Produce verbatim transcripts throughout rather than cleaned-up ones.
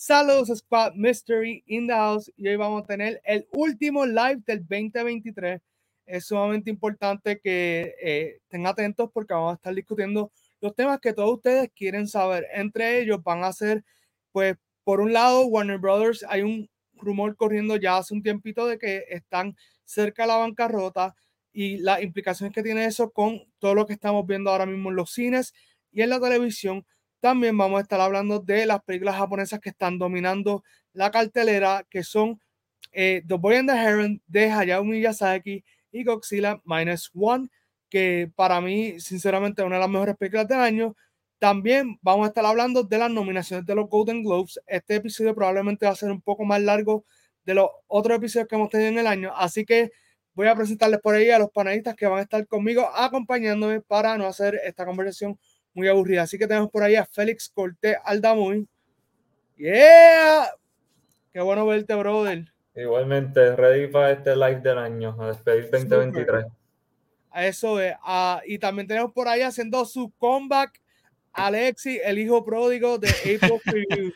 Saludos Squad Mystery in the house y hoy vamos a tener el último live del veinte veintitrés. Es sumamente importante que eh, estén atentos porque vamos a estar discutiendo los temas que todos ustedes quieren saber. Entre ellos van a ser, pues, por un lado, Warner Brothers. Hay un rumor corriendo ya hace un tiempito de que están cerca de la bancarrota y las implicaciones que tiene eso con todo lo que estamos viendo ahora mismo en los cines y en la televisión. También vamos a estar hablando de las películas japonesas que están dominando la cartelera, que son eh, The Boy and the Heron de Hayao Miyazaki y Godzilla Minus One, que para mí, sinceramente, es una de las mejores películas del año. También vamos a estar hablando de las nominaciones de los Golden Globes. Este episodio probablemente va a ser un poco más largo de los otros episodios que hemos tenido en el año, así que voy a presentarles por ahí a los panelistas que van a estar conmigo acompañándome para no hacer esta conversación muy aburrida. Así que tenemos por ahí a Félix Cortés Aldamuy. ¡Yeah! Qué bueno verte, brother. Igualmente, ready para este live del año, a despedir veinte veintitrés. A eso es. Uh, y también tenemos por ahí haciendo su comeback Alexi, el hijo pródigo de April Preview.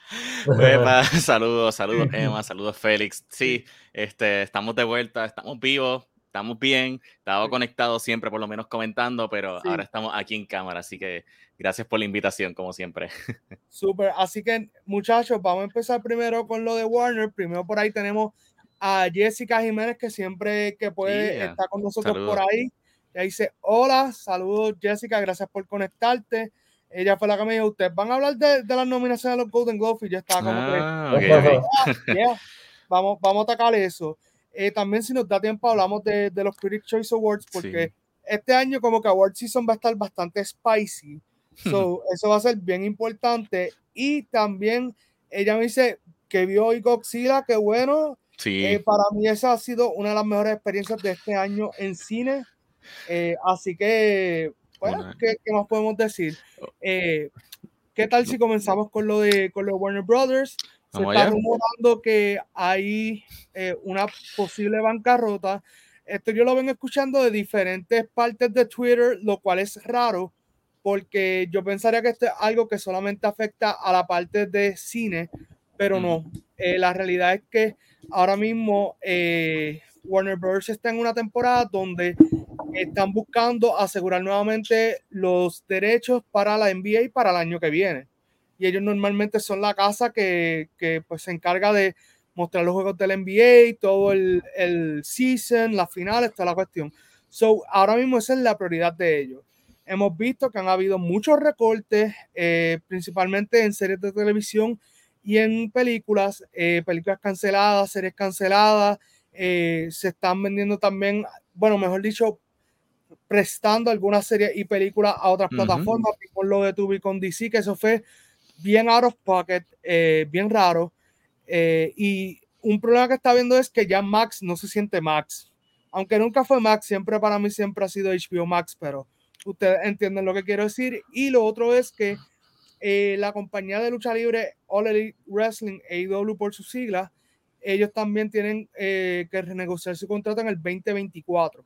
Saludos, saludos Emma, saludos Félix. Sí, este, estamos de vuelta, estamos vivos, estamos bien, estaba sí. conectado siempre, por lo menos comentando, pero sí. ahora estamos aquí en cámara, así que gracias por la invitación, como siempre. Súper, así que muchachos, vamos a empezar primero con lo de Warner. Primero por ahí tenemos a Jessica Jiménez, que siempre que puede yeah. está con nosotros saludos. Por ahí. Ella dice, hola, saludos Jessica, gracias por conectarte. Ella fue la que me dijo, ustedes van a hablar de, de las nominaciones de los Golden Globes, y yo estaba como ah, que, okay, okay. Yeah, yeah. Vamos, vamos a atacar eso. Eh, también si nos da tiempo hablamos de, de los Critics' Choice Awards, porque sí. este año como que Award Season va a estar bastante spicy, so, eso va a ser bien importante. Y también ella me dice que vio hoy Godzilla, que bueno, sí. eh, para mí esa ha sido una de las mejores experiencias de este año en cine, eh, así que bueno, ¿qué, ¿qué más podemos decir? Eh, ¿Qué tal si comenzamos con lo de, con lo de Warner Brothers? Se Vamos está allá. rumorando que hay eh, una posible bancarrota. Esto yo lo vengo escuchando de diferentes partes de Twitter, lo cual es raro, porque yo pensaría que esto es algo que solamente afecta a la parte de cine, pero no. Eh, la realidad es que ahora mismo eh, Warner Bros. Está en una temporada donde están buscando asegurar nuevamente los derechos para la N B A para el año que viene. Y ellos normalmente son la casa que, que pues se encarga de mostrar los juegos del N B A, todo el, el season, las finales, toda la cuestión. So, ahora mismo esa es la prioridad de ellos. Hemos visto que han habido muchos recortes, eh, principalmente en series de televisión y en películas, eh, películas canceladas, series canceladas, eh, se están vendiendo también, bueno, mejor dicho, prestando algunas series y películas a otras uh-huh. plataformas, por lo de Tubi con D C, que eso fue bien out of pocket, eh, bien raro, eh, y un problema que está viendo es que ya Max no se siente Max, aunque nunca fue Max, siempre para mí siempre ha sido H B O Max, pero ustedes entienden lo que quiero decir. Y lo otro es que eh, la compañía de lucha libre All Elite Wrestling, A E W por sus siglas, ellos también tienen eh, que renegociar su contrato en el veinte veinticuatro.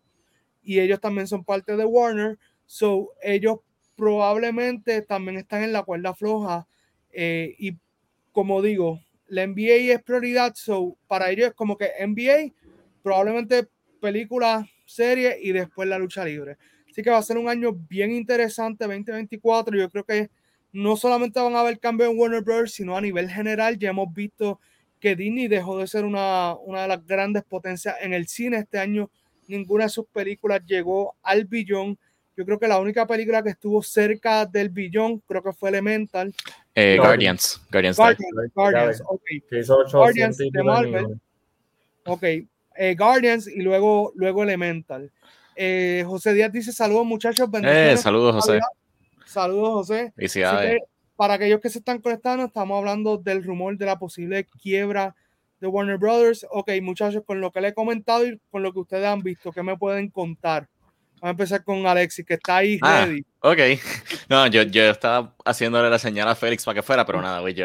Y ellos también son parte de Warner, so ellos probablemente también están en la cuerda floja, eh, y como digo, la N B A es prioridad, so para ellos es como que N B A, probablemente películas, series y después la lucha libre. Así que va a ser un año bien interesante, veinte veinticuatro. Yo creo que no solamente van a haber cambios en Warner Bros., sino a nivel general. Ya hemos visto que Disney dejó de ser una, una de las grandes potencias en el cine este año. Ninguna de sus películas llegó al billón. Yo creo que la única película que estuvo cerca del billón, creo que fue Elemental. Eh, Guardians. Guardians. Guardians, Guardians, ok. Guardians de Marvel. Ok, eh, Guardians y luego, luego Elemental. Eh, José Díaz dice, saludos muchachos, bendiciones. Eh, saludos, José. Saludos, José. Felicidades. Así que, para aquellos que se están conectando, estamos hablando del rumor de la posible quiebra de Warner Brothers. Ok, muchachos, con lo que le he comentado y con lo que ustedes han visto, ¿qué me pueden contar? Vamos a empezar con Alexis, que está ahí ah, ready. Ok. No, yo, yo estaba haciéndole la señal a Félix para que fuera, pero nada, voy yo.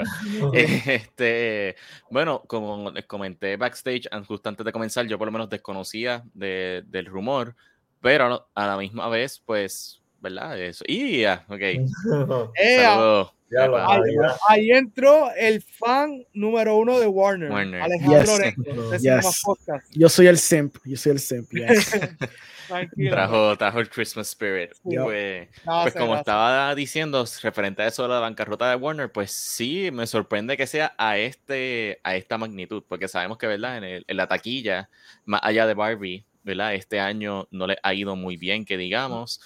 este, bueno, como les comenté backstage, justo antes de comenzar, yo por lo menos desconocía de, del rumor, pero a la misma vez, pues, ¿verdad? Eso. Y ya, ok. Eh, Saludos. Ya lo ahí, ahí entró el fan número uno de Warner, Warner. Alejandro Yes. Orengo, de Yes. Cinema Podcast. Yo soy el simp. Yo soy el simp. Yes. Tranquilo. Trajo, trajo el Christmas Spirit. Sí. Pues, Gracias, pues como gracias. estaba diciendo, referente a eso de la bancarrota de Warner, pues sí, me sorprende que sea a este a esta magnitud, porque sabemos que, ¿verdad? En, el, en la taquilla, más allá de Barbie, ¿verdad? Este año no le ha ido muy bien, que digamos.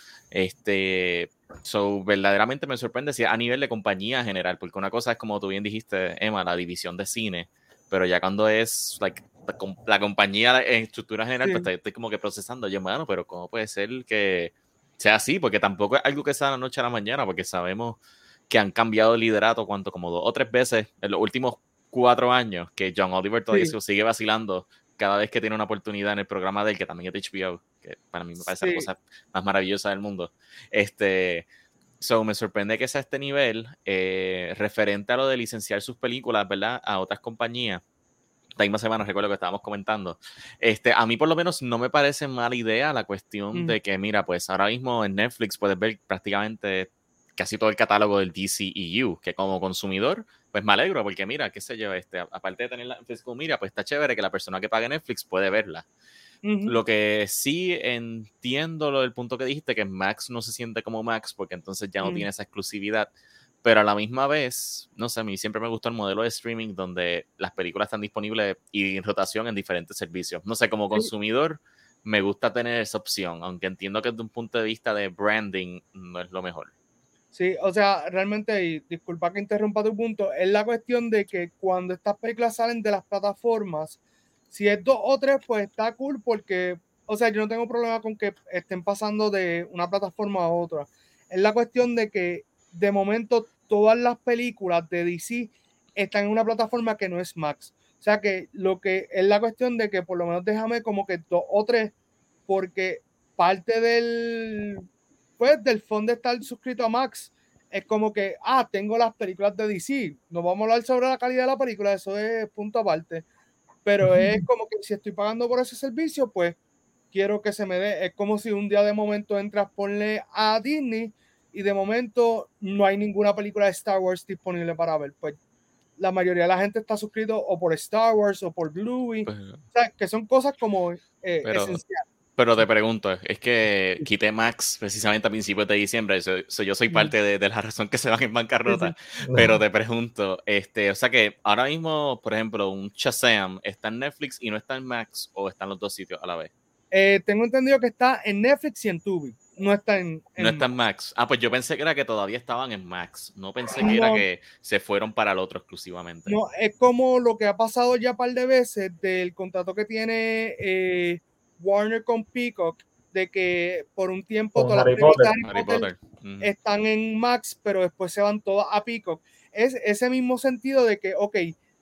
Este, so, verdaderamente me sorprende si a nivel de compañía general, porque una cosa es, como tú bien dijiste, Emma, la división de cine, pero ya cuando es like, la, la compañía en estructura general, sí. Pues estoy, estoy como que procesando yo, mano, pero ¿cómo puede ser que sea así? Porque tampoco es algo que sea de la noche a la mañana, porque sabemos que han cambiado el liderato cuanto como dos o tres veces en los últimos cuatro años, que John Oliver todavía sí. sigue vacilando cada vez que tiene una oportunidad en el programa de él, que también es de H B O, que para mí me parece sí. la cosa más maravillosa del mundo. Este, so, me sorprende que sea este nivel, eh, referente a lo de licenciar sus películas, ¿verdad? A otras compañías. La misma semana recuerdo que estábamos comentando. Este, a mí por lo menos no me parece mala idea la cuestión mm. de que, mira, pues ahora mismo en Netflix puedes ver prácticamente casi todo el catálogo del D C E U, que como consumidor, pues me alegro, porque mira, qué sé yo, este, aparte de tenerla en Fiscal Media, pues está chévere que la persona que pague Netflix puede verla. Uh-huh. Lo que sí entiendo lo del punto que dijiste, que Max no se siente como Max, porque entonces ya no uh-huh. tiene esa exclusividad, pero a la misma vez, no sé, a mí siempre me gustó el modelo de streaming donde las películas están disponibles y en rotación en diferentes servicios. No sé, como consumidor, me gusta tener esa opción, aunque entiendo que desde un punto de vista de branding no es lo mejor. Sí, o sea, realmente, y disculpa que interrumpa tu punto, es la cuestión de que cuando estas películas salen de las plataformas, si es dos o tres, pues está cool porque, o sea, yo no tengo problema con que estén pasando de una plataforma a otra. Es la cuestión de que de momento todas las películas de D C están en una plataforma que no es Max. O sea que lo que es la cuestión de que por lo menos déjame como que dos o tres, porque parte del... pues del fondo de estar suscrito a Max es como que, ah, tengo las películas de D C, no vamos a hablar sobre la calidad de la película, eso es punto aparte, pero uh-huh. es como que si estoy pagando por ese servicio, pues quiero que se me dé, es como si un día de momento entras, ponle a Disney y de momento no hay ninguna película de Star Wars disponible para ver, pues la mayoría de la gente está suscrito o por Star Wars o por Bluey, pues, o sea, que son cosas como eh, pero... esenciales. Pero te pregunto, es que quité Max precisamente a principios de diciembre, so, so yo soy parte de, de la razón que se van en bancarrota, sí, sí. Pero te pregunto, este, o sea que ahora mismo, por ejemplo, un Shazam está en Netflix y no está en Max, ¿o está en los dos sitios a la vez? Eh, tengo entendido que está en Netflix y en Tubi, no está en, en No está en Max. Ah, pues yo pensé que era que todavía estaban en Max, no pensé que no. Era que se fueron para el otro exclusivamente. No, es como lo que ha pasado ya un par de veces del contrato que tiene... Eh, Warner con Peacock, de que por un tiempo con todas Harry las películas Potter. de Harry Potter, uh-huh. están en Max, pero después se van todas a Peacock. Es ese mismo sentido de que, ok,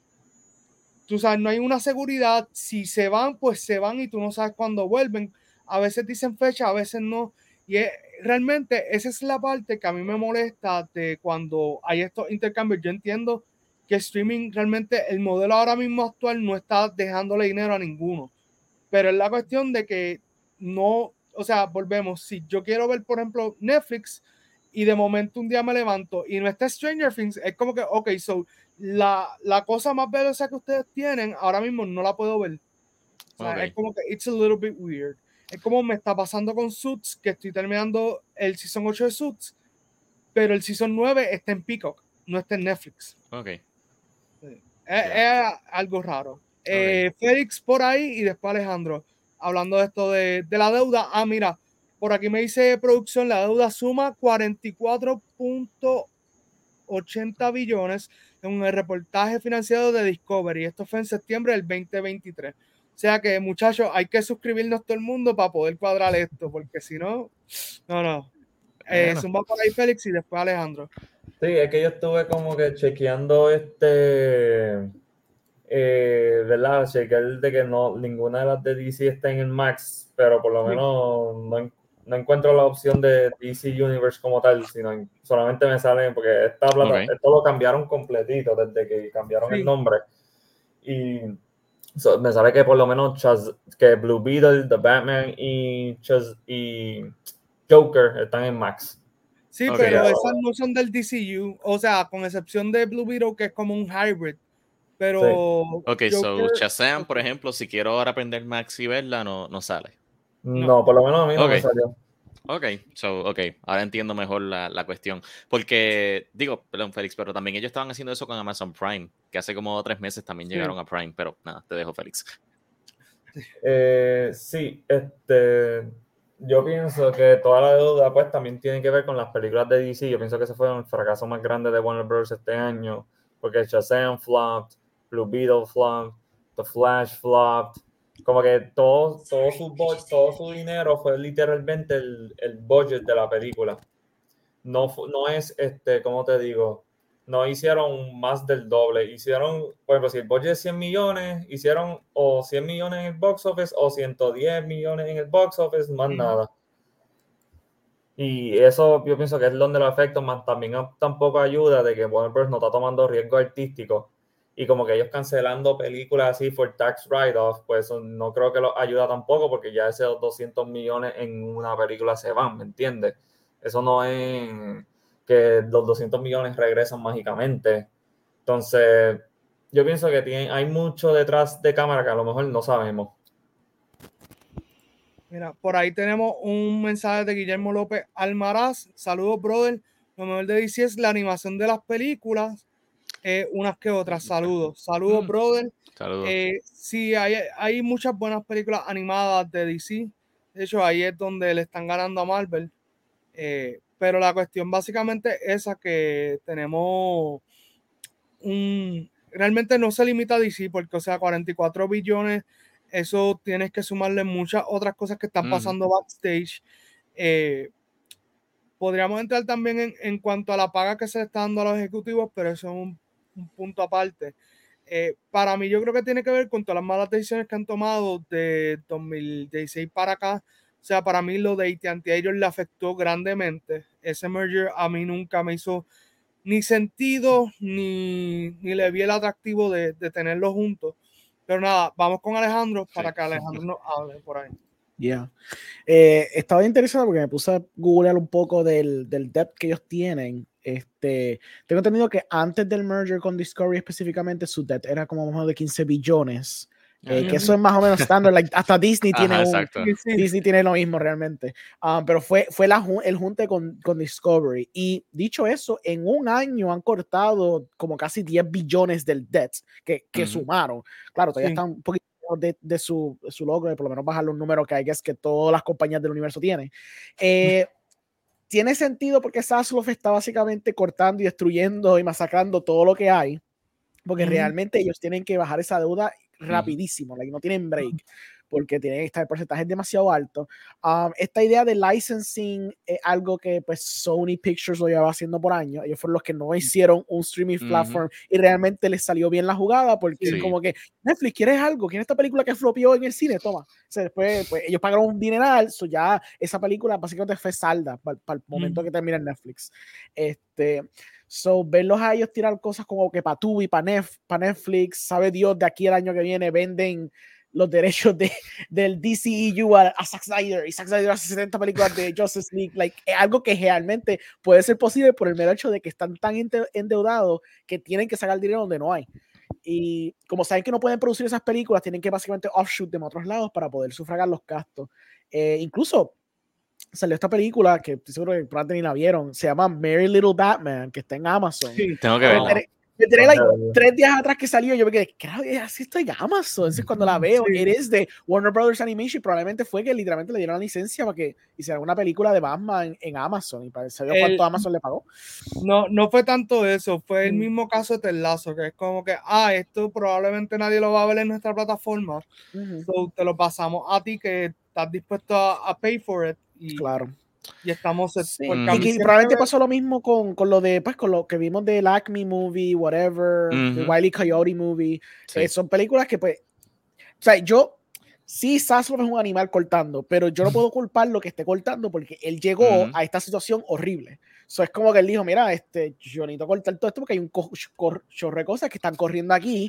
tú sabes, no hay una seguridad, si se van, pues se van y tú no sabes cuándo vuelven. A veces dicen fecha, a veces no. Y es, realmente esa es la parte que a mí me molesta de cuando hay estos intercambios. Yo entiendo que streaming realmente, el modelo ahora mismo actual no está dejándole dinero a ninguno. Pero es la cuestión de que no, o sea, volvemos, si yo quiero ver, por ejemplo, Netflix y de momento un día me levanto y no está Stranger Things, es como que, ok, so, la, la cosa más veloz que ustedes tienen, ahora mismo no la puedo ver. O sea, okay. Es como que it's a little bit weird. Es como me está pasando con Suits, que estoy terminando el Season ocho de Suits, pero el Season nueve está en Peacock, no está en Netflix. Ok. Sí. Es, yeah. es algo raro. Eh, okay. Félix por ahí y después Alejandro hablando de esto de, de la deuda. Ah, mira, por aquí me dice producción, la deuda suma cuarenta y cuatro punto ochenta billones en el reportaje financiero de Discovery. Esto fue en septiembre del veinte veintitrés. O sea que, muchachos, hay que suscribirnos todo el mundo para poder cuadrar esto, porque si no, no, no. Eh, bueno. Zumba por ahí Félix y después Alejandro. Sí, es que yo estuve como que chequeando este... Eh, ¿verdad? Chequear de que no, ninguna de las de D C está en el Max, pero por lo menos no, no encuentro la opción de D C Universe como tal, sino en, solamente me salen, porque esta plata, okay. esto lo cambiaron completito desde que cambiaron sí. el nombre. Y so, me sale que por lo menos Chaz, que Blue Beetle, The Batman y, Chaz, y Joker están en Max. Sí, Okay. pero esas no son del D C U, o sea, con excepción de Blue Beetle, que es como un hybrid. Pero. Sí. Ok, Joker, so Shazam, okay. por ejemplo, si quiero ahora aprender Max y verla, no, no sale. No. no, por lo menos a mí no okay. me salió. Ok, so, ok, ahora entiendo mejor la, la cuestión. Porque, digo, perdón, Félix, pero también ellos estaban haciendo eso con Amazon Prime, que hace como tres meses también sí. llegaron a Prime, pero nada, te dejo, Félix. Eh, sí, este. Yo pienso que toda la deuda pues también tiene que ver con las películas de D C. Yo pienso que ese fue el fracaso más grande de Warner Bros. Este año, porque Shazam flopped, Blue Beetle flopped, The Flash flopped. Como que todo, todo, su, todo su dinero fue literalmente el, el budget de la película. No, no es, este, ¿cómo te digo? No hicieron más del doble. Hicieron, por ejemplo, si el budget es cien millones, hicieron o cien millones en el box office o ciento diez millones en el box office, más mm. nada. Y eso yo pienso que es donde lo afecta, más también tampoco ayuda de que Warner Bros. No está tomando riesgo artístico. Y como que ellos cancelando películas así por tax write-off, pues no creo que los ayuda tampoco, porque ya esos doscientos millones en una película se van, ¿me entiendes? Eso no es que los doscientos millones regresan mágicamente. Entonces, yo pienso que tiene, hay mucho detrás de cámara que a lo mejor no sabemos. Mira, por ahí tenemos un mensaje de Guillermo López Almaraz. Saludos, brother. Lo mejor de D C es la animación de las películas, eh, unas que otras. Saludos. Saludos, mm. brother. Saludos. Eh, sí, hay, hay muchas buenas películas animadas de D C. De hecho, ahí es donde le están ganando a Marvel. Eh, pero la cuestión básicamente es esa, que tenemos un... Realmente no se limita a D C, porque, o sea, cuarenta y cuatro billones, eso tienes que sumarle muchas otras cosas que están pasando uh-huh. backstage. Eh, podríamos entrar también en, en cuanto a la paga que se le está dando a los ejecutivos, pero eso es un, un punto aparte. Eh, para mí, yo creo que tiene que ver con todas las malas decisiones que han tomado de dos mil dieciséis para acá. O sea, para mí lo de A T and T a ellos le afectó grandemente. Ese merger a mí nunca me hizo ni sentido, ni, ni le vi el atractivo de, de tenerlos juntos. Pero nada, vamos con Alejandro para sí. que Alejandro nos hable por ahí. Ya. Yeah. Eh, estaba interesado porque me puse a googlear un poco del, del debt que ellos tienen. Este, tengo entendido que antes del merger con Discovery específicamente, su debt era como más de quince billones. Eh, uh-huh. Que eso es más o menos estándar, like, hasta Disney tiene Ajá, un, Disney tiene lo mismo realmente, um, pero fue, fue la, el junte con, con Discovery, y dicho eso, en un año han cortado como casi diez billones del debt que, que uh-huh. sumaron, claro, todavía sí. están un poquito de, de, su, de su logro, de por lo menos bajar los números que hay, que es que todas las compañías del universo tienen. Eh, tiene sentido porque Zaslav está básicamente cortando y destruyendo y masacrando todo lo que hay, porque uh-huh. realmente ellos tienen que bajar esa deuda rapidísimo, uh-huh. like, no tienen break, porque tienen que estar el porcentaje demasiado alto. Um, esta idea de licensing es algo que pues Sony Pictures lo llevaba haciendo por años. Ellos fueron los que no hicieron un streaming uh-huh. platform y realmente les salió bien la jugada, porque sí. como que Netflix, ¿quieres algo? ¿Quieres esta película que flopió en el cine? Toma. O sea, después pues, ellos pagaron un dineral, so ya esa película básicamente fue salda para, para el momento uh-huh. que termina en Netflix. Este... So, verlos a ellos tirar cosas como que para Tubi, para Nef, pa Netflix, sabe Dios, de aquí al año que viene venden los derechos de, del D C E U a, a Zack Snyder, y Zack Snyder hace setenta películas de Justice League, like, es algo que realmente puede ser posible por el mero hecho de que están tan endeudados que tienen que sacar dinero donde no hay. Y como saben que no pueden producir esas películas, tienen que básicamente offshoot de otros lados para poder sufragar los gastos. Eh, incluso salió esta película que estoy seguro que probablemente ni la vieron, se llama Merry Little Batman, que está en Amazon. Sí, tengo que verla. Me tenía like, tres días atrás que salió, yo me quedé, claro, así está en Amazon. Entonces cuando la veo, sí. eres de Warner Brothers Animation, probablemente fue que literalmente le dieron la licencia para que hiciera una película de Batman en, en Amazon, y para saber cuánto Amazon le pagó. No, no fue tanto eso, fue el mismo caso de Ted Lasso, que es como que, ah, esto probablemente nadie lo va a ver en nuestra plataforma, uh-huh. so te lo pasamos a ti que estás dispuesto a, a pay for it. Y, claro. Y estamos sí. y que probablemente pasó lo mismo con, con lo de pues con lo que vimos del Acme Movie, whatever, uh-huh. de Wile E. Coyote Movie. Sí. Eh, son películas que pues, o sea, yo sí, Zaslav es un animal cortando, pero yo no puedo culpar lo que esté cortando porque él llegó uh-huh. a esta situación horrible. So, es como que él dijo, mira, este, yo necesito cortar todo esto porque hay un chorro de cosas que están corriendo aquí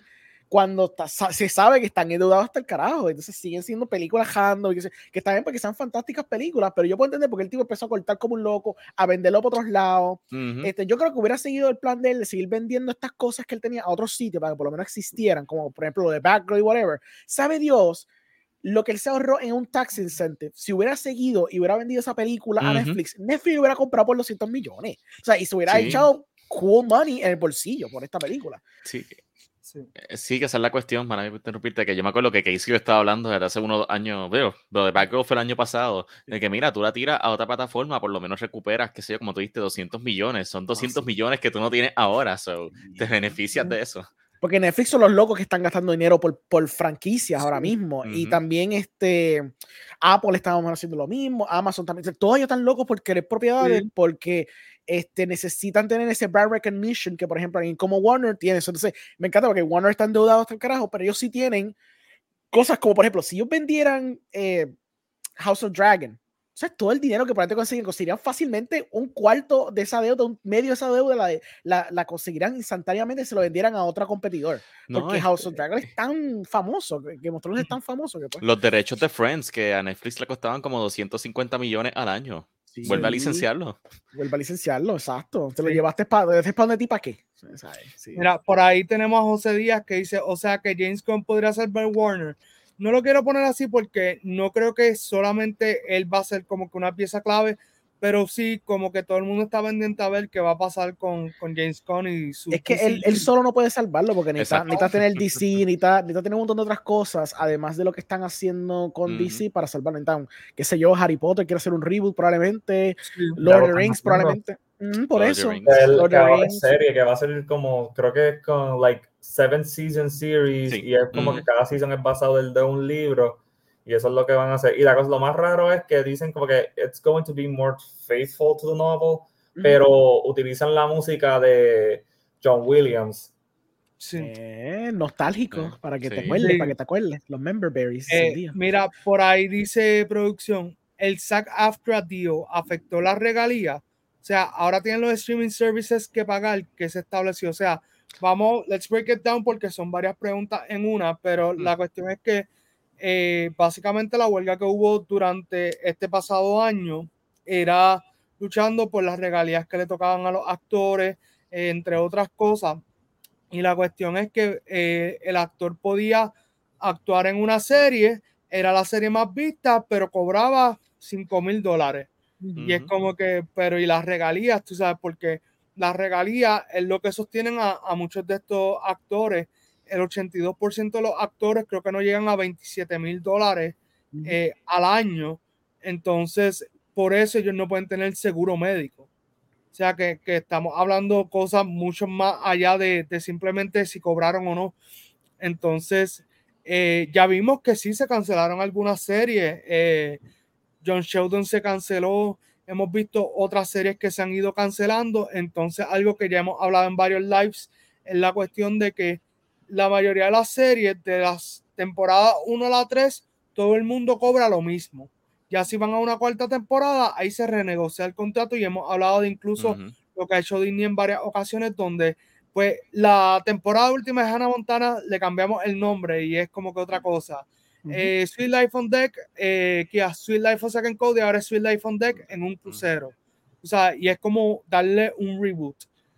cuando ta, se sabe que están endeudados hasta el carajo, entonces siguen siendo películas handle, que, que está bien porque sean fantásticas películas, pero yo puedo entender porque el tipo empezó a cortar como un loco, a venderlo por otros lados. Uh-huh. este, yo creo que hubiera seguido el plan de él de seguir vendiendo estas cosas que él tenía a otros sitios para que por lo menos existieran, como por ejemplo lo de Batgirl y whatever. Sabe Dios lo que él se ahorró en un tax incentive. Si hubiera seguido y hubiera vendido esa película uh-huh. a Netflix, Netflix lo hubiera comprado por doscientos millones. O sea, y se hubiera sí. echado cool money en el bolsillo por esta película. Sí. Sí. sí, que esa es la cuestión, para interrumpirte, que yo me acuerdo que Casey estaba hablando desde hace unos años, veo, lo de Batgirl fue el año pasado, de que mira, tú la tiras a otra plataforma, por lo menos recuperas, qué sé yo, como tú dijiste, doscientos millones, son doscientos oh, sí. millones que tú no tienes ahora, so, te beneficias de eso. Porque Netflix son los locos que están gastando dinero por, por franquicias sí. ahora mismo. Uh-huh. Y también este Apple está haciendo lo mismo, Amazon también. Todos ellos están locos por querer propiedades, sí. porque este, necesitan tener ese brand recognition que, por ejemplo, alguien como Warner tiene eso. Entonces, me encanta porque Warner está endeudado hasta el carajo, pero ellos sí tienen cosas como, por ejemplo, si ellos vendieran eh, House of Dragon, o sea, todo el dinero que por ahí te consiguen, conseguirían fácilmente un cuarto de esa deuda, un medio de esa deuda, la, de, la, la conseguirían instantáneamente y se lo vendieran a otro competidor. No, porque House of Dragon es tan famoso, que Monstruos es tan famoso que pues. Los derechos de Friends, que a Netflix le costaban como doscientos cincuenta millones al año. Sí. Vuelve a licenciarlo. Vuelve a licenciarlo, exacto. Te sí. lo llevaste para pa donde ti, ¿para qué? Sí. Mira, por ahí tenemos a José Díaz que dice, o sea, que James Gunn podría ser Ben Warner. No lo quiero poner así porque no creo que solamente él va a ser como que una pieza clave, pero sí como que todo el mundo está pendiente a ver qué va a pasar con, con James Gunn y su... Es que él, él solo no puede salvarlo porque necesita, necesita tener D C, necesita, necesita tener un montón de otras cosas, además de lo que están haciendo con mm. D C para salvarlo. Entonces, qué sé yo, Harry Potter quiere hacer un reboot probablemente, sí. Lord of the Rings probablemente. Mm, por Lord eso. El, Lord que va serie que va a ser como, creo que es con like seven season series sí. y es como mm. que cada season es basado de un libro y eso es lo que van a hacer. Y la cosa, lo más raro es que dicen como que it's going to be more faithful to the novel, mm. pero utilizan la música de John Williams. Sí. Eh, nostálgico, eh, para que sí. te acuerdes, sí. para que te acuerdes. Los member berries. Eh, mira, por ahí dice producción, el SAG-AFTRA deal afectó la regalía. O sea, ahora tienen los streaming services que pagar, que se estableció. O sea, vamos, let's break it down porque son varias preguntas en una, pero mm. la cuestión es que eh, básicamente la huelga que hubo durante este pasado año era luchando por las regalías que le tocaban a los actores, eh, entre otras cosas. Y la cuestión es que eh, el actor podía actuar en una serie, era la serie más vista, pero cobraba cinco mil dólares. Uh-huh. Y es como que, pero y las regalías, tú sabes, porque las regalías es lo que sostienen a, a muchos de estos actores. El ochenta y dos por ciento de los actores creo que no llegan a veintisiete mil dólares uh-huh. eh, al año. Entonces, por eso ellos no pueden tener seguro médico. O sea, que, que estamos hablando cosas mucho más allá de, de simplemente si cobraron o no. Entonces, eh, ya vimos que sí se cancelaron algunas series. Eh, John Sheldon se canceló. Hemos visto otras series que se han ido cancelando. Entonces, algo que ya hemos hablado en varios lives es la cuestión de que la mayoría de las series de las temporadas uno a la tres, todo el mundo cobra lo mismo. Ya si van a una cuarta temporada, ahí se renegocia el contrato y hemos hablado de incluso uh-huh. lo que ha hecho Disney en varias ocasiones donde pues la temporada última de Hannah Montana le cambiamos el nombre y es como que otra cosa. Uh-huh. Eh, Sweet Life on Deck, eh, que a Sweet Life on Second Code y ahora es Sweet Life on Deck en un crucero. Uh-huh. O sea, y es como darle un reboot.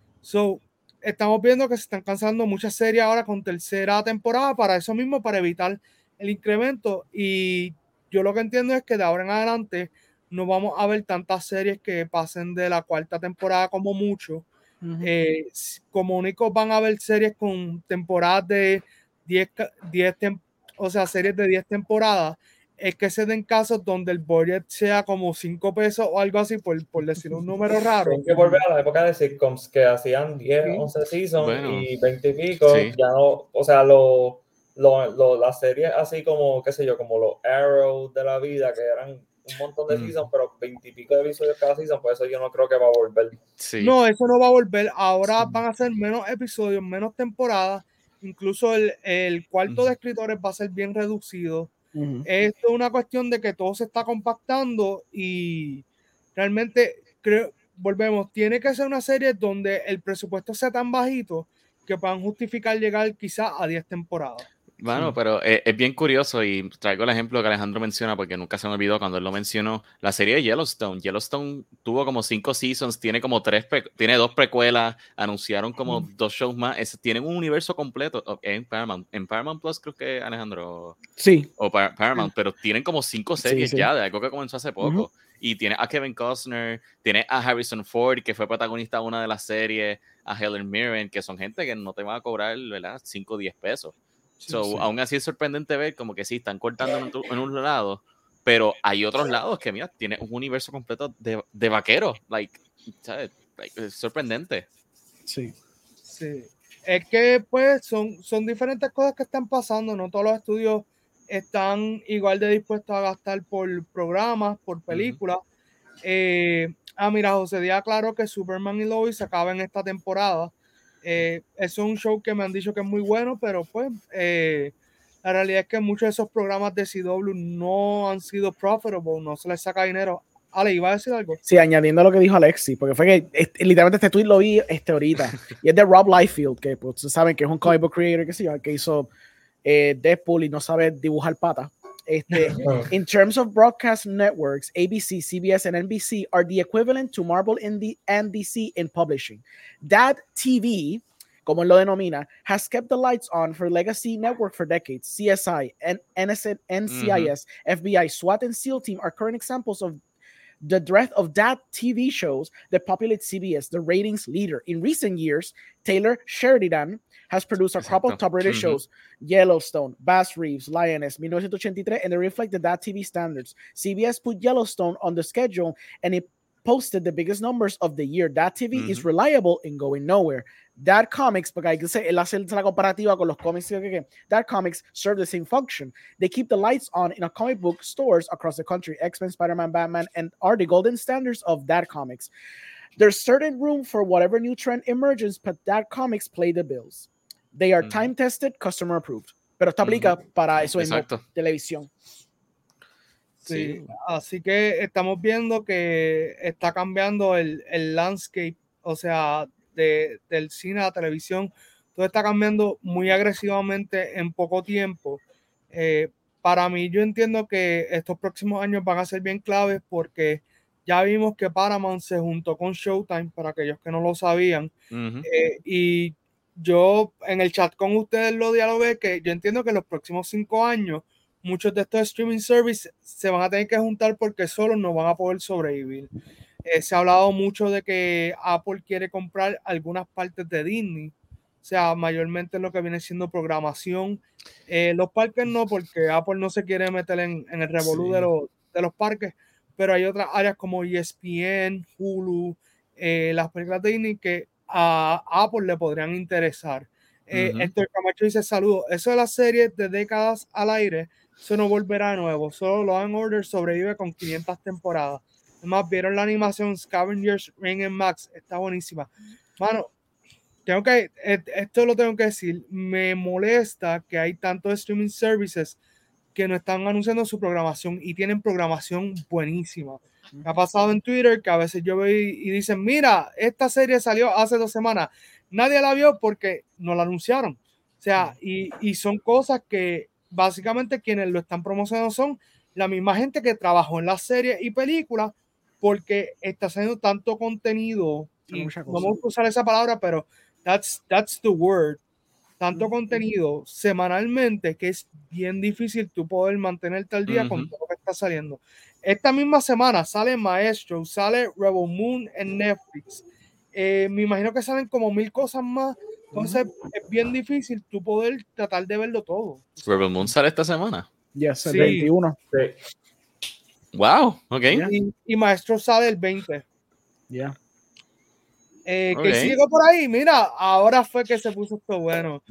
So, estamos viendo que se están cancelando muchas series ahora con tercera temporada para eso mismo, para evitar el incremento. Y yo lo que entiendo es que de ahora en adelante no vamos a ver tantas series que pasen de la cuarta temporada como mucho. Uh-huh. Eh, como único van a haber series con temporadas de diez, diez tem- o sea, series de diez temporadas, es que se den casos donde el budget sea como cinco pesos o algo así, por, por decir un número raro. Hay que volver a la época de sitcoms que hacían diez, sí. once seasons bueno, y veinte y pico, sí. ya no, o sea, lo, lo, lo, las series así como, qué sé yo, como los Arrow de la vida, que eran un montón de mm. seasons, pero veinte y pico de episodios cada season, por eso yo no creo que va a volver. Sí. No, eso no va a volver, ahora sí. van a ser menos episodios, menos temporadas, incluso el, el cuarto mm. de escritores va a ser bien reducido. Uh-huh. Esto es una cuestión de que todo se está compactando y realmente creo, volvemos, tiene que ser una serie donde el presupuesto sea tan bajito que puedan justificar llegar quizás a diez temporadas. Bueno, Sí. pero es, es bien curioso y traigo el ejemplo que Alejandro menciona porque nunca se me olvidó cuando él lo mencionó. La serie de Yellowstone. Yellowstone tuvo como cinco seasons, tiene como tres, pre- tiene dos precuelas, anunciaron como mm. dos shows más. Es, tienen un universo completo okay, en Paramount. En Paramount Plus creo que Alejandro. Sí. O Par Paramount, pero tienen como cinco series sí, sí. ya de algo que comenzó hace poco. Uh-huh. Y tiene a Kevin Costner, tiene a Harrison Ford, que fue protagonista de una de las series, a Helen Mirren, que son gente que no te van a cobrar, ¿verdad? cinco o diez pesos. Sí, so, sí. Aún así es sorprendente ver como que sí, están cortando en un, en un lado, pero hay otros lados que, mira, tiene un universo completo de, de vaqueros. Like, ¿sabes? Like, es sorprendente. Sí. Sí. Es que, pues, son, son diferentes cosas que están pasando. No todos los estudios están igual de dispuestos a gastar por programas, por películas. Uh-huh. eh, ah, mira, José Díaz aclaró que Superman y Lois se acaban esta temporada. Eh, es un show que me han dicho que es muy bueno, pero pues eh, la realidad es que muchos de esos programas de C W no han sido profitable, no se les saca dinero. Ale, ¿iba a decir algo? Sí, añadiendo a lo que dijo Alexi, porque fue que este, literalmente este tweet lo vi este ahorita, y es de Rob Liefeld, que pues saben que es un comic book creator que, sí, que hizo eh, Deadpool y no sabe dibujar patas. Este, in terms of broadcast networks, A B C, C B S, and N B C are the equivalent to Marvel and D C in publishing. That T V, como él lo denomina, has kept the lights on for legacy network for decades. C S I, N S N, N C I S, mm-hmm. F B I, SWAT, and SEAL Team are current examples of the breadth of that T V shows that populate C B S, the ratings leader. In recent years, Taylor Sheridan has produced a couple of top-rated mm-hmm. shows, Yellowstone, Bass Reeves, Lioness, nineteen eighty-three, and they reflect the that T V standards. C B S put Yellowstone on the schedule, and it posted the biggest numbers of the year. That T V mm-hmm. is reliable and going nowhere. That Comics, porque hay que hacer, él hace la comparativa con los cómics, que, que, that Comics serve the same function. They keep the lights on in a comic book stores across the country. X-Men, Spider-Man, Batman, and are the golden standards of that Comics. There's certain room for whatever new trend emerges, but that Comics play the bills. They are mm-hmm. time-tested, customer-approved. Pero esto aplica mm-hmm. para eso en televisión. Sí, así que estamos viendo que está cambiando el, el landscape, o sea, de, del cine a la televisión. Todo está cambiando muy agresivamente en poco tiempo. Eh, para mí, yo entiendo que estos próximos años van a ser bien claves porque ya vimos que Paramount se juntó con Showtime, para aquellos que no lo sabían. Uh-huh. Eh, y yo en el chat con ustedes lo dialogué, que yo entiendo que en los próximos cinco años muchos de estos streaming services se van a tener que juntar porque solos no van a poder sobrevivir. Eh, se ha hablado mucho de que Apple quiere comprar algunas partes de Disney, o sea, mayormente lo que viene siendo programación. Eh, los parques no, porque Apple no se quiere meter en, en el revolú sí. de, los, de los parques, pero hay otras áreas como E S P N, Hulu, eh, las películas de Disney que a Apple le podrían interesar. Eh, uh-huh. Héctor Camacho dice, saludos, eso de las series de décadas al aire, eso no volverá de nuevo, solo Law and Order sobrevive con quinientas temporadas. Además, vieron la animación Scavengers, Ring and Max, está buenísima. Mano, tengo que, esto lo tengo que decir, me molesta que hay tantos streaming services que no están anunciando su programación y tienen programación buenísima. Me ha pasado en Twitter que a veces yo veo y, y dicen, mira, esta serie salió hace dos semanas, nadie la vio porque no la anunciaron. O sea, y, y son cosas que básicamente quienes lo están promocionando son la misma gente que trabajó en las series y películas porque está haciendo tanto contenido, y no me gusta usar esa palabra, pero that's, that's the word, tanto uh-huh. contenido semanalmente que es bien difícil tú poder mantenerte al día uh-huh. con todo lo que está saliendo. Esta misma semana sale Maestro, sale Rebel Moon en Netflix. Eh, me imagino que salen como mil cosas más. Entonces uh-huh. es bien difícil tú poder tratar de verlo todo. Rebel Moon sale esta semana. Yes, el sí. veintiuno. Sí. Wow, ok. Yeah. Y, y Maestro sale el veinte. Ya. Yeah. Eh, okay. Que sigo por ahí, mira, ahora fue que se puso esto bueno.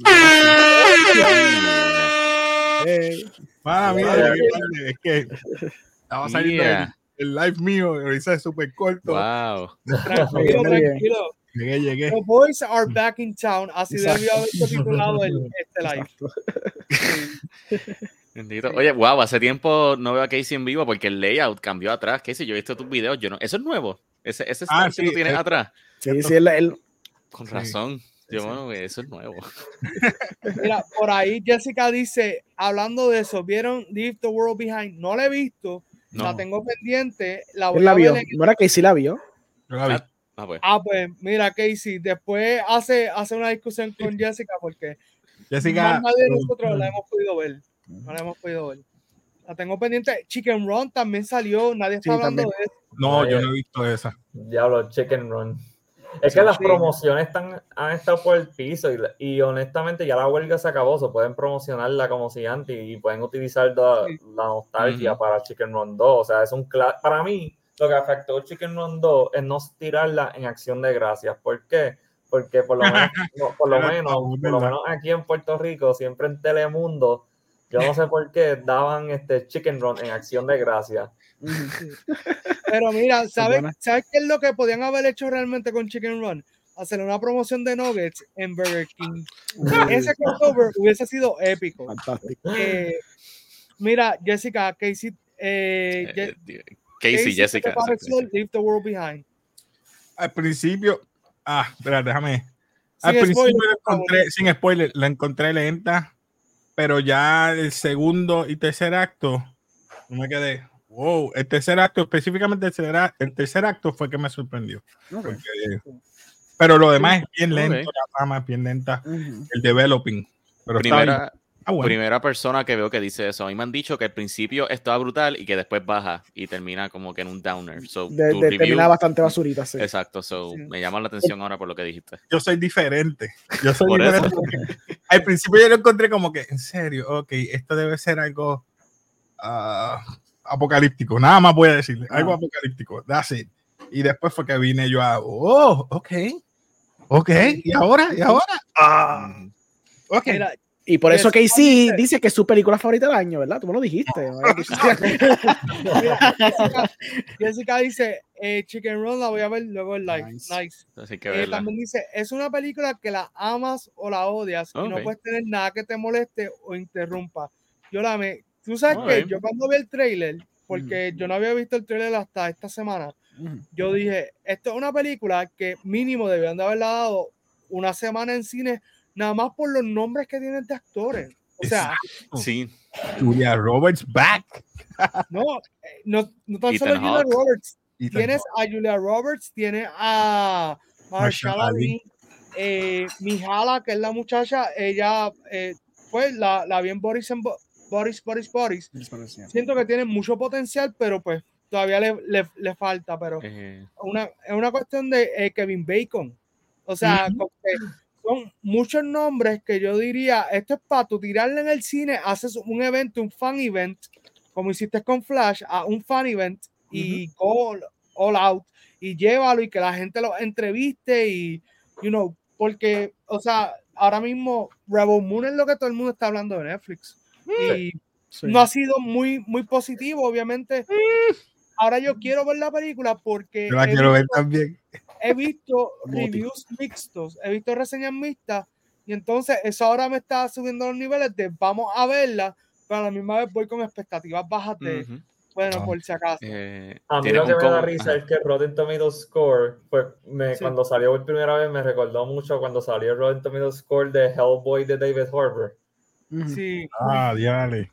Hey. Para mí, es que estaba saliendo yeah. el, el live mío, lo hice súper corto. Wow. Tranquilo, tranquilo. Llegué, llegué. The boys are back in town. Así debió haber titulado el, este live. Bendito. Oye, wow, hace tiempo no veo a Casey en vivo porque el layout cambió atrás. Casey, yo he visto tus videos. Yo no, eso es nuevo. Ese, ese ah, sí, sí, que tú tienes es, atrás. Sí, sí, él, él. Con razón. Yo, bueno, eso es nuevo. Mira, por ahí Jessica dice, hablando de eso, ¿vieron Leave the World Behind? No la he visto, No. la tengo pendiente, la voy ¿Quién la a vio? ver. En... ¿No era que sí la vio? Yo la vi. Ah, ah, pues. ah, pues mira, Casey, después hace, hace una discusión con Jessica porque Jessica, más nadie de nosotros la hemos podido ver. No la hemos podido ver. La tengo pendiente. Chicken Run también salió, nadie está Sí, hablando también. de eso. no, Ay, yo no he visto esa. Diablo, Chicken Run. Es Sí, que las sí. promociones están, han estado por el piso y, y honestamente ya la huelga se acabó, se pueden promocionarla como si antes y pueden utilizar la, Sí. la nostalgia Ujú. para Chicken Run dos. O sea, es un cla- para mí lo que afectó Chicken Run dos es no tirarla en Acción de Gracias. ¿Por qué? Porque por lo menos, no, por lo Era menos, tabú, por lo ¿verdad? menos aquí en Puerto Rico, siempre en Telemundo, yo no sé por qué daban este Chicken Run en Acción de Gracias. Pero mira, ¿sabes, buena. ¿sabes qué es lo que podían haber hecho realmente con Chicken Run? Hacer una promoción de nuggets en Burger King. Ese crossover hubiese sido épico. Fantástico. Eh, mira, Jessica, Casey, eh, Je- Eh, tío, Casey, ¿qué Jessica. te pareció Leave the World Behind? Al principio, ah, espera, déjame. Al Sin principio spoiler, la por favor. encontré, sin spoiler, la encontré lenta, pero ya el segundo y tercer acto, no me quedé. Wow, el tercer acto, específicamente el tercer, a- el tercer acto fue que me sorprendió. Ok. Porque- pero lo demás es bien lento, Ok. la trama es bien lenta, Ujú. el developing. Pero está bien. Primera, Ah, bueno. primera persona que veo que dice eso. A mí me han dicho que al principio estaba brutal y que después baja y termina como que en un downer. So, De, tu de review- terminar bastante basurita, sí. Exacto, so, Sí. me llama la atención ahora por lo que dijiste. Yo soy diferente. Yo soy Por diferente. eso. porque al principio yo lo encontré como que, en serio, ok, esto debe ser algo ah, apocalíptico. Nada más voy a decirle, algo Ah. apocalíptico. That's it. Y después fue que vine yo a, oh, ok, ok, y ahora, y ahora, ah, ok. Mira, Y por eso Jessica Casey dice- dice que es su película favorita del año, ¿verdad? Tú me lo dijiste. mira, Jessica, Jessica dice, eh, Chicken Run la voy a ver luego en live. Nice. Nice. Así que Eh, verla. también dice, es una película que la amas o la odias y no Ok. puedes tener nada que te moleste o interrumpa. Yo la amé. Tú sabes Ok. que yo cuando vi el trailer, porque yo no había visto el trailer hasta esta semana, Ujú. yo dije, esto es una película que mínimo debían de haberla dado una semana en cine, nada más por los nombres que tienen de actores. O sea, Sí. Julia Roberts back. no, eh, no, no tan Ethan solo Julia Hawke. Roberts, Ethan tienes a Julia Roberts, tienes a Mahershala Mahershala Ali. Ali, eh, Mihala, que es la muchacha, ella, eh, pues la, la vi en Boris, en Bo- Boris, Boris, Boris. Siento que tiene mucho potencial, pero pues todavía le, le, le falta, pero Eh, una, es una cuestión de eh, Kevin Bacon. O sea, Ujú. como que son muchos nombres que yo diría, esto es para tú tirarle en el cine, haces un evento, un fan event, como hiciste con Flash, a un fan event y go all, all out y llévalo y que la gente lo entreviste y, you know, porque, o sea, ahora mismo Rebel Moon es lo que todo el mundo está hablando de Netflix y Sí. no ha sido muy, muy positivo, obviamente. Ahora yo quiero ver la película porque Yo la he quiero ver visto- también. he visto Moti. reviews mixtos, he visto reseñas mixtas y entonces eso ahora me está subiendo los niveles de vamos a verla, pero a la misma vez voy con expectativas bajas de, ujú. bueno, Ah. por si acaso. Eh, A mí tiene lo que un me da com- risa ajá. es que Rotten Tomatoes Score, pues, me, Sí. cuando salió por primera vez, me recordó mucho cuando salió el Rotten Tomatoes Score de Hellboy de David Harbour. Ujú. Sí, Ah, diale.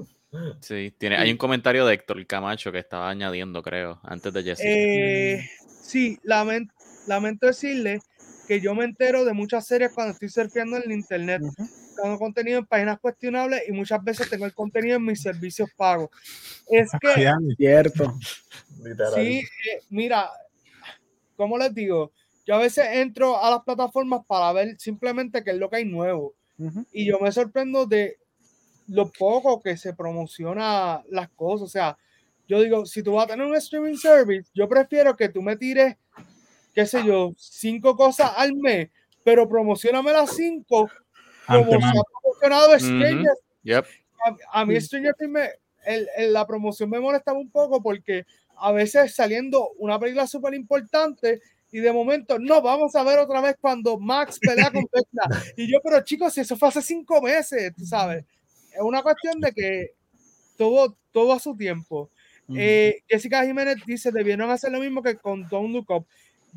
Sí, tiene, hay un comentario de Héctor Camacho que estaba añadiendo, creo, antes de Jessica. eh, sí, lamen- lamento decirle que yo me entero de muchas series cuando estoy surfeando en el internet, Ujú. buscando contenido en páginas cuestionables y muchas veces tengo el contenido en mis servicios pagos. Es que Diale. Cierto. Literal. sí, eh, mira, ¿cómo les digo? Yo a veces entro a las plataformas para ver simplemente qué es lo que hay nuevo. Ujú. Y yo me sorprendo de lo poco que se promociona las cosas. O sea, yo digo, si tú vas a tener un streaming service, yo prefiero que tú me tires, qué sé yo, cinco cosas al mes, pero promocioname las cinco como se Antemano. ha promocionado Ujú. Stranger. Yep. A, a mí Stranger Things, me- el- el- la promoción me molestaba un poco porque a veces saliendo una película súper importante y de momento, no, vamos a ver otra vez cuando Max pelea con Vecna. Y yo, pero chicos, si eso fue hace cinco meses, tú sabes. Es una cuestión de que todo, todo a su tiempo. Ujú. Eh, Jessica Jiménez dice, debieron hacer lo mismo que con Don't Look Up.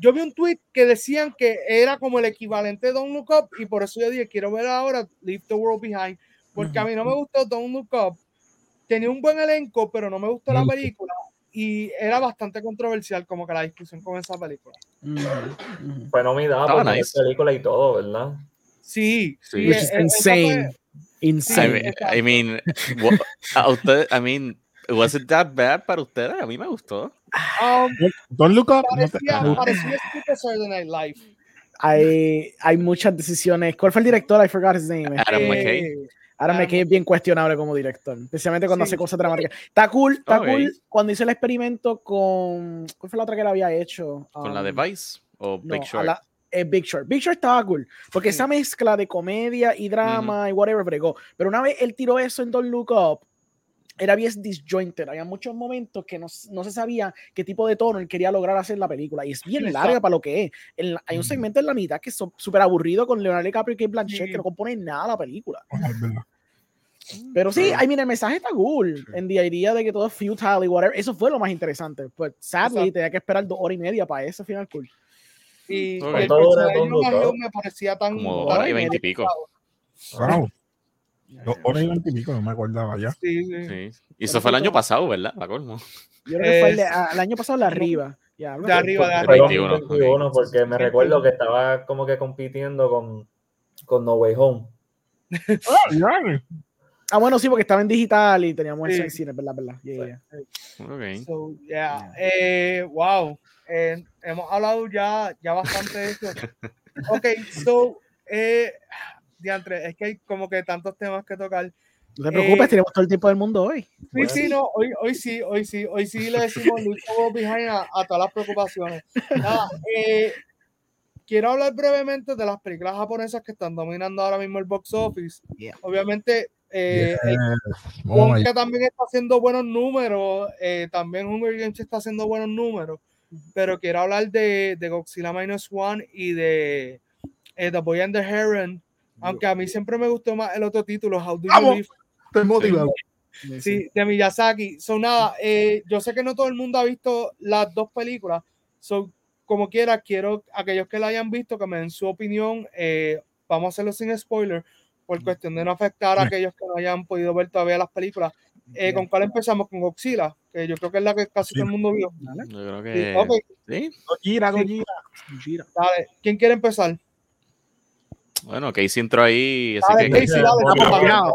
yo vi un tweet que decían que era como el equivalente de Don't Look Up y por eso yo dije, quiero ver ahora Leave the World Behind, porque uh-huh. a mí no me gustó Don't Look Up. Tenía un buen elenco, pero no me gustó la película y era bastante controversial como que la discusión con esa película. Uh-huh. Fue nominada por la nice. película y todo, ¿verdad? Sí, sí. Which is insane. Fue, insane. Sí, I mean, I mean, a usted, I mean, was it that bad para ustedes? A mí me gustó. Um, Don't Look Up. Parecía, no te... parecía Saturday Night Live. Hay, hay muchas decisiones. ¿Cuál fue el director? I forgot his name. Adam eh, McKay. Adam McKay es bien cuestionable como director, especialmente cuando sí. hace cosas dramáticas. Está cool, está okay. cool cuando hizo el experimento con... ¿Cuál fue la otra que él había hecho? ¿Con um, la de Vice o no, Big Short? La, eh, Big Short. Big Short estaba cool, porque sí. esa mezcla de comedia y drama uh-huh. y whatever bregó. Pero una vez él tiró eso en Don't Look Up, era bien disjointed. Había muchos momentos que no, no se sabía qué tipo de tono él quería lograr hacer la película. Y es bien Exacto. larga para lo que es. El, hay un segmento en la mitad que es súper aburrido con Leonardo DiCaprio y Kate Blanchett sí. que no compone nada a la película. Pero sí, I mean, el mensaje está cool. En día idea de que todo es futile y whatever. Eso fue lo más interesante. Pues, sadly, Exacto. tenía que esperar dos horas y media para ese final cool. Y, okay. y el personaje de Jonah Hill me parecía tan... Como hora y veinte y pico. Wow. Dos horas y veinte y pico, no me acordaba ya. Sí, sí. sí. Y eso fue el año pasado, ¿verdad? La colmo. Yo creo que fue el, de, el año pasado de arriba. Ya, de arriba, de arriba. veintiuno, veintiuno okay. Porque me recuerdo que estaba como que compitiendo con, con No Way Home. Oh, yeah. Ah, bueno, sí, porque estaba en digital y teníamos sí. eso en cine, ¿verdad? ¿verdad? Yeah, yeah. Okay. So, yeah. yeah. Eh, wow. Eh, hemos hablado ya, ya bastante de eso. Ok, so, eh, diantre, es que hay como que tantos temas que tocar. No te preocupes, eh, tenemos todo el tiempo del mundo hoy. Sí, bueno. sí, no, hoy, hoy sí, hoy sí, hoy sí le decimos Leave the World Behind a, a todas las preocupaciones. Nada, eh, quiero hablar brevemente de las películas japonesas que están dominando ahora mismo el box office. Yeah. Obviamente, eh, yeah. el oh que también está haciendo buenos números, eh, también Hunger Games está haciendo buenos números, pero quiero hablar de, de Godzilla Minus One y de eh, The Boy and the Heron, aunque a mí siempre me gustó más el otro título, How Do You ¡Vamos! Live? Estoy motivado. Sí, sí, de Miyazaki. So, nada, eh, yo sé que no todo el mundo ha visto las dos películas, so, como quiera, quiero aquellos que la hayan visto que me den su opinión. Eh, vamos a hacerlo sin spoiler, por cuestión de no afectar a aquellos que no hayan podido ver todavía las películas. Eh, ¿Con cuál empezamos? Con Godzilla, que yo creo que es la que casi sí. todo el mundo vio. ¿Vale? Yo creo que... Sí, okay. ¿Sí? Gojira, Gojira. Sí. Dale, ¿quién quiere empezar? Bueno, Casey entró ahí, así dale, que... Casey, dale,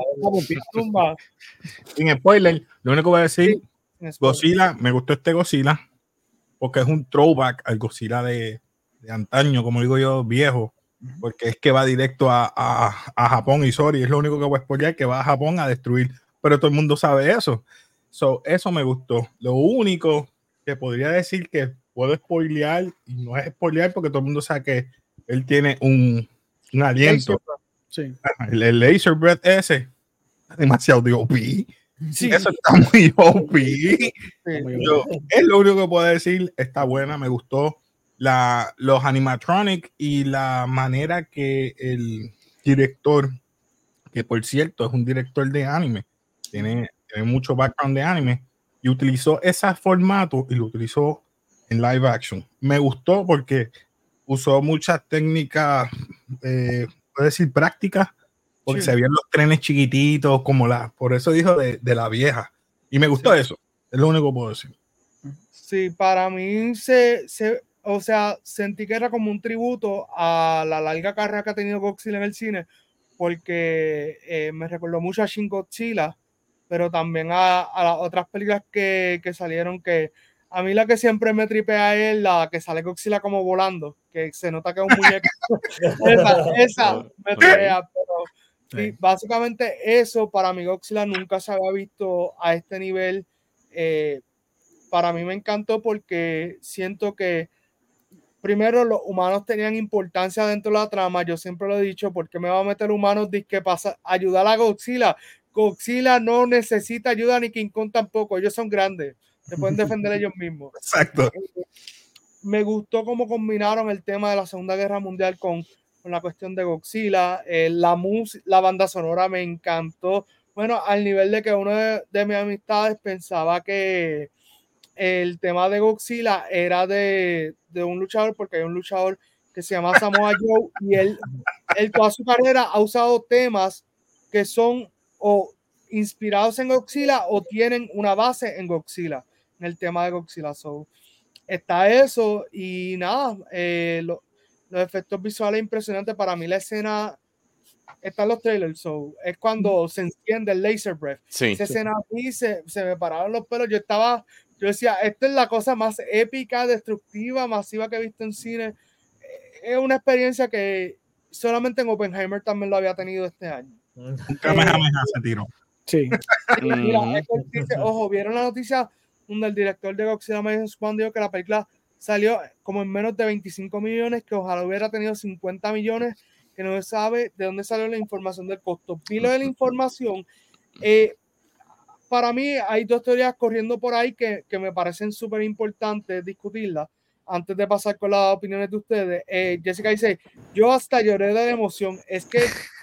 sin spoiler, lo único que voy a decir, sí, Godzilla, me gustó este Godzilla, porque es un throwback al Godzilla de, de antaño, como digo yo, viejo, porque es que va directo a, a, a Japón y sorry, es lo único que voy a spoiler, que va a Japón a destruir, pero todo el mundo sabe eso. So, eso me gustó. Lo único que podría decir que puedo spoilear, y no es spoilear porque todo el mundo sabe que él tiene un, un aliento. Sí. El, el laser breath ese es demasiado de O P. Sí. Eso está muy O P. Sí. Yo, es lo único que puedo decir. Está buena, me gustó la, los animatronics y la manera que el director, que por cierto es un director de anime, tiene, tiene mucho background de anime, y utilizó ese formato y lo utilizó en live action. Me gustó porque usó muchas técnicas, eh, puedo decir prácticas, porque sí. se veían los trenes chiquititos, como la, por eso dijo de, de la vieja. Y me gustó sí. eso, es lo único que puedo decir. Sí, para mí se, se, o sea, sentí que era como un tributo a la larga carrera que ha tenido Godzilla en el cine, porque eh, me recordó mucho a Shin Godzilla, pero también a, a las otras películas que, que salieron, que a mí la que siempre me tripea es la que sale Godzilla como volando, que se nota que es un muñeco. esa, esa me tripea, pero sí, básicamente eso, para mí Godzilla nunca se había visto a este nivel. Eh, para mí me encantó porque siento que primero los humanos tenían importancia dentro de la trama. Yo siempre lo he dicho, ¿por qué me va a meter humanos que pasa ayudar a Godzilla? Godzilla no necesita ayuda, ni King Kong tampoco, ellos son grandes, se pueden defender ellos mismos. Exacto. Me gustó cómo combinaron el tema de la Segunda Guerra Mundial con, con la cuestión de Godzilla. Eh, la música, la banda sonora me encantó. Bueno, al nivel de que uno de, de mis amistades pensaba que el tema de Godzilla era de, de un luchador, porque hay un luchador que se llama Samoa Joe y él, él toda su carrera ha usado temas que son o inspirados en Godzilla o tienen una base en Godzilla, en el tema de Godzilla. So, está eso y nada, eh, lo, los efectos visuales impresionantes. Para mí la escena, están los trailers, so, es cuando se enciende el laser breath. Sí. Esa escena a mí se, se me pararon los pelos, yo estaba, yo decía, esta es la cosa más épica, destructiva, masiva que he visto en cine. Es una experiencia que solamente en Oppenheimer también lo había tenido este año. Un Kamehameha se tiró. Sí. Mira, dice, ojo, ¿vieron la noticia donde el director de Godzilla Minus One dijo que la película salió como en menos de veinticinco millones, que ojalá hubiera tenido cincuenta millones, que no se sabe de dónde salió la información del costo? Pilo de la información. Eh, para mí hay dos teorías corriendo por ahí que, que me parecen súper importantes discutirlas antes de pasar con las opiniones de ustedes. Eh, Jessica dice, yo hasta lloré de la emoción. Es que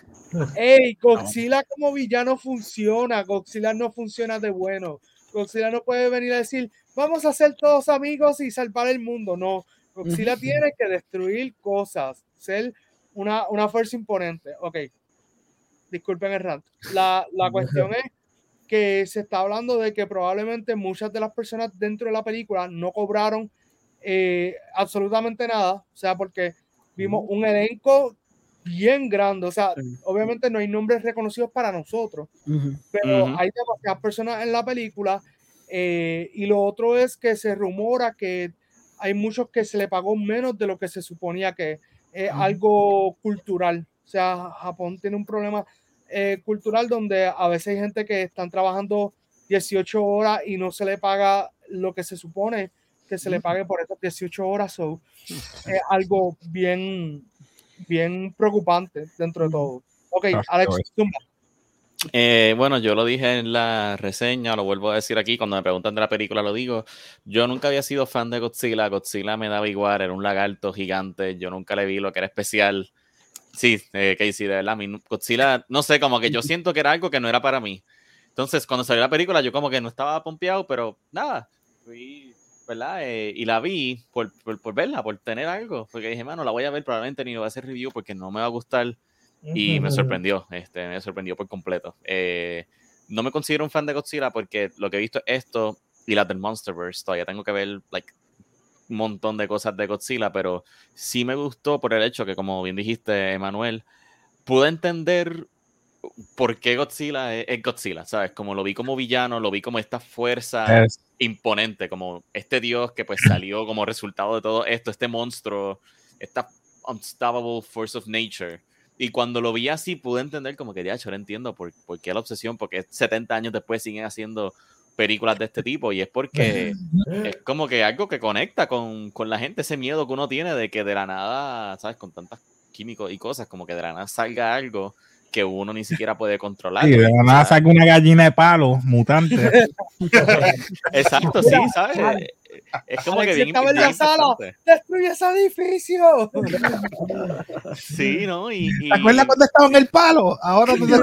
hey, Godzilla como villano funciona, Godzilla no funciona de bueno. Godzilla no puede venir a decir, vamos a ser todos amigos y salvar el mundo. No, Godzilla uh-huh. tiene que destruir cosas, ser una, una fuerza imponente. Ok, disculpen el rant. La, la cuestión es que se está hablando de que probablemente muchas de las personas dentro de la película no cobraron eh, absolutamente nada, o sea, porque vimos uh-huh. un elenco bien grande, o sea, sí. obviamente no hay nombres reconocidos para nosotros, uh-huh. pero uh-huh. hay demasiadas personas en la película, eh, y lo otro es que se rumora que hay muchos que se le pagó menos de lo que se suponía, que es uh-huh. algo cultural, o sea, Japón tiene un problema eh, cultural donde a veces hay gente que están trabajando dieciocho horas y no se le paga lo que se supone que se uh-huh. le pague por esas dieciocho horas, so, es algo bien bien preocupante dentro de todo. Ok, Alex, zumba. Eh, bueno, yo lo dije en la reseña, lo vuelvo a decir aquí, cuando me preguntan de la película lo digo, yo nunca había sido fan de Godzilla, Godzilla me daba igual, era un lagarto gigante, yo nunca le vi lo que era especial. Sí, eh, Casey, de verdad, mi Godzilla, no sé, como que yo siento que era algo que no era para mí. Entonces, cuando salió la película, yo como que no estaba pompeado, pero nada, fui, ¿verdad? Eh, y la vi por, por, por verla, por tener algo, porque dije, mano, la voy a ver, probablemente ni lo voy a hacer review porque no me va a gustar, y me sorprendió, este, me sorprendió por completo. Eh, no me considero un fan de Godzilla porque lo que he visto es esto y las del Monsterverse, todavía tengo que ver, like, un montón de cosas de Godzilla, pero sí me gustó por el hecho que, como bien dijiste, Emanuel, pude entender por qué Godzilla es, es Godzilla, ¿sabes? Como lo vi como villano, lo vi como esta fuerza es. imponente, como este dios que pues salió como resultado de todo esto, este monstruo, esta unstoppable force of nature. Y cuando lo vi así, pude entender como que, ya, yo ahora entiendo por, por qué la obsesión, porque setenta años después siguen haciendo películas de este tipo, y es porque es como que algo que conecta con, con la gente, ese miedo que uno tiene de que de la nada, ¿sabes? Con tantos químicos y cosas, como que de la nada salga algo que uno ni siquiera puede controlar. Sí, de la nada salga una gallina de palo, mutante. Exacto, sí, ¿sabes? Es como Alex, que bien, estaba en la sala, destruye ese edificio. Sí, ¿no? Y, y... ¿Te acuerdas cuando estaba en el palo? Ahora tú te...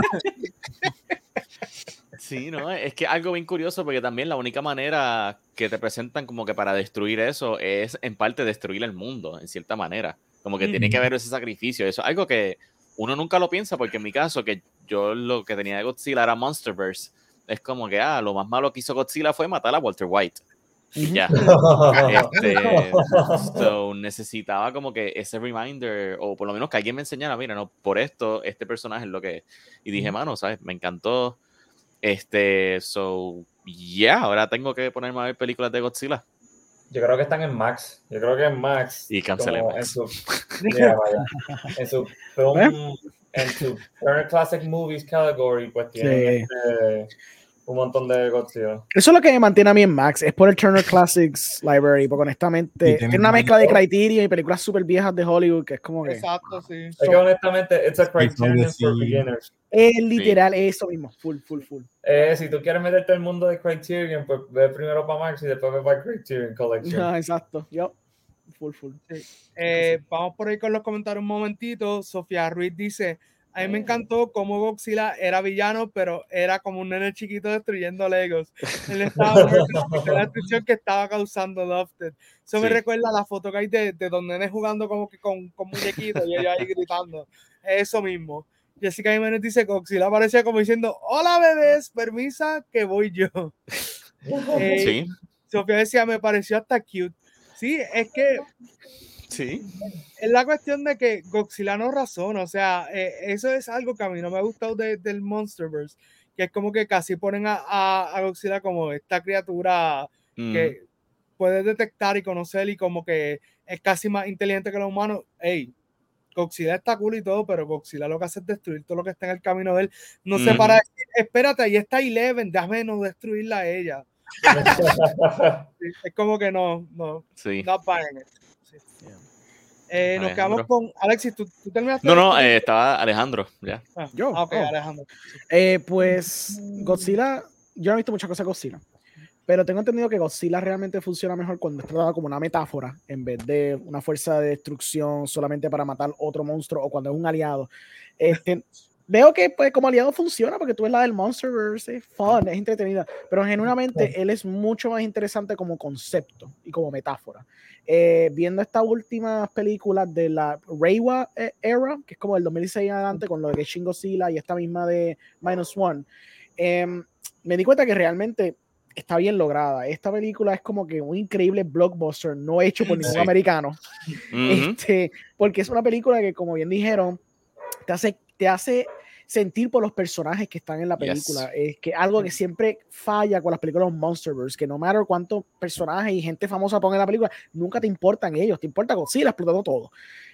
Sí, no, es que algo bien curioso porque también la única manera que te presentan como que para destruir eso es en parte destruir el mundo, en cierta manera. Como que mm-hmm. tiene que haber ese sacrificio. Eso es algo que uno nunca lo piensa porque en mi caso, que yo lo que tenía de Godzilla era Monsterverse, es como que, ah, lo más malo que hizo Godzilla fue matar a Walter White. Y ya. este, so, necesitaba como que ese reminder, o por lo menos que alguien me enseñara, mira, no, por esto, este personaje es lo que... Y dije, mano, ¿sabes? Me encantó. Este, so, yeah, ahora tengo que ponerme a ver películas de Godzilla. Yo creo que están en Max. Yo creo que en Max. Y cancelé Max. En su, yeah, vaya, en su film, ¿Eh? en su Turner Classic Movies category, pues tienen sí. este, un montón de Godzilla. Eso es lo que me mantiene a mí en Max, es por el Turner Classics Library, porque honestamente tiene una mezcla de Criterion y películas súper viejas de Hollywood, que es como que... Exacto, sí. Es que honestamente, it's a Criterion for beginners. Es literal, sí. eso mismo, full, full, full. Eh, si tú quieres meterte al mundo de Criterion, pues ve primero para Max y después ve para Criterion Collection. No, exacto, yo, full, full. Sí. Eh, vamos por ahí con los comentarios un momentito. Sofía Ruiz dice, A mí me encantó cómo Godzilla era villano, pero era como un nene chiquito destruyendo Legos. Él estaba la destrucción que estaba causando Lofted. Eso sí. Me recuerda a la foto que hay de, de dos nenes jugando como que con, con muñequitos y ellos ahí gritando. Eso mismo. Jessica Jiménez dice que Godzilla parecía como diciendo, hola bebés, permisa que voy yo. eh, sí. Sofía decía, me pareció hasta cute. Sí, es que sí. es la cuestión de que Godzilla no razona, o sea, eh, eso es algo que a mí no me ha gustado de, del Monsterverse, que es como que casi ponen a, a, a Godzilla como esta criatura mm. que puede detectar y conocer y como que es casi más inteligente que los humanos. Ey, Godzilla está cool y todo, pero Godzilla lo que hace es destruir todo lo que está en el camino de él. No mm. sé, para decir, espérate, ahí está Eleven, déjame no destruirla a ella. Es como que no, no, sí. not buying it. Sí. Eh, nos quedamos con Alexis, ¿tú, tú terminaste? No, no, eh, estaba Alejandro, ya. Ah, yo. Ah, ok, oh. Alejandro. Eh, pues Godzilla, yo no he visto muchas cosas de Godzilla, pero tengo entendido que Godzilla realmente funciona mejor cuando está dado como una metáfora en vez de una fuerza de destrucción solamente para matar otro monstruo o cuando es un aliado. Este, veo que pues como aliado funciona porque tú ves la del Monsterverse, es fun, es entretenida, pero genuinamente él es mucho más interesante como concepto y como metáfora. Eh, viendo estas últimas películas de la Reiwa era, que es como el dos mil dieciséis adelante con lo de Shin Godzilla y esta misma de Minus One, eh, me di cuenta que realmente está bien lograda. Esta película es como que un increíble blockbuster no hecho por ningún sí. americano. Uh-huh. este, porque es una película que, como bien dijeron, te hace, te hace sentir por los personajes que están en la película. Yes. Es que algo que siempre falla con las películas de Monsterverse, que no matter cuántos personajes y gente famosa pongan en la película, nunca te importan ellos, te importa Godzilla explotando todo.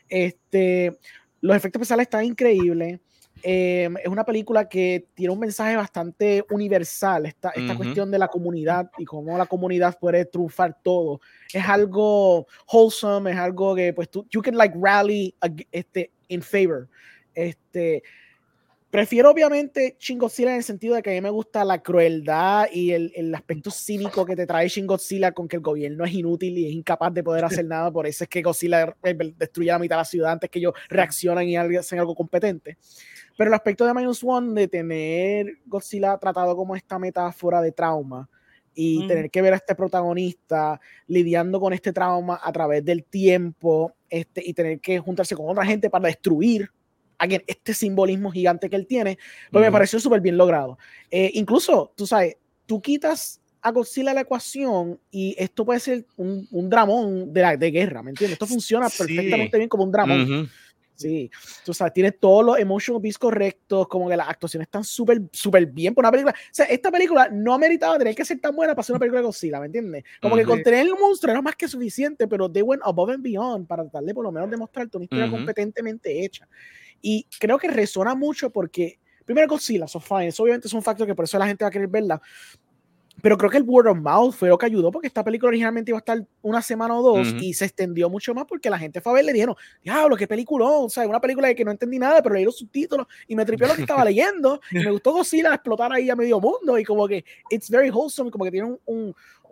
Este, los efectos especiales están increíbles. Eh, es una película que tiene un mensaje bastante universal, esta, esta uh-huh. cuestión de la comunidad y cómo la comunidad puede triunfar todo. Es algo wholesome, es algo que pues tú, you can like rally este, in favor. Este, prefiero obviamente Shin Godzilla en el sentido de que a mí me gusta la crueldad y el, el aspecto cínico que te trae Shin Godzilla con que el gobierno es inútil y es incapaz de poder hacer nada, por eso es que Godzilla destruye la mitad de la ciudad antes que ellos reaccionan y hacen algo competente. Pero el aspecto de Minus One de tener Godzilla tratado como esta metáfora de trauma y mm. tener que ver a este protagonista lidiando con este trauma a través del tiempo este, y tener que juntarse con otra gente para destruir again, este simbolismo gigante que él tiene, pues mm. me pareció súper bien logrado. Eh, incluso, tú sabes, tú quitas a Godzilla la ecuación y esto puede ser un, un dramón de, la, de guerra, ¿me entiendes? Esto funciona sí. perfectamente bien como un dramón. Mm-hmm. Sí, tú sabes, tiene todos los emotional beats correctos, como que las actuaciones están súper, súper bien por una película. O sea, esta película no ha meritado tener que ser tan buena para ser una película de Godzilla, ¿me entiendes? Como uh-huh. que con tener el monstruo era más que suficiente, pero they went above and beyond para tratar de por lo menos demostrarte una historia uh-huh. competentemente hecha. Y creo que resuena mucho porque, primero Godzilla, so fine, eso obviamente es un factor que por eso la gente va a querer verla. Pero creo que el word of mouth fue lo que ayudó porque esta película originalmente iba a estar una semana o dos uh-huh. y se extendió mucho más porque la gente fue a ver, le dijeron, diablo, qué peliculón, o sea, una película de que no entendí nada, pero leí los subtítulos y me tripió lo que estaba leyendo y me gustó Godzilla explotar ahí a medio mundo y como que it's very wholesome, como que tiene un, un,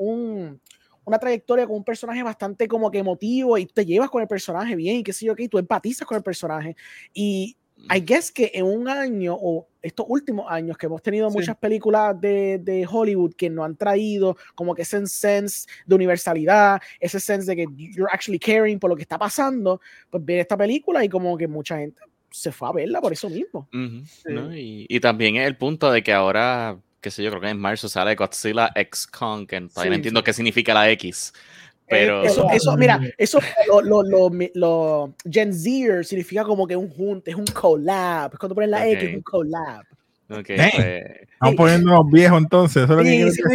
un una trayectoria con un personaje bastante como que emotivo y te llevas con el personaje bien y qué sé yo, que tú empatizas con el personaje y I guess que en un año o estos últimos años que hemos tenido sí. muchas películas de, de Hollywood que nos han traído como que ese sense de universalidad, ese sense de que you're actually caring por lo que está pasando, pues ver esta película y como que mucha gente se fue a verla por eso mismo. Uh-huh. sí. ¿No? Y, y también es el punto de que ahora, qué sé yo, creo que en marzo sale Godzilla X Kong, que todavía sí, no entiendo sí. qué significa la X. Pero... Eso, eso, mira, eso lo, lo, lo, lo Gen Zer significa como que un junte, es un collab. Es cuando ponen la okay. X, es un collab. Ok, hey, pues... Estamos poniéndonos viejos entonces, eso es lo que sí,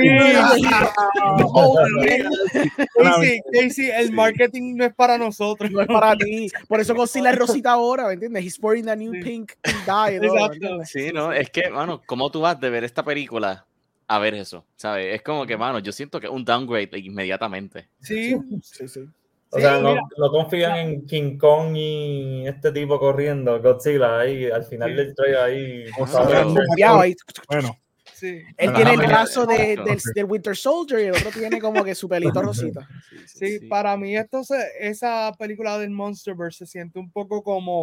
sí, sí, sí, el marketing no es para nosotros. No es para ti. Por eso Godzilla es rosita ahora, ¿me entiendes? He's sporting the new sí. pink dye. Exacto. Sí, no, es que, mano, ¿cómo tú vas de ver esta película a ver eso? ¿Sabes? Es como que, mano, yo siento que es un downgrade inmediatamente. Sí, sí, sí. O sí, sea, no, no confían en King Kong y este tipo corriendo, Godzilla, ahí, al final sí. del trailer ahí. O sea, ahí. Bueno. Sí. Él tiene el brazo de, del, del Winter Soldier y el otro tiene como que su pelito rosita. Sí, sí, sí, para mí entonces esa película del Monsterverse se siente un poco como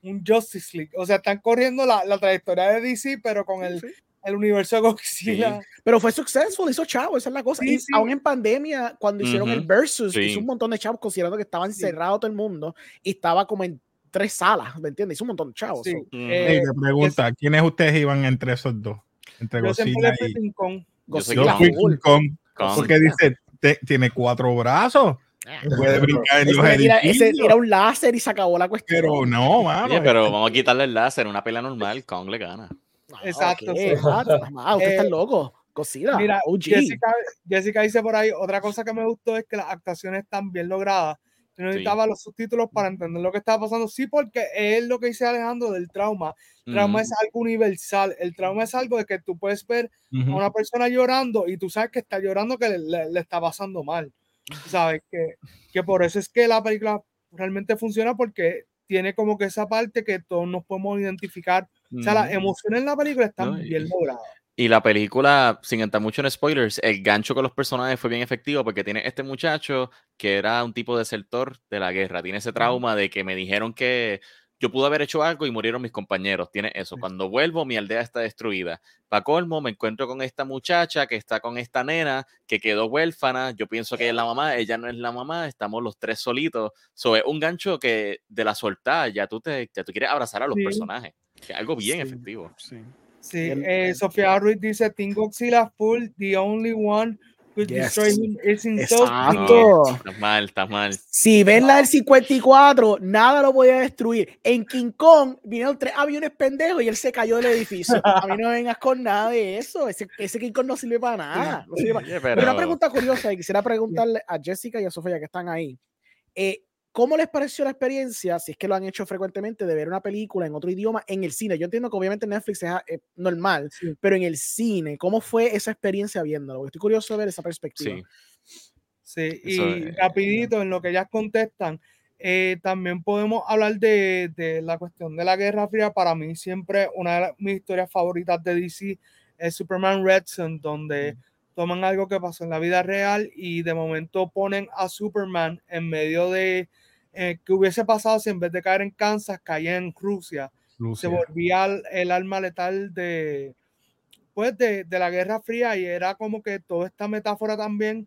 un Justice League. O sea, están corriendo la, la trayectoria de D C, pero con el, sí. el universo de Godzilla. Sí. Pero fue successful, hizo chavo, esa es la cosa. Sí, y sí. Aún en pandemia, cuando uh-huh. hicieron el Versus, sí. hizo un montón de chavos, considerando que estaba encerrado sí. todo el mundo y estaba como en tres salas, ¿me entiendes? Hizo un montón de chavos. Sí. So. Uh-huh. Eh, te pregunta, es, ¿quiénes ustedes iban entre esos dos? Entre yo Godzilla y King Kong. Godzilla. Yo fui King Kong. Kong. Porque dice, te, tiene cuatro brazos. Puede brincar en ese los edificios. Ese era un láser y se acabó la cuestión. Pero no, mano. Oye, pero vamos a quitarle el láser. Una pelea normal, Kong le gana. Exacto. Okay. Sí. Ah, usted eh, está loco. Godzilla. Mira, O G. Jessica, Jessica dice por ahí, otra cosa que me gustó es que las actuaciones están bien logradas. Yo necesitaba sí. los subtítulos para entender lo que estaba pasando. Sí, porque es lo que dice Alejandro del trauma. El trauma mm. es algo universal. El trauma es algo de que tú puedes ver mm-hmm. a una persona llorando y tú sabes que está llorando, que le, le, le está pasando mal. Sabes que, que por eso es que la película realmente funciona, porque tiene como que esa parte que todos nos podemos identificar. Mm. O sea, las emociones en la película están no, bien logradas. Y la película, sin entrar mucho en spoilers, el gancho con los personajes fue bien efectivo, porque tiene este muchacho que era un tipo desertor de la guerra, tiene ese trauma de que me dijeron que yo pude haber hecho algo y murieron mis compañeros, tiene eso, cuando vuelvo mi aldea está destruida, para colmo me encuentro con esta muchacha que está con esta nena que quedó huérfana, yo pienso que es la mamá, ella no es la mamá, estamos los tres solitos, so, es un gancho que de la soltada ya tú, te, ya tú quieres abrazar a los sí. personajes, que es algo bien sí. efectivo. Sí. Sí, eh, Sofía Ruiz dice, Team Godzilla full, the only one who yes. destroy him is himself. No, está mal, está mal. Si ven la del cincuenta y cuatro, nada lo podía destruir. En King Kong vinieron tres aviones pendejos y él se cayó del edificio. A mí no me vengas con nada de eso. Ese, ese King Kong no sirve para nada. No sirve para... Yeah, pero... pero una pregunta curiosa y quisiera preguntarle a Jessica y a Sofía que están ahí. Eh, ¿Cómo les pareció la experiencia, si es que lo han hecho frecuentemente, de ver una película en otro idioma en el cine? Yo entiendo que obviamente Netflix es eh, normal, sí. pero en el cine, ¿cómo fue esa experiencia viéndolo? Estoy curioso de ver esa perspectiva. Sí, sí. y es, rapidito, eh, en lo que ellas contestan, eh, también podemos hablar de, de la cuestión de la Guerra Fría. Para mí siempre una de mis historias favoritas de D C es Superman Red Son, donde... Mm. toman algo que pasó en la vida real y de momento ponen a Superman en medio de eh, que hubiese pasado si en vez de caer en Kansas caía en Rusia. Rusia. Se volvía el, el arma letal de, pues de, de la Guerra Fría, y era como que toda esta metáfora también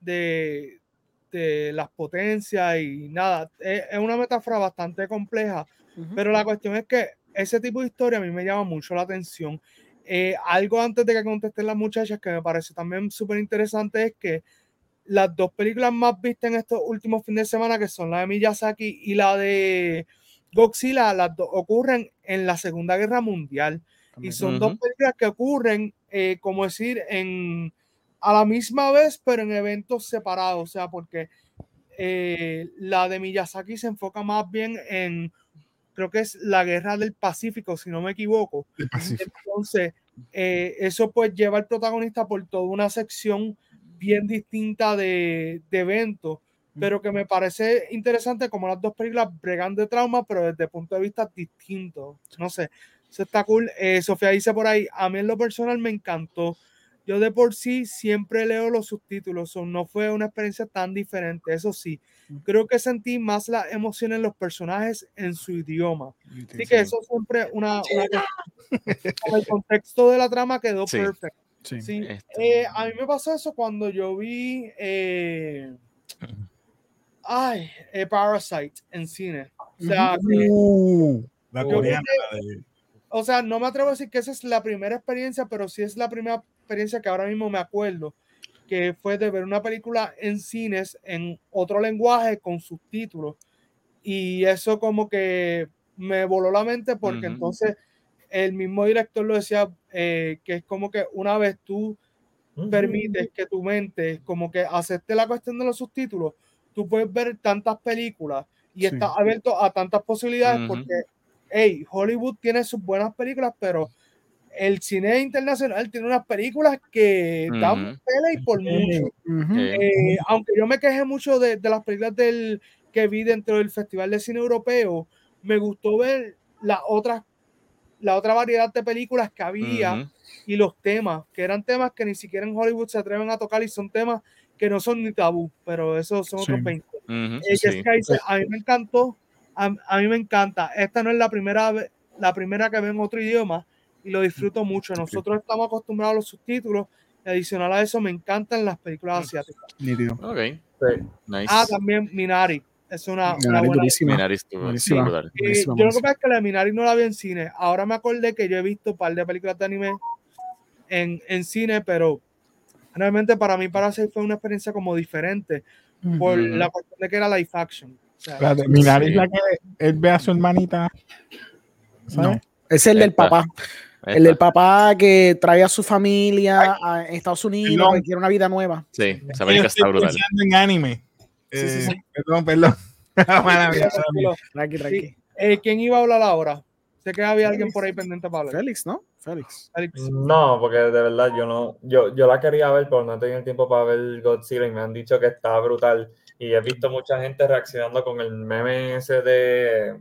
de, de las potencias y nada, es, es una metáfora bastante compleja, uh-huh. pero la cuestión es que ese tipo de historia a mí me llama mucho la atención. Eh, algo antes de que contesten las muchachas que me parece también súper interesante es que las dos películas más vistas en estos últimos fines de semana, que son la de Miyazaki y la de Godzilla, las dos ocurren en la Segunda Guerra Mundial. Y son uh-huh. dos películas que ocurren, eh, como decir, en, a la misma vez, pero en eventos separados. O sea, porque eh, la de Miyazaki se enfoca más bien en, creo que es la Guerra del Pacífico, si no me equivoco. Entonces, eh, eso pues lleva al protagonista por toda una sección bien distinta de, de eventos, pero que me parece interesante como las dos películas bregan de trauma, pero desde puntos de vista distintos. No sé, eso está cool. Eh, Sofía dice por ahí, a mí en lo personal me encantó. Yo de por sí siempre leo los subtítulos, o no fue una experiencia tan diferente. Eso sí, creo que sentí más la emoción en los personajes en su idioma. Así que eso siempre una, una el contexto de la trama quedó sí. perfecto. Sí. Sí. Este... Eh, a mí me pasó eso cuando yo vi eh, ay, eh, Parasite en cine. O sea, uh, que, la coreana. Que, o sea, no me atrevo a decir que esa es la primera experiencia, pero sí es la primera experiencia que ahora mismo me acuerdo, que fue de ver una película en cines en otro lenguaje con subtítulos. Y eso como que me voló la mente, porque uh-huh. entonces el mismo director lo decía, eh, que es como que una vez tú uh-huh. permites que tu mente como que acepte la cuestión de los subtítulos, tú puedes ver tantas películas y sí. estás abierto a tantas posibilidades, uh-huh. porque hey, Hollywood tiene sus buenas películas, pero el cine internacional tiene unas películas que uh-huh. dan pela y por mucho. Uh-huh. Eh, aunque yo me quejé mucho de, de las películas del, que vi dentro del Festival de Cine Europeo, me gustó ver la otra, la otra variedad de películas que había uh-huh. y los temas, que eran temas que ni siquiera en Hollywood se atreven a tocar y son temas que no son ni tabú, pero esos son sí. otros veinte. Uh-huh. Eh, sí. Dice, a mí me encantó a, a mí me encanta. Esta no es la primera vez, la primera que veo en otro idioma y lo disfruto mucho. Nosotros estamos acostumbrados a los subtítulos y adicional a eso me encantan las películas asiáticas. Ok. Sí. Nice. Ah, también Minari. Es una, Minari, una buena. durísima. Minari estuvo Buenísima. brutal. Eh, Buenísima, yo lo que buenísima. pasa es que la de Minari no la vi en cine. Ahora me acordé que yo he visto un par de películas de anime en, en cine, pero realmente para mí Parasite fue una experiencia como diferente por Ujú. la cuestión de que era live action. O sea, Espérate, mi nariz Sí. es la que él ve a su hermanita. ¿Sabes? No. Es el del Esta. papá. El del papá que trae a su familia a Estados Unidos Perdón. porque quiere una vida nueva. Sí, esa Yo película estoy está brutal. pensando en anime. Sí, sí, Eh, sí. Perdón, perdón. Mala mía, mala mía. Tranqui, tranqui. Sí. Eh, ¿Quién iba a hablar ahora? Sé que había alguien por ahí pendiente para hablar. Félix, ¿no? Félix. Alex. No, porque de verdad yo no, yo, yo la quería ver, pero no he tenido el tiempo para ver Godzilla y me han dicho que está brutal. Y he visto mucha gente reaccionando con el meme ese de,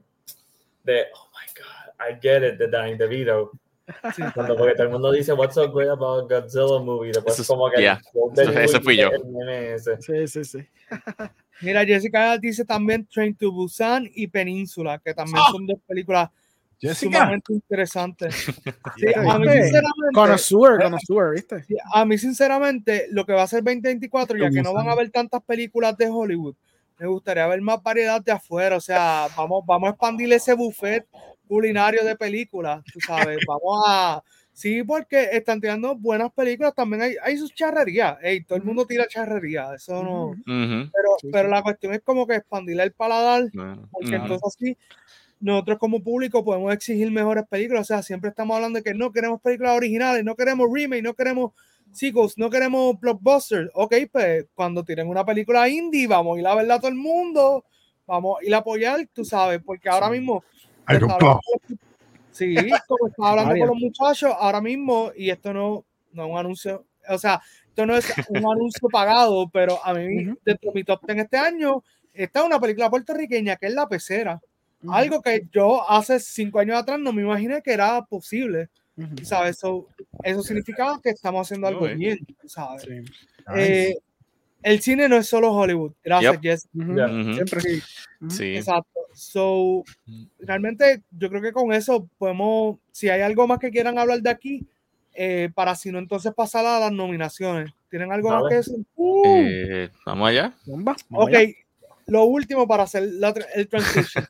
de oh my god, I get it, de Danny DeVito. Sí. Cuando porque todo el mundo dice what's so great about Godzilla movie, después Eso es- como que yeah. el, del Eso- ese tweet fui yo. el meme ese. Sí, sí, sí. Mira, Jessica dice también Train to Busan y Península, que también Ah. son dos películas Jessica. sumamente interesantes. Sí, ¿Viste? a mí ¿Viste? sinceramente, Connoisseur, connoisseur, ¿viste? sí, a mí sinceramente, lo que va a ser veinte veinticuatro, ya que no van a Busan. haber tantas películas de Hollywood, me gustaría ver más variedad de afuera. O sea, vamos, vamos a expandir ese buffet culinario de películas, tú sabes, vamos a... Sí, porque están tirando buenas películas, también hay, hay sus charrerías. Ey, todo el mundo tira charrerías, eso no... Ujú. Ujú. Pero, Sí, pero sí. la cuestión es como que expandir el paladar, Bueno, porque ujú. entonces así nosotros como público podemos exigir mejores películas. O sea, siempre estamos hablando de que no queremos películas originales, no queremos remake, no queremos sequels, no queremos blockbusters. Ok, pues cuando tienen una película indie, vamos a ir a verla a todo el mundo, vamos a ir a apoyar, tú sabes, porque ahora Sí. mismo... Ay, está compa. hablando con los- sí, como estaba hablando Varias. con los muchachos, ahora mismo, y esto no, no es un anuncio, o sea, esto no es un anuncio pagado, pero a mí, Ujú. dentro de mi top ten este año, está una película puertorriqueña que es La Pecera. Ujú. Algo que yo hace cinco años atrás no me imaginé que era posible, Ujú. ¿sabes? So, eso significa que estamos haciendo algo No, eh. bien, ¿sabes? Sí. Eh, el cine no es solo Hollywood. Gracias, Yep. Jess. Ujú. Ya. Ujú. Siempre. Sí, Ujú. Sí. exacto. So, realmente yo creo que con eso podemos, si hay algo más que quieran hablar de aquí, eh, para si no entonces pasar a las nominaciones. ¿Tienen algo más Dale. que decir? Uh, Eh, Vamos allá. Bomba, vamos ok, allá. lo último para hacer la tra- el transition.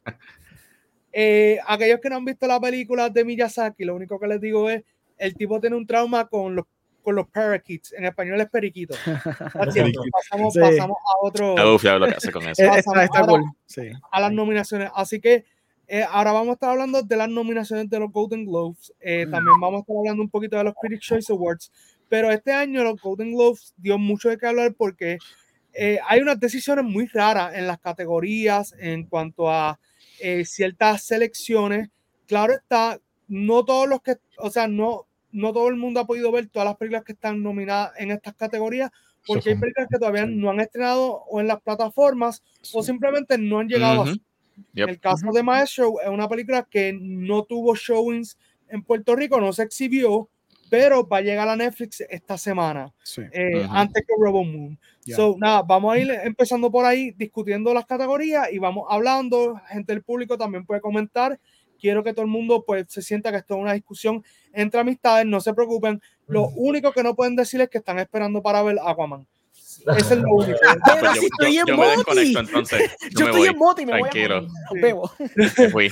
Eh, aquellos que no han visto la película de Miyazaki, lo único que les digo es, el tipo tiene un trauma con los, con los parakeets, en español es periquito. Así es, pasamos, Sí. pasamos a otro, Está bufiado lo que hace con eso. Eh, pasamos Está, está ahora- cool. Sí. a las nominaciones. Así que eh, ahora vamos a estar hablando de las nominaciones de los Golden Globes. Eh, Mm. También vamos a estar hablando un poquito de los Critics' Choice Awards. Pero este año los Golden Globes dio mucho de qué hablar porque eh, hay unas decisiones muy raras en las categorías en cuanto a eh, ciertas selecciones. Claro está, no todos los que, o sea, no, no todo el mundo ha podido ver todas las películas que están nominadas en estas categorías porque hay películas que todavía no han estrenado o en las plataformas o simplemente no han llegado Ujú. a... Yep. En el caso Ujú. de Maestro, es una película que no tuvo showings en Puerto Rico, no se exhibió, pero va a llegar a Netflix esta semana, Sí. eh, Ujú. antes que Robo Moon. Ya. So, nada, vamos a ir empezando por ahí, discutiendo las categorías y vamos hablando. Gente del público también puede comentar. Quiero que todo el mundo pues, se sienta que esto es una discusión entre amistades, no se preocupen. Lo único que no pueden decir es que están esperando para ver Aquaman. Eso es lo único. Pues Pero yo, si estoy yo- en yo me Moti. desconecto entonces. Yo, Yo me estoy voy. en Moti y me Tranquilo. voy a morir. Nos vemos. Me fui.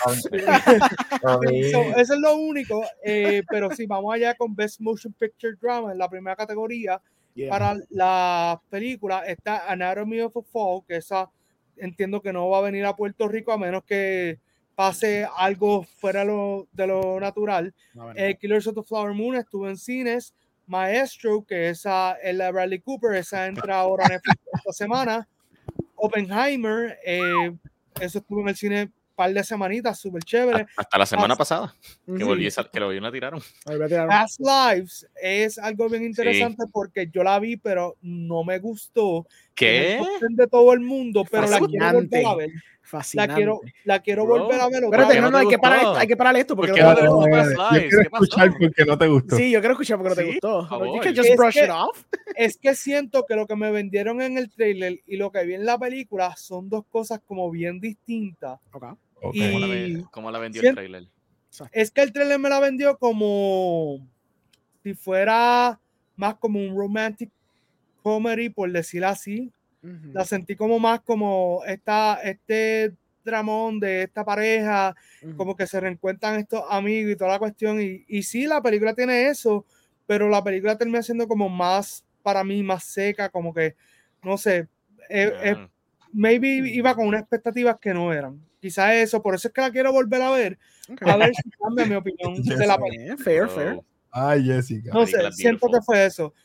A mí, So, eso es lo único, eh, pero sí, vamos allá con Best Motion Picture Drama en la primera categoría. Yeah. Para la película está Anatomy of a Fall, que esa entiendo que no va a venir a Puerto Rico a menos que pase algo fuera lo, de lo natural. No, bueno. Eh, Killers of the Flower Moon estuvo en cines. Maestro, que esa es la de Bradley Cooper, esa entra ahora en Netflix esta semana. Oppenheimer, eh, eso estuvo en el cine un par de semanitas, súper chévere. Hasta la semana pasada. Que, Sí. volví, a- que lo volvieron a tirar. Ahí voy a tirar. Past Lives es algo bien interesante porque yo la vi, pero no me gustó. ¿Qué? En el top ten de todo el mundo, pero la quiero Fascinante. volver a ver. La Fascinante. quiero, la quiero Bro, volver a ver. otra Espérate, vez. no, no no, te hay que parar gustó? esto, hay que parar esto ¿Por porque qué no no te lo- gustó Past Yo Lives? quiero ¿Qué pasó? escuchar porque no te gustó. Sí, yo quiero escuchar porque no te Sí, gustó. por favor. You can just Es brush que- it off. Es que siento que lo que me vendieron en el trailer y lo que vi en la película son dos cosas como bien distintas. Ok. Okay. ¿Cómo, la ve, ¿Cómo la vendió el trailer? Es que el trailer me la vendió como si fuera más como un romantic comedy, por decirlo así. Uh-huh. La sentí como más como esta, este dramón de esta pareja, uh-huh. como que se reencuentran estos amigos y toda la cuestión. Y, y sí, la película tiene eso, pero la película termina siendo como más, para mí, más seca, como que, no sé, eh, uh-huh. eh, maybe iba con unas expectativas que no eran. Quizás eso, por eso es que la quiero volver a ver, okay. a ver si cambia mi opinión de la película. Fair, fair. Ay, Jessica. No sé, siento que fue eso.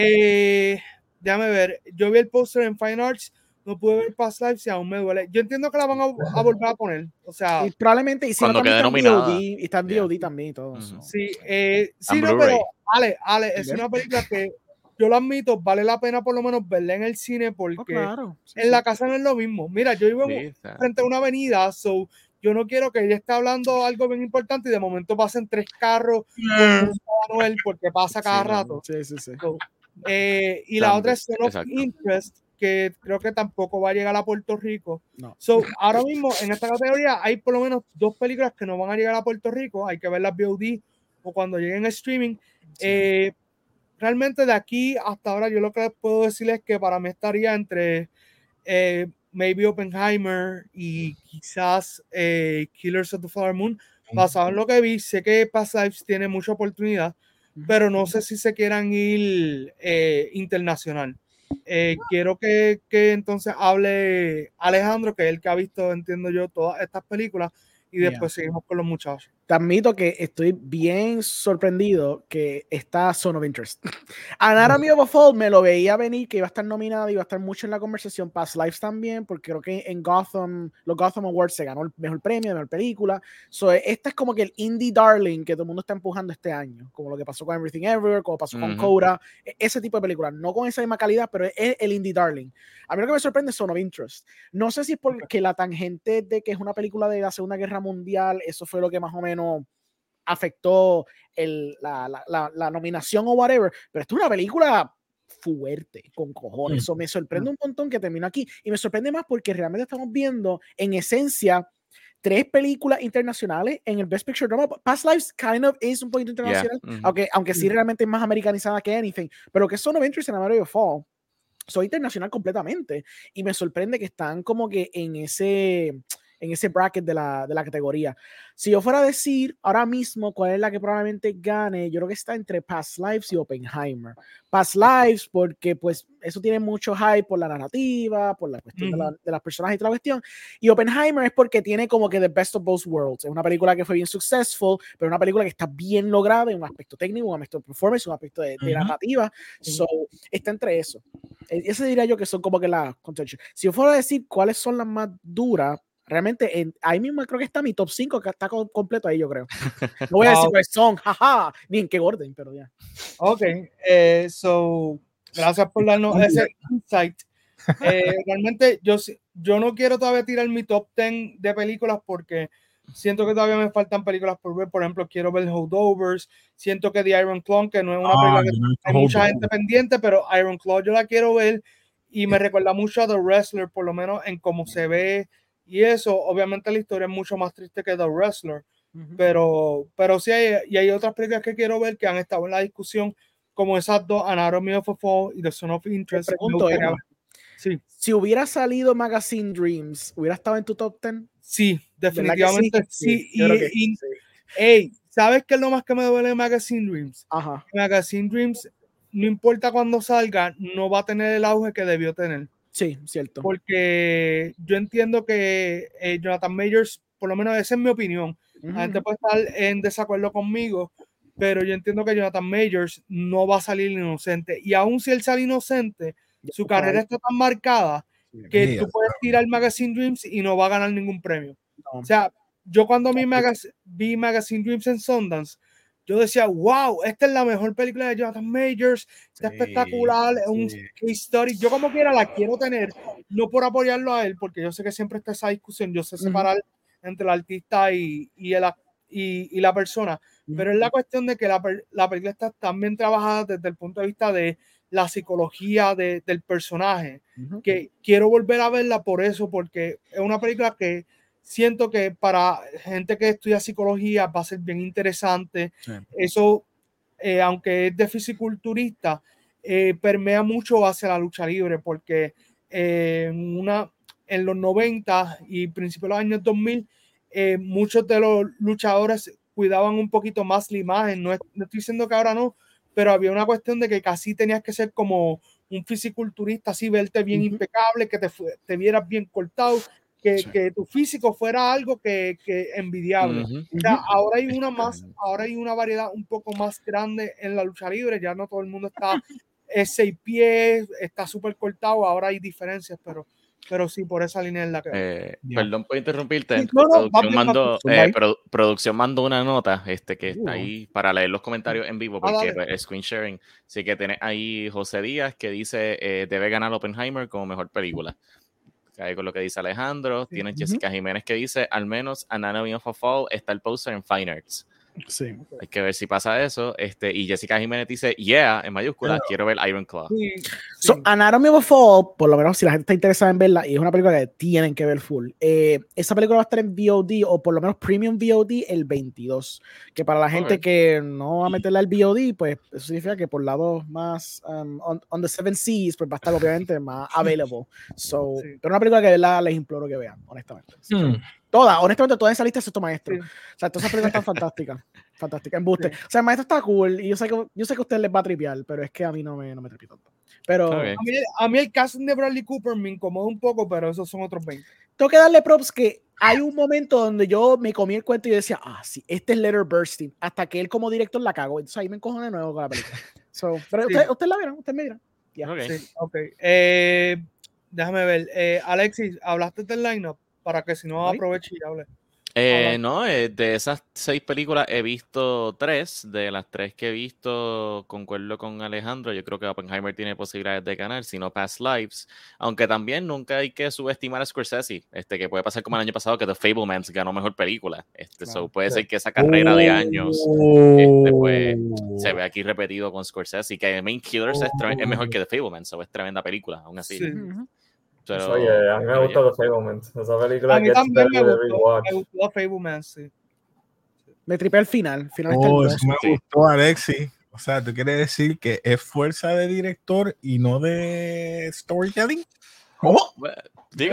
Eh, déjame ver, yo vi el póster en Fine Arts, no pude ver Past Lives y aún me duele. Yo entiendo que la van a, a volver a poner, o sea... Y probablemente, y si cuando no, quede también nominada. D O D, y está en D O D yeah. también y todo eso. Uh-huh. Sí, eh, sí no, pero Ale, Ale, es una película que yo lo admito, vale la pena por lo menos verla en el cine porque oh, claro. sí, en sí. la casa no es lo mismo. Mira, yo vivo sí, frente a una avenida, so yo no quiero que ella esté hablando algo bien importante y de momento pasen tres carros con un Noel porque pasa cada sí, rato. Sí, sí, sí. So, eh, y la otra es Zone of Interest, que creo que tampoco va a llegar a Puerto Rico. No. So, ahora mismo en esta categoría hay por lo menos dos películas que no van a llegar a Puerto Rico. Hay que verlas V O D o cuando lleguen a streaming. Sí. Eh, realmente de aquí hasta ahora yo lo que les puedo decir es que para mí estaría entre eh, maybe Oppenheimer y quizás eh, Killers of the Flower Moon. Basado en lo que vi, sé que Past Lives tiene mucha oportunidad, pero no sé si se quieran ir eh, internacional. Eh, quiero que, que entonces hable Alejandro, que es el que ha visto, entiendo yo, todas estas películas, y después yeah. seguimos con los muchachos. Te admito que estoy bien sorprendido que está Zone of Interest. Anatomy of a Fall me lo veía venir, que iba a estar nominada y iba a estar mucho en la conversación. Past Lives también, porque creo que en Gotham, los Gotham Awards se ganó el mejor premio, mejor película. So, esta es como que el indie darling que todo el mundo está empujando este año, como lo que pasó con Everything Everywhere, como pasó uh-huh. con Coda, ese tipo de películas, no con esa misma calidad, pero es el indie darling. A mí lo que me sorprende es Zone of Interest. No sé si es porque la tangente de que es una película de la Segunda Guerra Mundial, eso fue lo que más o menos afectó el, la, la, la, la nominación o whatever, pero esto es una película fuerte, con cojones. Eso mm. me sorprende un montón que terminó aquí, y me sorprende más porque realmente estamos viendo en esencia tres películas internacionales en el Best Picture Drama. Past Lives kind of es un poquito internacional, yeah. mm-hmm. aunque, aunque sí realmente es más americanizada que anything, pero que Zone of Interest en Anatomy of a Fall soy internacional completamente, y me sorprende que están como que en ese en ese bracket de la, de la categoría. Si yo fuera a decir ahora mismo cuál es la que probablemente gane, yo creo que está entre Past Lives y Oppenheimer. Past Lives porque pues eso tiene mucho hype por la narrativa, por la cuestión uh-huh. de, la, de las personas y toda la cuestión, y Oppenheimer es porque tiene como que the best of both worlds. Es una película que fue bien successful, pero una película que está bien lograda en un aspecto técnico, un aspecto de performance, un aspecto de, de uh-huh. narrativa. Uh-huh. So, está entre eso. Ese diría yo que son como que las contention. Si yo fuera a decir cuáles son las más duras, realmente en, ahí mismo creo que está mi top cinco, que está completo ahí, yo creo. No voy a decir cuáles son, jaja, ni en qué orden, pero ya. Ok, eh, so, gracias por darnos ese insight. Eh, realmente yo, yo no quiero todavía tirar mi top diez de películas porque siento que todavía me faltan películas por ver. Por ejemplo, quiero ver Holdovers, siento que The Iron Claw, que no es una ah, película que hay mucha gente pendiente, pero Iron Claw yo la quiero ver y me recuerda mucho a The Wrestler, por lo menos en cómo se ve. Y eso, obviamente la historia es mucho más triste que The Wrestler, uh-huh. pero, pero sí hay, y hay otras películas que quiero ver que han estado en la discusión, como esas dos, Anatomy of a Fall y The Zone of Interest. Te pregunto, Emma, sí. Si hubiera salido Magazine Dreams, ¿hubiera estado en tu top diez? Sí, definitivamente sí. sí. sí. Y, y, sí. Hey, ¿sabes qué es lo más que me duele de Magazine Dreams? Ajá. Magazine Dreams, no importa cuándo salga, no va a tener el auge que debió tener. Sí, cierto. Porque yo entiendo que eh, Jonathan Majors, por lo menos esa es mi opinión, uh-huh. la gente puede estar en desacuerdo conmigo, pero yo entiendo que Jonathan Majors no va a salir inocente, y aún si él sale inocente, ya, su carrera ahí está tan marcada que sí, tú puedes tirar Magazine Dreams y no va a ganar ningún premio. No. O sea, yo cuando vi, Magaz- vi Magazine Dreams en Sundance, yo decía, wow, esta es la mejor película de Jonathan Majors, está sí, espectacular, es un sí. case story. Yo como quiera la quiero tener, no por apoyarlo a él, porque yo sé que siempre está esa discusión, yo sé separar uh-huh. entre el artista y, y, el, y, y la persona, uh-huh. pero es la cuestión de que la, la película está tan bien trabajada desde el punto de vista de la psicología de, del personaje, uh-huh. que quiero volver a verla por eso, porque es una película que siento que para gente que estudia psicología va a ser bien interesante. Sí. Eso, eh, aunque es de fisiculturista, eh, permea mucho hacia la lucha libre, porque eh, en, una, en los noventa y principios de los años dos mil, eh, muchos de los luchadores cuidaban un poquito más la imagen. No, es, no estoy diciendo que ahora no, pero había una cuestión de que casi tenías que ser como un fisiculturista, así verte bien uh-huh. impecable, que te, te vieras bien cortado, que, sí. que tu físico fuera algo que, que envidiable. Uh-huh. O sea, ahora hay una más, ahora hay una variedad un poco más grande en la lucha libre, ya no todo el mundo está es seis pies, está súper cortado, ahora hay diferencias, pero pero sí, por esa línea es la que... Eh, perdón por interrumpirte. Sí, no, no, producción, mando, eh, produ producción mandó una nota este, que está ahí para leer los comentarios en vivo, porque ah, es screen sharing. Así que tenés ahí José Díaz, que dice, eh, debe ganar Oppenheimer como mejor película. Ahí con lo que dice Alejandro. Sí. Tienes uh-huh. Jessica Jiménez, que dice, al menos Anatomy of a Fall está el póster en Fine Arts. Sí. Hay que ver si pasa eso. Este, y Jessica Jiménez dice, yeah, en mayúsculas, yeah. quiero ver Iron Claw. Sí, sí. So, Anatomy of a Fall, por lo menos si la gente está interesada en verla, y es una película que tienen que ver full, eh, esa película va a estar en V O D, o por lo menos Premium V O D, el veintidós. Que para la gente que no va a meterla al V O D, pues eso significa que por lados más um, on, on the seven seas, pues va a estar obviamente más available. So, sí. Pero una película que de verdad les imploro que vean, honestamente. Hmm. Todas, honestamente, todas esa lista es tu maestro. Sí. O sea, todas esas películas están fantásticas. Fantástica, embuste. Sí. O sea, el maestro está cool y yo sé que yo sé que a ustedes les va a tripear, pero es que a mí no me, no me tripea tanto. Pero okay. a, mí, a mí el casting de Bradley Cooper me incomoda un poco, pero esos son otros veinte. Tengo que darle props que hay un momento donde yo me comí el cuento y decía, ah, sí, este es Leonard Bernstein, hasta que él como director la cagó. Entonces ahí me encojo de nuevo con la película. So, pero sí. ustedes usted la vieron, ustedes me dirán. Yeah. Okay. Sí, ok. Eh, déjame ver. Eh, Alexis, ¿hablaste del lineup? Para que si no aproveche y hable. Eh, no, eh, de esas seis películas he visto tres. De las tres que he visto, concuerdo con Alejandro. Yo creo que Oppenheimer tiene posibilidades de ganar, si no Past Lives. Aunque también nunca hay que subestimar a Scorsese. Este, que puede pasar como el año pasado que The Fablemans ganó mejor película. Este, claro. So puede ser que esa carrera de años este, pues, se ve aquí repetido con Scorsese. Y que Main Killers es, es mejor que The Fablemans. So es tremenda película, aún así. Sí. Pero, Oye, a mí me gustó The Fablemans. Esa película a mí también me gustó, me gustó The Fablemans, sí. Me tripé al final. final oh, eso me sí. gustó, Alexi. O sea, ¿tú quieres decir que es fuerza de director y no de storytelling? ¿Cómo? Well, digo,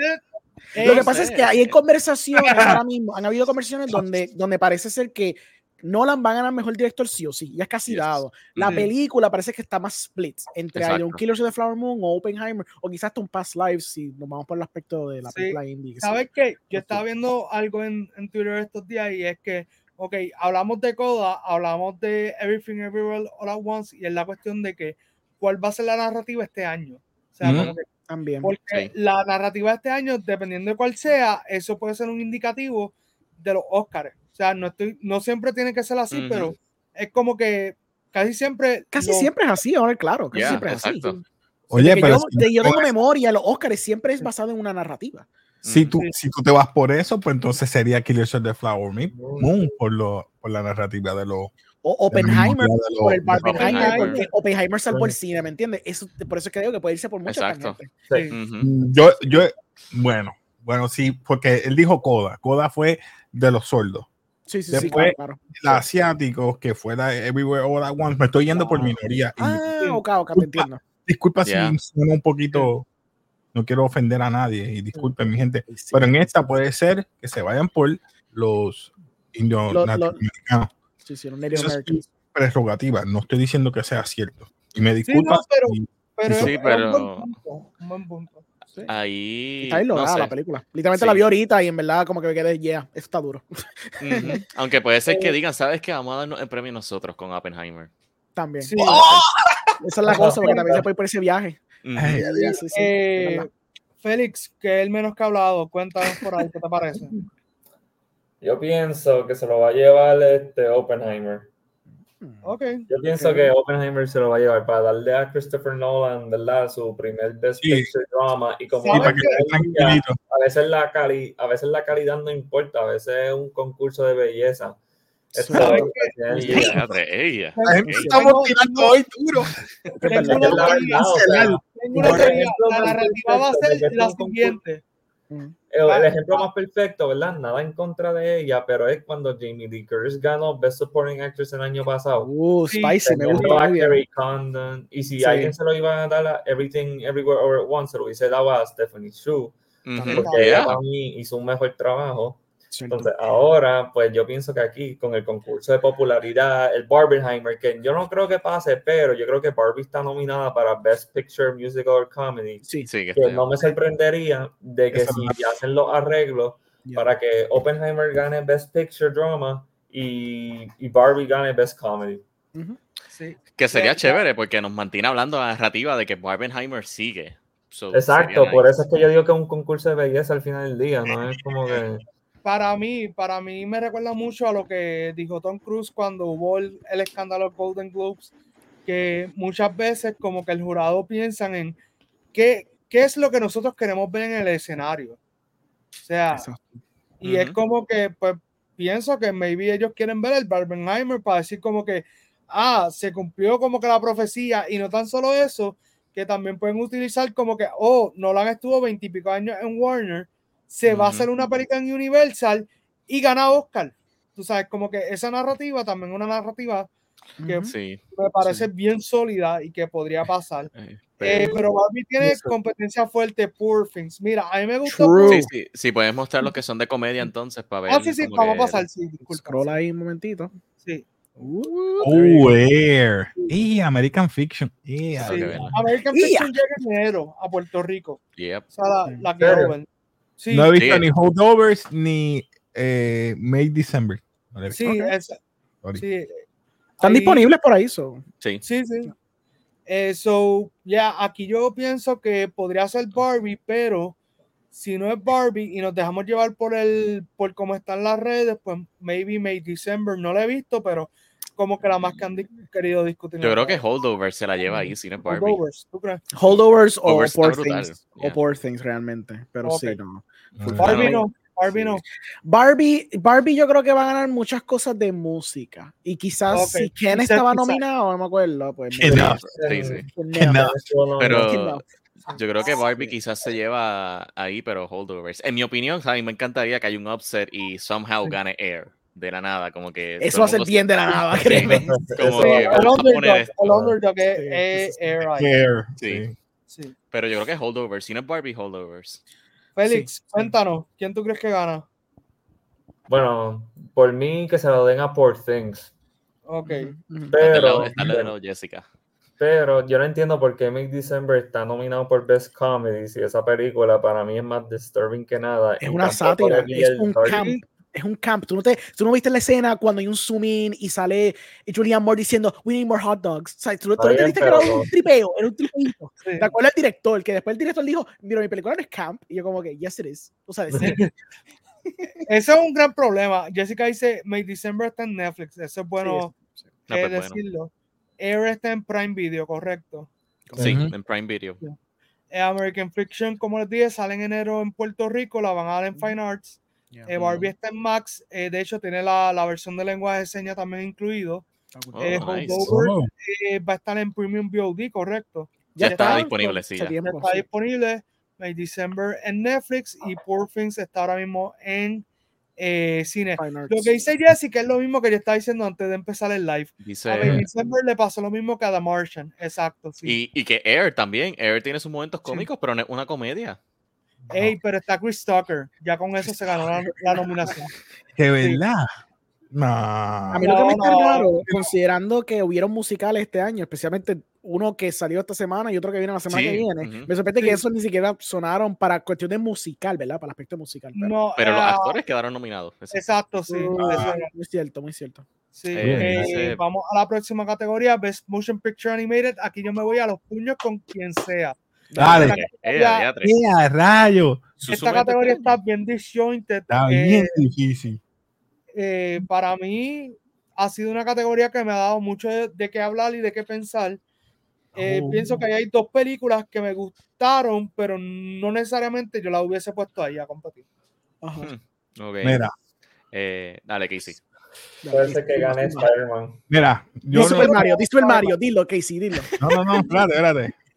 eh, lo que pasa es que hay conversaciones ahora mismo. Han habido conversaciones donde, donde parece ser que Nolan va a ganar mejor director sí o sí, ya es casi yes. dado. La mm-hmm. película parece que está más split entre Iron Killers of the Flower Moon o Oppenheimer, o quizás hasta un Past Lives si nos vamos por el aspecto de la sí. película indie. ¿Sabes qué? Yo estaba viendo algo en, en Twitter estos días y es que, ok, hablamos de Coda, hablamos de Everything Everywhere All at Once y es la cuestión de que cuál va a ser la narrativa este año. O sea, mm-hmm. como que, también. Porque sí. la narrativa de este año, dependiendo de cuál sea, eso puede ser un indicativo de los Oscars. O sea, no, estoy, no siempre tiene que ser así, uh-huh. pero es como que casi siempre... Casi lo... siempre es así, ahora claro, casi yeah, siempre es exacto. así. Oye, pero yo, si de, yo tengo memoria, los Oscars siempre es basado en una narrativa. Si tú, sí. si tú te vas por eso, pues entonces sería Killers of the Flower Moon por, lo, por la narrativa de los... O Oppenheimer, de lo, por el Barbenheimer, porque Oppenheimer salvó el cine, ¿me entiendes? Eso, por eso creo que puede irse por mucha gente. Sí. Uh-huh. Yo, yo, bueno, bueno, sí, porque él dijo Coda. Coda fue de los sordos. Sí, sí, Después, sí, claro, claro. el asiático, que fue la Everywhere All at Once, me estoy yendo wow. por minoría. Y, ah, y, ok, ok, te entiendo. Disculpa yeah. si suena un poquito, no quiero ofender a nadie, y disculpen sí. mi gente, sí. pero en esta puede ser que se vayan por los indios lo, norteamericanos. Sí, sí, los Native Americans. Prerrogativa, no estoy diciendo que sea cierto. Y me disculpas. Sí, no, pero, y, pero, sí, pero... Un buen punto, un buen punto. Sí. Ahí está bien lograda no sé. la película. Literalmente sí. la vi ahorita y en verdad como que me quedé, yeah, eso está duro. Uh-huh. Aunque puede ser que digan, ¿sabes qué? Vamos a darnos el premio nosotros con Oppenheimer. También. Sí. ¡Oh! Esa es la cosa, porque también se puede ir por ese viaje. Uh-huh. sí, sí, sí, eh, Félix, que es el menos que ha hablado, cuéntanos por ahí, ¿qué te parece? Yo pienso que se lo va a llevar este Oppenheimer. Okay. Yo pienso okay. que Oppenheimer se lo va a llevar para darle a Christopher Nolan, ¿verdad? Su primer Best sí. Picture drama y como sí, para que día, a veces la cali, a veces la calidad no importa, a veces es un concurso de belleza. Esto ¿sabes es qué? Ella, ella. Estamos tirando hoy duro. Tengo una teoría. La narrativa va a ser la siguiente. Mm. El, el ejemplo más perfecto, ¿verdad? Nada en contra de ella, pero es cuando Jamie Lee Curtis ganó Best Supporting Actress el año pasado. Uh, sí, spicy, me gusta. A Carrie Condon, y si sí. alguien se lo iba a dar a Everything Everywhere All at Once, se lo hubiese dado a Stephanie Hsu, mm-hmm. porque yeah. ella para mí hizo un mejor trabajo. Cierto. Entonces ahora, pues yo pienso que aquí, con el concurso de popularidad, el Barbenheimer, que yo no creo que pase, pero yo creo que Barbie está nominada para Best Picture, Musical or Comedy. Sí, sí, que, que no me sorprendería de que Eso si no. hacen los arreglos yeah. para que Oppenheimer gane Best Picture Drama y, y Barbie gane Best Comedy. Uh-huh. Sí. Que sería yeah, chévere yeah. porque nos mantiene hablando la narrativa de que Barbenheimer sigue. So, exacto, por nice. eso es que yo digo que es un concurso de belleza al final del día, no es como que... Para mí, para mí me recuerda mucho a lo que dijo Tom Cruise cuando hubo el, el escándalo de Golden Globes, que muchas veces como que el jurado piensan en qué, qué es lo que nosotros queremos ver en el escenario. O sea, exacto. Y uh-huh. es como que, pues, pienso que maybe ellos quieren ver el Barbenheimer para decir como que, ah, se cumplió como que la profecía, y no tan solo eso, que también pueden utilizar como que, oh, Nolan estuvo veintipico años en Warner, se uh-huh. va a hacer una película en Universal y gana Oscar. Tú sabes, como que esa narrativa también es una narrativa que sí, me parece sí. bien sólida y que podría pasar. Eh, pero, eh, pero Barbie tiene eso. competencia fuerte. Poor Things. Mira, a mí me gustó. Sí, sí, sí, puedes mostrar los que son de comedia entonces para ver. Ah, sí, sí, vamos que... a pasar. Sí, disculpa. Scroll ahí un momentito. Sí. Uh, oh, Air. Y American Fiction. Yeah. Sí. Okay, American yeah. Fiction llega en enero a Puerto Rico. Yep. O sea, la, la que joven. Sí. No he visto sí. ni Holdovers ni eh, May December. Sí, okay. es, sí. Están ahí, disponibles por ahí. So. Sí, sí. sí. Eh, so, ya, yeah, aquí yo pienso que podría ser Barbie, pero si no es Barbie y nos dejamos llevar por el por cómo están las redes, pues maybe May December, no la he visto, pero como que la más que han di- querido discutir. yo creo que Holdovers se la lleva ahí, si no es Barbie. Holdovers, ¿tú crees? Holdovers o Holdovers Poor brutal, Things. yeah. O Poor Things realmente. Pero okay. sí, no. Uh-huh. Barbie no. Barbie no. Barbie, Barbie yo creo que va a ganar muchas cosas de música. Y quizás okay. si Ken quizás, estaba quizás. nominado, no me acuerdo. Pues, Ken no. Sí, sí. Ken no. Pero yo creo que Barbie quizás se lleva ahí, pero Holdovers. En mi opinión, a mí me encantaría que haya un upset y somehow gane Air. De la nada, como que... Eso va a ser bien de la nada, sí, créeme. como sí, que el underdog, esto. el underdog es Air. Air. Sí. sí. Pero yo creo que Holdovers. Si no es Barbie, Holdovers. Félix, sí, cuéntanos, ¿quién tú crees que gana? Bueno, por mí que se lo den a Poor Things. Ok. Uh-huh. Pero, está al lado, pero, está al lado de Jessica. Pero yo no entiendo por qué May December está nominado por Best Comedy si esa película para mí es más disturbing que nada. Es una sátira, es un camp. Es un camp. ¿Tú no, te, tú no viste la escena cuando hay un zoom in y sale Julianne Moore diciendo we need more hot dogs. O sea, tú, tú no te viste que era un tripeo, era un tripeo. Sí. ¿Te acuerdas el director? Que después el director dijo, mira, mi película no es camp. Y yo como que, yes it is. O sea, sí. Eso es un gran problema. Jessica dice, May December está en Netflix. Eso es bueno sí, sí. Eh, no, pues decirlo. Air bueno. Está en Prime Video, correcto. Sí, uh-huh. en Prime Video. Yeah. American Fiction, como les dije, sale en enero en Puerto Rico, la van a dar en Fine Arts. Yeah. Eh, Barbie uh-huh. está en Max, eh, de hecho tiene la, la versión de lenguaje de señas también incluido. Oh, eh, nice. Holdover oh. eh, va a estar en Premium V O D, correcto. Ya, ya está, está disponible, sí. Ya. Ya está disponible. May December en Netflix y Poor Things está ahora mismo en eh, cine. Lo que dice Jessica es lo mismo que yo estaba diciendo antes de empezar el live. Dice, a May December le pasó lo mismo que a The Martian, exacto. Sí. Y, y que Air también, Air tiene sus momentos cómicos, sí. pero no es una comedia. Ey, pero está Chris Tucker. Ya con eso se ganó la, la nominación. ¿De verdad? Sí. No. A mí lo que me está raro, considerando que hubieron musicales este año, especialmente uno que salió esta semana y otro que viene la semana sí. que viene, uh-huh. me sorprende sí. que esos ni siquiera sonaron para cuestión de musical, ¿verdad? Para el aspecto musical. Pero, no, pero uh, los actores quedaron nominados. Exacto, sí. Uh, ah, muy cierto, muy cierto. Sí. Eh, eh, vamos a la próxima categoría, Best Motion Picture Animated. Aquí yo me voy a los puños con quien sea. Dale. ¡Ea, rayo! Esta categoría está bien disjointed. Está bien eh, difícil. Eh, para mí ha sido una categoría que me ha dado mucho de, de qué hablar y de qué pensar. Eh, oh. Pienso que hay dos películas que me gustaron, pero no necesariamente yo las hubiese puesto ahí a competir. Ajá. Okay. Mira. Eh, dale, Casey. Puede ser que gane Spider-Man. Mira, yo no... Super Mario, di Super Mario, dilo, Casey, dilo. No, no, no, espérate, espérate.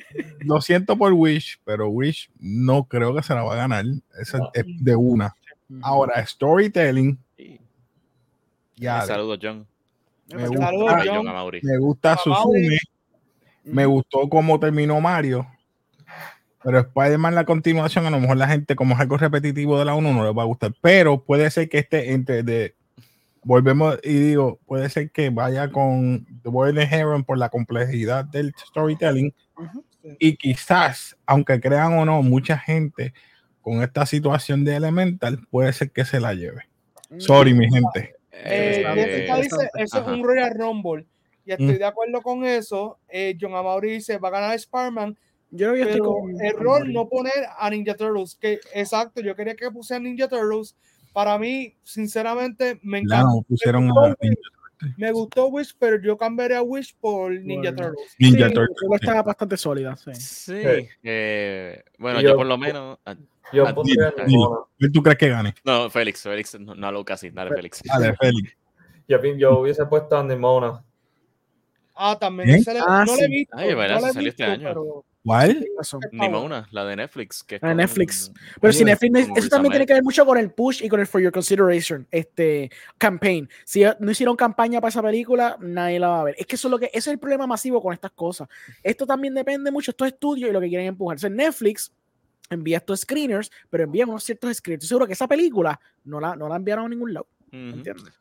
lo siento por Wish, pero Wish no creo que se la va a ganar. Esa es de una. Ahora, storytelling. Sí. Ya. Eh, saludos, John. Me Saludos, gusta, John. me gusta Suzume. Me gustó cómo terminó Mario. Pero Spider-Man, la continuación, a lo mejor la gente, como es algo repetitivo de la uno, no les va a gustar. Pero puede ser que esté entre de. Volvemos y digo, puede ser que vaya con The Boy and the Heron por la complejidad del storytelling. Uh-huh. Y quizás, aunque crean o no, mucha gente con esta situación de Elemental puede ser que se la lleve. Sorry, mi gente. Eh, Jessica dice, eso es un Royal Rumble. Y estoy mm. de acuerdo con eso. Eh, John Amaury dice, va a ganar Spider-Man. Yo creo que estoy con error no poner a Ninja Turtles. Que, exacto, yo quería que pusieran Ninja Turtles. Para mí, sinceramente, me encanta. No, pusieron me, gustó, a Ninja me gustó Wish, pero yo cambiaría a Wish por Ninja bueno. Turtles. Ninja sí, Turtles estaba sí. bastante sólida. Sí. sí eh, bueno, yo, yo por lo menos. Yo a, pondría a Nimona. ¿Tú crees que gane? No, Félix, Félix, no, no lo casi, dale, Félix. Dale, Félix. Yo, yo hubiese puesto a Nimona. Ah, también. ¿Eh? Le, ah, no sí. le he visto. Ay, verdad, no se salió este año. Pero... ¿Cuál? Nimona, la de Netflix. Que es la de con, Netflix. Pero si Netflix, eso también tiene que ver mucho con el push y con el For Your Consideration, este campaign. Si no hicieron campaña para esa película, nadie la va a ver. Es que eso es lo que, ese es el problema masivo con estas cosas. Esto también depende mucho de estos estudios y lo que quieren empujar. O sea, Netflix envía estos screeners, pero envían unos ciertos screeners. Estoy seguro que esa película no la, no la enviaron a ningún lado. Uh -huh. ¿Entiendes?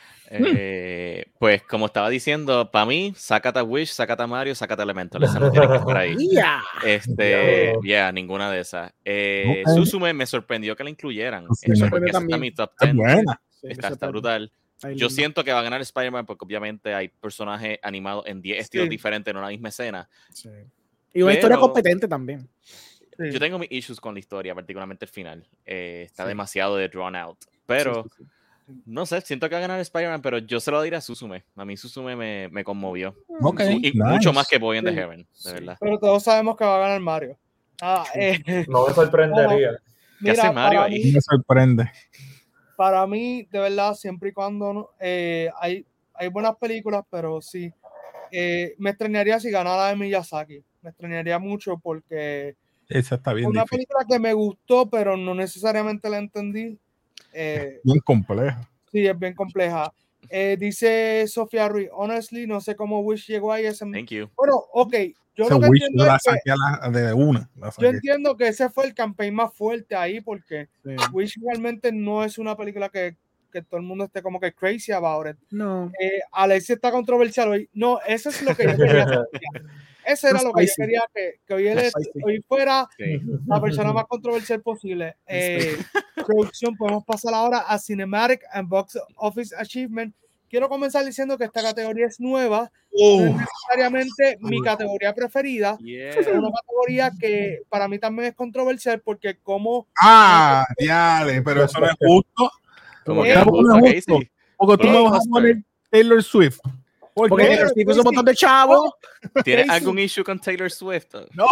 Eh, pues como estaba diciendo, para mí, sácate a Wish, sácate a Mario, sácate a Elemental. Esa no tiene que estar ahí. Yeah. Este, ya, yeah, ninguna de esas. Eh, okay. Suzume me sorprendió que la incluyeran. Sí, Eso porque esa está en mi top diez. Buena. Está, está brutal. Yo siento que va a ganar Spider-Man porque obviamente hay personajes animados en diez sí. estilos diferentes en una misma escena. Sí. Y una Pero, historia competente también. Sí. Yo tengo mis issues con la historia, particularmente el final. Eh, está sí. demasiado de drawn out. Pero... Sí, sí, sí. No sé, siento que va a ganar Spider-Man, pero yo se lo diré a Suzume. A mí Suzume me, me conmovió. Okay, y nice. Mucho más que Boy in the sí, Heaven, de sí. verdad. Pero todos sabemos que va a ganar Mario. Ah, eh, no me sorprendería. No, ¿Qué hace Mario ahí? Mí, me sorprende. Para mí, de verdad, siempre y cuando eh, hay, hay buenas películas, pero sí. Eh, me extrañaría si ganara de Miyazaki. Me extrañaría mucho porque esa está bien una difícil. película que me gustó, pero no necesariamente la entendí. Eh, bien compleja. Sí, es bien compleja. Eh, dice Sofía Ruiz, honestly, no sé cómo Wish llegó ahí. Ese... Thank you. Bueno, ok. Yo, so lo que Wish entiendo la es que, saqué a la, de una. La yo entiendo que ese fue el campaign más fuerte ahí porque sí. Wish realmente no es una película que, que todo el mundo esté como que crazy about it. No. Eh, Alexia está controversial hoy. No, eso es lo que yo quería hacer. Eso era no lo que yo quería que, que hoy, él es, hoy fuera sí. la persona más controversial posible. Eh, producción, podemos pasar ahora a Cinematic and Box Office Achievement. Quiero comenzar diciendo que esta categoría es nueva, uh, no es necesariamente uh, mi categoría preferida. Yeah. Es una categoría que para mí también es controversial porque como... Ah, diale, pero eso no es justo. Como que no es justo, porque tú me vas a poner Taylor Swift. ¿Por porque Taylor Swift es un montón de chavos. ¿Tienes algún issue con Taylor Swift? No.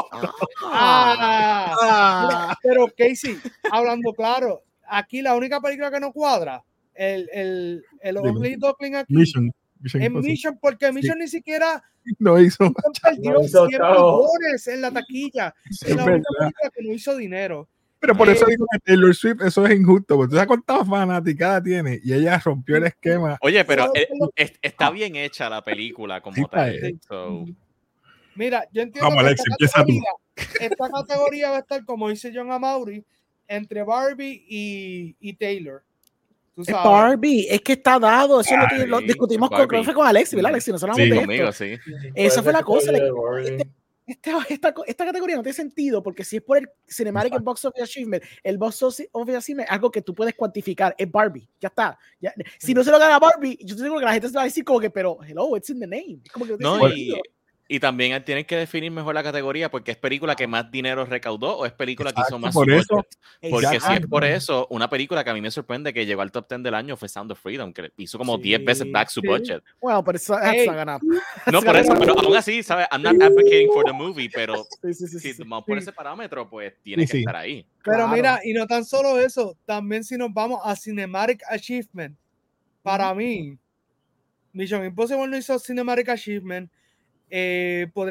Ah, ah. Pero Casey, hablando claro, aquí la única película que no cuadra, el, el, el Ugly Duckling aquí, Mission, Mission es Mission, porque Mission sí. ni siquiera no hizo, perdió no hizo cien millones en la taquilla. Es, es la única película que no hizo dinero. Pero por eh, eso digo que Taylor Swift, eso es injusto, porque tú sabes cuánta fanaticada tiene y ella rompió el esquema. Oye, pero eh, es, está bien hecha la película como sí, tal. Sí. So. Mira, yo entiendo Vamos, que Alex, esta, categoría, esta categoría va a estar, como dice John Amaury, entre Barbie y, y Taylor. ¿Tú sabes? Barbie, es que está dado, eso Ay, es lo que lo discutimos con, creo que fue con Alexi, ¿verdad, Alexi? Nosotros hablamos sí, de conmigo, esto. Sí. Esa fue la cosa. Este, Esta, esta, esta categoría no tiene sentido porque si es por el Cinematic and Box Office Achievement, el Box Office Achievement es algo que tú puedes cuantificar, es Barbie, ya está. Ya, si no se lo gana Barbie, yo te digo que la gente se va a decir como que, pero hello, it's in the name. Es como que no, no y, y también tienen que definir mejor la categoría porque es película que más dinero recaudó o es película Exacto, que hizo más por eso, porque Exacto. si es por Exacto. eso, una película que a mí me sorprende que llegó al top diez del año fue Sound of Freedom, que hizo como sí, diez veces back su sí. budget. Bueno, pero eso es la gana. No, por eso, pero aún así, ¿sabes? I'm not advocating for the movie, pero sí, sí, sí, si sí, tomamos sí. por ese parámetro, pues tiene sí, que sí. estar ahí. Pero Claro. mira, y no tan solo eso, también si nos vamos a Cinematic Achievement, para mm. mí, Mission Impossible no hizo Cinematic Achievement. Eh, podríamos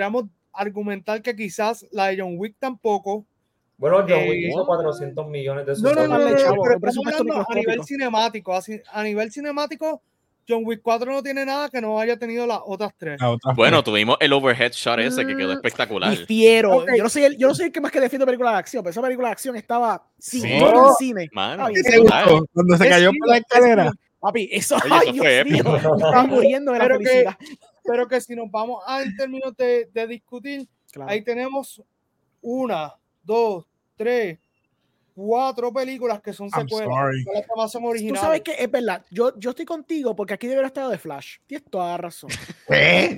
argumentar que quizás la de John Wick tampoco. Bueno, John Eh, Wick hizo cuatrocientos millones de No, no, no, no, dólares. no, chavo, pero el presupuesto estamos hablando a nivel microscópico. cinemático. Así, a nivel cinemático, John Wick cuatro no tiene nada que no haya tenido las otras tres. La otra Bueno, fue- tuvimos el overhead shot ese que quedó espectacular. Difiero. Ok. Yo no soy el, yo no soy el que más que defiende películas de acción, pero esa película de acción estaba sin Sí. gloria en cine. Mano, Está bien, ¿Qué te gustó? Cuando se Es cayó cine, por la es escalera. cine. Papi, eso, Oye, ay, eso Dios fue mío, épico. me estaba muriendo de la Pero que- felicidad. Pero que si nos vamos a en términos de, de discutir, Claro. ahí tenemos una, dos, tres, cuatro películas que son I'm secuelas. sorry. Todas las demás son Tú originales. sabes que es verdad, yo, yo estoy contigo porque aquí debería estar de Flash. Tienes toda la razón. ¿Qué?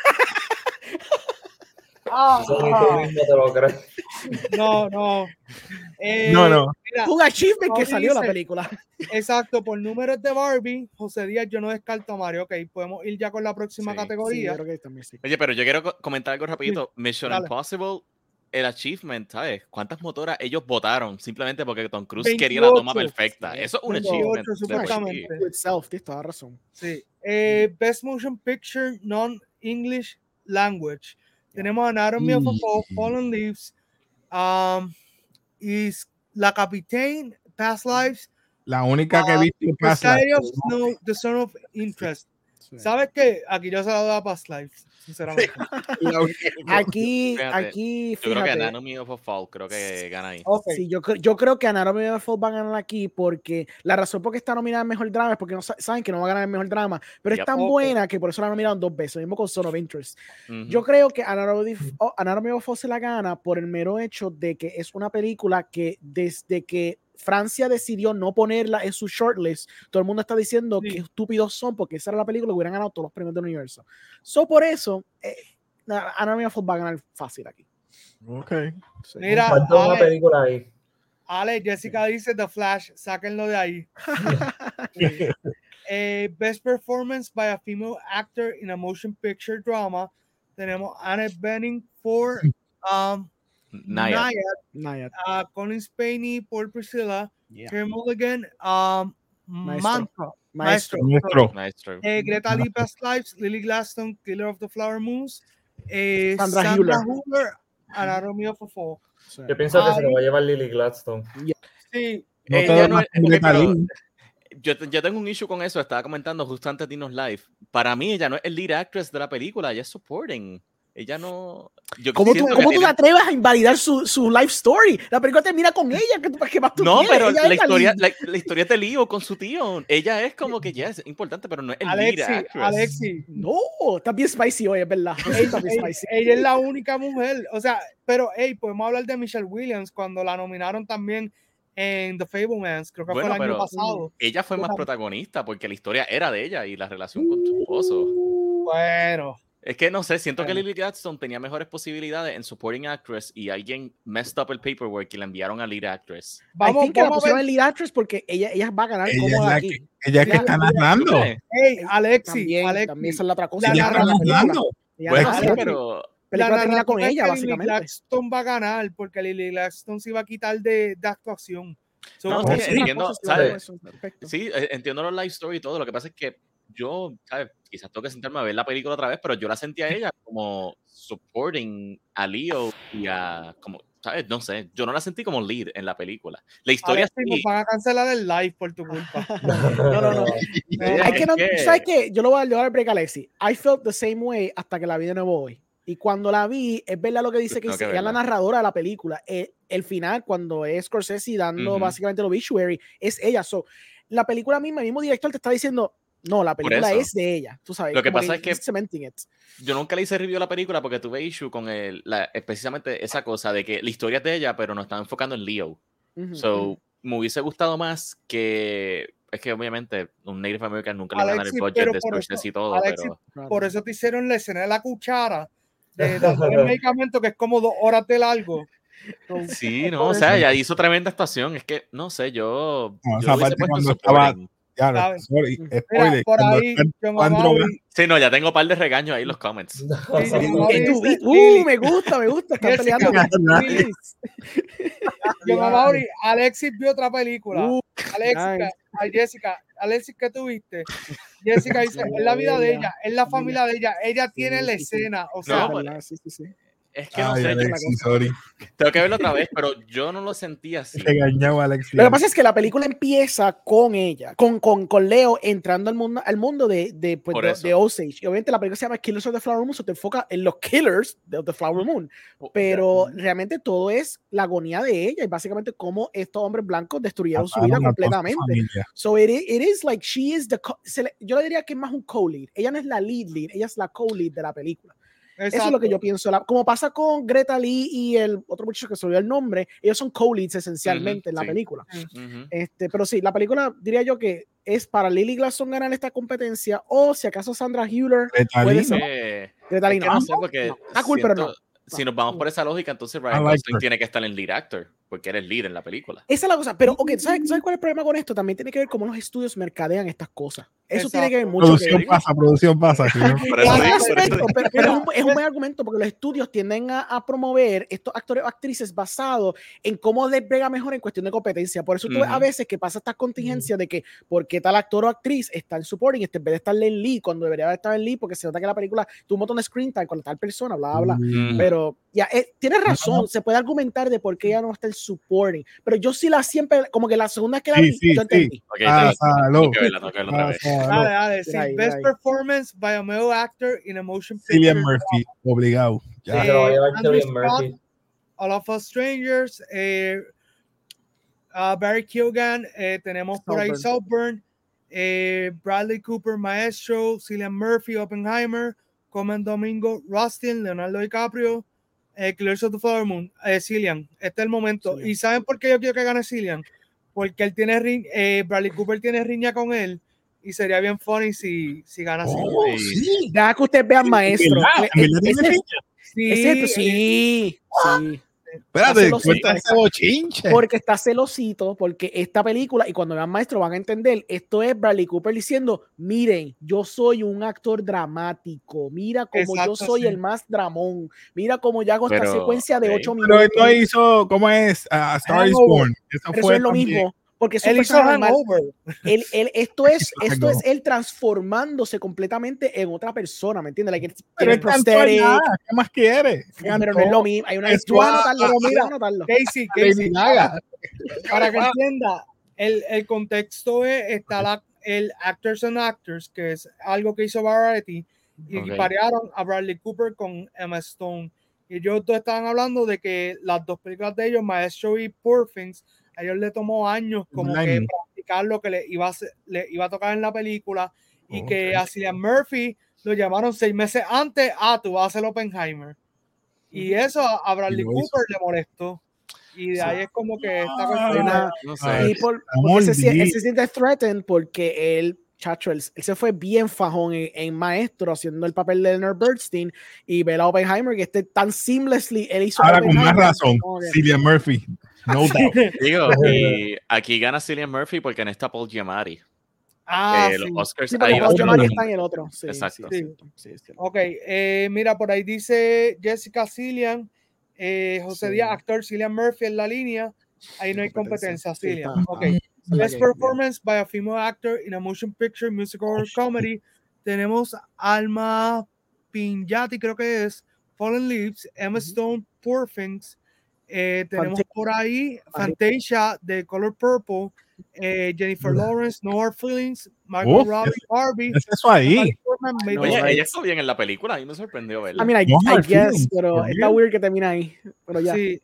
Ah, Eso ni tú mismo te lo crees. no, no. Eh, No, no. mira, Un achievement que Mauri salió la dice- película. exacto, por números de Barbie, José Díaz, yo no descarto a Mario. Ok, podemos ir ya con la próxima Sí. Sí, categoría. yo creo que también sí. Oye, pero yo quiero co- comentar algo rapidito. Mission dale. Impossible, el achievement, ¿sabes? ¿Cuántas motoras ellos votaron simplemente porque Tom Cruise quería la toma veintiocho. perfecta? Sí. Eso es un veintiocho, achievement. de por sí. supuestamente. To itself, tienes toda la razón. Sí. Eh, Best Motion Picture Non-English Language. Tenemos Anatomy of a Fall, Fallen Leaves, um, y La Capitaine, Past Lives, La única que he Ah, visto en Past Society Life. of Snow, The Son of Interest. Sí. ¿Sabes qué? Aquí yo se la doy a Past Lives, sinceramente. La única- Aquí, Fíjate, aquí, Yo creo que fíjate. Anatomy of a Fall creo que gana ahí. Ok. Sí, yo, cre- yo creo que Anatomy of a Fall va a ganar aquí porque la razón por qué está nominada en Mejor Drama es porque no sa- saben que no va a ganar el Mejor Drama, pero Yep. es tan Ok. buena que por eso la nominaron dos veces, lo mismo con Son of Interest. Ujú. Yo creo que Anatomy of, oh, Anatomy of a Fall se la gana por el mero hecho de que es una película que desde que Francia decidió no ponerla en su shortlist, todo el mundo está diciendo Sí. que estúpidos son porque esa era la película que hubieran ganado todos los premios del universo. So por eso, eh, Anatomy of a Fall va a ganar fácil aquí. Ok. Sí. Mira, Falta una Ale, película ahí. Ale, Jessica dice The Flash, sáquenlo de ahí. Eh, Best Performance by a Female Actor in a Motion Picture Drama. Tenemos Annette Bening for um, Naya. Naya, Naya, uh, Colin Spaney por Priscilla, yeah. Carey Mulligan, um, Maestro. Mantra, Maestro. Nuestro. Maestro. eh, Greta Lee, Past Lives, Lily Gladstone, Killer of the Flower Moons, eh, Sandra Sandra, Hüller. Hüller, Anatomy of a Fall. Sí. Yo pienso que se lo Ay. va a llevar Lily Gladstone. Sí, No te Ella doy no más es- porque, Greta pero, Lee. yo, te- yo tengo un issue con eso, estaba comentando justo antes de irnos live. Para mí, ella no es el lead actress de la película, ella es supporting. Ella no. Yo ¿Cómo tú, siento que cómo tú te tiene- atreves a invalidar su, su life story? La película termina con ella. ¿Qué, tú- qué más tú No, quieres? pero Ella la es historia, lead. la, la historia es de Leo con su tío. Ella es como que ya es importante, pero no es el lead Alexi, actress. Alexi. No, está bien spicy hoy, es verdad. Está bien Ella, spicy. ella es la única mujer, o sea, pero hey, podemos hablar de Michelle Williams cuando la nominaron también en The Fablemans, creo que Bueno, fue el año pero- pasado. Ella fue más Total. protagonista porque la historia era de ella y la relación con su esposo. Bueno, Es que no sé, siento que Bueno. Lily Gladstone tenía mejores posibilidades en supporting actress y alguien messed up el paperwork y la enviaron a lead actress. I vamos, think que la vamos a pusieron ver. en lead actress porque ella, ella va a ganar Ella es cómoda la aquí. que, ella es que Ella- está ella- narrando. ¿Tú crees? Hey, Alexi, También, Alexi, también esa es la otra cosa. La Ella Ella está narra- narra la película. narrando. Ella Pues narra Sí, la sí, película. pero La película termina con narrativa es ella, que básicamente. Lily Gladstone va a ganar porque Lily Gladstone se iba a quitar de, de actuación. So, No, Otra sí, cosa, entiendo, otra cosa, sí, va a ¿sabes? hacer eso, perfecto. sí, eh, entiendo los live story y todo. Lo que pasa es que yo, ¿sabes? Quizás tengo que sentarme a ver la película otra vez, pero yo la sentí a ella como supporting a Leo y a, como, ¿sabes? No sé, yo no la sentí como lead en la película. La historia Alexi, nos sí. van a cancelar el live por tu culpa. No, no, no. Ella Hay que es no, que- ¿sabes qué? Yo lo voy a, le voy a dar break a Alexi. I felt the same way hasta que la vi de nuevo hoy. Y cuando la vi, es verdad lo que dice que Tengo dice, que ella es la verla. narradora de la película. El, el final, cuando es Scorsese dando Ujú. básicamente el obituary, es ella. So, la película misma, el mismo director te está diciendo, no, la película eso. es de ella. Tú sabes. Lo que como pasa es que- he's cementing it. Yo nunca le hice review a la película porque tuve issue con el, la, precisamente esa cosa de que la historia es de ella, pero nos están enfocando en Leo. Ujú, So, ujú. me hubiese gustado más que. Es que obviamente un Native American nunca le va a ganar el Alexis, budget pero de por Scorsese eso- y todo, Alexis, pero. Claro. Por eso te hicieron la escena de la cuchara de darle el medicamento que es como dos horas de largo. So, Sí, es no, por o sea, eso. ella hizo tremenda actuación. Es que, no sé, yo. No, yo esa lo hubiese parte puesto en cuando estaba- supporting. Ya, no, ¿Sabes? sorry, Mira, spoiler. por cuando ahí, están John tomando Amaury, droga, Sí, no, ya tengo un par de regaños ahí en los comments. sí, John Sí, Amaury Eh, tú, dice, uh, Lili, me gusta, me gusta. Están Jessica, peleando. Lili, John Amaury, Alexis vio otra película. Uh, Alexica, nice. ay, Jessica, Alexis, ¿qué tuviste? Jessica dice, es la vida de ella, es la familia de ella, ella tiene la sí, sí. escena, o Sí, sea, es No, verdad, sí, sí, sí. Es que no Ay, sé, Alexis, sorry. tengo que verlo otra vez, pero yo no lo sentí así. Regañado, Alexis. Lo que pasa es que la película empieza con ella, con, con, con Leo entrando al mundo, al mundo de, de, pues, Por de, eso. de Osage. Y obviamente la película se llama Killers of the Flower Moon, se te enfoca en los killers de The Flower Moon. Pero realmente todo es la agonía de ella y básicamente cómo estos hombres blancos destruyeron su vida Mataron a toda su completamente. familia. So it, i- it is like she is the co- se le- yo le diría que es más un co-lead. Ella no es la lead lead, ella es la co-lead de la película. Exacto. Eso es lo que yo pienso. La, como pasa con Greta Lee y el otro muchacho que se olvidó el nombre, ellos son co-leads esencialmente Ujú, en la sí. película. Ujú. Este, pero sí, la película diría yo que es para Lily Glaston ganar esta competencia o si acaso Sandra Hüller Greta puede Lee, ser. Eh, Greta es Lee, que no, no sé, porque no, está cool, pero siento- no. si nos vamos por esa lógica, entonces Ryan I like Gosling her. tiene que estar en lead actor, porque eres lead en la película. Esa es la cosa. Pero, ok, ¿sabes, ¿sabes cuál es el problema con esto? También tiene que ver cómo los estudios mercadean estas cosas. Eso Exacto. tiene que ver mucho. Que Producción ver. pasa, producción pasa. señor. Por eso En digo, ese por eso aspecto, digo. pero, pero es, un, es un buen argumento porque los estudios tienden a, a promover estos actores o actrices basados en cómo les pega mejor en cuestión de competencia. Por eso tú ves a Ujú. veces que pasa estas contingencias de que porque tal actor o actriz está en supporting este, en vez de estar en lead cuando debería haber estado en lead porque se nota que la película tuvo un montón de screen time con tal persona, bla, bla, bla. Mm. Pero ya, eh, tienes razón, se puede argumentar de por qué ella no está en supporting, pero yo sí la siempre, como que la segunda vez que la Sí, vi, sí, yo sí. entendí. Ok, Pásalo. tengo que verla, tengo que verla otra vez. Pásalo. Dale, dale, sí. Mira ahí, Best mira ahí. performance by a male actor in a motion picture. Cillian Murphy, obligado. Ya. Se lo va a llevar Andrew Cillian Scott, Murphy. All of Us Strangers, eh, uh, Barry Keoghan, eh, tenemos por ahí Saltburn, eh, Bradley Cooper, Maestro, Cillian Murphy, Oppenheimer, Coleman Domingo, Rustin, Leonardo DiCaprio, eh, Killers of the Flower Moon, eh, Cillian. Este es el momento. Cillian. ¿Y saben por qué yo quiero que gane Cillian? Porque él tiene ri- eh, Bradley Cooper tiene riña con él y sería bien funny si, si gana Cillian. Oh, Sí. sí. Deja que ustedes vean, maestro. ¿En verdad? ¿En verdad Ese- tiene Sí, ese- eh, sí, sí. Espérate, Celosito, cuenta ese bochinche. Porque está celosito, porque esta película, y cuando vean maestro van a entender, esto es Bradley Cooper diciendo, miren, yo soy un actor dramático, mira como Exacto, yo soy sí. el más dramón, mira como yo hago esta Pero, secuencia de ok. ocho Pero él minutos. no hizo, ¿cómo es? A Star is Hangover. Born. Eso Pero eso fue es lo también. mismo, porque es un él hizo personaje normal. Hangover. Él, él, esto es, Hizo esto es Hangover. él transformándose completamente en otra persona, ¿me entiendes? Like, él Pero tiene él cantó prosthetic, allá. ¿Qué más quiere? pero no es lo mismo. Hay una Eso, yo voy a anotarlo, ah, yo mira, voy a anotarlo. Casey, Lady Casey, Gaga. para que entienda, el, el contexto es, está la, el Actors and Actors, que es algo que hizo Variety, y Ok. parearon a Bradley Cooper con Emma Stone. Y ellos dos estaban hablando de que las dos películas de ellos, Maestro y Poor Things, a ellos le tomó años como Un que año. practicar lo que le iba a, hacer- le iba a tocar en la película, y Ok. que a Cillian Murphy lo llamaron seis meses antes, ah, tú vas a hacer Oppenheimer. Y eso a, a Bradley Y lo hizo. Cooper le molestó. Y de ahí es como que esta Ah, cuestión Hay de- una- No sé. Ay, Y por, amor, porque se, sie- él di- se siente threatened porque él, chacho, él, él se fue bien fajón en, en Maestro haciendo el papel de Leonard Bernstein y ver a Oppenheimer que esté tan seamlessly, él hizo Ahora con más Oppenheimer, razón, como que- Cillian Murphy. No doubt. Digo, y aquí gana Cillian Murphy porque no está Paul Giamatti. Ah, Eh, sí. los Oscars Sí, porque ahí va a Paul ser Giamatti otro está en nombre. el otro. Sí, Exacto. sí, cierto, sí, es cierto. Ok, eh, mira, por ahí dice Jessica Cillian, eh, José Sí. Díaz, actor Cillian Murphy en la línea. Ahí no hay competencia, Sí, Cillian. está- Ok. está- está Best bien, bien. performance by a female actor in a motion picture, musical or comedy. Tenemos Alma Pinjati, creo que es, Fallen Leaves, Emma Stone, Poor Things. Eh, tenemos Fantasia. por ahí Fantasia de Color Purple, eh, Jennifer Lawrence, No Hard Feelings, Margot Uf, Robbie, Barbie. ¿Qué es eso ahí? Natalie Portman, Made No, in Oye, right. ella está bien en la película, a mí me sorprendió verla. I mean, I, No I hard guess, feelings, pero for está real. weird que termina ahí. Pero ya, Sí.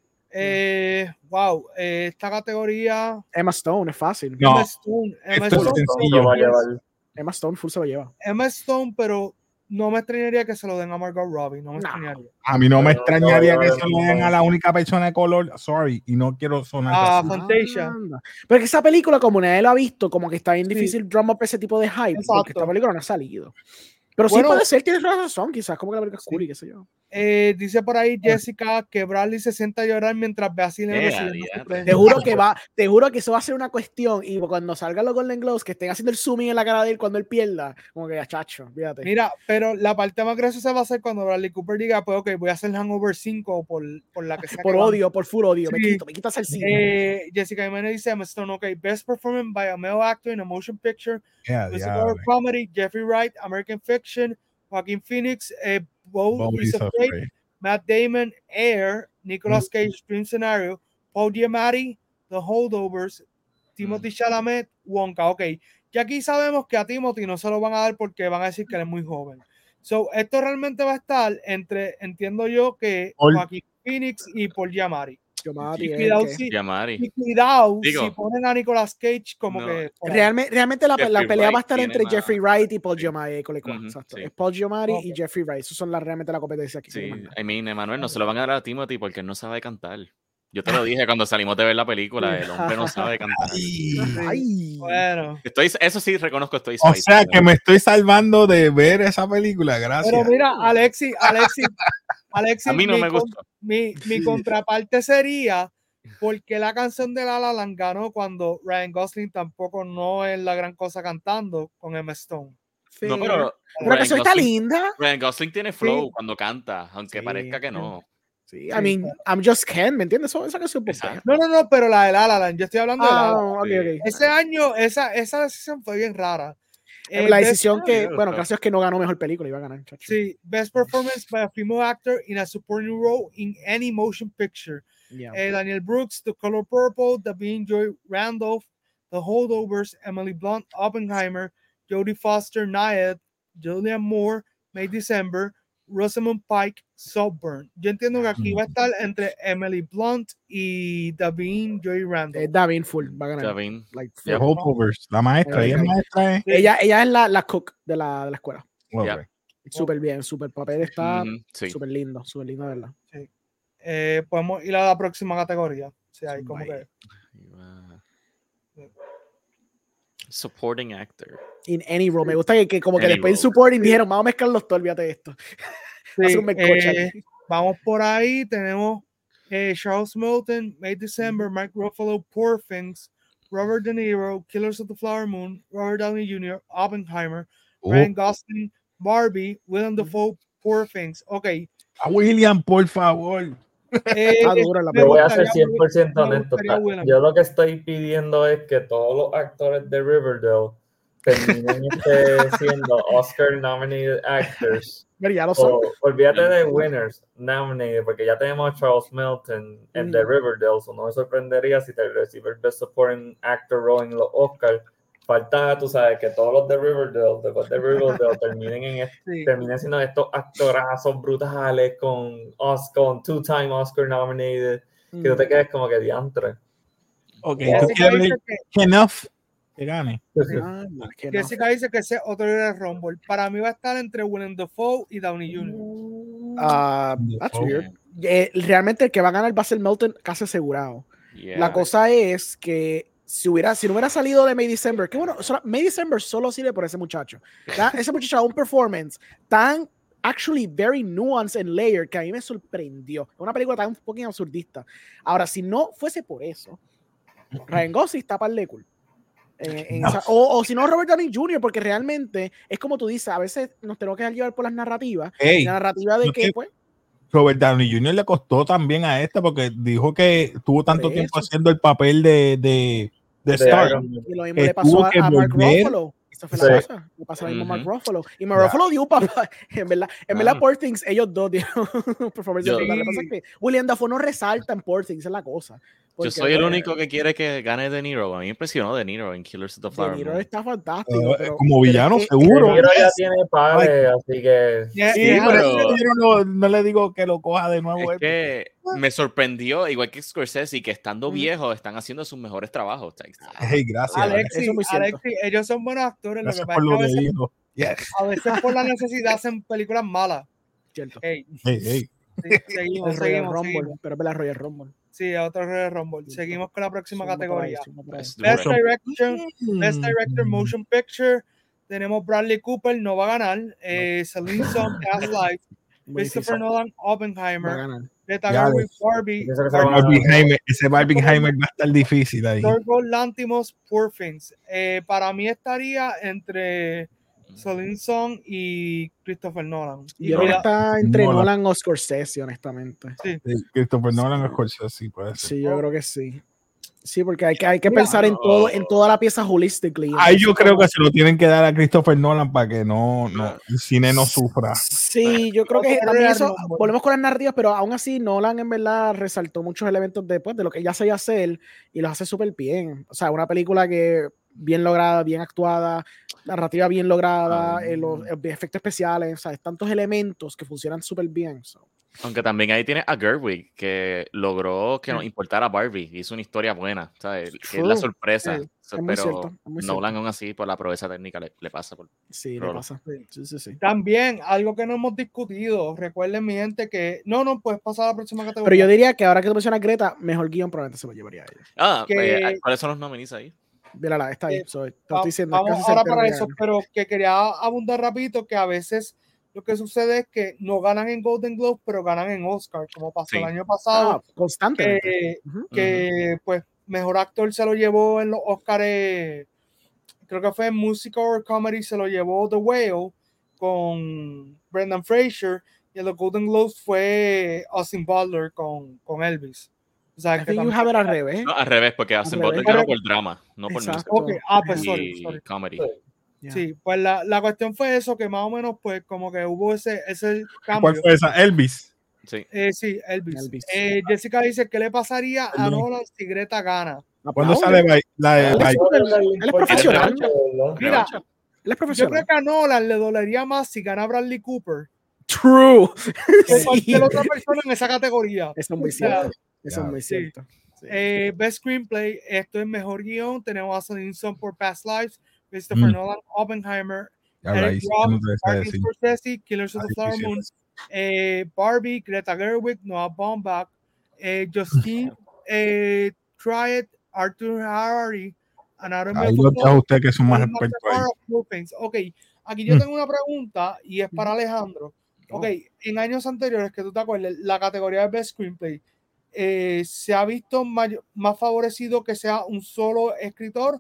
Eh, wow, eh, esta categoría. Emma Stone es fácil. No, Emma Stone. Emma esto es Stone, sencillo. Lo va a llevar. Emma Stone full se lo lleva. Emma Stone, pero no me extrañaría que se lo den a Margot Robbie. No me No. extrañaría. A mí no me Pero no extrañaría va a que llevar se lo den a la única persona de color. Sorry, y no quiero sonar Ah, así. Fantasia. Anda. Pero es que esa película, como nadie la ha visto, como que está bien Sí. difícil drum up ese tipo de hype, porque Exacto. esta película no ha salido. Pero Bueno, sí puede ser, tienes razón, quizás como que la película es sí. cool y qué sé yo. Eh, dice por ahí Jessica que Bradley se sienta a llorar mientras ve a Cillian Eh, recibiendo adiante. su premio. Te juro que va, te juro que eso va a ser una cuestión y cuando salgan los Golden Globes que estén haciendo el zooming en la cara de él cuando él pierda, como que chacho, fíjate. Mira, pero la parte más graciosa va a ser cuando Bradley Cooper diga, pues ok, voy a hacer Hangover cinco por, por la que sea. por que gane. odio, por full odio, me Sí. quito, me quitas el cine. Eh, Jessica Jimenez dice, Emma Stone, ok, Best Performance by a Male Actor in a Motion Picture, Yeah, Musical yeah, or Comedy, Jeffrey Wright, American Fiction, Joaquin Phoenix, eh, Both Bo is is Afraid, afraid. Matt Damon, Air, Nicolas Cage, Dream Scenario, Paul Giamatti, The Holdovers, Timothy Chalamet, Wonka. Ok, ya aquí sabemos que a Timothy no se lo van a dar porque van a decir que él es muy joven. So, esto realmente va a estar entre, entiendo yo, que Paul. Joaquin Phoenix y Paul Giamatti. Giamatti Y es cuidado, el que- si, Giamatti. y cuidado Digo, si ponen a Nicolas Cage como no, que... por ahí. Realmente, realmente la, la Jeffrey pelea va a Wright estar tiene entre más- Jeffrey Wright y Paul sí. Giamatti. Con Ujú, exacto. sí. Es Paul Giamatti Ok. y Jeffrey Wright. Esos son la, realmente la competencia aquí. Sí, I mean, Emanuel, no se lo van a dar a Timothy porque él no sabe cantar. Yo te lo dije cuando salimos de ver la película, el hombre no sabe cantar. Ay. Ay. Bueno, Estoy, eso sí, reconozco, estoy O spicy, sea pero- que me estoy salvando de ver esa película, gracias. pero mira, Alexi, Alexi, Alexi, A mí no mi, me con- gustó. mi, mi contraparte sería porque la canción de La La Land ganó cuando Ryan Gosling tampoco no es la gran cosa cantando con Emma Stone. No, pero Pero la Ryan canción está Gosling, linda. Ryan Gosling tiene flow Sí. cuando canta, aunque Sí, parezca que sí. no. Sí, I Sí, mean, pero- I'm just Ken, ¿me entiendes? Eso- Esa canción es Exacto. No, no, no, pero la de La La Land, yo estoy hablando de La La Land. Ah, ok, Sí. ok. Ese año, esa, esa decisión fue bien rara. Eh, La Best- decisión que, me bueno, gustó. gracias que no ganó mejor película, iba a ganar, chacho. sí, Best Performance by a Female Actor in a Supporting Role in Any Motion Picture. Yeah. Eh, Daniel Brooks, The Color Purple, Davine Joy Randolph, The Holdovers, Emily Blunt, Oppenheimer, Jodie Foster, Nayad, Julianne Moore, May December, Rosamund Pike, Saltburn. Yo entiendo que aquí va a estar entre Emily Blunt y Davine Joy Eh, Randolph. Davin full, va a ganar. Davin. Like, full. The Yep. Holdovers, la maestra, ella es Ok. maestra. ¿eh? Sí. Ella, ella es la, la cook de la, de la escuela. Ok. Yeah. Súper bien, súper papel está Ujú, sí. súper lindo, súper lindo, ¿verdad? Eh, podemos ir a la próxima categoría. O sea, hay como Vaya. que. Uh, supporting actor. In any role. Me gusta que, que como que Any después en role. supporting dijeron, vamos a mezclarlos todos, olvídate de esto. Va a ser Sí, un melcocha eh, aquí. vamos por ahí. Tenemos eh, Charles Milton, May December, Mark Ruffalo, Poor Things, Robert De Niro, Killers of the Flower Moon, Robert Downey Junior, Oppenheimer, Oh. Ryan Gosling, Barbie, Willem Dafoe, Poor Things. Ok. A William, por favor. Eh, Está dura la me Yo voy a gustaría ser cien por ciento Will- me honesto. gustaría Willem. Yo lo que estoy pidiendo es que todos los actores de Riverdale terminen este, siendo Oscar nominated actors. Pero ya lo son. O, olvídate de winners nominated, porque ya tenemos a Charles Milton en The Mm. Riverdale, so no me sorprendería si te recibe el Best Supporting Actor role en los Oscars. Falta, tú sabes, que todos los de Riverdale, después de Riverdale, terminen, en este, Sí. terminen siendo estos actorazos brutales con, Oscar, con two-time Oscar nominated, que tú te quedes como que diantre. Ok, Jessica tú quieres dice ver que, que enough que gane. Ah, no, es que no. Jessica dice que ese otro era el Rumble. Para mí va a estar entre Willem Dafoe y Downey junior Ah, that's weird. Eh, realmente el que va a ganar va a ser Milton casi asegurado. Yeah. La cosa es que si hubiera, si no hubiera salido de May December, que bueno, solo- May December solo sirve por ese muchacho. Ya, ese muchacho da un performance tan actually very nuanced and layered que a mí me sorprendió. Es una película tan un poquito absurdista. Ahora, si no fuese por eso, Ryan Gosling está par de cool. Eh, en No. esa- o, o si no, Robert Downey junior, porque realmente es como tú dices, a veces nos tenemos que dejar llevar por las narrativas. Ey, La narrativa de no que, te- pues, Robert Downey junior le costó también a esta porque dijo que tuvo tanto Por tiempo eso. haciendo el papel de, de, de De Stark. Iron Man. y lo mismo que le pasó tuvo a, que a Mark volver. Ruffalo. Esa fue Sí. la cosa. Le pasó lo mismo a Mark Ujú. Ruffalo. Y Mark Ya. Ruffalo dio papá. En verdad, en verdad, Ah. Poor Things, ellos dos dieron performance Yo- brutal. Lo que pasa es que William Dafoe no resalta en Poor Things, esa es la cosa. Yo Porque, soy el pues, único que quiere que gane De Niro. A mí me impresionó De Niro en Killers of the De Flower Niro Moon. está fantástico. Ah, pero, como pero es villano, que- De seguro. Niro ya tiene padre, así que Yeah, Sí, yeah, pero pero- yo no, no le digo que lo coja de nuevo. Es que me sorprendió, igual que Scorsese, que estando Mm. viejos están haciendo sus mejores trabajos. O sea, Hey, gracias. Alexi, Eso es muy cierto. Alexi, ellos son buenos actores. Gracias lo que por pasa lo es que que a veces, dijo. Yes. a veces por la necesidad hacen películas malas. Cierto. Hey, Hey, hey. sí, seguimos, El Royal seguimos, Rumble, seguimos. pero es la Royal Rumble. Sí, otro Royal Rumble. Seguimos con la próxima Suma por ahí, categoría. suma por ahí. Pues, Best duro. Direction, Best Mm. Director Motion Picture. Tenemos Bradley Cooper, no va a ganar. Eh, Celine Song, Past Life. Muy difícil. Christopher Nolan, Va a Oppenheimer. ganar. Greta Ya Gerwig, ves. Barbie. Pienso que se lo van a- Barbenheimer, ese Barbenheimer va a estar difícil ahí. Yorgos Lanthimos, Poor Things. Eh, para mí estaría entre Celine Song y Christopher Nolan. Y Yo creo que cuida- está entre Nolan. Nolan o Scorsese, honestamente. Sí, Christopher Nolan o Scorsese, sí puede ser. Sí, yo creo que sí. Sí, porque hay que, hay que Mira, pensar no. en todo, en toda la pieza holistically. Ahí yo creo que se lo tienen que dar a Christopher Nolan para que no, no el cine no sufra. Sí, yo creo que también eso, volvemos con las narrativas, pero aún así Nolan en verdad resaltó muchos elementos después de lo que ya sabía hacer y los hace súper bien. O sea, una película que bien lograda, bien actuada, narrativa bien lograda, um, eh, los, los efectos especiales, o sea, tantos elementos que funcionan súper bien. So. Aunque también ahí tiene a Gerwig, que logró que nos importara Barbie. Hizo una historia buena, ¿sabes? Que es la sorpresa. Sí, so, es pero cierto, es Nolan aún así, por la proeza técnica, le, le pasa. Por, sí, por le pasa. Sí, sí, sí. También, algo que no hemos discutido, recuerden mi gente que... No, no, puedes pasar a la próxima categoría. Pero yo diría que ahora que tú mencionas Greta, mejor guión probablemente se lo llevaría a ella. Ah, que, eh, ¿cuáles son los nominees ahí? Mírala, está ahí. Eh, so, te va, estoy diciendo, vamos ahora para eso, pero que quería abundar rapidito que a veces lo que sucede es que no ganan en Golden Globe, pero ganan en Oscar, como pasó sí. el año pasado. Ah, constantemente. Que, uh-huh. que uh-huh. pues, mejor actor se lo llevó en los Oscars, creo que fue en Musical or Comedy, se lo llevó The Whale con Brendan Fraser, y en los Golden Globes fue Austin Butler con, con Elvis. O sea, que you have it al revés. No, al revés, porque Austin Butler ganó por drama, no por musical. Okay. Ah, pues sorry, sorry. comedy. Yeah. Sí, pues la, la cuestión fue eso, que más o menos pues como que hubo ese, ese cambio. ¿Cuál fue esa? Elvis. Sí, eh, sí Elvis. Elvis. Eh, Jessica dice, ¿qué le pasaría a Nolan si Greta gana? ¿Cuándo sale la de Él es profesional. Mira, él es profesional. Yo creo que a Nolan le dolería más si gana Bradley Cooper. True. Que cualquier otra persona en esa categoría. Eso es muy cierto. Eso es muy cierto. Sí. Eh, Best Screenplay, esto es mejor guión. Tenemos a Sonny por Past Lives, Christopher mm. Nolan, Oppenheimer, Eric Roth, Martin Scorsese, Killers of the Flower Moon, eh, Barbie, Greta Gerwig, Noah Baumbach, eh, Justine eh, Triet, Arthur Harari, Anatomy of a Fall, usted que son más expertos ahí. Ok, aquí yo tengo una pregunta y es para Alejandro. Ok, en años anteriores, que tú te acuerdes, la categoría de Best Screenplay, Eh, ¿se ha visto mayor, más favorecido que sea un solo escritor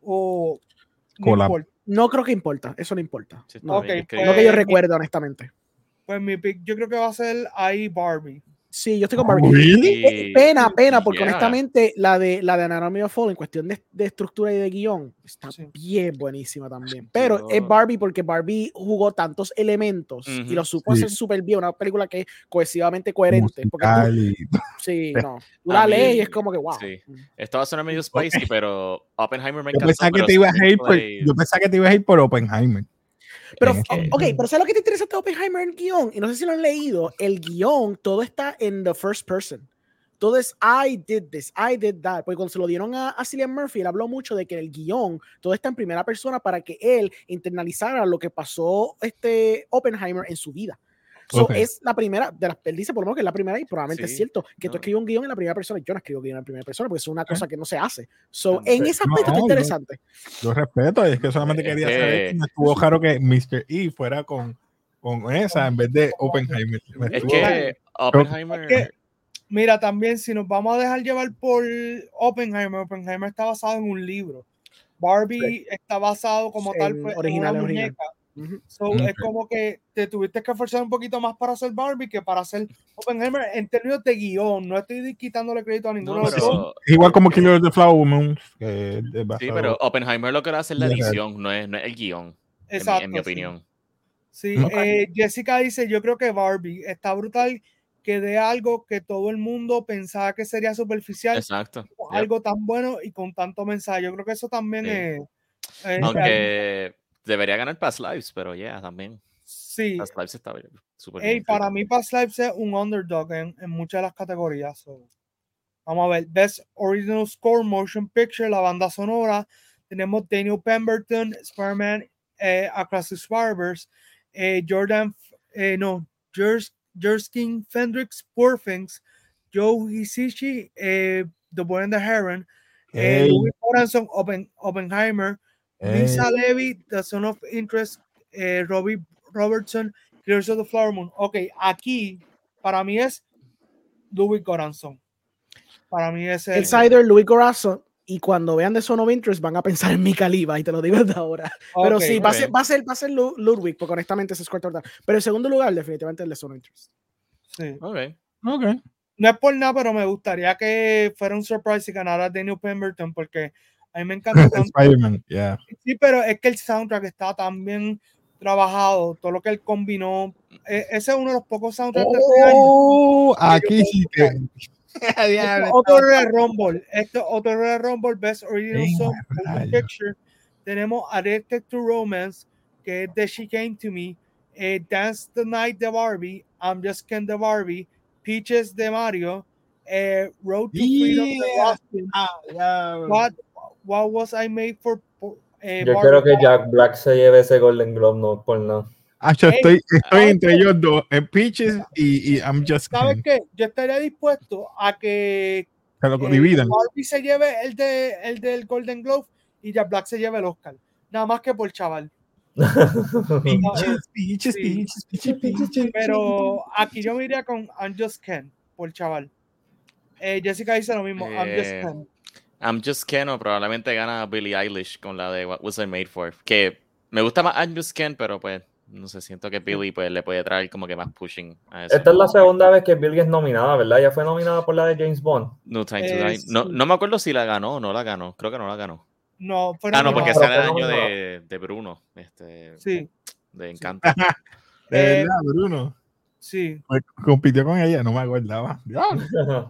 o no, importa? No creo que importa, eso no importa. Sí, no, okay, pues, no que yo recuerde, honestamente. Pues mi pick, yo creo que va a ser ahí Barbie. Sí, yo estoy con Barbie. Really? Pena, pena, porque yeah. honestamente la de la de Anatomy of a Fall en cuestión de, de estructura y de guión está sí. bien buenísima también. Pero sí. es Barbie porque Barbie jugó tantos elementos uh-huh. y lo supo sí. hacer súper bien. Una película que es cohesivamente coherente. Porque tú, sí, no. Tú la lees y es como que wow. Sí. Esto va a sonar medio spicy, okay. pero Oppenheimer me yo encantó. Pensaba que te ibas a ir por, yo pensaba que te ibas a ir por Oppenheimer. Pero, ok, pero ¿sabes lo que te interesa de Oppenheimer en el guión? Y no sé si lo han leído. El guión, todo está en the first person. Todo es I did this, I did that. Porque cuando se lo dieron a, a Cillian Murphy, él habló mucho de que el guión, todo está en primera persona para que él internalizara lo que pasó este Oppenheimer en su vida. So, okay. Es la primera, de las, él dice por lo menos que es la primera y probablemente sí, es cierto que no. tú escribes un guión en la primera persona. Yo no escribo guión en la primera persona porque es una cosa que no se hace. So, en ese aspecto no, es interesante. Yo, yo respeto, es que solamente es quería que... saber que me estuvo raro que mister E fuera con, con esa en vez de Oppenheimer. Me es estuvo... que Oppenheimer... Es que, mira, también si nos vamos a dejar llevar por Oppenheimer, Oppenheimer está basado en un libro. Barbie sí. está basado como sí, tal pues, original, en una original. muñeca. Uh-huh. So, okay. Es como que te tuviste que esforzar un poquito más para hacer Barbie que para hacer Oppenheimer en términos de guión. No estoy quitándole crédito a ninguno no, de los dos. Igual como Killer of the Flower Moon. Que sí, pero Oppenheimer lo que hace es la edición, no es, no es el guión. Exacto. En mi, en mi opinión. Sí, sí okay. eh, Jessica dice: yo creo que Barbie está brutal que dé algo que todo el mundo pensaba que sería superficial. Exacto. Algo yep. tan bueno y con tanto mensaje. Yo creo que eso también sí. es. es. Aunque. Debería ganar Past Lives, pero ya yeah, también. Sí. Past Lives está súper hey, bien. Para mí, Past Lives es un underdog en, en muchas de las categorías. So. Vamos a ver. Best Original Score, Motion Picture, la banda sonora. Tenemos Daniel Pemberton, Spider-Man, eh, Across the Spider-Verse, eh, Jordan, eh, no, Jerskin Fendrix, Poor Things, Joe Hisaishi, eh, The Boy and the Heron, eh, hey. Louis Goranson, Oppen, Oppenheimer, Hey. Lisa Levy, The Son of Interest, eh, Robbie Robertson, Killers of the Flower Moon. Ok, aquí para mí es Louis Goranson. Para mí es el Insider Louis Goranson. Y cuando vean The Son of Interest van a pensar en Mika Levi, y te lo digo desde ahora. Okay, pero sí, va, okay. a ser, va a ser, va a ser Ludwig, porque honestamente ese es corto. Pero en segundo lugar, definitivamente el The Son of Interest. Sí. Ok. Ok. no es por nada, pero me gustaría que fuera un surprise y ganara Daniel Pemberton, porque a mí me encanta Spider-Man, yeah. Sí, pero es que el soundtrack está tan bien trabajado, todo lo que él combinó. Eh, ese es uno de los pocos soundtracks de este año. Oh, aquí sí que. Esto, otro Royal Rumble. Esto otro Royal Rumble, Best Original Ey, Song, rayo. Motion Picture. Tenemos Addicted to Romance, que es de She Came to Me, eh, Dance the Night de Barbie, I'm Just Ken de Barbie, Peaches de Mario, eh, Road to Freedom de Yeah. Austin, Ah, yeah. What, What Was I Made for? Eh, Yo Barbie quiero que Barbie. Jack Black se lleve ese Golden Globe, no por nada. Ah, yo Ey, estoy, estoy ¿sabes entre qué? ellos dos, en Peaches y, y I'm Just ¿Sabes Ken. qué? Yo estaría dispuesto a que Que lo eh, dividan. Barbie se lleve el, de, el del Golden Globe y Jack Black se lleve el Oscar. Nada más que por chaval. No, eh, Peaches, sí. Peaches, Peaches, Peaches. Pero aquí yo me iría con I'm Just Ken, por chaval. Eh, Jessica dice lo mismo, I'm Just Eh, Ken. I'm Just Ken o probablemente gana Billie Eilish con la de What Was I Made For. Que me gusta más I'm Just Ken, pero pues no sé, siento que Billie pues, le puede traer como que más pushing a eso. Esta es la segunda vez que Billie es nominada, ¿verdad? Ya fue nominada por la de James Bond. No Time to Eh, Die. No, sí. no me acuerdo si la ganó o no la ganó. Creo que no la ganó. No, fue Ah, no, porque nominado. ese era el Pero fue año nominado. de, de Bruno. Este, Sí, de Encanto. De Eh, verdad, Bruno. sí. Pues, compitió con ella, no me acordaba. Diablo.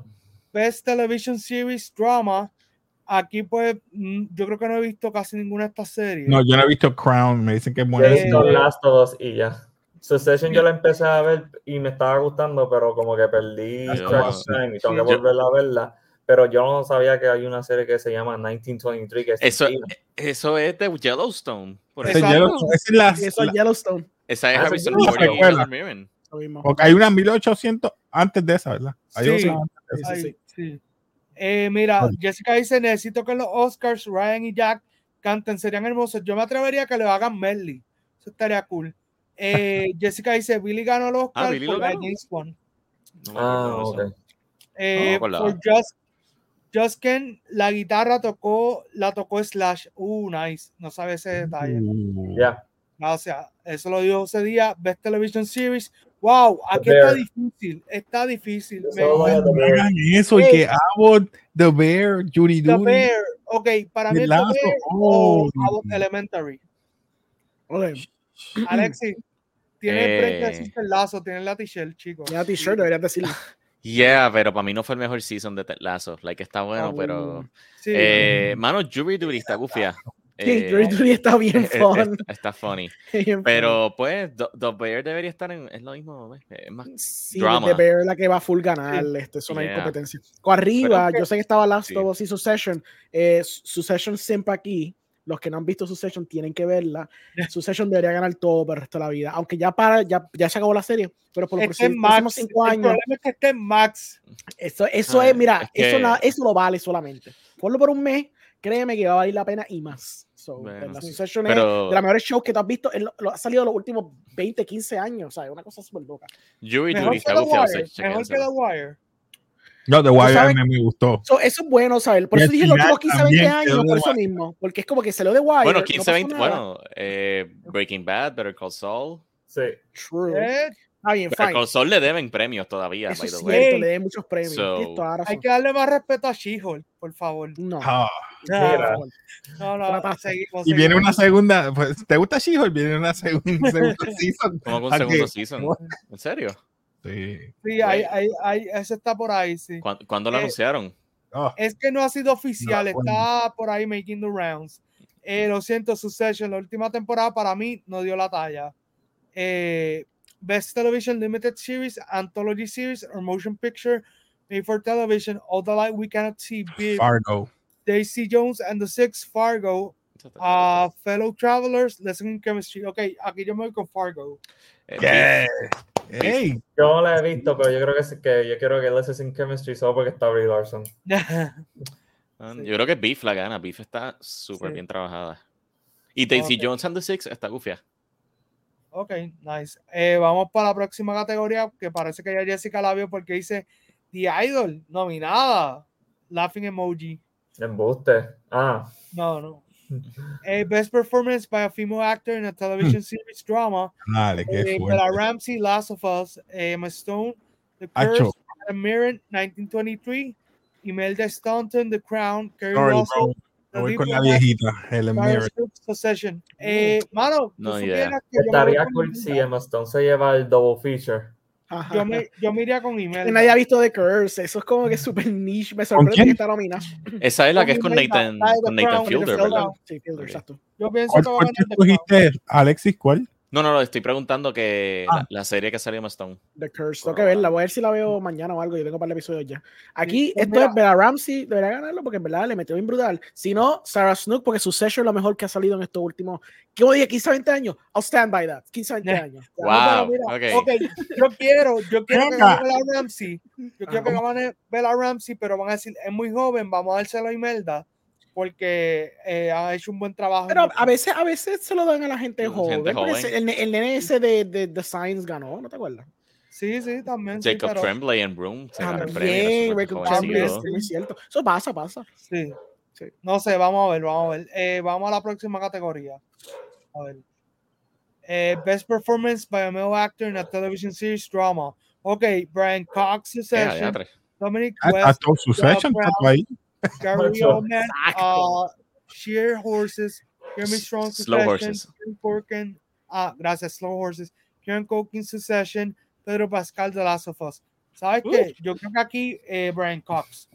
Best Television Series Drama. Aquí pues mm, yo creo que no he visto casi ninguna de estas series. No, yo no he visto Crown, me dicen que es Yo buena. he visto Eh, Last of Us y ya. Succession yo la empecé a ver y me estaba gustando, pero como que perdí Last of track Us, of time y tengo sí. que volverla a verla. Pero yo no sabía que hay una serie que se llama diecinueve veintitrés que es Eso, china. eso es de Yellowstone. Por Ese eso. Exacto. Yellow- esa es la- Sí, eso es la- Yellowstone. Esa es Ah, esa Harrison es la Ford y secuela. Helen Mirren. Lo mismo. porque hay una mil ochocientos antes de esa, ¿verdad? Hay Sí. otra antes de esa. Ay, sí. sí. Eh, mira, Vale. Jessica dice, necesito que en los Oscars Ryan y Jack canten, serían hermosos. Yo me atrevería a que lo hagan Medley. Eso estaría cool. Eh, Jessica dice, Billy ganó el Oscar Ah, Billy por lo la de ganó. James Bond. No me acuerdo Ah, de ok. eso. Eh, No me acordaba. por Just, Just Ken, la guitarra tocó, la tocó Slash. Uh, nice. No sabe ese detalle. Uh, Ya. Gracias. Eso lo dijo ese día. Best Television Series. Wow, aquí The está Bear. difícil. Está difícil. Yo Me- solo voy a The no Bear. hagan eso y Ey. que Abbott, The Bear, Judy The Duty. Bear. Ok, para mí El es The Lazo. Bear Oh. o Abbott Elementary. Ok, Alexi, tiene el frente Eh. existe el lazo, tiene la t-shirt, chicos. ya t-shirt deberías decirlo. Yeah, pero para mí no fue el mejor season de Ted Lasso. Like, está bueno, Oh. pero... Sí. Eh, mano, Jury Duty está gufia. Sí, Eh, Jury Duty está bien eh, eh, fun. está, está funny. Bien Pero pues, The, The Bear debería estar en... Es lo mismo, ¿ves? Es más fun. Sí, drama. The Bear es la que va a full ganar. Sí. Este, eso no hay Yeah. competencia. Con arriba, Pero- yo sé que estaba Last Sí. of Us y Succession. Eh, Succession siempre aquí. Los que no han visto Succession tienen que verla. Succession debería ganar todo por el resto de la vida. Aunque ya para, ya, ya se acabó la serie. Pero por los Este es próximos próximos Max. cinco El años. problema es que este es Max. Eso, eso Ah, es, mira, es que- eso, nada- eso lo vale solamente. Ponlo por un mes, créeme que va a valer la pena y más. So, Bueno, la sí. Succession Pero- es de las mejores shows que tú has visto. En lo, lo- ha salido en los últimos veinte, quince años. O sea, es una cosa súper loca. Jury Mejor Duty que está The gufia. Wire. Mejor que The Wire. No, The Wire sabes- me, me gustó. So, eso es bueno, ¿sabes? Por Y eso al dije los final últimos quince, veinte también años, quedó por The eso Wire. mismo. Porque es como que salió de Wire. Bueno, no quince, pasó veinte, nada. bueno, eh, Breaking Bad, Better Call Saul. Sí. True. Eh, Está bien, Better fine. Call Saul le deben premios todavía, Eso by es the cierto, way. le den muchos premios. So, Tienes toda la razón. hay que darle más respeto a She-Hulk, por favor. No. Ah, Mira. No, no, Trataste. seguimos. y viene seguimos. una segunda, pues, ¿te gusta She-Hulk? Viene una segunda, segunda season. como con ¿A segundo qué? season. ¿En serio? Sí. Sí, hay, hay, hay, ese está por ahí, sí. ¿Cuándo, cuándo lo Eh, anunciaron? Oh, Es que no ha sido oficial, No, bueno. está por ahí making the rounds. Eh, lo siento, Succession, la última temporada para mí no dio la talla. Eh, Best Television Limited Series, Anthology Series, or Motion Picture made for television, All the Light We Cannot See, Big, Fargo. Daisy Jones and the Six, Fargo, uh, Fellow Travelers, Lesson in Chemistry. Ok, aquí yo me voy con Fargo. Eh, Yeah. Hey, Yo no la he visto, pero yo creo que, sí que yo quiero que Lessons in Chemistry solo porque está Brie Larson. Ah, yo creo que Beef la gana. Beef está súper Sí. bien trabajada. Y Daisy Ok. Jones and the Six está gufia. Ok, nice. Eh, vamos para la próxima categoría, que parece que ya Jessica la vio porque dice The Idol, nominada. Laughing emoji. Embuste. Ah. No, no. Eh, best Performance by a Female Actor in a Television Series Drama. dale, qué Eh, fuerte. Bella Ramsey, Last of Us, eh, Emma Stone, The Acho. Curse, Mirren, nineteen twenty-three, Imelda Staunton, The Crown, Kerry Sorry, Russell, bro. Me voy con la viejita, Helen Mirren. Succession. Eh, mano, No, tú yeah. supieras que yo me Estaría voy cool con si Emma Stone se lleva el double feature. yo me, yo me iría con Que Imelda. nadie ha visto The Curse. Eso es como que súper niche. Me sorprende quién? que está nominada. Esa es la que es con Imelda, Nathan, la de The con Nathan Crown, Fielder, Nathan ¿verdad? Sí, Fielder, Ok. exacto. Yo pienso ¿Cuál que va a fue ganar que The Crown. escogiste, Alexis? ¿Cuál? No, no, no, estoy preguntando que Ah. la, la serie que salió Emma Stone. The Curse. Tengo que verla. Voy a ver si la veo mañana o algo. Yo tengo un par de episodios ya. Aquí, pues esto mira. es Bella Ramsey. Debería ganarlo porque en verdad le metió bien brutal. Si no, Sarah Snook, porque su session es lo mejor que ha salido en estos últimos. ¿Qué oye? quince a veinte años. I'll stand by that. quince a veinte Yeah. años. No, Wow, pero mira, ok. ok, yo quiero, yo quiero que Venga. gane Bella Ramsey. Yo quiero Ah, que gane Bella Ramsey, pero van a decir, es muy joven, vamos a dárselo a Imelda, porque eh, ha hecho un buen trabajo. Pero en a veces, a veces se lo dan a la gente Gente joven. porque joven. ese- el, el nene ese de, de The Signs ganó, ¿no te acuerdas? Sí, sí, también. Sí, Jacob pero, Tremblay en Broom se ganó el premio. También, era Ray súper Tremblay, jovencito. es muy cierto. Eso pasa, pasa. sí. Sí. No sé, vamos a ver, vamos a ver. Eh, vamos a la próxima categoría. A ver. Eh, Best Performance by a Male Actor in a Television Series Drama. Ok, Brian Cox, Eh, Succession, adiantre. Dominic Ah, West, está todo su session, está todo ahí. Gary Macho. Oldman, uh, Sheer Horses, Jeremy Strong, Slow Succession, Horses. Kieran Culkin, ah, gracias, Slow Horses, Kieran Culkin, Succession, Pedro Pascal, The Last of Us. ¿Sabes qué? Yo creo que aquí eh, Brian Cox.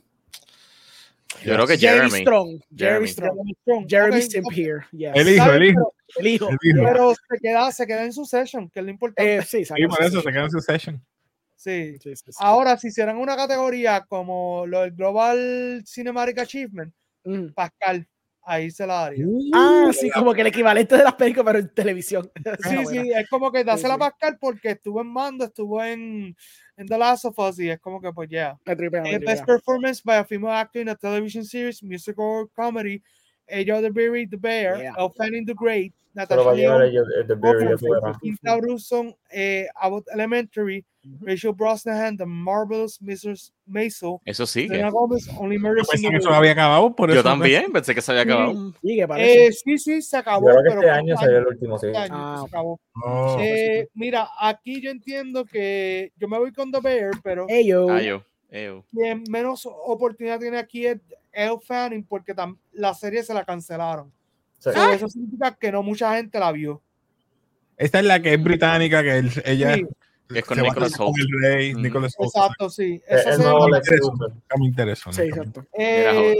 Yo creo que Jeremy Jeremy. Strong. Jeremy Jeremy. Strong. Jeremy Strong. Jeremy Ok, Stimp ok. here. Yes. El hijo, ¿Sabes? el hijo. Pero, El hijo. El hijo. pero se, queda, se queda en Succession, que es lo importante. Eh, sí, Sí, por eso se queda en su session. sí. Sí, sí, sí. Ahora, si hicieran una categoría como lo del Global Cinematic Achievement, Mm. Pascal, ahí se la daría. Ah, sí, como que el equivalente de las películas, pero en televisión. Sí, Ah, sí, es como que dásela Sí, a sí. Pascal porque estuvo en Mando, estuvo en, en The Last of Us y es como que pues ya. Me tripea, me Yeah. tripea. Best performance by a female actor in a television series, musical or comedy, Ella the Berry, The Bear, Yeah. Elle Fanning the Great, Se lo Natasha va a llevar Lyonne, ella el de Barry Oprah afuera. Quinta Brunson, eh, Abbott Elementary, Ujú. Rachel Brosnahan, The Marvelous missus Maisel, Eso sí. Selena Gomez, Only Murders Yo in pensé the que eso Building. había acabado, por Yo eso. también pensé que se había Sí. acabado. Sí, que parece. Eh, sí, sí, se Yo acabó. creo que pero este fue año este sería año, el último, sí. este año Ah, se acabó. Oh. Eh, mira, aquí yo entiendo que yo me voy con The Bear, pero Eyo. Ah, yo. Ew. quien menos oportunidad tiene aquí es Elle Fanning porque tam- la serie se la cancelaron. Sí. So, eso significa que no mucha gente la vio. Esta es la que es británica, que él- ella Sí, Que es con se va a Nicholas casar con Hoult. el rey, Ujú. Nicholas Hoult. exacto, sí. Es Esa el se nuevo llama- Lex Luthor. Me interesa. Sí, exacto. Mira, Eh,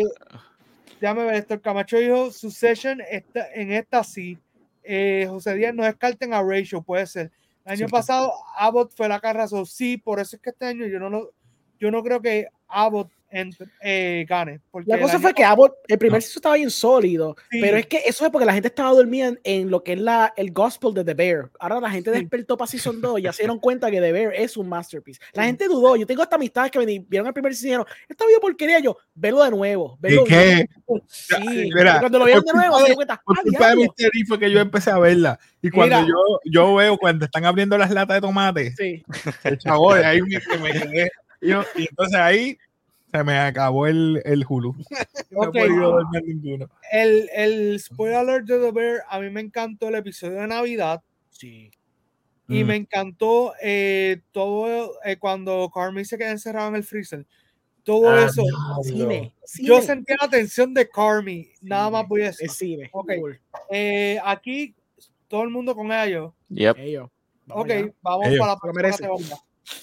déjame ver esto. El Camacho dijo Succession, esta, en esta sí. Eh, José Díaz, no descarten a Rachel, puede ser. El año Cierto. pasado Abbott fue la que arrasó, sí, por eso es que este año yo no lo, yo no creo que Abbott entre- eh, gane. Porque La el cosa año fue que pasado- Abbott, el primer season estaba bien sólido, Sí. pero es que eso es porque la gente estaba dormida en, en lo que es la, el gospel de The Bear. Ahora la gente Sí. despertó para Season dos y ya se dieron cuenta que The Bear es un masterpiece. La Sí. gente dudó. Yo tengo hasta amistades que me di- vieron el primer season y dijeron, esta video porquería. Yo, velo de nuevo. ¿Y Velo bien". qué? Sí. Mira, Y cuando lo vieron de por nuevo, culpa se de- dieron cuenta. Por "Ah, culpa de diablo". mister E fue que yo empecé a verla. Y cuando Mira. yo, yo veo cuando están abriendo las latas de tomate, Sí. el chavo, de ahí me, que me quedé. Y, yo- y entonces ahí se me acabó el, el Hulu. No Ok. he podido dormir ninguno. El, el spoiler alert de The Bear, a mí me encantó el episodio de Navidad Sí. y Mm. me encantó eh, todo eh, cuando Carmen se queda encerrado en el freezer. Todo Ah, eso. diablo. Cine. Cine. Yo sentía la tensión de Carmen, nada Cine. más voy a decir. Es cine. Ok. Cool. Eh, aquí todo el mundo con ellos. Yep. Ellos. Vamos Ok, allá. vamos Ellos. para la Se lo próxima merece. categoría.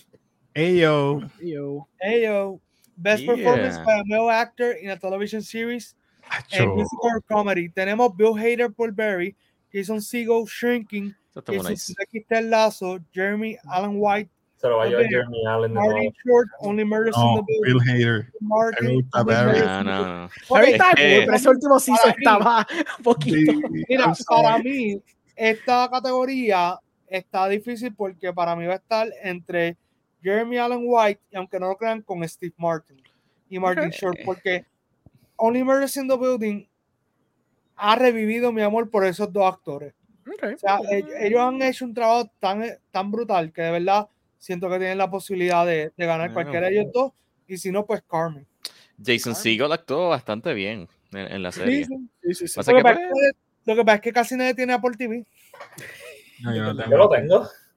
Eyo. Ellos. Ellos, Best Yeah. Performance by a Male Actor in a Television Series and Acho. Musical or Comedy. Tenemos Bill Hader por Barry, Jason Segel, Shrinking, Eso estuvo Jason nice. Sudeikis, Ted Lasso, Jeremy Allen White, Se lo va a llevar Ok. Jeremy Allen de Martin nuevo. Short, Only Murders in No, the Building, Bill Hader. Martin, Me gusta Only Barry. Murders No, in the no, Building. no. Ok, Barry está que- cool, pero ese último season para mí- estaba un poquito. Sí, Mira, I'm sorry. para mí, esta categoría está difícil porque para mí va a estar entre Jeremy Allen White y aunque no lo crean, con Steve Martin y Martin Ok. Short, porque Only Murders in the Building ha revivido mi amor por esos dos actores. Okay. O sea, ellos, ellos han hecho un trabajo tan, tan brutal que de verdad siento que tienen la posibilidad de, de ganar Bueno. cualquiera de ellos dos, y si no, pues Carmen. Jason Segel actuó bastante bien en, en la Sí, serie. sí. Sí, sí, sí. Pasa Lo, que que pasa pues, es que, lo que pasa es que casi nadie tiene Apple T V. No, yo no tengo. Yo lo tengo. Ay.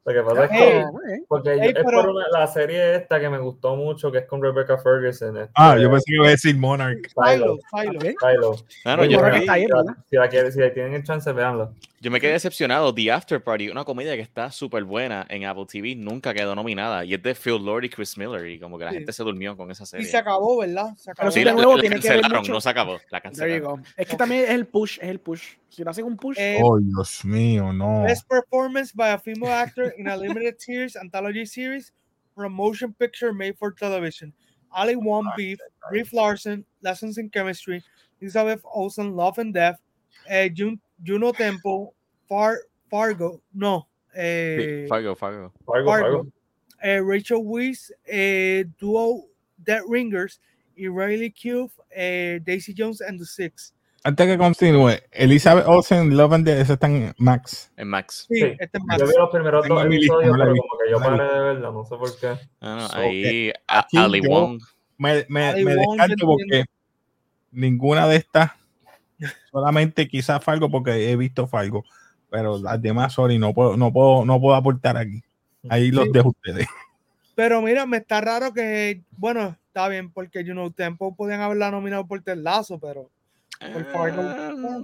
Lo que pasa es que Hey, porque hey, yo, es pero, por una, la serie esta que me gustó mucho, que es con Rebecca Ferguson. Este, Ah, yo pensé que iba a decir Monarch. Silo, Silo. Okay. Silo. Ah, no, Muy yo buena. estoy- está ahí, Si la- ¿verdad? si la quieren, si tienen el chance, véanlo. Yo me quedé decepcionado. The After Party, una comedia que está súper buena en Apple T V, nunca quedó nominada. Y es de Phil Lord y Chris Miller. Y como que la Sí. gente se durmió con esa Y serie. se acabó, ¿verdad? Se acabó. Pero sí, Sí, de la, nuevo la tiene que ver cancelaron, mucho. no se acabó. La There you cancelaron. go. Es que Ok. también es el push, es el push. Si le hacen un push, Eh, Oh, Dios mío, no. Best performance by a female actor in a limited series, anthology series, or a motion picture made for television. Ali Wong Beef, Brie Larson, Lessons in Chemistry, Elizabeth Olsen, Love and Death, eh, Jun- Juno Temple, Far Fargo, no, eh, Sí, Fargo, Fargo. Fargo, Fargo, Fargo. eh, Rachel Weisz, eh, Duo Dead Ringers, y Riley Keough, eh, Daisy Jones and the Six. Antes que continúe, Elizabeth Olsen, Love and Death, ese está en Max. En Max. Sí, Sí. este es Yo Max. vi los primeros Tengo dos en mi lista, episodios, no la he pero visto, como que yo no la he paré visto. de verla, no sé por qué. Ah, no, So, ahí eh, a- aquí Ali yo- Wong. Me, me, Ali me Wong, descarto yo porque entiendo. ninguna de estas, solamente quizás Fargo, porque he visto Fargo, pero las demás, sorry, no puedo, no puedo, no puedo aportar aquí. Ahí los Sí. dejo a ustedes. Pero mira, me está raro que, bueno, está bien, porque You Know Tempo podían haberla nominado por Ted Lasso, pero por Fargo, Ah,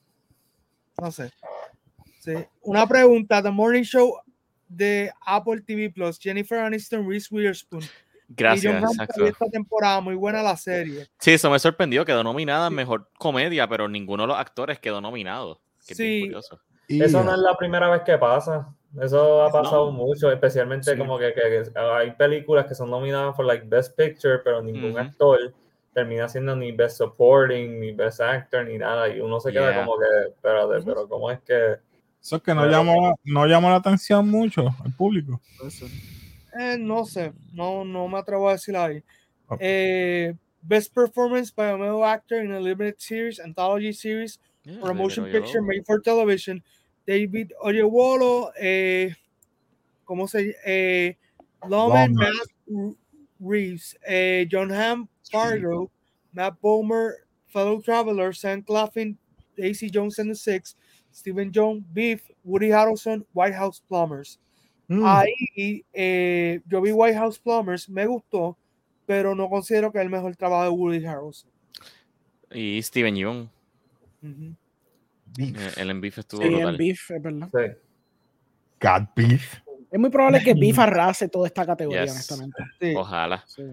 no sé. Sí. Una pregunta, The Morning Show de Apple T V Plus, Jennifer Aniston, Reese Witherspoon. y John Gracias, Hamm exacto. salió esta temporada, muy buena la serie. Sí, eso me sorprendió. Quedó nominada en Mejor Comedia, pero ninguno de los actores quedó nominado. Qué bien Sí, curioso. Y, Eso no es la primera vez que pasa. Eso ha pasado No. mucho, especialmente Sí. como que, que- que hay películas que son nominadas por like Best Picture, pero ningún Ujú. actor termina siendo ni Best Supporting, ni Best Actor, ni nada. Y uno se queda Yeah. como que, espérate, Ujú. pero ¿cómo es que...? eso es que no Pero- llamó, no llamó la atención mucho al público. eh, no sé, no, no me atrevo a decir ahí. Ok. Eh, Best Performance by a Male Actor in a Limited Series, Anthology Series, Yeah, or a Motion David Picture Oyelowo. made for television, David Oyelowo, eh, ¿cómo se eh, Lawman, Lawman. Matt Reeves, eh, John Hamm, Fargo, Matt Bomer, Fellow Traveler, Sam Claflin, Daisy Jones and the Six, Stephen Jones, Beef, Woody Harrelson, White House Plumbers. Mm. Ahí eh, yo vi White House Plumbers, me gustó, pero no considero que es el mejor trabajo de Woody Harrelson. Y Steven Yeun. Ujú. Beef. Eh, El en Beef estuvo Sí, en brutal. Beef, es verdad. Sí. God Beef. Es muy probable que Beef arrase toda esta categoría, Yes. honestamente. Sí. Ojalá. Sí.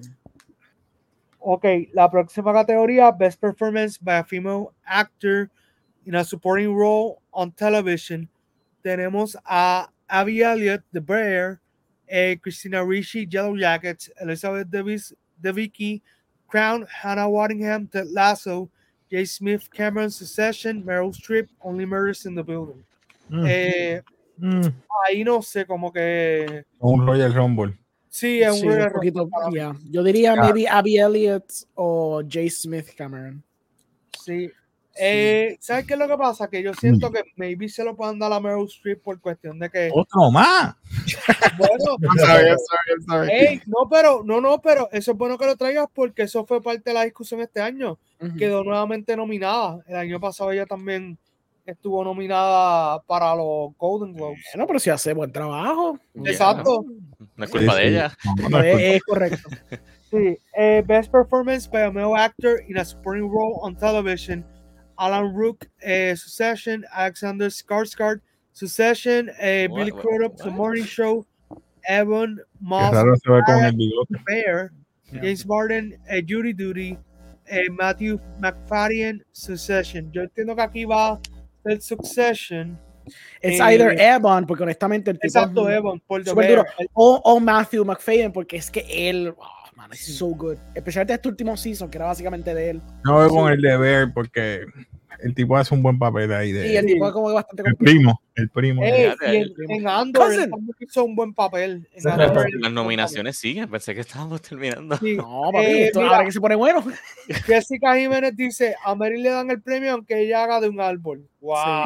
Ok, la próxima categoría, Best Performance by a Female Actor in a Supporting Role on Television. Tenemos a Abby Elliott, The Bear, eh, Christina Ricci, Yellow Jackets, Elizabeth Davis, Debicki, Crown, Hannah Waddingham, Ted Lasso, Jay Smith, Cameron, Succession, Meryl Streep, Only Murders in the Building. Mm. Eh, Mm. ahí no sé, como que Un Royal Rumble. sí, es un Sí, Royal un poquito, Rumble para mí. yeah. Yo diría Ya. maybe Abby Elliott o Jay Smith Cameron. Sí. Eh, ¿Sabes qué es lo que pasa? Que yo siento que maybe se lo puedan dar a Meryl Streep por cuestión de que, Otro más. bueno, I'm sorry, I'm sorry, I'm sorry. ey, no, pero, no, no, pero eso es bueno que lo traigas porque eso fue parte de la discusión este año. Ujú. Quedó nuevamente nominada. El año pasado ella también estuvo nominada para los Golden Globes. Bueno, pero si hace buen trabajo. Yeah. Exacto. No es culpa Sí, de sí. ella. No, no es Es, culpa. es correcto. Sí. Eh, Best Performance by a Male Actor in a Supporting Role on Television. Alan Rook, eh, Succession, Alexander Skarsgård, Succession, eh, What? Billy What? Crudup, The What? Morning Show, Evan Qué Moss, raro se ve con el bigote. Bear, Yeah. James Martin, eh, Judy Duty, eh, Matthew McFadden, Succession. Yo entiendo que aquí va el Succession. Es Eh, either Evan, porque honestamente el tipo Exacto, es Evan, por The súper Bear. duro, o, o Matthew McFadden, porque es que él, oh, man, es so good. Especialmente este último season, que era básicamente de él. No veo con el deber porque el tipo hace un buen papel ahí de Y el Sí. tipo es como que bastante el completo. primo, el primo. Ey, Fíjate, y en, el primo. en Andor él Cousin. también hizo un buen papel. En Sí. Andor él hizo Las un buen nominaciones siguen. Pensé que estábamos terminando. papel. Sí. No, papi, Eh, esto mira, ahora que se pone bueno. Jessica Jiménez dice, a Mary le dan el premio aunque ella haga de un árbol. Wow.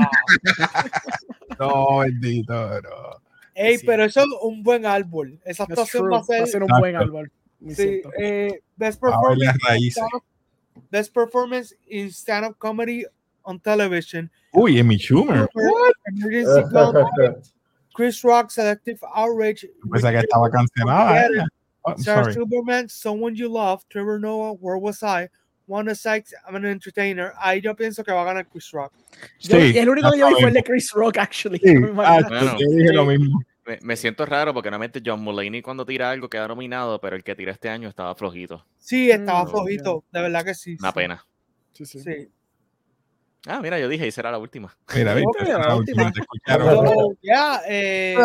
No, bendito, no. Ey, Sí. pero eso es un buen árbol. Esa That's actuación true. va a ser, Va a ser un Exacto. buen árbol. Muy sí, cierto. eh, best A ver performance las raíces. best performance in stand-up comedy on television. Uy, Amy Schumer. Emergency Call, Chris Rock, Selective Outrage. Pensé que estaba cancelada. Eh. Oh, Sarah Silverman, Someone You Love, Trevor Noah, Where Was I, Wanda Sykes, I'm an Entertainer. Ahí yo pienso que va a ganar Chris Rock. Sí, yo, y el único que yo vi fue el de Chris Rock, actually. Sí. No me Ah, bueno, yo dije lo mismo. Me, me siento raro porque normalmente John Mulaney cuando tira algo queda nominado, pero el que tira este año estaba flojito. Sí, estaba Mm, flojito, de verdad que sí. Una sí. pena. Sí, sí. Sí. Ah, mira, yo dije, y será la última. Mira, viste, Ok, esa es la la última. última, te escucharon. So, yeah, eh,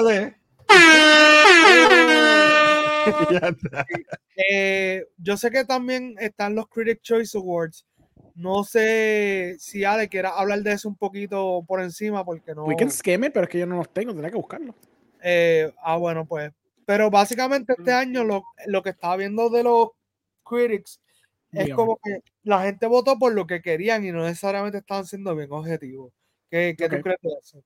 Ya está. eh, yo sé que también están los Critic Choice Awards. No sé si Ale quiera hablar de eso un poquito por encima, porque no. We can skim it, pero es que yo no los tengo, tendría que buscarlo. Eh, ah, bueno, pues. Pero básicamente este año lo, lo que estaba viendo de los critics es Dígame. como que la gente votó por lo que querían y no necesariamente estaban siendo bien objetivos. ¿Qué, qué Ok. tú crees de eso?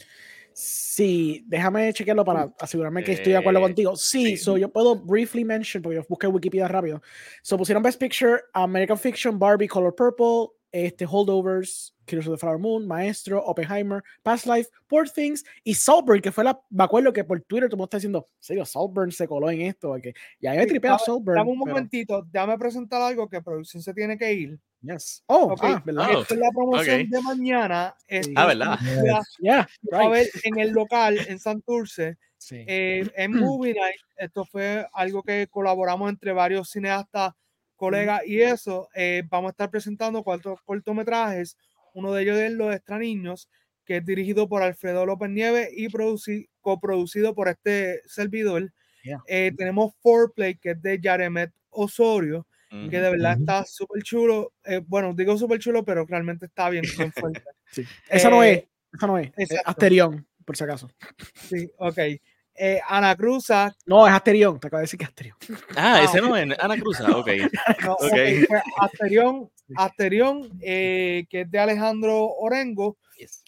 Sí, déjame chequearlo para asegurarme que estoy de acuerdo Eh, contigo. Sí, sí. so yo puedo briefly mention, porque yo busqué Wikipedia rápido. So pusieron Best Picture, American Fiction, Barbie, Color Purple, este, Holdovers, Killers of the Flower Moon, Maestro, Oppenheimer, Past Life, Poor Things y Saltburn, que fue la, me acuerdo que por Twitter todo el mundo está diciendo, serio, Saltburn se coló en esto, porque ya me Sí, tripé a dame, Saltburn. dame un pero- momentito, déjame presentar algo que producción se tiene que ir. Yes. Oh, Ok, ah, ¿verdad? Oh, esta es la promoción ok. de mañana. Esto Ah, es ¿verdad? un día Yeah, que va a right. haber en el local en Santurce. Sí. Eh, en Movie Night, esto fue algo que colaboramos entre varios cineastas, colegas y eso. Eh, vamos a estar presentando cuatro cortometrajes. Uno de ellos es Los Extraniños, que es dirigido por Alfredo López Nieves y produci- coproducido por este servidor. Yeah. Eh, tenemos Foreplay, que es de Yaremet Osorio, Ujú. que de verdad Ujú. está súper chulo. Eh, bueno, digo súper chulo, pero realmente está bien, bien fuerte. Sí. Esa no Eh, es, esa no es. Es exacto. Asterión, por si acaso. Sí, ok. Eh, Ana Cruza. No, es Asterión, te acabo de decir que es Asterión. Ah, Ah, ese no es Ana Cruz. Ok. No, Ok. okay, pues Asterión, Asterión eh, que es de Alejandro Orengo,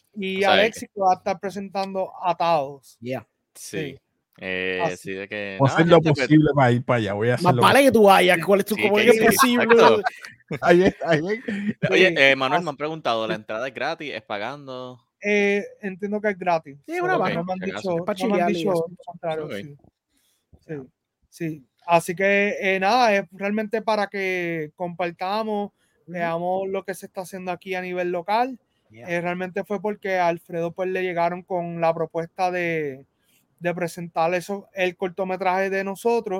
y O sea, Alexis que va a estar presentando Atados. Yeah. Sí. Sí. Eh, Así. sí, de que. Voy a nada, hacer lo gente, pues, posible para ir para allá. Voy a hacer Más lo vale que tú vayas. ¿Cuál es tu Sí, cómo que es sí, posible? exacto. Ahí está, ahí está. Oye, Sí, eh, Manuel, así- me han preguntado, ¿la entrada es gratis? ¿Es pagando? Eh, entiendo que es gratis. Sí, es So, una Ok, barra. no me han si acaso. dicho, Es para no me han chilear y dicho eso. lo contrario. Ok. Sí. Sí, sí. Así que eh, nada, es realmente para que compartamos, Ujú. veamos lo que se está haciendo aquí a nivel local. Yeah. Eh, realmente fue porque a Alfredo pues le llegaron con la propuesta de, de presentar eso, el cortometraje de nosotros,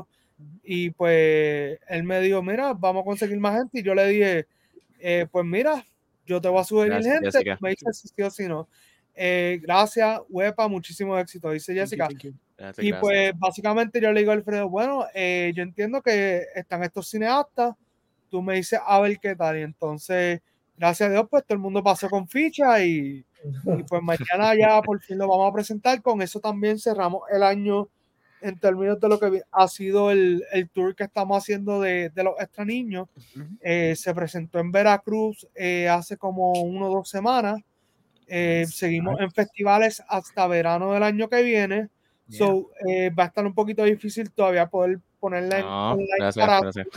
y pues él me dijo, mira, vamos a conseguir más gente, y yo le dije, eh, pues mira, yo te voy a sugerir Gracias, gente, Jessica. tú me dices si sí o si no. Eh, gracias, Huepa, muchísimo éxito, dice Thank you, Jessica. thank you. Gracias, Y gracias. pues básicamente yo le digo a Alfredo, bueno, eh, yo entiendo que están estos cineastas, tú me dices a ver qué tal, y entonces, gracias a Dios, pues todo el mundo pasó con ficha, y, y pues mañana ya por fin lo vamos a presentar. Con eso también cerramos el año en términos de lo que ha sido el, el tour que estamos haciendo de, de los Extra Niños. Ujú. Eh, se presentó en Veracruz eh, hace como una o dos semanas. Eh, Nice. seguimos en festivales hasta verano del año que viene. Yeah. So, eh, va a estar un poquito difícil todavía poder ponerla en No, online gracias, para gracias.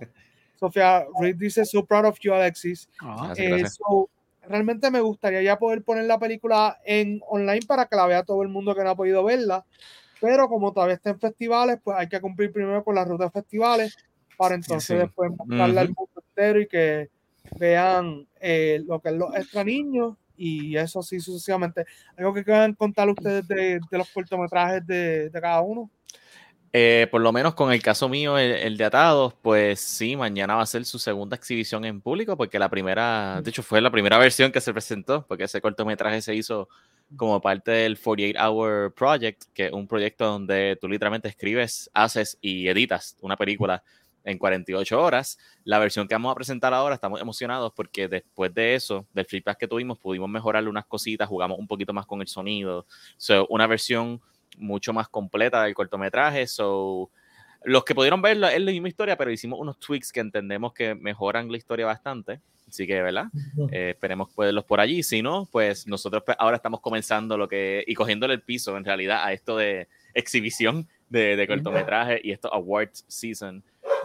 Sofía Reed dice, so proud of you, Alexis. Ah, Gracias, Eh, gracias. so, realmente me gustaría ya poder poner la película en online para que la vea todo el mundo que no ha podido verla. Pero como todavía está en festivales, pues hay que cumplir primero con las rutas de festivales para entonces Sí. después mostrarla al Ujú. mundo entero y que vean eh, lo que es los extra niños y eso así sucesivamente. ¿Algo que quieran contar ustedes de, de los cortometrajes de, de cada uno? Eh, por lo menos con el caso mío, el, el de Atados, pues sí, mañana va a ser su segunda exhibición en público, porque la primera, de hecho fue la primera versión que se presentó, porque ese cortometraje se hizo como parte del cuarenta y ocho hour Project, que es un proyecto donde tú literalmente escribes, haces y editas una película en cuarenta y ocho horas. La versión que vamos a presentar ahora, estamos emocionados porque después de eso, del feedback que tuvimos, pudimos mejorarle unas cositas, jugamos un poquito más con el sonido. So, una versión mucho más completa del cortometraje. So, los que pudieron verlo es la misma historia, pero hicimos unos tweaks que entendemos que mejoran la historia bastante. Así que, ¿verdad? Eh, esperemos poderlos por allí. Si no, pues nosotros ahora estamos comenzando lo que y cogiéndole el piso en realidad a esto de exhibición de, de cortometraje y esto awards season.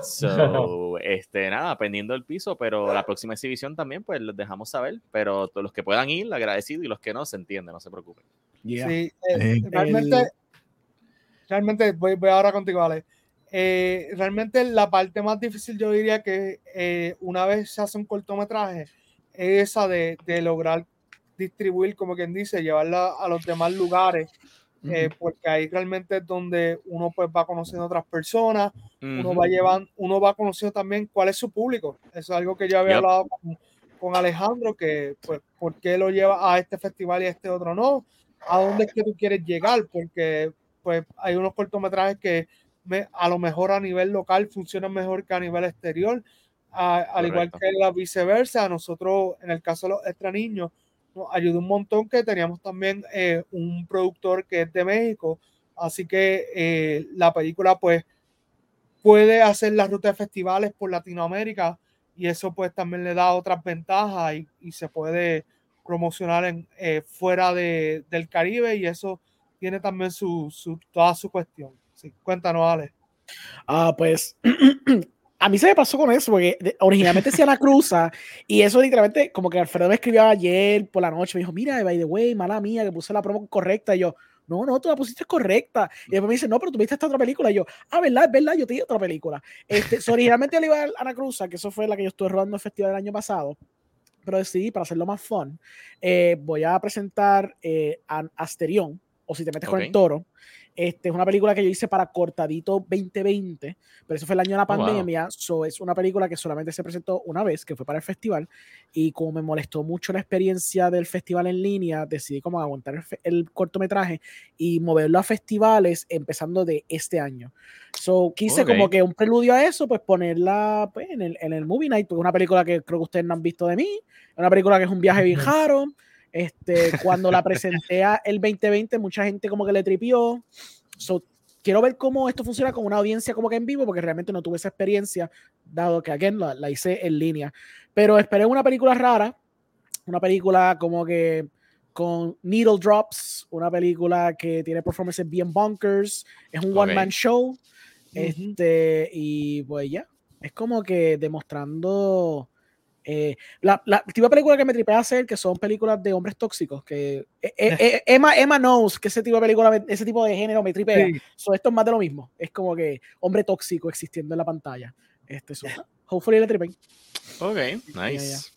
So, este, nada, pendiendo el piso, pero la próxima exhibición también, pues los dejamos saber. Pero todos los que puedan ir, agradecido, y los que no, se entiende, no se preocupen. Yeah. Sí, eh, sí. realmente, el... realmente voy, voy ahora contigo, Ale. Eh, realmente la parte más difícil yo diría que eh, una vez se hace un cortometraje es esa de, de lograr distribuir, como quien dice, llevarla a los demás lugares, uh-huh. eh, porque ahí realmente es donde uno pues va conociendo a otras personas, uh-huh. uno va llevando, uno va conociendo también cuál es su público. Eso es algo que yo había yep. hablado con, con Alejandro, que pues por qué lo lleva a este festival y a este otro no, a dónde es que tú quieres llegar, porque pues hay unos cortometrajes que me, a lo mejor a nivel local funcionan mejor que a nivel exterior, a, al igual que la viceversa. A nosotros, en el caso de los Extra Niños, nos ayudó un montón que teníamos también eh, un productor que es de México, así que eh, la película pues puede hacer la ruta de festivales por Latinoamérica y eso pues también le da otras ventajas y, y se puede promocionar en, eh, fuera de, del Caribe, y eso tiene también su, su, toda su cuestión. Sí, cuéntanos, Ale. Ah, pues a mí se me pasó con eso, porque originalmente decía Ana Cruza, y eso literalmente, como que Alfredo me escribió ayer por la noche, me dijo, mira, by the way, mala mía, que puse la promo correcta, y yo, no, no, tú la pusiste correcta, y después me dice, no, pero tú viste esta otra película, y yo, ah, verdad, es verdad, yo te di otra película. Este, so, originalmente le iba a Ana Cruza, que eso fue la que yo estuve rodando en el festival del año pasado, pero decidí, para hacerlo más fun, eh, voy a presentar eh, a Asterión, o Si te metes okay. con el toro. Este, es una película que yo hice para Cortadito veinte veinte, pero eso fue el año de la pandemia. Oh, wow. So es una película que solamente se presentó una vez, que fue para el festival, y como me molestó mucho la experiencia del festival en línea, decidí como aguantar el, el cortometraje y moverlo a festivales empezando de este año. So quise okay. como que un preludio a eso, pues ponerla pues, en, el, en el Movie Night, porque es una película que creo que ustedes no han visto de mí, es una película que es un viaje bien raro. Este, cuando la presenté a el veinte veinte, mucha gente como que le tripió. So, quiero ver cómo esto funciona con una audiencia como que en vivo, porque realmente no tuve esa experiencia, dado que again, la, la hice en línea. Pero esperé una película rara, una película como que con needle drops, una película que tiene performances bien bonkers, es un one-man okay. show. Este, uh-huh. Y pues ya, yeah, es como que demostrando... Eh, la, la tipo de película que me tripea hacer, que son películas de hombres tóxicos, que eh, eh, Emma, Emma knows que ese tipo de película, ese tipo de género me tripea. Sí. So, esto es más de lo mismo, es como que hombre tóxico existiendo en la pantalla. Este, so, hopefully le tripen. Ok, nice. Yeah, yeah.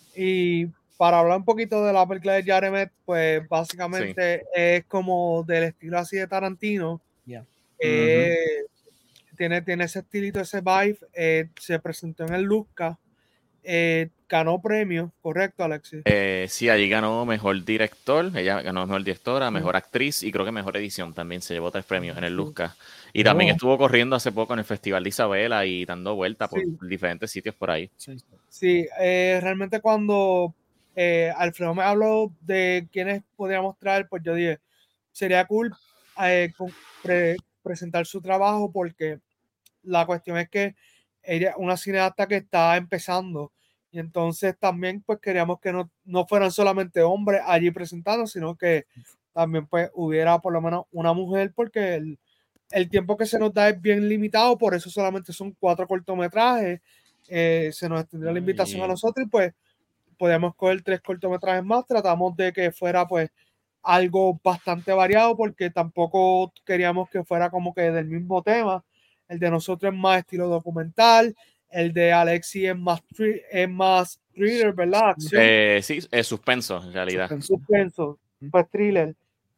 Y para hablar un poquito de la película de Jared, pues básicamente sí. es como del estilo así de Tarantino. Yeah. Eh, uh-huh. tiene, tiene ese estilito, ese vibe. Eh, se presentó en el Luzca. Eh, ganó premio, ¿correcto, Alexis? Eh, sí, allí ganó mejor director, ella ganó mejor directora, mejor actriz y creo que mejor edición también. Se llevó tres premios en el Luzca. Y oh. también estuvo corriendo hace poco en el Festival de Isabela y dando vueltas por sí. diferentes sitios por ahí. Sí, eh, realmente cuando eh, Alfredo me habló de quiénes podríamos traer, pues yo dije, sería cool eh, pre- presentar su trabajo, porque la cuestión es que ella es una cineasta que está empezando, y entonces también pues queríamos que no, no fueran solamente hombres allí presentando, sino que también pues hubiera por lo menos una mujer, porque el, el tiempo que se nos da es bien limitado, por eso solamente son cuatro cortometrajes. Eh, se nos extendió la invitación a nosotros y pues podíamos coger tres cortometrajes más. Tratamos de que fuera pues algo bastante variado, porque tampoco queríamos que fuera como que del mismo tema. El de nosotros es más estilo documental, el de Alexi es más, es más thriller, ¿verdad? Acción. Eh, sí, es suspenso en realidad. Suspenso, suspenso, pues thriller.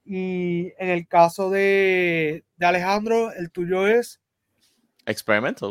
Y en el caso de, de Alejandro, el tuyo es... Experimental.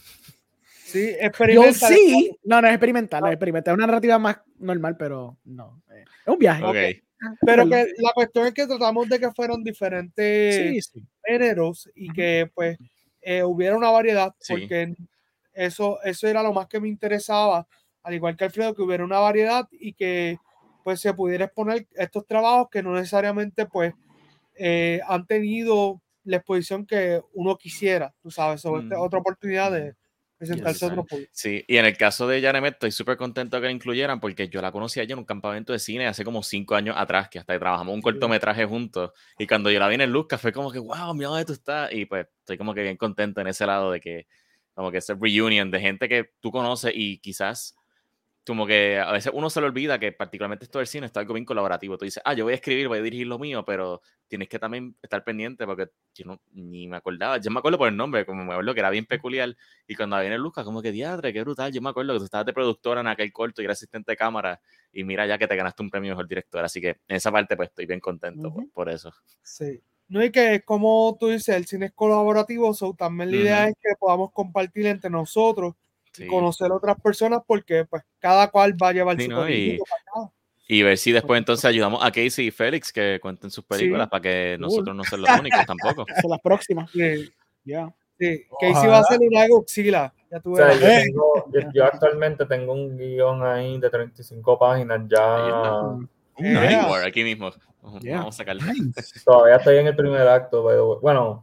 Sí, experimental. Yo sí. No, no es experimental, no es experimental. Es una narrativa más normal, pero no. Es un viaje. Okay. Pero que la cuestión es que tratamos de que fueran diferentes sí, sí. géneros y que pues eh, hubiera una variedad, sí. porque eso, eso era lo más que me interesaba, al igual que Alfredo, que hubiera una variedad y que pues se pudiera exponer estos trabajos que no necesariamente pues eh, han tenido la exposición que uno quisiera, tú sabes, sobre mm. otra oportunidad de presentarse yes, otro público. Sí, y en el caso de Jaremet estoy súper contento que la incluyeran, porque yo la conocí allá en un campamento de cine hace como cinco años atrás, que hasta trabajamos un cortometraje juntos, y cuando yo la vi en el Luzca fue como que, wow, mira dónde tú estás, y pues estoy como que bien contento en ese lado de que, como que ese reunion de gente que tú conoces y quizás como que a veces uno se le olvida que particularmente esto del cine está algo bien colaborativo. Tú dices, ah, yo voy a escribir, voy a dirigir lo mío, pero tienes que también estar pendiente porque yo no, ni me acordaba. Yo me acuerdo por el nombre, como me acuerdo que era bien peculiar. Y cuando viene Lucas, como que diadre, qué brutal. Yo me acuerdo que tú estabas de productora en aquel corto y era asistente de cámara. Y mira ya que te ganaste un premio mejor director. Así que en esa parte pues estoy bien contento uh-huh. por, por eso. Sí. No, y que como tú dices, el cine es colaborativo, so también la uh-huh. idea es que podamos compartir entre nosotros sí. y conocer a otras personas porque pues cada cual va a llevar sí, su ¿no? y, y ver si después entonces ayudamos a Casey y Félix que cuenten sus películas sí. para que cool. nosotros no sean los únicos tampoco. Son las próximas. Sí. Yeah. Sí. Casey va a hacer una Godzilla. Ya tú o sea, yo, tengo, yo, yo actualmente tengo un guión ahí de treinta y cinco páginas ya. Yeah. War, aquí mismo. Yeah. Vamos a sacarlo. Nice. Todavía estoy en el primer acto, pero bueno.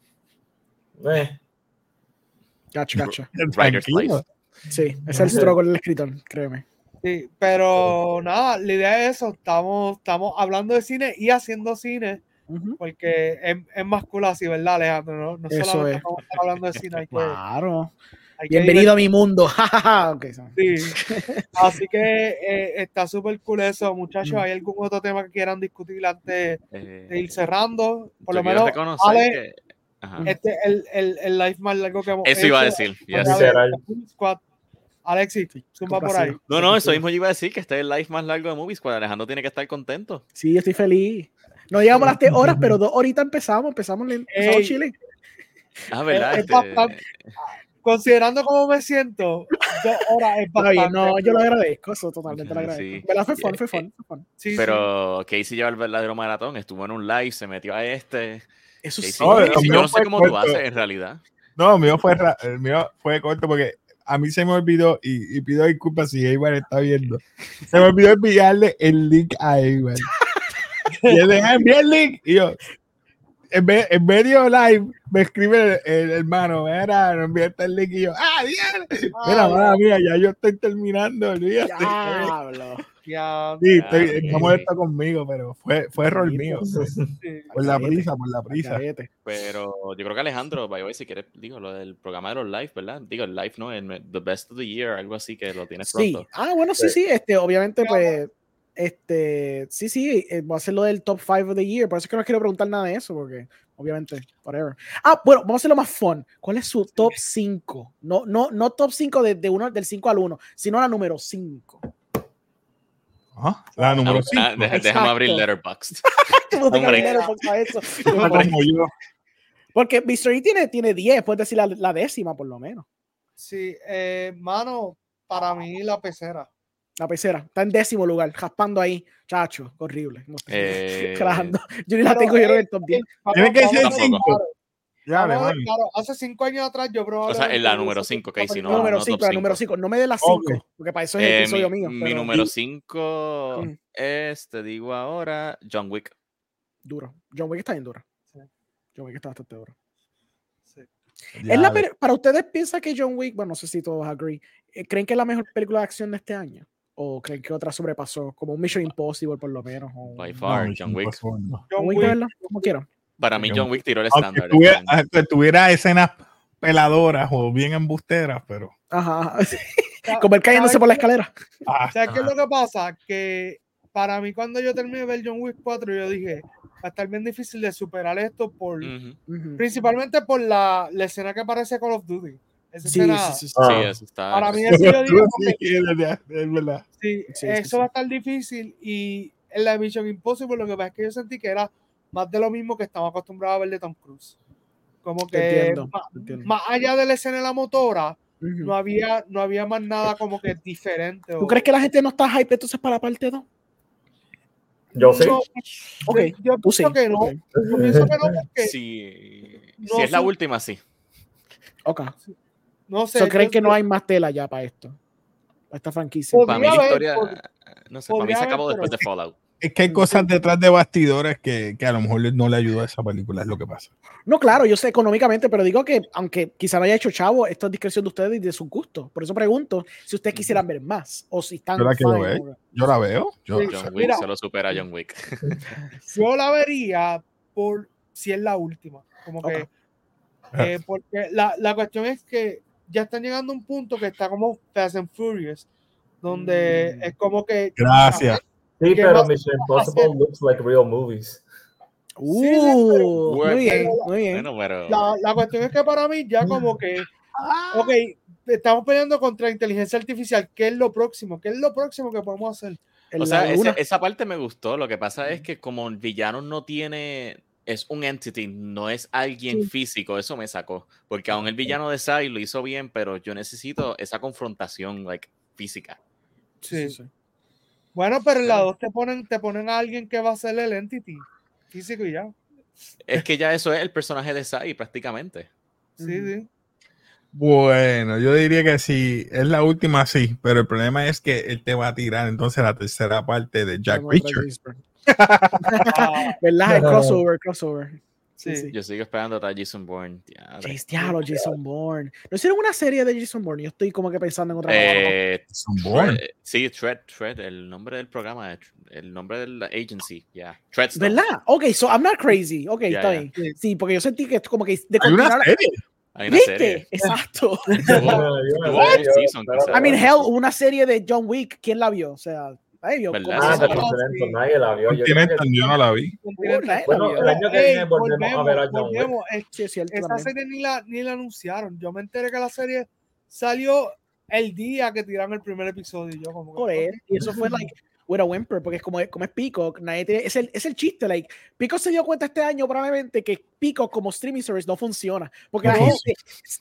Eh. Gacho, gacho. Writer's Life. Sí, es el struggle del escritor, créeme. Sí, pero nada, la idea es eso. Estamos, estamos hablando de cine y haciendo cine. Uh-huh. Porque es, es más cool así, ¿verdad, Alejandro? No, no solamente estamos hablando de cine. Hay que, claro. Hay Bienvenido a mi mundo. okay, sí. Así que eh, está súper cool eso, muchachos. ¿Hay algún otro tema que quieran discutir antes eh, de ir cerrando? Por lo menos, Ale, que... este el, el, el live más largo que hemos eso hecho. Iba a decir. Yes. Alexis, zumba por ahí. No, no, eso mismo yo iba a decir, que este es el live más largo de Movie Squad. Alejandro tiene que estar contento. Sí, estoy feliz. No llegamos a las tres horas, pero dos horitas empezamos, empezamos, empezamos Chile. Ah, ¿verdad? Es, es bastante, considerando cómo me siento, dos horas es bastante. Bien, no, yo lo agradezco, eso totalmente lo agradezco. Sí. ¿Verdad? Fue fun, fue fun, fue fun. Sí, pero sí. Casey lleva el verdadero maratón, estuvo en un live, se metió a este. Eso Casey, sí. No, Casey, yo no sé cómo corto. Tú haces en realidad. No, el mío fue, el mío fue corto porque a mí se me olvidó, y, y pido disculpas si Eibar está viendo, se me olvidó enviarle el link a Eibar. Y él deja enviar el link y yo, en, vez, en medio live, me escribe el, el hermano, mira, no enviaste el link y yo, ah, diablo. Mira, madre mía, ya yo estoy terminando, olvídate. Diablo. Ya, sí, estoy, sí. no molesta conmigo, pero fue, fue error sí, mío. Sí. Por la prisa, por la prisa. Pero yo creo que Alejandro, vaya a ver si quieres, digo, lo del programa de los live, ¿verdad? Digo, el live, ¿no? El The Best of the Year, algo así que lo tienes pronto. Sí, ah, bueno, sí, sí, este, obviamente, pues, este, sí, sí, va a ser lo del top five of the year, por eso es que no quiero preguntar nada de eso, porque, obviamente, whatever. Ah, bueno, vamos a hacerlo más fun. ¿Cuál es su top cinco? No, no, no top cinco de, de uno, del cinco al uno, sino la número cinco. Ah, la número cinco. Ah, deja, déjame abrir Letterboxd. Letterboxd para eso. Porque mister E tiene, tiene diez, puedes decir la, la décima por lo menos. Sí, eh, mano, para mí la pecera. La pecera, está en décimo lugar, raspando ahí, chacho, horrible. No eh... Yo ni la tengo yo en el top diez. Tiene que ser cinco. Ya, vamos, claro, hace cinco años atrás yo probablemente... O sea, en la número cinco, Casey, no, no, número no cinco, la número cinco, no me dé la cinco, okay. Porque para eso es el eh, episodio mi, mío. Mi pero... número cinco mm. es, te digo ahora, John Wick. Duro, John Wick está bien duro. Sí. John Wick está bastante duro. Sí. ¿Es la per- para ustedes piensan que John Wick, bueno, no sé si todos agree, ¿creen que es la mejor película de acción de este año? ¿O creen que otra sobrepasó? Como un Mission Impossible, por lo menos. O... By far, no, John Wick. No. John Wick, ¿verdad? Como quieran. Para mí, John Wick tiró el estándar. Aunque tuviera, aunque tuviera escenas peladoras o bien embusteras, pero... Ajá. Como el cayéndose por la escalera. Ah, ¿sabes qué es lo que pasa? Que para mí, cuando yo terminé de ver John Wick cuatro, yo dije, va a estar bien difícil de superar esto, por uh-huh. principalmente por la, la escena que aparece Call of Duty. Esa sí, escena, sí, sí, sí. Ah. sí, eso está. Para mí, eso yo digo, sí, es verdad. Sí, sí, eso sí, va a estar difícil. Y en la Mission Impossible, lo que pasa es que yo sentí que era más de lo mismo que estamos acostumbrados a ver de Tom Cruise. Como que entiendo, más, entiendo. más allá de la escena de la motora, uh-huh. no, había, no había más nada como que diferente. ¿Tú o... crees que la gente no está hype entonces para la parte dos? Yo sí. No, okay. Yo, yo pienso sí. que no. Okay. Yo pienso que no porque... Sí. No, si es la sí. última, sí. Ok. No sé. So, ¿creen yo, que no hay más tela ya para esto? Para esta franquicia. Para mí la historia, pod- no sé, para mí se acabó haber, después pero... de Fallout. Es que hay cosas detrás de bastidores que, que a lo mejor no le ayudó a esa película, es lo que pasa. No, claro, yo sé económicamente, pero digo que aunque quizá no haya hecho chavo, esto es discreción de ustedes y de sus gustos. Por eso pregunto si ustedes quisieran ver más o si están... Yo la quiero ver, yo la veo. Yo, Sí, John Wick mira, solo supera a John Wick. yo la vería por si es la última. Como que... Okay. Eh, porque la, la cuestión es que ya están llegando a un punto que está como Fast and Furious, donde Mm. es como que... Gracias. Sí, ¿Qué pero más Mission va a hacer? Impossible looks like real movies. Uh, Sí, sí, pero- muy bien, muy bien. Bueno, pero La, la cuestión es que para mí ya como que, ok, estamos peleando contra inteligencia artificial. ¿Qué es lo próximo? ¿Qué es lo próximo que podemos hacer? En o la sea, ese- luna. esa parte me gustó. Lo que pasa es que como el villano no tiene, es un entity, no es alguien Sí. físico, eso me sacó. Porque aún el villano de Sai lo hizo bien, pero yo necesito esa confrontación, like, física. Sí. Sí, sí. Bueno, pero en la Pero- dos te ponen, te ponen a alguien que va a ser el entity físico y ya. Es que ya eso es el personaje de Sai prácticamente. Sí, Ujú. sí. Bueno, yo diría que sí, es la última, sí, pero el problema es que él te va a tirar entonces la tercera parte de Jack Vamos a Reacher. Jason. Ah, ¿Verdad? El crossover, crossover. Sí, Sí. sí. Yo sigo esperando a Jason Bourne. Diadre. Jason, diablo, Jason Bourne. ¿No hicieron una serie de Jason Bourne? Yo estoy como que pensando en otra cosa. Eh, Son buenos. Thread- sí, Thread, Thread, el nombre del programa, el nombre de la agency, ya. Threadstone. ¿Verdad? Ok, so I'm not crazy. Ok, Ya, está ya. bien. Sí, porque yo sentí que es como que de Hay una continuar. serie. Hay una ¿Viste? serie. Exacto. Tuvo, tuvo What? un season, Pero- quizás. I mean, hell, una serie de John Wick. ¿Quién la vio? O sea, ay, vio. ¿Verdad? ¿cómo Ah, se de llama? Continental, Sí. nadie la vio. Yo creo que Continental, yo no la vi. Uh, nadie la Bueno, vio. el año que Ey, viene volvemos a ver a John Wick. volvemos. Es- Sí, es cierto esa también. serie ni la, ni la anunciaron. Yo me enteré que la serie salió el día que tiraron el primer episodio. Y yo como que, Joder, ok. y eso fue like with a whimper, porque es como, como es Peacock, nadie tiene, es el, es el chiste, like, Peacock se dio cuenta este año probablemente que Peacock como streaming service no funciona, porque la No. gente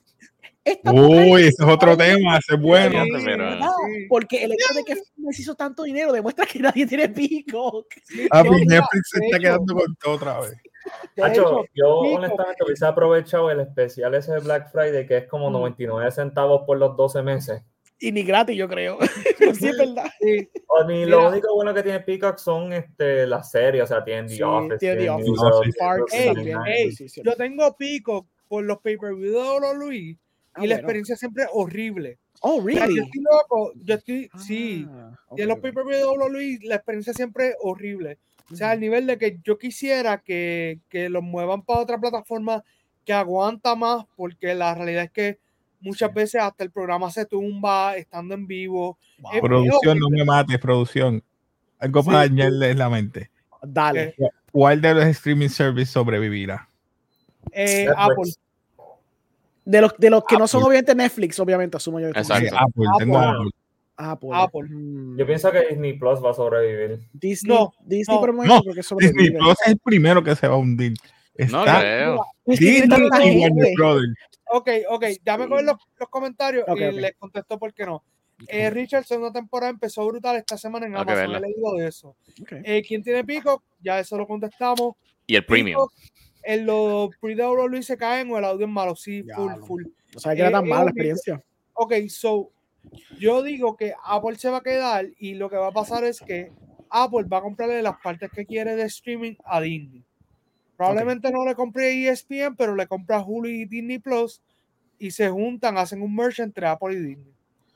esta poca Uy, gente- ese es otro tema, ese es bueno. Sí, pero- ¿verdad? Sí. Porque el hecho de que Netflix hizo tanto dinero demuestra que nadie tiene Peacock. Sí, Ah, no, pues mira, Netflix se de está hecho, quedando con todo otra vez. de Hacho, hecho, yo Pico- honestamente hubiese aprovechado el especial ese de Black Friday que es como Mm. noventa y nueve centavos por los doce meses. Y ni gratis, yo creo. Pero sí es verdad. sí, O ni Mira. lo único bueno que tiene Peacock son este, las series, o sea, tienen The Sí, Office, tiene The tienen Office, News No, Up, sí. tienen Parks Brooklyn también. Nine-Nine. Ey, Sí, sí, yo tengo Pico por los pay-per-view de W W E Ah, y la bueno. experiencia siempre es horrible. Oh, O sea, yo really? estoy loco, yo estoy, sí, Ah, y ok, en los ok. pay-per-view de W W E la experiencia siempre es horrible. O sea, Ujú. al nivel de que yo quisiera que, que los muevan para otra plataforma que aguanta más, porque la realidad es que muchas Sí. veces hasta el programa se tumba estando en vivo. Wow. Es Producción, no horrible. me mates, producción. Algo Sí. para dañarles la mente. Dale. ¿Qué? ¿Cuál de los streaming services sobrevivirá? Eh, Netflix. Apple. De los, de los que no son Apple. obviamente Netflix, obviamente, asumo yo. que tú Exacto. Eh, dices. Apple, tengo Apple. Apple. Apple. Apple. Mm. Yo pienso que Disney Plus va a sobrevivir. Disney, No, Disney no, por el momento no, creo que Disney sobrevive. Plus es el primero que se va a hundir. No Está creo. Es que tiene Disney tanta y Warner gente. Brothers. Ok, ok, dame con los, los comentarios Ok, y ok. les contesto por qué no. Eh, Richard, segunda temporada empezó brutal esta semana en Tengo que Amazon, he verla. leído de eso. Ok. Eh, ¿Quién tiene Pico? Ya eso lo contestamos. Y el premium. Peacock, en los pre-W W E se caen o el audio es malo, sí, full, Diablo. full. O sea, que era Eh, tan es mala la horrible. experiencia. Ok, so, yo digo que Apple se va a quedar y lo que va a pasar es que Apple va a comprarle las partes que quiere de streaming a Disney. Probablemente no le compre E S P N, pero le compra Hulu y Disney Plus y se juntan, hacen un merge entre Apple y Disney.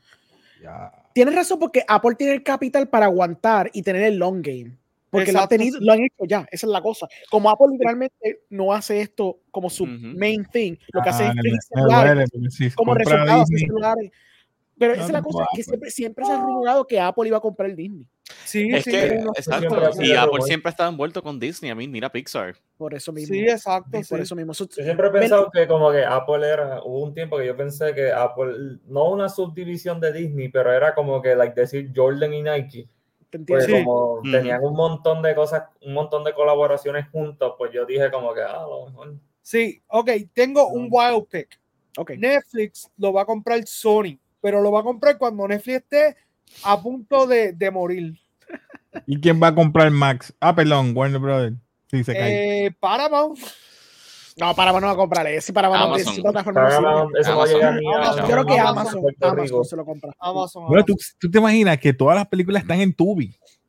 Ya. Tienes razón porque Apple tiene el capital para aguantar y tener el long game. Porque lo han, Exacto, tenido, sí. lo han hecho ya, esa es la cosa. Como Apple literalmente no hace esto como su Ujú. main thing, lo que hace Ah, es me, streaming me celulares, duele, porque si como compra resultado hace Disney, celulares. Pero No, esa es la no, cosa, que Apple. siempre, siempre se ha rumorado que Apple iba a comprar el Disney. Sí, Es sí, que, hay unos- exacto. siempre ha Y sido Apple rumor. siempre ha estado envuelto con Disney. A mí, mira Pixar. Por eso mismo. sí, exacto, Por sí. eso mismo. Eso- Yo siempre he pensado que como que Apple era, hubo un tiempo que yo pensé que Apple, no una subdivisión de Disney, pero era como que, like, decir Jordan y Nike. ¿te Pues entiendes? Sí. como Ujú. tenían un montón de cosas, un montón de colaboraciones juntos, pues yo dije como que, ah, a lo mejor. Sí, ok, tengo un wild pick. Ok. Netflix lo va a comprar Sony, pero lo va a comprar cuando Netflix esté a punto de, de morir. ¿y quién va a comprar Max? Ah, perdón, Warner Brothers. Sí, se cae. Eh, Paramount. No, Paramount no va a comprar ese. Paramount no, Amazon. esa plataforma no sirve. Paramount, eso no Amazon. llega ni a Amazon. Yo creo que Amazon, Amazon, Puerto Amazon Rico. se lo compra. Amazon. Bueno, ¿tú, Amazon. tú te imaginas que todas las películas están en Tubi.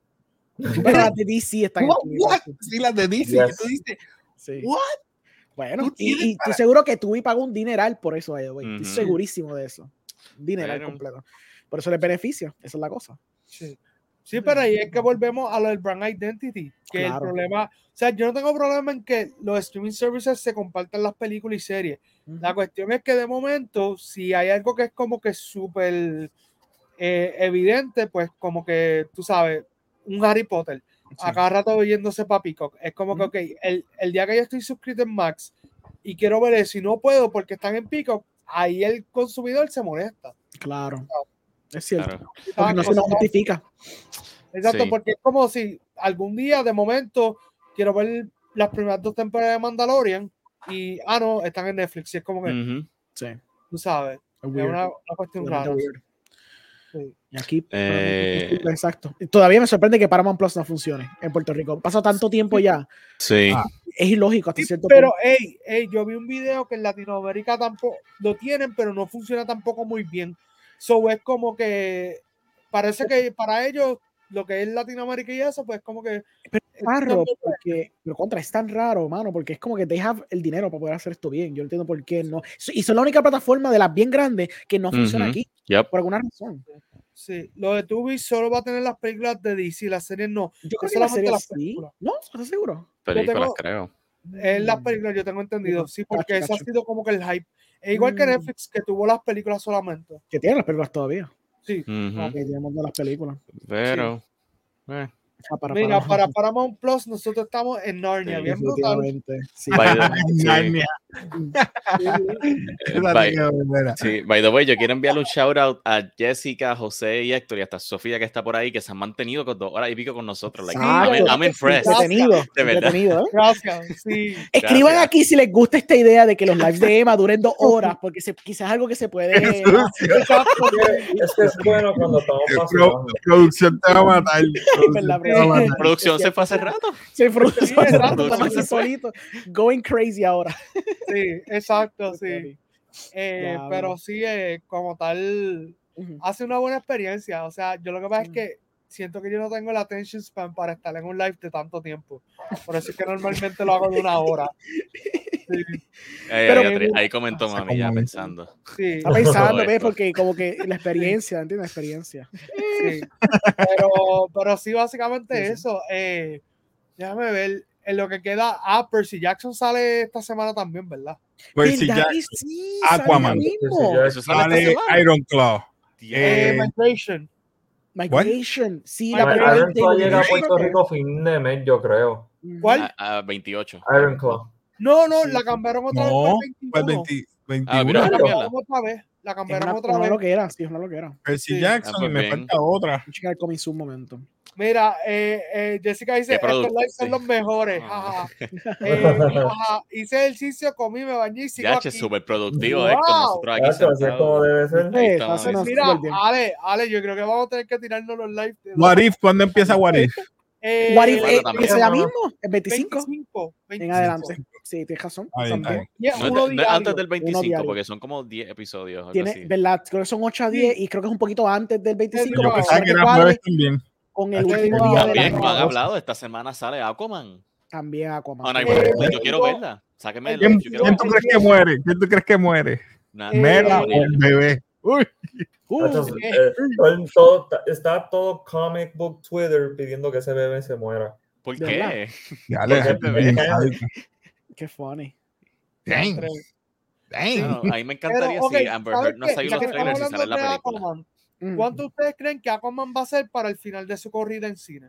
Pero las de D C están en What? Tubi. What? Sí, las de Disney. Yes. que tú dices, Sí. what? Bueno, Tú y, tienes y estoy seguro que Tubi pagó un dineral por eso, by the way. Estoy Ujú. segurísimo de eso. Un dineral Pero- completo. Por eso les beneficia. Esa es la cosa. Sí. Sí, pero ahí es que volvemos a lo del brand identity, que Claro. el problema, o sea, yo no tengo problema en que los streaming services se compartan las películas y series. La cuestión es que de momento, si hay algo que es como que súper eh, evidente, pues como que, tú sabes, un Harry Potter, sí. a cada rato oyéndose para Peacock. Es como uh-huh. que, ok, el, el día que yo estoy suscrito en Max y quiero ver eso y no puedo porque están en Peacock, ahí el consumidor se molesta. Claro, es cierto. Claro. Porque no se nos justifica. Exacto, sí. porque es como si algún día, de momento, quiero ver las primeras dos temporadas de Mandalorian y, ah, no, están en Netflix. Y es como que, uh-huh. sí. tú sabes, es una, una cuestión rara. Sí. Y aquí, eh... exacto. Todavía me sorprende que Paramount Plus no funcione en Puerto Rico. Pasa tanto tiempo ya. Sí. Ah, es ilógico hasta sí, cierto pero, punto. Pero, hey, hey, yo vi un video que en Latinoamérica tampoco lo tienen, pero no funciona tampoco muy bien. So es como que parece que para ellos lo que es Latinoamérica y eso, pues como que pero es raro, porque pero contra es tan raro, mano, porque es como que they have el dinero para poder hacer esto bien. Yo no entiendo por qué no. Y son la única plataforma de las bien grandes que no funciona uh-huh. aquí, yep. por alguna razón. Sí, lo de Tubi solo va a tener las películas de D C, las series no. Yo creo que las series las películas. Sí. ¿No? ¿Estás seguro? Películas, tengo, creo. En las películas yo tengo entendido, sí, porque eso ha sido como que el hype. Es igual mm. que Netflix, que tuvo las películas solamente. Que tiene las películas todavía. Sí. Uh-huh. Que tenemos de las películas. Pero... Sí. Eh. Ah, para Mira, Paramount. para Paramount Plus nosotros estamos en Narnia, sí, bien brutal. Sí. By the, sí. Narnia. Eh, by, sí, by the way, yo quiero enviarle un shout out a Jessica, José y Héctor y hasta Sofía que está por ahí, que se han mantenido con dos horas y pico con nosotros. Like, sí, I'm, I'm impressed. Detenido, de verdad. Detenido, ¿eh? Gracias. Sí. Escriban Gracias. aquí si les gusta esta idea de que los lives de Emma duren dos horas, porque se, quizás es algo que se puede. Es que es bueno cuando estamos pasando. Producción te va a matar. La producción se fue hace rato. Se fue hace rato, estamos aquí solitos. Going crazy ahora. Sí, exacto, sí. Eh, pero sí, eh, como tal, uh-huh. hace una buena experiencia. O sea, yo lo que pasa uh-huh. es que siento que yo no tengo el attention span para estar en un live de tanto tiempo. Por eso es que normalmente lo hago de una hora. Sí. Ahí, pero, ahí, ahí comentó mami ya pensando. Sí. Está pensando, ¿ves? Porque como que la experiencia, ¿entiendes? La experiencia. Sí. Pero, pero sí, básicamente sí, sí. eso. Eh, déjame ver. En lo que queda, ah, Percy Jackson sale esta semana también, ¿verdad? Percy Jackson, sí, Aquaman, Eso sale, sale Iron Claw, eh, Migration. Migration, sí, la primera Iron Claw llega a Puerto Rico fin de mes, yo creo. ¿Cuál? A, a veintiocho. Iron Claw. No, no, sí. la cambiaron otra no, vez. No, pues veinte, veintiuno. Ah, mira, la cambiaron otra vez. La cambiaron una, otra una vez. Lo que era, sí, es una lo que era. Percy sí. Jackson ah, pues y me bien. falta otra. Voy a checar el cómic un momento. Mira, eh, eh, Jessica dice, estos lives son los mejores. Ah. eh, ajá. Hice ejercicio, comí, me bañé y sigo ya, aquí. es súper productivo, wow. Héctor. Nosotros aquí Eso, así es como debe ser. Ahí sí, pues mira, Ale, Ale, yo creo que vamos a tener que tirarnos los lives. De What If, ¿cuándo empieza What If? Eh, What If bueno, eh, empieza ya mismo, el veinticinco. veinticinco, veinticinco. En adelante. Sí, tienes razón. Ahí, también. Yeah, no, uno no es antes del veinticinco, diario. porque son como diez episodios. Algo Tiene, así. ¿verdad? Creo que son ocho a diez y creo que es un poquito antes del veinticinco. Yo no, pensaba que era jueves también. Con el Aquí último no, día También, de no la han hablado, esta semana sale Aquaman. También Aquaman. Oh, no, eh, pues yo quiero verla. Sáqueme el ¿Quién, live, yo quiero ¿quién tú verla. crees que muere? ¿Quién tú crees que muere? Nah, Eh, Mera o eh, el bebé. Uy. Uh, Entonces, eh, todo, todo, está todo comic book Twitter pidiendo que ese bebé se muera. ¿Por ¿De qué? verdad? Dale, Porque el bebé- Qué funny. Dang. Sí. No, a mí me encantaría Pero, ok, si Amber ¿sabes Heard no qué? salió Ya los que estamos trailers y sale en la hablando de película. Aquaman, Mm. ¿cuánto ustedes creen que Aquaman va a ser para el final de su corrida en cine?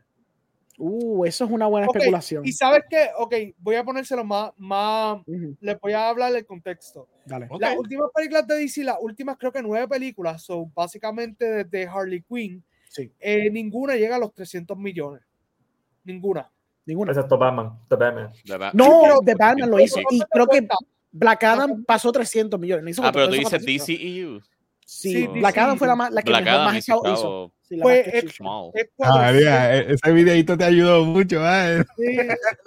Uh, eso es una buena Okay, especulación. y sabes qué, ok, voy a ponérselo más, más Uh-huh. les voy a hablar del contexto. Dale. Ok. Las últimas películas de D C, las últimas creo que nueve películas, son básicamente desde Harley Quinn, Sí. eh, ninguna llega a los trescientos millones. Ninguna. Ninguna. Excepto Batman, The Batman. De verdad. No, pero- The Batman lo hizo. Y creo que cuenta. Black Adam pasó trescientos millones. Hizo Ah, pero tú hizo dices cuatrocientos. D C E U. Sí, Sí, Black D C. Adam fue la, más, la que Black mejor Adam más hizo hizo. chavo Sí, la Fue- más que es- chicha. small. Es Ah, cuatrocientos. mira, e- ese videito te ayudó mucho, ¿eh? Sí.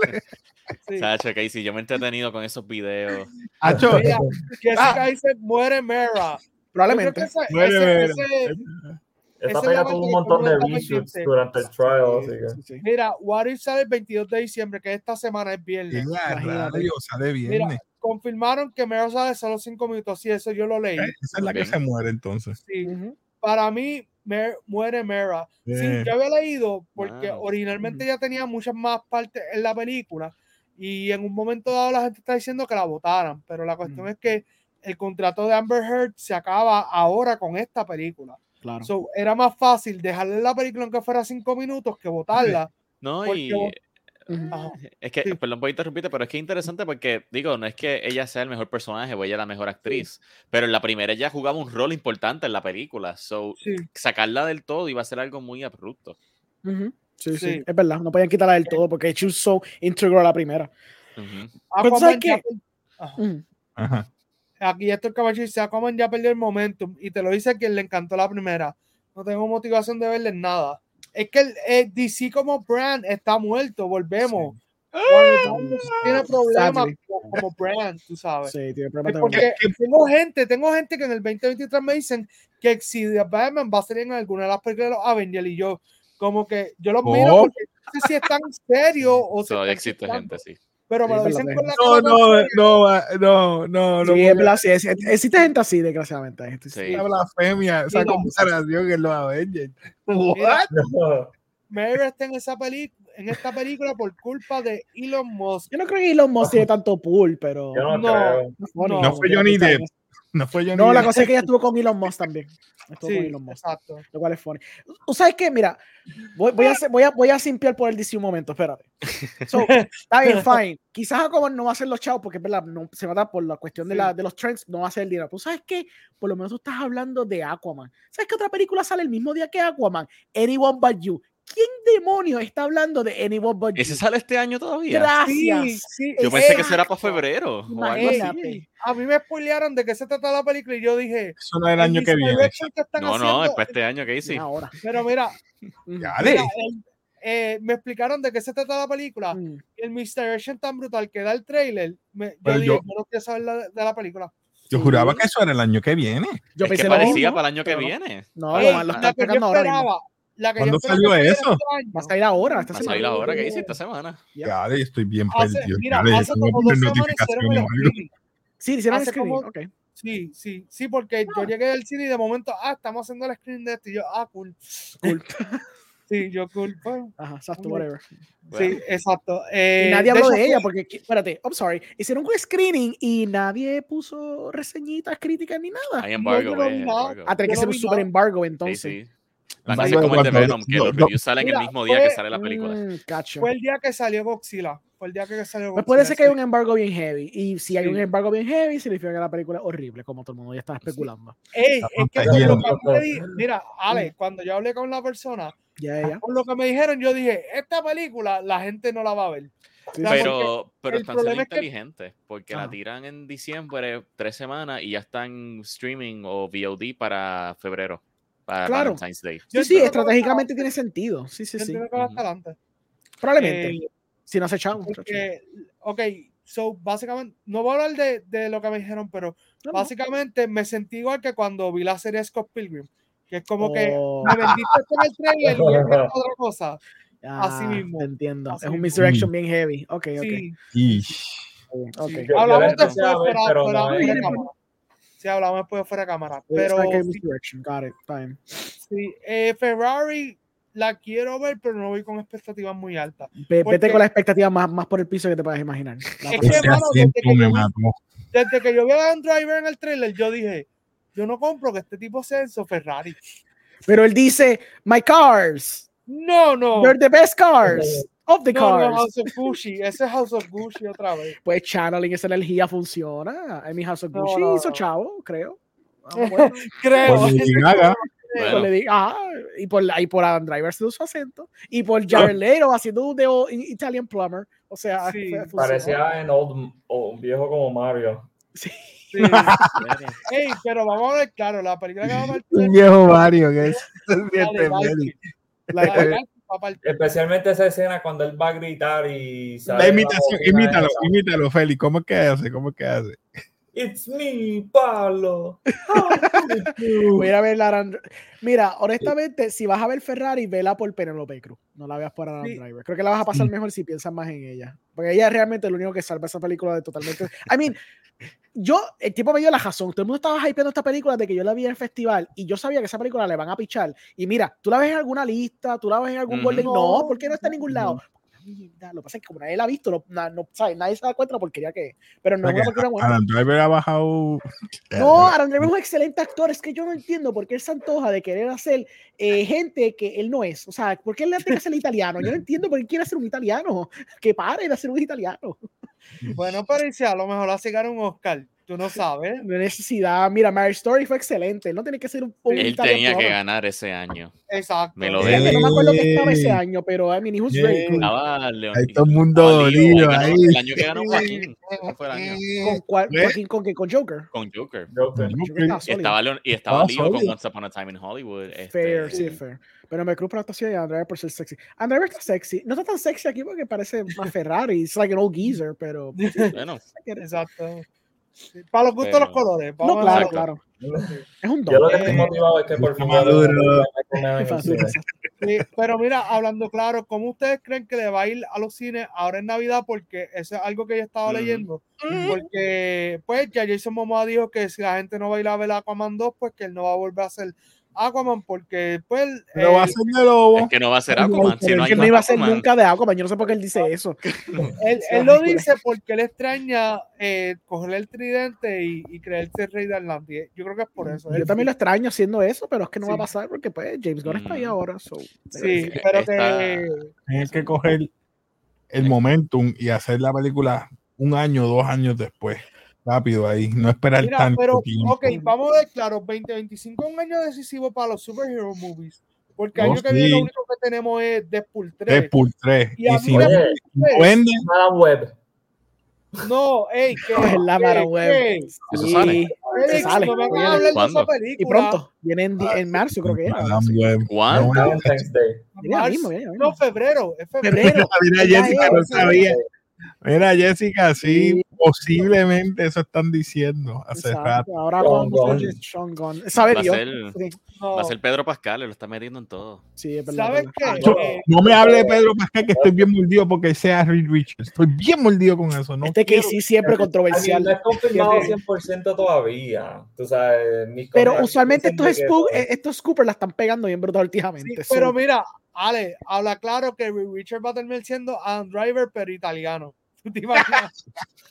Sí. Sacho, Casey, yo me he entretenido con esos videos. Hacho, Mira, Jessica Ah. dice, muere Mera. Probablemente. Yo creo que ese- muere, ese- muere. ese- Esta Esa es pega la tuvo un parte que montón de todo el mundo está reshoots pendiente. durante el trial, Sí, así que. sí, sí. Mira, What If sale el veintidós de diciembre, que esta semana es viernes. Ya, Imagínate. radio, sale Mira, viernes. confirmaron que Mera sale solo cinco minutos. Sí, eso yo lo leí. Eh, Esa es la que Bien. se muere entonces. Sí. Ujú. Para mí, Mer- muere Mera. Sí, Eh. yo había leído, porque Wow. originalmente ya tenía muchas más partes en la película, y en un momento dado la gente está diciendo que la votaran, pero la cuestión Mm. es que el contrato de Amber Heard se acaba ahora con esta película. Claro. So, era más fácil dejarle la película aunque fuera cinco minutos que botarla. No, porque y vos- Ajá. Es que, sí. perdón por interrumpirte, pero es que es interesante porque, digo, no es que ella sea el mejor personaje o ella la mejor actriz, sí. pero en la primera ella jugaba un rol importante en la película, so sí. sacarla del todo iba a ser algo muy abrupto. Uh-huh. Sí, sí, sí, es verdad, no podían quitarla del todo porque she was so integral a la primera. Uh-huh. Pero tú sabes que... Ajá. Uh-huh. Ajá. Aquí esto el caballo dice, Aquaman ya perdió el momentum y te lo dice quien le encantó la primera. No tengo motivación de verle nada. Es que el, el D C como brand está muerto, volvemos. Sí. Warner tiene problemas como, como brand, tú sabes. Sí, tiene problemas. Porque tengo gente, tengo gente que en el veinte veintitrés me dicen que si The Batman va a salir en alguna de las películas de los Avengers y yo, como que yo los oh. miro porque no sé si están serios sí. o si Todavía existe gente, sí. Pero me lo dicen con la no, no, no, no, no, no. Sí, es verdad, sí, existe gente así, desgraciadamente. Gente, sí. La blasfemia, esa comparación que los Avengers. Mira, no. Mary está en esa película, en esta película por culpa de Elon Musk. Yo no creo que Elon Musk tiene tanto pool, pero yo no, no, creo. no, no fue Johnny Depp. No fue Johnny No, Depp. la cosa es que ella estuvo con Elon Musk también. Estuvo sí, con Elon Musk. Exacto. Lo cual es funny. ¿Tú sabes qué? Mira, voy, voy, a, voy, a, voy a simpiar por el D C un momento, espérate. So, está bien, fine. Quizás Aquaman no va a ser los chavos porque es verdad, no, se va a dar por la cuestión sí. de, la, de los trends, no va a ser el dinero. ¿Tú sabes qué? Por lo menos tú estás hablando de Aquaman. ¿Sabes qué otra película sale el mismo día que Aquaman? Anyone But You. ¿Quién demonios está hablando de Anyone But You? ¿Ese sale este año todavía? Gracias. Sí, sí, yo pensé que será para febrero o algo así. A mí me spoilearon de qué se trata la película y yo dije... Eso no es el año que viene. Que no, no, es para este año que hice. Pero mira, mira el, eh, me explicaron de qué se trata la película. Mm. El misdirection tan brutal que da el trailer, me, yo dije, yo, yo no quiero saber la, de la película. Yo sí. juraba que eso era el año que viene. Yo es pensé que parecía para el año que viene. No, no, lo, lo están sacando ahora. La que ¿Cuándo salió eso? Va a salir ahora. Esta Va a salir ahora, ¿qué hice esta semana? Ya, estoy bien hace, perdido. Mira, ya, hace como dos semanas hicieron el screening. Sí, hicieron el screening, ok. Sí, sí, sí, porque ah. yo llegué del cine y de momento, ah, estamos haciendo el screening de esto y yo, ah, cool. Cool. Sí, yo cool. Bueno, Ajá, exacto, whatever. Sí, exacto. Eh, y nadie habló de, de ella fue... porque, espérate, I'm sorry, hicieron un screening y nadie puso reseñitas, críticas ni nada. Hay embargo, no, eh, embargo. Ah, tiene que ser un super embargo entonces. Sí, sí. Van a hacer como el de Venom, que los reviews salen Mira, el mismo día fue, que sale la película. Mm, gotcha. Fue el día que salió Godzilla. Fue el día que salió Godzilla. Pues puede ser que hay un embargo bien heavy. Y si hay sí. un embargo bien heavy, significa que la película es horrible, como todo el mundo ya está especulando. Sí. Ey, es que con lo que me di, mira, Ale, cuando yo hablé con la persona, yeah, yeah. con lo que me dijeron, yo dije, esta película la gente no la va a ver. Sí, pero pero están siendo inteligentes, que... porque ah. la tiran en diciembre, tres semanas, y ya están streaming o V O D para febrero. Para claro. Valentine's Day. Sí, sí, estratégicamente tiene sentido. Sí, sí, sí. Uh-huh. Probablemente. Eh, si no se echamos. Porque, ok, so, básicamente, no voy a hablar de, de lo que me dijeron, pero no, básicamente no. me sentí igual que cuando vi la serie Scott Pilgrim, que es como oh. que me vendiste con el trailer y es otra cosa. Ah, así mismo. Te entiendo. Así es un mismo. misdirection bien heavy. Ok, ok. Sí. Okay. Sí. Hablamos después fuera, fuera, fuera, fuera de cámara. Sí, hablamos después fuera de cámara. Pero sí, Got it. Fine. Sí, eh, Ferrari la quiero ver, pero no voy con expectativas muy altas. Ve, vete con la expectativa más, más por el piso que te puedas imaginar. Es que, mano, desde, que yo vi, desde que yo vi a Dan Driver en el trailer, yo dije, yo no compro que este tipo sea Enzo Ferrari. Pero él dice, my cars. No, no. They're the best cars of the no, cars. No, House of Gucci. Ese es House of Gucci otra vez. Pues channeling, esa energía funciona. En mi House of Gucci no, no, hizo no. chavo, creo. Ah, bueno. Creo. Pues bueno. Pues le digo, ah, y por, y por Adam Driver haciendo su acento. Y por Jared Leto haciendo un de Italian Plumber. O sea, sí, parecía en old, old, viejo como Mario. Sí. Sí. Hey, pero vamos a ver, claro, la película que vamos a ver. Un viejo Mario, que es la de especialmente esa escena cuando él va a gritar y la imitación, la imítalo, esa. imítalo, Félix. ¿Cómo es que hace? ¿Cómo es que hace? It's me, Pablo. Voy a ir a ver la Aran... Mira, honestamente, si vas a ver Ferrari, vela por Penelope Cruz. No la veas por Adam sí. Driver. Creo que la vas a pasar sí. mejor si piensas más en ella. Porque ella es realmente lo único que salva esa película de totalmente... I mean, yo, el tipo me dio la razón. Todo el mundo estaba hypeando esta película de que yo la vi en el festival y yo sabía que esa película le van a pichar. Y mira, tú la ves en alguna lista, tú la ves en algún uh-huh. Golden... No, ¿por qué no está en ningún lado? mierda. Lo que pasa es que como nadie la ha visto, no, no, no, ¿sabes? Nadie se da cuenta de la porquería que es. Pero no O es sea una porquería que buena. Adam Driver ha bajado. No, Adam Driver es un excelente actor. Es que yo no entiendo por qué él se antoja de querer hacer eh, gente que él no es. O sea, ¿por qué él tiene que hacer italiano? Yo no entiendo por qué quiere hacer un italiano. Que pare de hacer un italiano. Bueno, pero y si a lo mejor hace ganar un Oscar, tú no sabes. No hay necesidad. Mira, Marriage Story fue excelente. Él no tiene que ser un, un Él Italian tenía que plumber. ganar ese año. Exacto. Me lo Fíjate, debe. no me acuerdo que estaba ese Yay. año, pero I mean, he was very good. Estaba Leon. Ahí todo el mundo estaba Leo, dolido ahí ganó- ahí. El año que ganó Joaquín. Ese fue el año. ¿Con cuál? ¿Ves? Joaquín, ¿con qué? ¿Con Joker? Con Joker. Joker. Joker estaba Y sólido. estaba, Leon, y estaba Estaba Leo con sólido. Once Upon a Time in Hollywood. Este, Fair, sí, fair. Pero me cruz por la actuación de Andrea por ser sexy. Andrea está sexy. No está tan sexy aquí porque parece más Ferrari. Es like an old geezer, pero... Bueno, Exacto. Sí, para los gustos Pero- los colores. No, Vamos a claro, ver. claro. Es un Yo don. lo que estoy Eh, motivado es que por fin Maduro. ya no me comen en el cine. Sí, pero mira, hablando claro, ¿cómo ustedes creen que le va a ir a los cines ahora en Navidad? Porque eso es algo que yo estaba Ujú. leyendo. Porque, pues, ya Jason Momoa dijo que si la gente no va a ir a ver Aquaman dos, pues que él no va a volver a hacer Aquaman, porque, pues. Pero va a eh, ser de lobo. es que no va a ser Aquaman. Si Pero no es hay que no más iba a ser Aquaman. nunca de Aquaman. Yo no sé por qué él dice eso. él, él lo dice porque él extraña eh, cogerle el tridente y, y creerse el rey de Atlantis. Yo creo que es por eso. Yo Él- también lo extraño haciendo eso, pero es que no Sí. va a pasar porque pues James Gunn está ahí Mm. ahora. So, Sí, Eh, pero está- que. Tienes que coger el momentum y hacer la película un año, dos años después. Rápido ahí. No esperar Mira, tanto pero, tiempo. ok, vamos a ver claro, veinte veinticinco es un año decisivo para los superhero movies, porque Oh, año que viene sí. lo único que tenemos es Deadpool tres. Deadpool tres. Y a Y mí si me- no, Oye, no venden, Madame Web. No, ey, que es la que- Mara Web. que- Eso Sí, sale. Félix, sale. no me Viene. van a hablar de ¿Cuándo? esa película. Y pronto, viene en, di- en marzo, creo que era. Madame Web. ¿Cuándo? No, Valentine's Day. Viene ya Marzo- mismo, viene ya mismo. No, febrero, es febrero. Febrero. Mira, Ya Jessica, es. no sabía. Mira, Jessica, sí, Sí. posiblemente eso están diciendo hace Exacto. rato. Ahora Sean con Gunn. Sean Gunn. Sabe Va a Dios. ser- Sí, No. Va a ser Pedro Pascal, lo está metiendo en todo. sí, es verdad. ¿Sabes es verdad. qué? Yo- Eh, No me hable de Pedro Pascal, que estoy bien mordido porque sea Reed Richards. Estoy bien mordido con eso. No Este que quiero- sí siempre A mí controversial. no es confirmado Sí. cien por ciento todavía. Tú sabes, mis Pero contactos usualmente dicen estos, de que spook, eso- eh, estos scoopers la están pegando bien brutal sí, últimamente. so- pero mira, Ale, habla claro que Richard va a terminar siendo Adam Driver, pero italiano. ¿Tú te imaginas?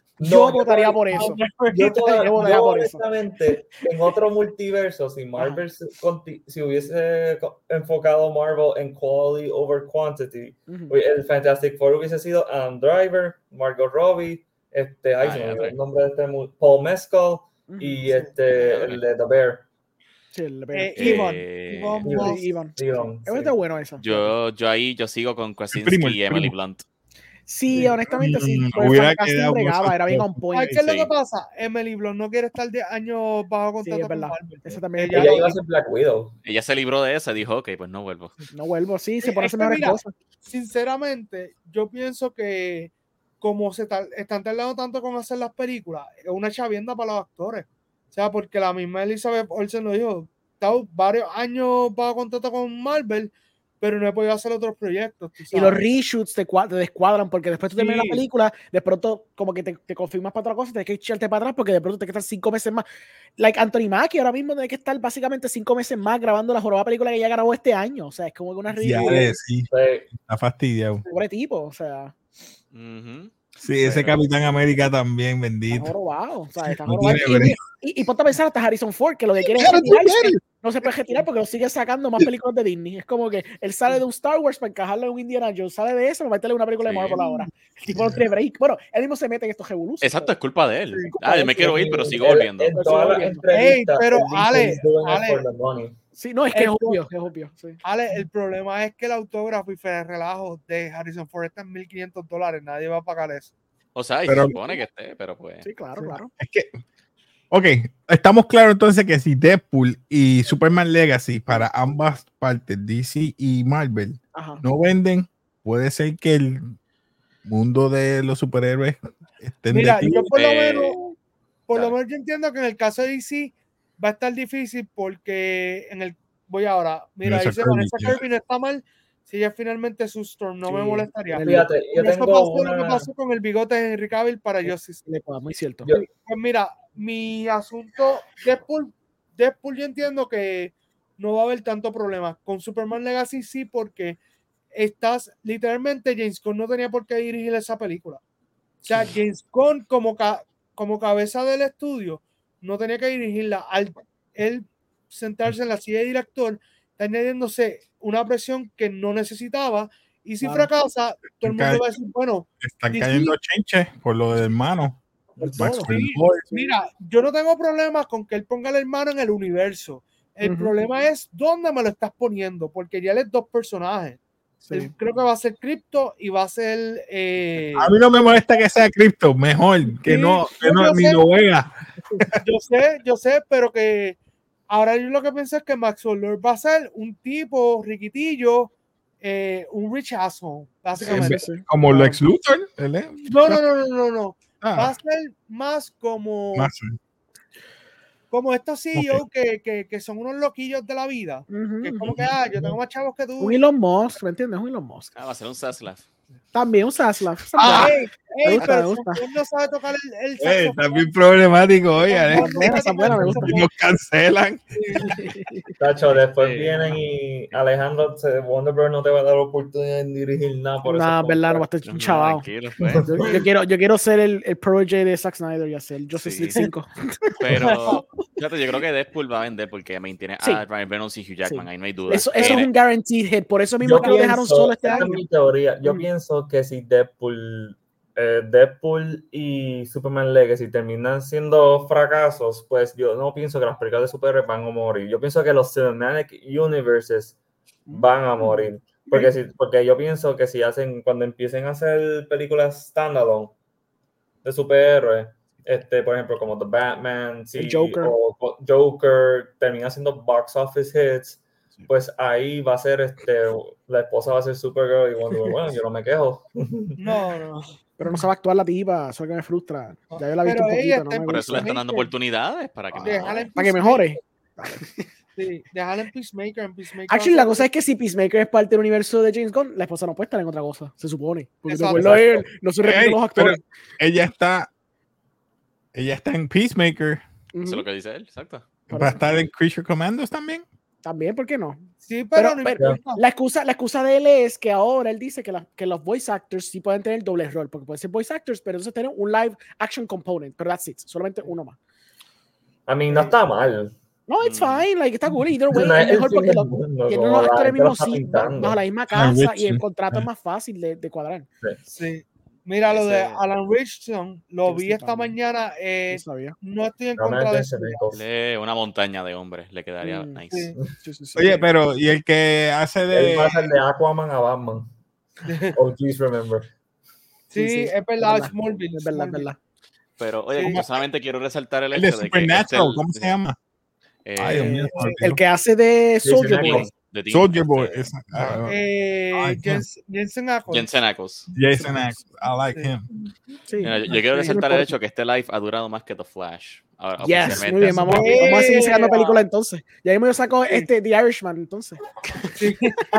yo No, votaría yo- por eso. Yo, toda- Yo votaría yo por eso. honestamente, en otro multiverso, si Marvel se conti- si hubiese co- enfocado Marvel en quality over quantity, Ujú. hu- el Fantastic Four hubiese sido Adam Driver, Margot Robbie, este, ay, Ah, se me ya, olvidó ok. el nombre de este, mu- Paul Mescal Ujú. y Sí. este, Ok. el de The Bear. Sí, el- Eh, Eh, Ivan, Ivan Ivan. Moss. Sí, Ivan. Ivan, Es sí. está bueno esa. Yo, yo ahí, yo sigo con El Krasinski primo, el y Emily primo. Blunt. Sí, Sí. honestamente sí. Mm, Pues hubiera Fan Casting quedado bregaba, mucho era bien tiempo. on point. ¿Sabes qué es lo Sí. que pasa? Emily Blunt no quiere estar diez años bajo Sí, contrato es con verdad. Marvel. Eso también es Ella- Ella verdad. iba a ser Black Widow. Ella se libró de esa, dijo, ok, pues no vuelvo. No vuelvo, sí, se Es pone a que hacer mejores mira, cosas. Sinceramente, yo pienso que como se ta- están tardando tanto con hacer las películas, es una chavienda para los actores. O sea, porque la misma Elizabeth Olsen lo dijo, estado varios años bajo contrato con Marvel, pero no he podido hacer otros proyectos. tú Y los sabes. reshoots te, cua- te descuadran porque después tú terminas Sí. la película, de pronto como que te, te confirmas para otra cosa, tienes que echarte para atrás porque de pronto tienes que estar cinco meses más. Like Anthony Mackie ahora mismo tiene que estar básicamente cinco meses más grabando la jorobada película que ya grabó este año. O sea, es como que una Ya ridícula. ves, sí, Sí. está fastidiado. Pobre tipo, o sea, Ujú. Sí, ese Pero- Capitán América también, está bendito. jorobado. O sea, está No jorobado. tiene Y, break. y, y ponte a pensar hasta Harrison Ford, que lo que quiere es Claro, tú retirarse. quieres. No se puede retirar porque lo sigue sacando más películas de Disney. Es como que él sale de un Star Wars para encajarle en un Indiana Jones, sale de eso para meterle una película de Sí. Marvel ahora. El tipo no tiene break. Bueno, él mismo se mete en estos revoluciones. Exacto, es culpa de él. Sí, culpa Ah, de yo me él, quiero sí. ir, pero sigo Él- volviendo. En Pero todas sigo las volviendo. entrevistas, Ey, pero él dice, Ale, "He's doing it Ale. for the money". Sí, no, es que es Esto- obvio, es obvio. Sí. Ale, el problema es que el autógrafo y el relajo de Harrison Ford está en mil quinientos dólares. Nadie va a pagar eso. O sea, y Pero- se supone que esté, pero pues. Sí, claro, Sí. claro. Es que, ok, estamos claros entonces que si Deadpool y Superman Legacy para ambas partes, D C y Marvel, Ajá. no venden, puede ser que el mundo de los superhéroes esté en Mira, declive. yo por lo Eh, menos, por lo dale. menos yo entiendo que en el caso de D C va a estar difícil porque en el voy ahora, mira, Vanessa dice Kirby, Vanessa ya. Kirby no está mal. Si ella finalmente su Storm no me Sí, molestaría. el- Fíjate, yo Y eso tengo pasó lo que una... pasó con el bigote de Henry Cavill para Justice League. Le cuadra, muy cierto. Yo- Pues mira, mi asunto, Deadpool, Deadpool yo entiendo que no va a haber tanto problema. Con Superman Legacy sí, porque estás, literalmente, James Gunn no tenía por qué dirigir esa película. O sea, James Gunn como, ca como cabeza del estudio no tenía que dirigirla. Al él sentarse en la silla de director, está añadiéndose una presión que no necesitaba, y si claro. fracasa, todo el mundo va a decir, bueno, están cayendo chinches por lo del hermano. Sí, mira, yo no tengo problemas con que él ponga al hermano en el universo. El uh -huh. problema es dónde me lo estás poniendo, porque ya él es dos personajes. Sí. Él, creo que va a ser Crypto y va a ser. Eh... A mí no me molesta que sea Crypto, mejor que sí, no, que no ni lo vea. Yo sé, yo sé, pero que ahora yo lo que pienso es que Maxwell Lord va a ser un tipo riquitillo, eh, un rich asshole, básicamente. Sí, como claro. Lex Luthor. ¿eh? No, no, no, no, no, no. Ah. Va a ser más como. Más. Como estos C E O okay. que, que, que son unos loquillos de la vida. Uh -huh, que es como que, ah, yo tengo más chavos que tú. Un Elon Musk, ¿me entiendes? Un Elon Musk. Ah, va a ser un Zaslav. También un Zaslav. Ah, ey, ey, gusta, pero él no sabe tocar el, el saxofón. También problemático, oigan. ¿eh? Esa buena, me gusta. Y nos cancelan. Tacho, después sí, vienen y Alejandro, Wonder Bros no te va a dar la oportunidad de dirigir nada por eso. No, verdad, no va a estar un chaval. Pues. Yo, yo, quiero, yo quiero ser el, el protege de Zack Snyder y hacer Justice League cinco. Pero fíjate, yo creo que Deadpool va a vender porque mantiene sí. a Ryan Reynolds y Hugh Jackman, sí. ahí no hay duda. Eso, eso es un guaranteed hit, por eso mismo yo que lo dejaron solo este año. Mi teoría, yo mm. pienso que si Deadpool, eh, Deadpool y Superman Legacy terminan siendo fracasos, pues yo no pienso que las películas de superhéroes van a morir. Yo pienso que los Cinematic Universes van a morir. Porque, si, porque yo pienso que si hacen, cuando empiecen a hacer películas standalone de superhéroes, este, por ejemplo, como The Batman, sí, Joker. o Joker, termina haciendo box office hits, pues ahí va a ser, este, la esposa va a ser Supergirl y Wonder Woman. Bueno, yo no me quejo. No, no. Pero no sabe actuar la tipa, eso es que me frustra. Ya yo la he visto un poquito, no me Por eso le están dando oportunidades para que, mejore. Para que mejore. Sí, déjala en Peacemaker, en Peacemaker. Actually, la cosa es que si Peacemaker es parte del universo de James Gunn, la esposa no puede estar en otra cosa, se supone. Porque no, él, no se repiten los actores. Ella está, ella está en Peacemaker. Uh -huh. Eso es lo que dice él, exacto. ¿Va a estar en Creature Commandos también? También, ¿por qué no? Sí, pero, pero, pero la, excusa, la excusa de él es que ahora él dice que, la, que los voice actors sí pueden tener doble rol, porque pueden ser voice actors, pero entonces tienen un live action component, pero that's it, solamente uno más. A mí no está mal. No, it's fine, like, está cool, either way, no es mejor porque lo, tienen los actores mismos sí, bajo la misma casa y el contrato es más fácil de, de cuadrar. Sí. sí. Mira, lo de Alan Richardson, lo vi esta mañana, eh, no estoy en contra de eso. Una montaña de hombres, le quedaría mm, nice. Sí. Sí, sí, sí. Oye, pero, ¿y el que hace de...? Él va a hacer de Aquaman a Batman. Oh, please remember. Sí, sí, sí, es verdad, es Smallville. Es verdad, es verdad. Pero, oye, sí. solamente quiero resaltar el, el hecho de, de que... Supernatural, ¿cómo se llama? Eh, Ay, Dios mío, el que hace de Soldier Boy. Soldier Boy. Es, uh, eh, Jensen, Jensen Ackles. Jensen Ackles. Jason Ackles. I like sí. him. Sí. Mira, yo, yo quiero resaltar el hecho que este live ha durado más que The Flash. Ahora, yes, muy bien, vamos, yeah. vamos a seguir sacando películas entonces. Y ahí me saco sí. este The Irishman entonces. Sí.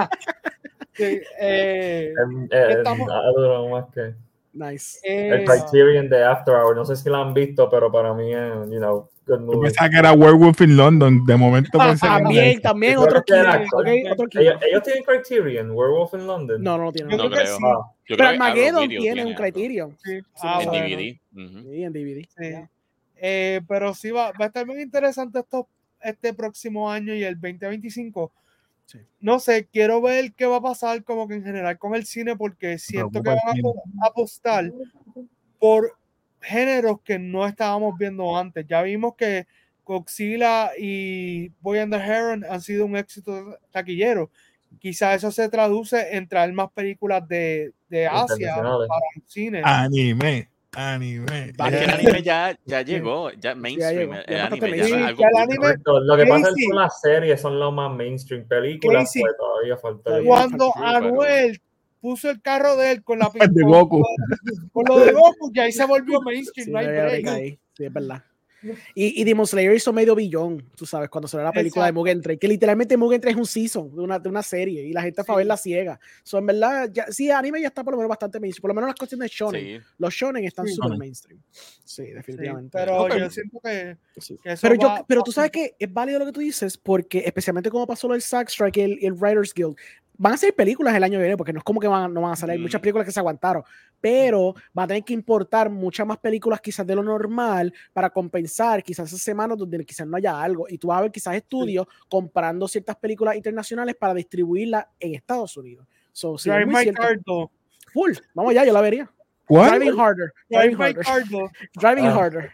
sí. Eh, um, eh, estamos... Ha durado más que... Nice. Eh, el Criterion de After Hour, no sé si lo han visto, pero para mí es, you know, good movie. Yo pensaba que era Werewolf in London, de momento pensé ah, también, que también, otro key, okay, otro key. ¿Ellos, ellos tienen Criterion, Werewolf in London. No, no lo tienen. No, no creo. Sí. Yo pero Armageddon tiene, tiene un Criterion. Sí. Ah, en bueno. D V D. Uh-huh. Sí, en D V D. Sí. Yeah. Eh, pero sí va, va a estar muy interesante esto este próximo año y el veinte veinticinco. Sí. No sé, quiero ver qué va a pasar como que en general con el cine porque siento que van a apostar por géneros que no estábamos viendo antes. Ya vimos que Godzilla y Boy and the Heron han sido un éxito taquillero. Quizá eso se traduce en traer más películas de, de Asia para el cine. Anime. Anime. El anime ya, ya llegó, ya mainstream. Ya, el anime, ya sí, algo ya el anime lo que pasa es que las series son las más mainstream. Películas, pues todavía falta. Cuando Anuel puso el carro de él con la de Goku. Con lo de Goku, ya ahí se volvió mainstream. Sí, no hay break. Sí, es verdad. Y, y Demon Slayer hizo medio billón, tú sabes, cuando salió la película Exacto. de Mugen Train, que literalmente Mugen Train es un season de una, de una serie y la gente sí. fue a verla ciega. So, en verdad, ya, sí, anime ya está por lo menos bastante mainstream. Por lo menos las cuestiones de shonen. Sí. Los shonen están sí. súper mainstream. Sí, definitivamente. Sí, pero okay. yo siento que, sí. que eso pero, va, yo, pero tú sabes que es válido lo que tú dices, porque especialmente como pasó lo del SAG Strike y el, el Writers Guild, van a ser películas el año que viene, porque no es como que van, no van a salir, hay muchas películas que se aguantaron, pero van a tener que importar muchas más películas quizás de lo normal para compensar quizás esas semanas donde quizás no haya algo, y tú vas a ver quizás estudios sí. comprando ciertas películas internacionales para distribuirlas en Estados Unidos. So, sí, Drive My Cardo. Full, vamos allá, yo la vería. What? Driving harder. Driving Drive harder. Cardo. Driving Ah. harder.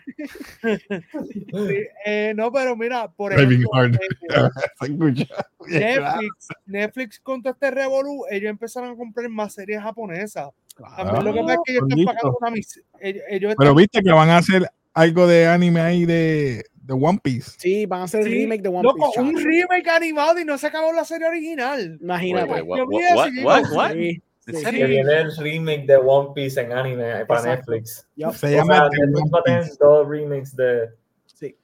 Sí, eh, no, pero mira, por Driving ejemplo, harder. eh, Se escucha. Netflix, Netflix con todo este revolú, ellos empezaron a comprar más series japonesas. Ah, También lo que pasa es que ellos están listo. pagando una mis ellos, ellos Pero están, viste que van a hacer algo de anime ahí de, de One Piece. Sí, van a hacer el sí, remake de One loco, Piece. un chacho. remake animado y no se acabó la serie original. Imagínate. Wait, wait, Yo what, vi eso what, y digo, what, what? Sí, ¿En sí. serio? Que viene el remake de One Piece en anime para Exacto. Netflix. Yup. Se O llama sea, The Netflix One va a tener Piece. dos remakes de... Sí.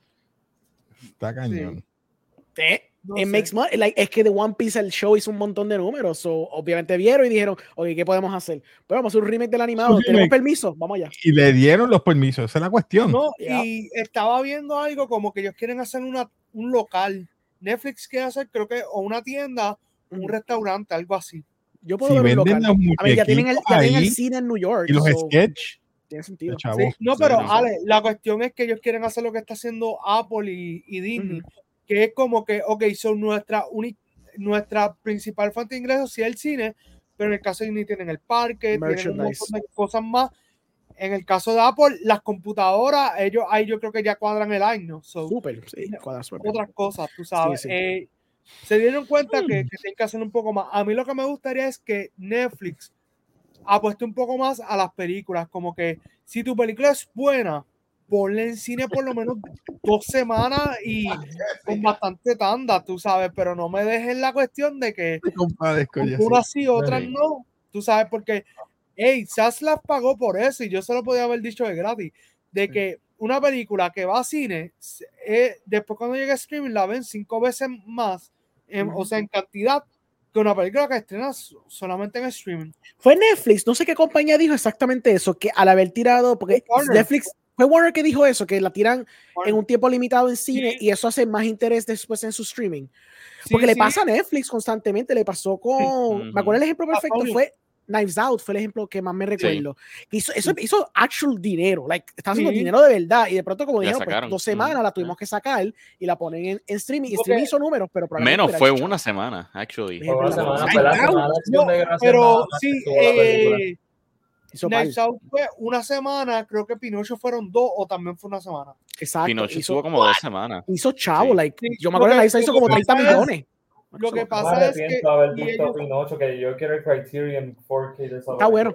Está cañón. Eh, No it sé. makes money. Like, es que The One Piece, el show hizo un montón de números. So, obviamente vieron y dijeron, ok, ¿qué podemos hacer? Pues vamos a hacer un remake del animado. Un ¿Tenemos remake. permiso? Vamos allá. Y le dieron los permisos, esa es la cuestión. No, Yeah. y estaba viendo algo como que ellos quieren hacer una, un local. Netflix quiere hacer, creo que, o una tienda, un Ujú. restaurante, algo así. Yo puedo Si ver un venden local. los A ver, ya tienen el, ya tienen el ahí cine en New York. y los so, sketch, tiene sentido. chavo. Sí, no, Sí, pero no. Ale, la cuestión es que ellos quieren hacer lo que está haciendo Apple y, y Disney, Ujú. que es como que, ok, son nuestra uni- nuestra principal fuente de ingresos, sí, el cine, pero en el caso de Disney tienen el parque, tienen un Merchandise. montón de cosas más. En el caso de Apple, las computadoras, ellos ahí yo creo que ya cuadran el año. So, Súper, sí, cuadra súper bien. otras cosas, tú sabes. Sí, sí. Eh, se dieron cuenta que, que tienen que hacer un poco más. A mí lo que me gustaría es que Netflix apueste un poco más a las películas, como que si tu película es buena, ponla en cine por lo menos dos semanas y con bastante tanda, tú sabes, pero no me dejes la cuestión de que Te compadezco, ya sé. unas sí, otras Sí. no, tú sabes, porque hey, Sas las pagó por eso y yo se lo podía haber dicho de gratis, de que una película que va a cine, eh, después cuando llegue a streaming la ven cinco veces más, en, Ujú. o sea, en cantidad, que una película que estrenas solamente en streaming. Fue Netflix, no sé qué compañía dijo exactamente eso, que al haber tirado, porque Fue Warner. Netflix, fue Warner que dijo eso, que la tiran Warner. en un tiempo limitado en cine Sí. y eso hace más interés después en su streaming. Sí, Porque le sí. pasa a Netflix constantemente, le pasó con, Ujú. me acuerdo el ejemplo A perfecto Sony. fue Knives Out, fue el ejemplo que más me recuerdo. Hizo, eso hizo actual dinero, like, está haciendo Sí. dinero de verdad y de pronto como La dijeron, pues, sacaron. dos semanas Ujú. la tuvimos que sacar y la ponen en, en streaming y Porque- streaming hizo números, pero probablemente Menos hubiera fue hecho una chavo. semana, actually. Sí, Fue una verdad. semana, Ay, fue la wow. semana de acción No, de gracias pero nada más sí, que tuvo la película. eh, Hizo par. Knives Out fue una semana, creo que Pinocho fueron dos o también fue una semana. Exacto. Pinocho hizo, estuvo como dos semanas. hizo chavo, Sí. like, Sí, yo me lo acuerdo que que- Knives Out hizo lo que como treinta pasa es- millones. Lo que No me pasa es que arrepiento de haber y visto ellos- Pinocho, que yo quiero el Criterion cuatro K de esa Está bueno.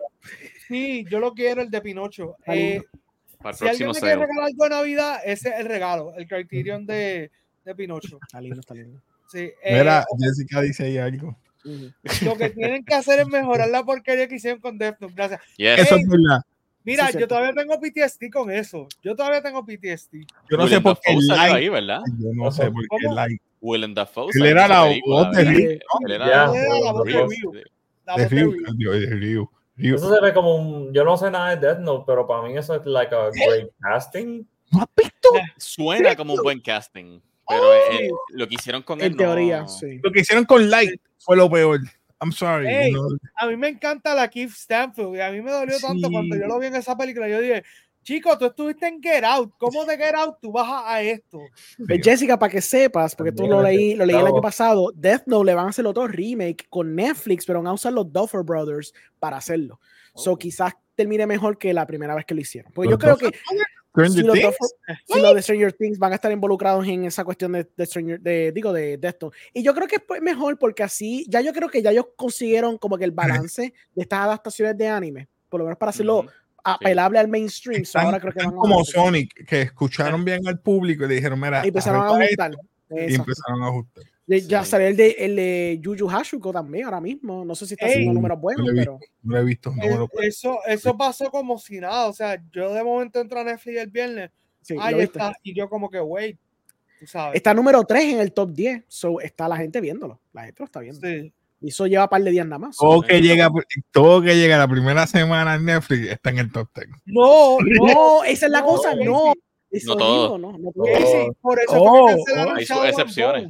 sí, yo lo quiero el de Pinocho. Está lindo. Eh, Para el si alguien próximo me quiere sale. regalar algo de Navidad, ese es el regalo, el Criterion de, de Pinocho. Está lindo, está lindo. Sí, eh, Mira, Jessica dice ahí algo. Ujú. lo que tienen que hacer es mejorar la porquería que hicieron con Death Note. Gracias. Yes. Eso Ey, es verdad. Mira, Sí, yo cierto. todavía tengo P T S D con eso. Yo todavía tengo P T S D. Yo no Willem sé por qué Dafoe salió like. ahí, ¿verdad? Yo no sé por qué ¿Cómo? like. Willem Dafoe Él salió en era esa la película, voz de ¿verdad? Ryu, Eh, Él era Ya, Él era la Willem voz de Dafoe. Ryu. La de voz de Ryu. Ryu. De Ryu. Ryu. Eso se ve como un. Yo no sé nada de Death Note, pero para mí eso es like a great casting. ¿No has visto? Suena como un buen casting, pero eh, lo que hicieron con él En teoría, no... sí. Lo que hicieron con Light fue lo peor. I'm sorry. Ey, you know. A mí me encanta la Keith Stanfield y a mí me dolió tanto Sí. cuando yo lo vi en esa película. Yo dije, chico, tú estustiste en Get Out. ¿Cómo de Get Out tú vas a, a esto? Pues, Jessica, para que sepas, porque tú lo leí, lo leí el año Bravo. pasado, Death Note le van a hacer otro remake con Netflix, pero van a usar los Duffer Brothers para hacerlo. So Oh. quizás termine mejor que la primera vez que lo hicieron. Porque Los yo creo Duffer que Stranger si los, Things. Duffer- si los de Stranger Things van a estar involucrados en esa cuestión de, de Stranger, de, digo, de Death Note. Y yo creo que es pues mejor porque así, ya yo creo que ya ellos consiguieron como que el balance de estas adaptaciones de anime, por lo menos para hacerlo Ujú. apelable al mainstream. So Están, ahora creo que están van a como hacer- Sonic, que escucharon bien al público y le dijeron, mira, y empezaron a arregla ajustar. esto, y Exacto. empezaron a ajustar. De- Ya Sí. salió el de, el de Yu Yu Hakusho también ahora mismo. No sé si está Ey, haciendo números No buenos, lo he pero visto, no lo he visto, no me Eh, lo puedo. eso, eso pasó como si nada. O sea, yo de momento entro a Netflix el viernes. sí, Ahí lo viste. está. Y yo como que, wait, tú sabes. Está número tres en el top diez. So está la gente viéndolo. La gente lo está viendo. Sí. Y eso lleva un par de días nada más. Todo que llega, todo que llega la primera semana en Netflix está en el top ten. No, no. No, esa es la no, cosa. No. Casey, Eso No todo. digo, no, no todo. Casey, por eso Oh, fue que cancelaron oh, hay sus Shadow and excepciones. Bone.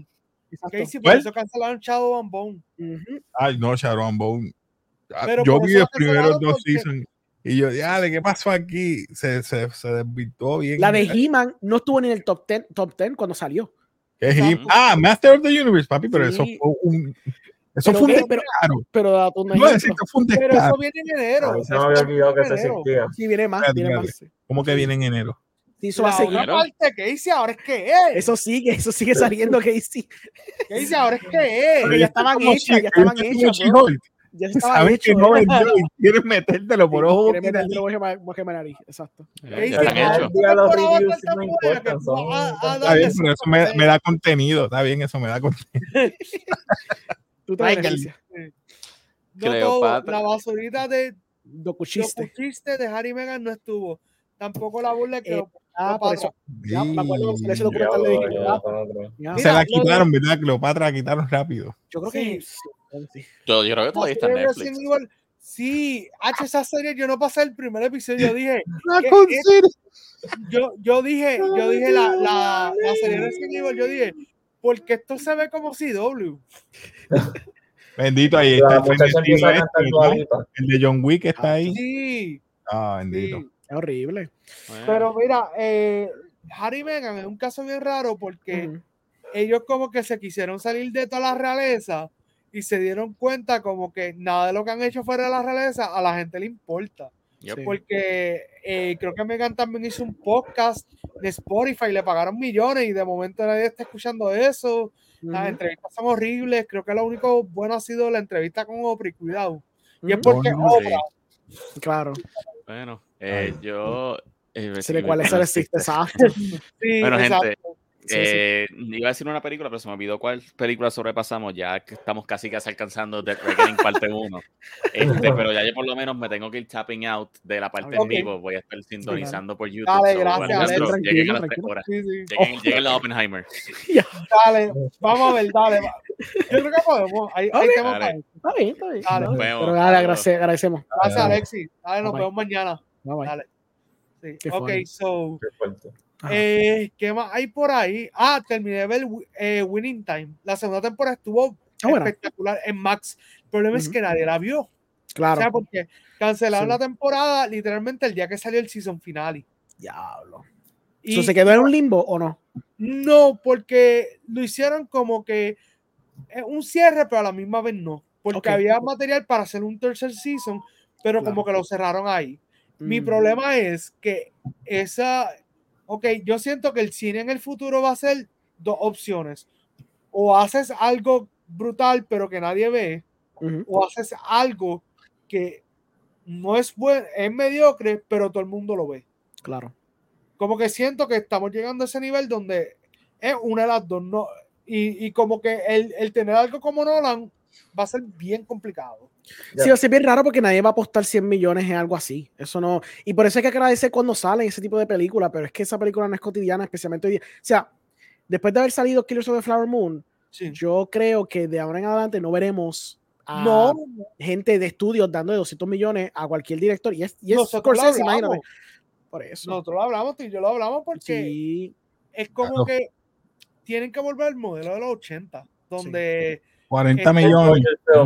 Casey, por eso cancelaron Shadow and Bone. Uh-huh. Ay, no, Shadow and Bone. Pero yo vi los primeros dos porque... seasons y yo, ya, ¿de qué pasó aquí? Se, se, se desvirtuó bien. La de He-Man no estuvo ni en el top ten, top ten cuando salió. ¿Qué es He ah, Master of the Universe, papi, pero sí. eso fue un... Eso pero fue un qué, pero, pero, pero, no, eso fue un pero eso viene en enero. No, no había olvidado que se existía. Sí, viene más, viene más. ¿Cómo que viene en enero? Sí, eso va a seguir. Otra parte, Casey, ahora es que es. Eso sigue, eso sigue saliendo, Casey. Casey, ahora es que es. Porque ya estaban hechas, ya estaban hechas. Ya estaba hecho. Que no vendió y quieres metértelo por ojo. Quieres metértelo por ojo nariz, exacto. Están hechos. Está bien, pero eso me, me da contenido. Está bien, eso me da contenido. Tú te beneficias. No todo, la basurita de Docuchiste de Harry Meghan no estuvo. Tampoco la burla que eh, ah, por eso. Ya, me acuerdo que ese documental le dije. Ya, se la quitaron, ¿verdad? Cleopatra la quitaron rápido. Yo creo que sí. Sí. Yo, yo creo que todavía está en Netflix. Igual, sí, H, esa serie yo no pasé el primer episodio, yo dije. yo, yo dije, yo dije la, la, la serie Resident Evil, yo dije, porque esto se ve como C W. Bendito, ahí está el, este, el de John Wick está ahí. Sí. Ah, bendito. Sí. Es horrible. Bueno. Pero mira, eh, Harry y Meghan es un caso bien raro porque uh-huh. ellos como que se quisieron salir de toda la realeza y se dieron cuenta como que nada de lo que han hecho fuera de la realeza a la gente le importa. Yep. Porque eh, creo que Meghan también hizo un podcast de Spotify, le pagaron millones y de momento nadie está escuchando eso. Uh-huh. Las entrevistas son horribles. Creo que lo único bueno ha sido la entrevista con Oprah, cuidado. Uh-huh. Y es porque oh, Oprah. Sí. Claro. Bueno, eh, yo... Eh, sí, de cuál es el existe, exacto. Sí, bueno, exacto. gente, eh, sí, sí. iba a decir una película, pero se me olvidó cuál película sobrepasamos, ya que estamos casi casi alcanzando Dead Reckoning parte uno. Este, pero ya yo por lo menos me tengo que ir tapping out de la parte okay. en vivo, voy a estar sintonizando sí, por YouTube. Dale, so, gracias. Bueno, dale, tranquilo, lleguen a las tres horas. Sí, sí. Lleguen, oh. lleguen los Oppenheimer. Dale, vamos a ver, dale. Va. Yo creo que podemos. Ahí, okay. ahí tenemos está bien, está bien. Dale. Nos vemos. Pero dale, gracias, agradecemos. Gracias, Alexis. Dale, nos vemos mañana. Dale. Sí. Ok, funny. so eh, ¿qué más hay por ahí? Ah, terminé de ver eh, Winning Time. La segunda temporada estuvo ah, espectacular bueno. en Max. El problema uh-huh. es que nadie la vio. Claro. O sea, porque cancelaron sí. la temporada literalmente el día que salió el season finale. Diablo. Y, ¿Eso se quedó en un limbo o no? No, porque lo hicieron como que un cierre, pero a la misma vez no. Porque okay. había material para hacer un tercer season, pero claro. como que lo cerraron ahí. Mi problema es que esa, ok, yo siento que el cine en el futuro va a ser dos opciones. O haces algo brutal pero que nadie ve, uh-huh. o haces algo que no es bueno, es mediocre, pero todo el mundo lo ve. Claro. Como que siento que estamos llegando a ese nivel donde es una de las dos, no, y, y como que el, el tener algo como Nolan va a ser bien complicado. Sí, va a ser bien raro porque nadie va a apostar cien millones en algo así. Eso no. Y por eso hay que agradecer cuando salen ese tipo de películas, pero es que esa película no es cotidiana, especialmente hoy día. O sea, después de haber salido Killers of the Flower Moon, sí. yo creo que de ahora en adelante no veremos a no. gente de estudios dando de doscientos millones a cualquier director. Y es, y es Scorsese, imagínate. Por eso. Nosotros lo hablamos, y yo lo hablamos porque sí. es como claro. que tienen que volver al modelo de los ochenta, donde sí. cuarenta millones.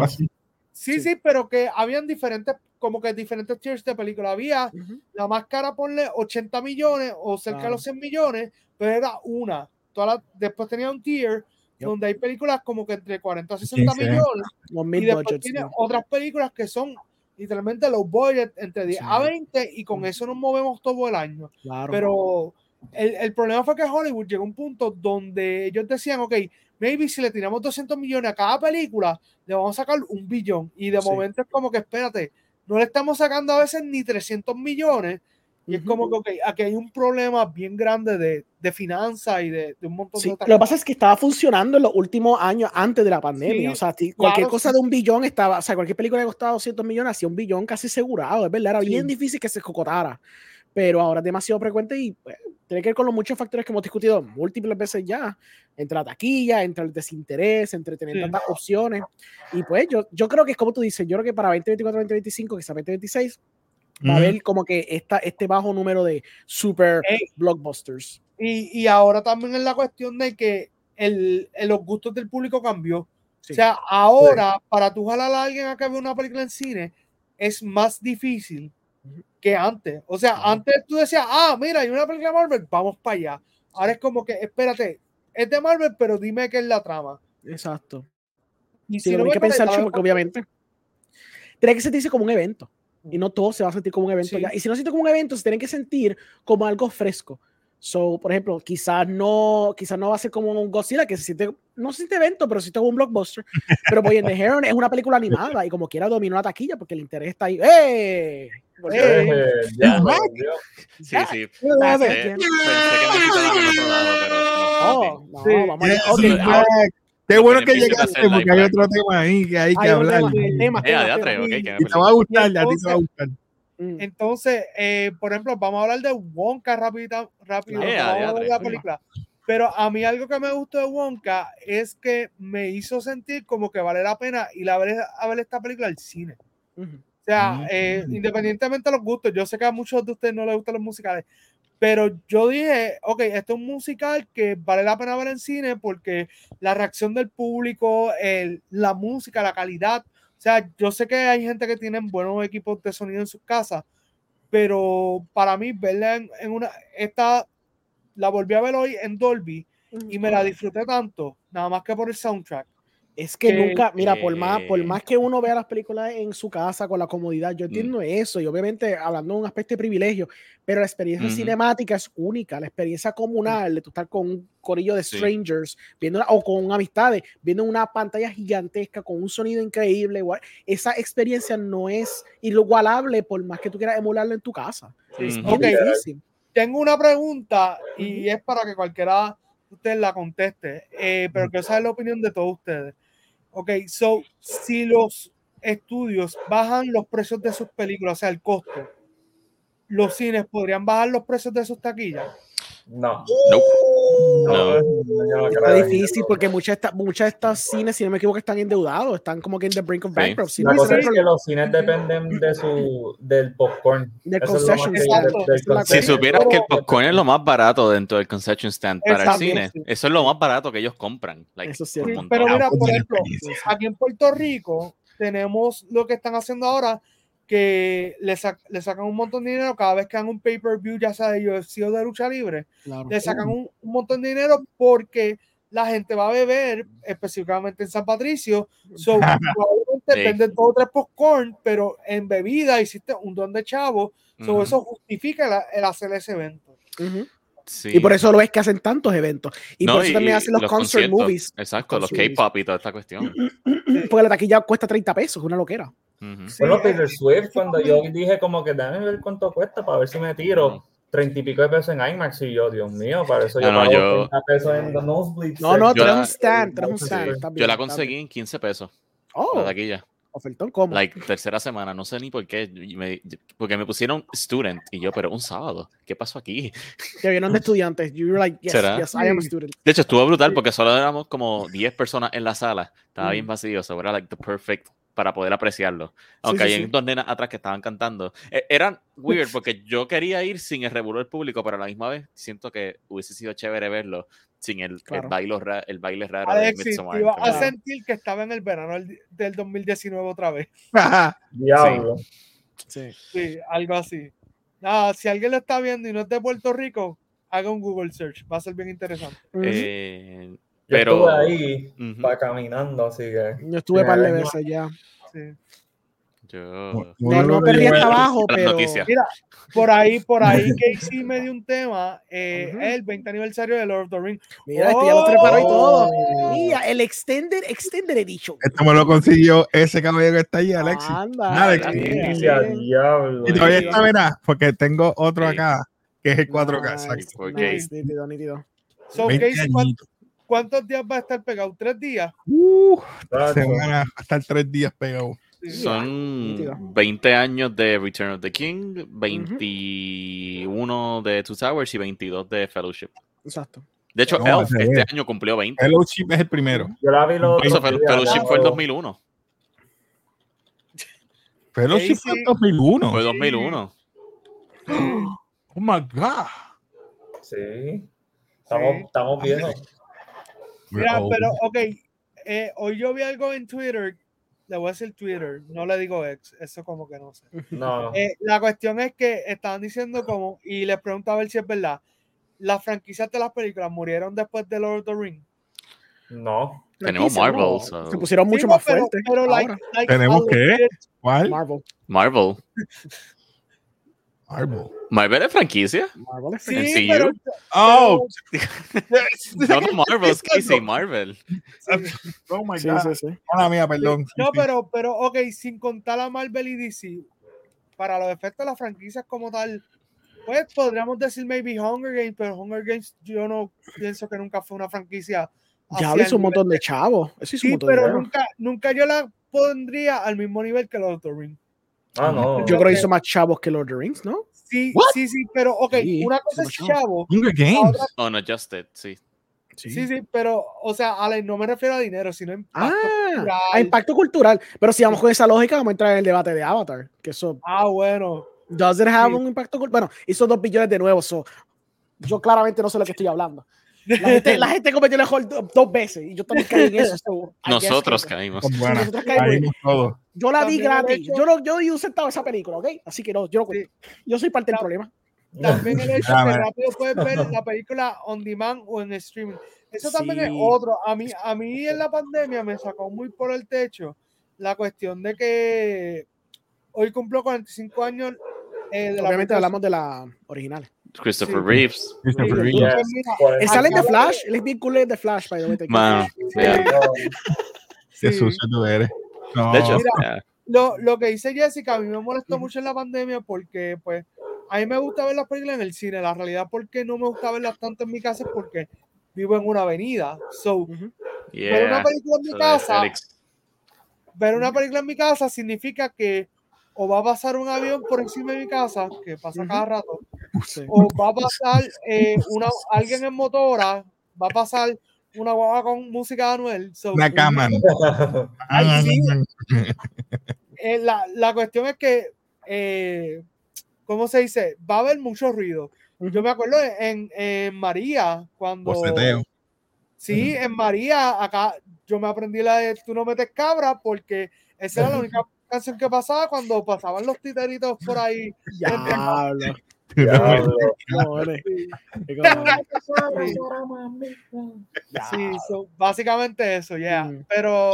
Sí, sí, sí, pero que habían diferentes, como que diferentes tiers de película. Había uh-huh. la más cara, ponle ochenta millones o cerca claro. de los cien millones, pero era una. Toda la, después tenía un tier yep. donde hay películas como que entre cuarenta a sesenta sí, millones. Sí. Y después budgets, tiene sí. otras películas que son literalmente low budget, entre diez sí. a veinte, y con uh-huh. eso nos movemos todo el año. Claro. Pero el, el problema fue que Hollywood llegó a un punto donde ellos decían, ok, maybe si le tiramos doscientos millones a cada película, le vamos a sacar un billón. Y de sí. momento es como que, espérate, no le estamos sacando a veces ni trescientos millones. Y uh-huh. es como que, ok, aquí hay un problema bien grande de, de finanzas y de, de un montón sí, de... Lo que pasa es que estaba funcionando en los últimos años antes de la pandemia. Sí, o sea, cualquier claro, cosa sí. de un billón estaba, o sea, cualquier película que costaba doscientos millones hacía un billón casi asegurado. Es verdad, era sí. bien difícil que se cocotara. Pero ahora es demasiado frecuente y pues, tiene que ver con los muchos factores que hemos discutido múltiples veces ya, entre la taquilla, entre el desinterés, entre tener sí. tantas opciones. Y pues yo, yo creo que es como tú dices, yo creo que para veinte veinticuatro, veinte veinticinco, que sea veinte veintiséis, mm. va a haber como que esta, este bajo número de super hey. blockbusters. Y, y ahora también es la cuestión de que el, el, los gustos del público cambió. Sí. O sea, ahora, sí. para tú jalar a alguien a que vea una película en cine, es más difícil que antes. O sea, uh-huh. antes tú decías, ah, mira, hay una película de Marvel, vamos para allá. Ahora es como que, espérate, es de Marvel, pero dime qué es la trama. Exacto. Y sí, si no hay que pensar mucho, porque obviamente tiene que sentirse como un evento. Y no todo se va a sentir como un evento sí. ya. Y si no se siente como un evento, se tiene que sentir como algo fresco. So, por ejemplo, quizás no, quizás no va a ser como un Godzilla que se siente, no se siente evento, pero se siente como un blockbuster. Pero Boy and the Heron es una película animada y como quiera dominó la taquilla porque el interés está ahí. ¡Eh! Eh, ya, no, sí, sí. Pensé, pensé que me quitaban en otro lado, pero no. Oh, no, sí. vamos a okay, ahora, qué bueno que llegaste porque hay otro tema ahí que hay que hay hablar. Tema, el tema, eh, tema, tema, okay, y te va a gustar, a ti te va a gustar. Entonces, eh, por ejemplo, vamos a hablar de Wonka rápido, rápido yeah, vamos yeah, a hablar de la película. Pero a mí algo que me gustó de Wonka es que me hizo sentir como que vale la pena ir a ver, a ver esta película al cine. Uh-huh. O sea, uh-huh. eh, independientemente de los gustos, yo sé que a muchos de ustedes no les gustan los musicales, pero yo dije, ok, esto es un musical que vale la pena ver en cine porque la reacción del público, el, la música, la calidad. O sea, yo sé que hay gente que tiene buenos equipos de sonido en sus casas, pero para mí verla en, en una, esta la volví a ver hoy en Dolby y me la disfruté tanto, nada más que por el soundtrack. Es que, que nunca, mira, por más, por más que uno vea las películas en su casa con la comodidad, yo entiendo mm. eso, y obviamente hablando de un aspecto de privilegio, pero la experiencia mm-hmm. cinemática es única, la experiencia comunal de tú estar con un corillo de strangers, sí. viendo una, o con amistades, viendo una pantalla gigantesca con un sonido increíble, igual, esa experiencia no es inigualable por más que tú quieras emularlo en tu casa. Sí. Es mm-hmm. okay. difícil. Tengo una pregunta y mm-hmm. es para que cualquiera de ustedes la conteste, eh, pero quiero saber la opinión de todos ustedes. Ok, so, si los estudios bajan los precios de sus películas, o sea, el costo, ¿los cines podrían bajar los precios de sus taquillas? No. Nope. No. No. no. Está difícil porque muchas de estas cines, si no me equivoco, están endeudados, están como que en the brink of bankruptcy. Sí. La cosa es que los cines dependen de su, del popcorn. Del concession stand. Si supieras que el popcorn es lo más barato dentro del concession stand para Exacto, el cine, sí. eso es lo más barato que ellos compran. Like, eso sí, pero mira, por ejemplo, aquí en Puerto Rico tenemos lo que están haciendo ahora, que le, sac le sacan un montón de dinero cada vez que hagan un pay-per-view, ya sea de U F C o de lucha libre, claro. le sacan un, un montón de dinero porque la gente va a beber, específicamente en San Patricio, so, probablemente sí. venden dos o tres popcorn, pero en bebida hiciste un don de chavo, so, uh-huh. eso justifica la, el hacer ese evento. Uh-huh. Sí. Y por eso lo ves que hacen tantos eventos. Y no, por eso y, también hacen los, los concert movies. Exacto, los, los K-pop y toda esta cuestión. Porque la taquilla cuesta treinta pesos, una loquera. Uh-huh. Bueno, sí, Taylor Swift, cuando yo dije como que déjame ver cuánto cuesta para ver si me tiro treinta uh-huh. y pico de pesos en IMAX y yo, Dios mío, para eso yo no, pago yo... treinta pesos en The Nosebleed. No, no, traes un stand, traes un stand. Sí. Yo la conseguí en quince pesos. Oh. La taquilla. Ofertón, ¿cómo? Like, tercera semana, no sé ni por qué. Me, porque me pusieron student y yo, pero un sábado, ¿qué pasó aquí? Que vieron de estudiantes. You were like, yes, ¿Será? yes, I am a student. De hecho, estuvo brutal porque solo éramos como diez personas en la sala. Estaba mm. bien vacío, so era like the perfect para poder apreciarlo. Aunque sí, sí, hay sí. dos nenas atrás que estaban cantando. Eh, eran weird porque yo quería ir sin el revuelo del público, pero a la misma vez siento que hubiese sido chévere verlo sin el, claro. el, baile, ra el baile raro Alexis, de Midsommar. Iba a sentir que estaba en el verano del, del dos mil diecinueve otra vez. Diablo. Sí. sí, algo así. Nada, si alguien lo está viendo y no es de Puerto Rico, haga un Google search. Va a ser bien interesante. Uh-huh. eh, Yo pero... estuve ahí uh-huh. para caminando, así que... Yo estuve un par de veces ya. Sí. Yo... No, no perdí hasta abajo, pero... Mira, por ahí, por ahí Casey me dio un tema, eh, uh-huh. el veinte aniversario de Lord of the Rings. Mira, oh, este ya lo preparó y todo. Mira, el Extended, Extended Edition. Esto me lo consiguió ese caballero que está ahí, Alexis. Anda, Alex. Diablo. Y todavía está, mira, porque tengo otro acá, que es el cuatro K. Nice, nice, nítido, nítido. So, Casey, ¿cuántos, ¿cuántos días va a estar pegado? ¿Tres días? Uh, semana, va a estar tres días pegado. Son veinte años de Return of the King, veintiuno uh-huh. de Two Towers y veintidós de Fellowship. Exacto. De hecho, no, Elf este año cumplió veinte. Fellowship es el primero. Yo la vi los Eso, Fellowship días, fue el dos mil uno. Fellowship fue el dos mil uno. Fue dos mil uno. Oh my God. Sí. Estamos, sí. estamos viejos. Mira, pero, ok, eh, hoy yo vi algo en Twitter, le voy a decir Twitter, no le digo ex, eso como que no sé. No. Eh, la cuestión es que estaban diciendo como, y les preguntaba a ver si es verdad, las franquicias de las películas murieron después de Lord of the Rings. No. Tenemos Marvel. No, So. se pusieron mucho Sí, más pero, fuertes. pero like, ahora. like, ¿Tenemos a qué? legit- ¿Cuál? Marvel. Marvel. Marvel. Marvel es franquicia. Marvel es Sí, M C U. pero, Oh, No, no Marvel, Casey, Marvel. sí. oh my Sí, God. sí, sí. Hola mía, perdón. No, Sí, sí. pero, pero, ok, sin contar a Marvel y D C, para los efectos de las franquicias como tal, pues podríamos decir maybe Hunger Games, pero Hunger Games yo no pienso que nunca fue una franquicia. Ya hacia hizo el un montón nivel de chavos. Eso hizo un Sí, montón de pero dinero. nunca, nunca yo la pondría al mismo nivel que Lord of the Rings. Ah, no. Yo creo que hizo más chavos que Lord of the Rings, ¿no? Sí, What? sí, sí, pero ok, Sí, una cosa hizo es más chavos. chavo. Hunger la Games. otra- Oh, no, Justed, sí. sí, sí, pero, o sea, Ale, no me refiero a dinero, sino a impacto Ah, cultural. a impacto cultural. Pero si vamos con esa lógica, vamos a entrar en el debate de Avatar. Que eso, Ah, bueno. ¿does it have Sí. un impacto cultural? Bueno, hizo dos billones de nuevo. So, yo claramente no sé lo que estoy hablando. La gente, la gente cometió el error do- dos veces y yo también caí en eso. So, I guess Nosotros que- caímos. Son buenas. nosotros caímos. Caímos todos. Yo la vi También el gratis. hecho- Yo no yo di un centavo de esa película, ¿ok? Así que no, yo no cuento. Yo soy parte del Ta- problema. También el hecho Mira, que mira. rápido puedes ver la película on demand o en streaming. Eso también es Sí. otro. A mí, a mí en la pandemia me sacó muy por el techo la cuestión de que hoy cumplo cuarenta y cinco años. eh, de la Obviamente película- hablamos de las originales. Christopher Sí. Reeves. Christopher Sí, Reeve. Yes, pues mira, por Él eso. sale de acaba- Flash. Él es bien cool de Flash, by the way. te Man, quiero. yeah. Qué sí. sucio tú eres. No. De hecho, Mira, yeah. Lo, lo que dice Jessica, a mí me molestó Ujú. mucho en la pandemia porque, pues, a mí me gusta ver las películas en el cine. La realidad, porque no me gusta verlas tanto en mi casa es porque vivo en una avenida. So, Ujú. ver una Yeah. película en mi Eso de casa, Félix. ver una película en mi casa significa que o va a pasar un avión por encima de mi casa, que pasa cada rato, Sí. o va a pasar eh, una, alguien en motora, va a pasar una guagua con música de Anuel. So, Una cama. Ay, sí. Eh, la, la cuestión es que, eh, ¿cómo se dice? Va a haber mucho ruido. Yo me acuerdo en, en María, cuando... Boceteo. Sí, en María, acá yo me aprendí la de Tú no metes cabra porque esa era la única canción que pasaba cuando pasaban los titeritos por ahí. Diablo. Diablo. Cojones. Sí, Qué cojones. sí, so, básicamente eso, ya. Mm. Pero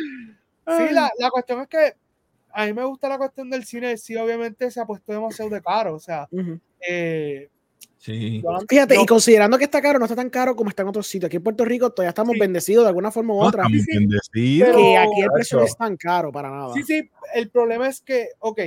sí, la, la cuestión es que a mí me gusta la cuestión del cine, sí, obviamente se ha puesto demasiado de caro, o sea, Ujú. eh, Sí. yo- Fíjate, yo- y considerando que está caro, no está tan caro como está en otros sitios. Aquí en Puerto Rico todavía estamos Sí. bendecidos de alguna forma u No, otra. estamos sí, bendecidos. pero- Que aquí el precio no Nacho. es tan caro para nada. sí, sí, el problema es que, ok,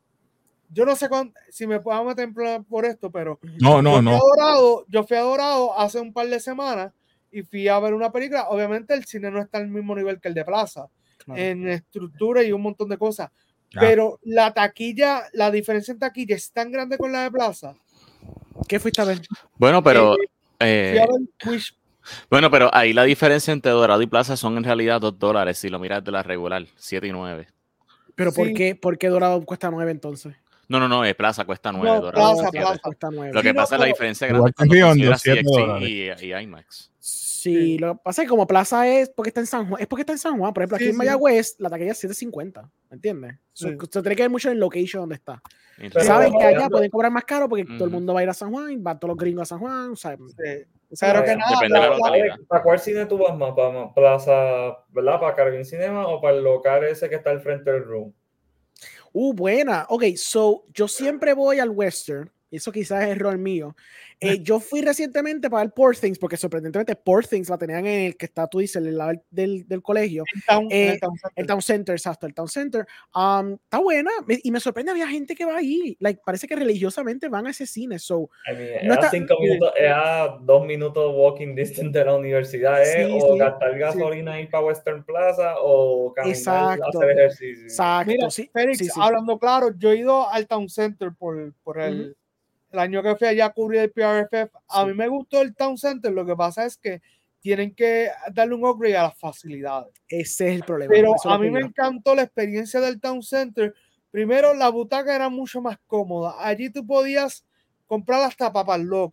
yo no sé cuán- si me puedo meter en problema por esto, pero No, no, yo, fui no. a Dorado, yo fui a Dorado hace un par de semanas y fui a ver una película. Obviamente el cine no está al mismo nivel que el de Plaza, Claro. en estructura y un montón de cosas. Ya. Pero la taquilla, la diferencia en taquilla es tan grande con la de Plaza. ¿Qué fuiste a ver? Bueno, pero. Eh, Fui a eh, ver Wish. bueno, pero ahí la diferencia entre Dorado y Plaza son en realidad dos dólares si lo miras de la regular, siete y nueve. ¿Pero por Sí. qué, por qué Dorado cuesta nueve entonces? No, no, no, eh, Plaza cuesta nueve, No, Dorado Plaza, siete. Plaza. Cuesta nueve. Lo que Sí, no, pasa es la pero- diferencia Igual grande que cuando en Río consideras siete C X dólares. y, y IMAX. Sí, lo que pasa es que como Plaza es porque está en San Juan, es porque está en San Juan. Por ejemplo, aquí Sí, en sí. Mayagüez, la taquilla es siete cincuenta, ¿me entiendes? So, Sí. Usted tiene que ver mucho en el location donde está. En Pero Saben realidad, que allá hablando- pueden cobrar más caro porque todo el Ujú. mundo va a ir a San Juan, van todos los gringos a San Juan, o sea, Sí. esa Pero es que la- nada, depende de la la- la- localidad. ¿Para cuál cine tú vas más? ¿Para Plaza, ¿verdad? ¿Para Caribbean Cinema o para el local ese que está al frente del room? Uh, buena. Ok, so yo siempre voy al Western. Y eso quizás es error mío. Eh, yo fui recientemente para el Poor Things, porque sorprendentemente Poor Things la tenían en el que está, tú dices, en el lado del, del colegio. en Town- en Eh, el Town Center. El Town Center, exacto, el Town Center. Um, está buena. Me- y me sorprende, había gente que va ahí. Like, parece que religiosamente van a ese cine. So, I mean, No es a está- cinco minutos, es a dos minutos walking distance de la universidad, ¿eh? Sí, o sí, gastar gasolina ir para Western Plaza o caminar Exacto. a hacer ejercicio. exacto. Mira, sí, Félix, sí, sí. hablando claro, yo he ido al Town Center por, por el, Ujú. el año que fui allá a cubrir el P R F F. A Sí. mí me gustó el Town Center, lo que pasa es que tienen que darle un upgrade a las facilidades. Ese es el problema. Pero eso es lo a mí que me iba. encantó la experiencia del Town Center. Primero, la butaca era mucho más cómoda. Allí tú podías comprar hasta papas locas. O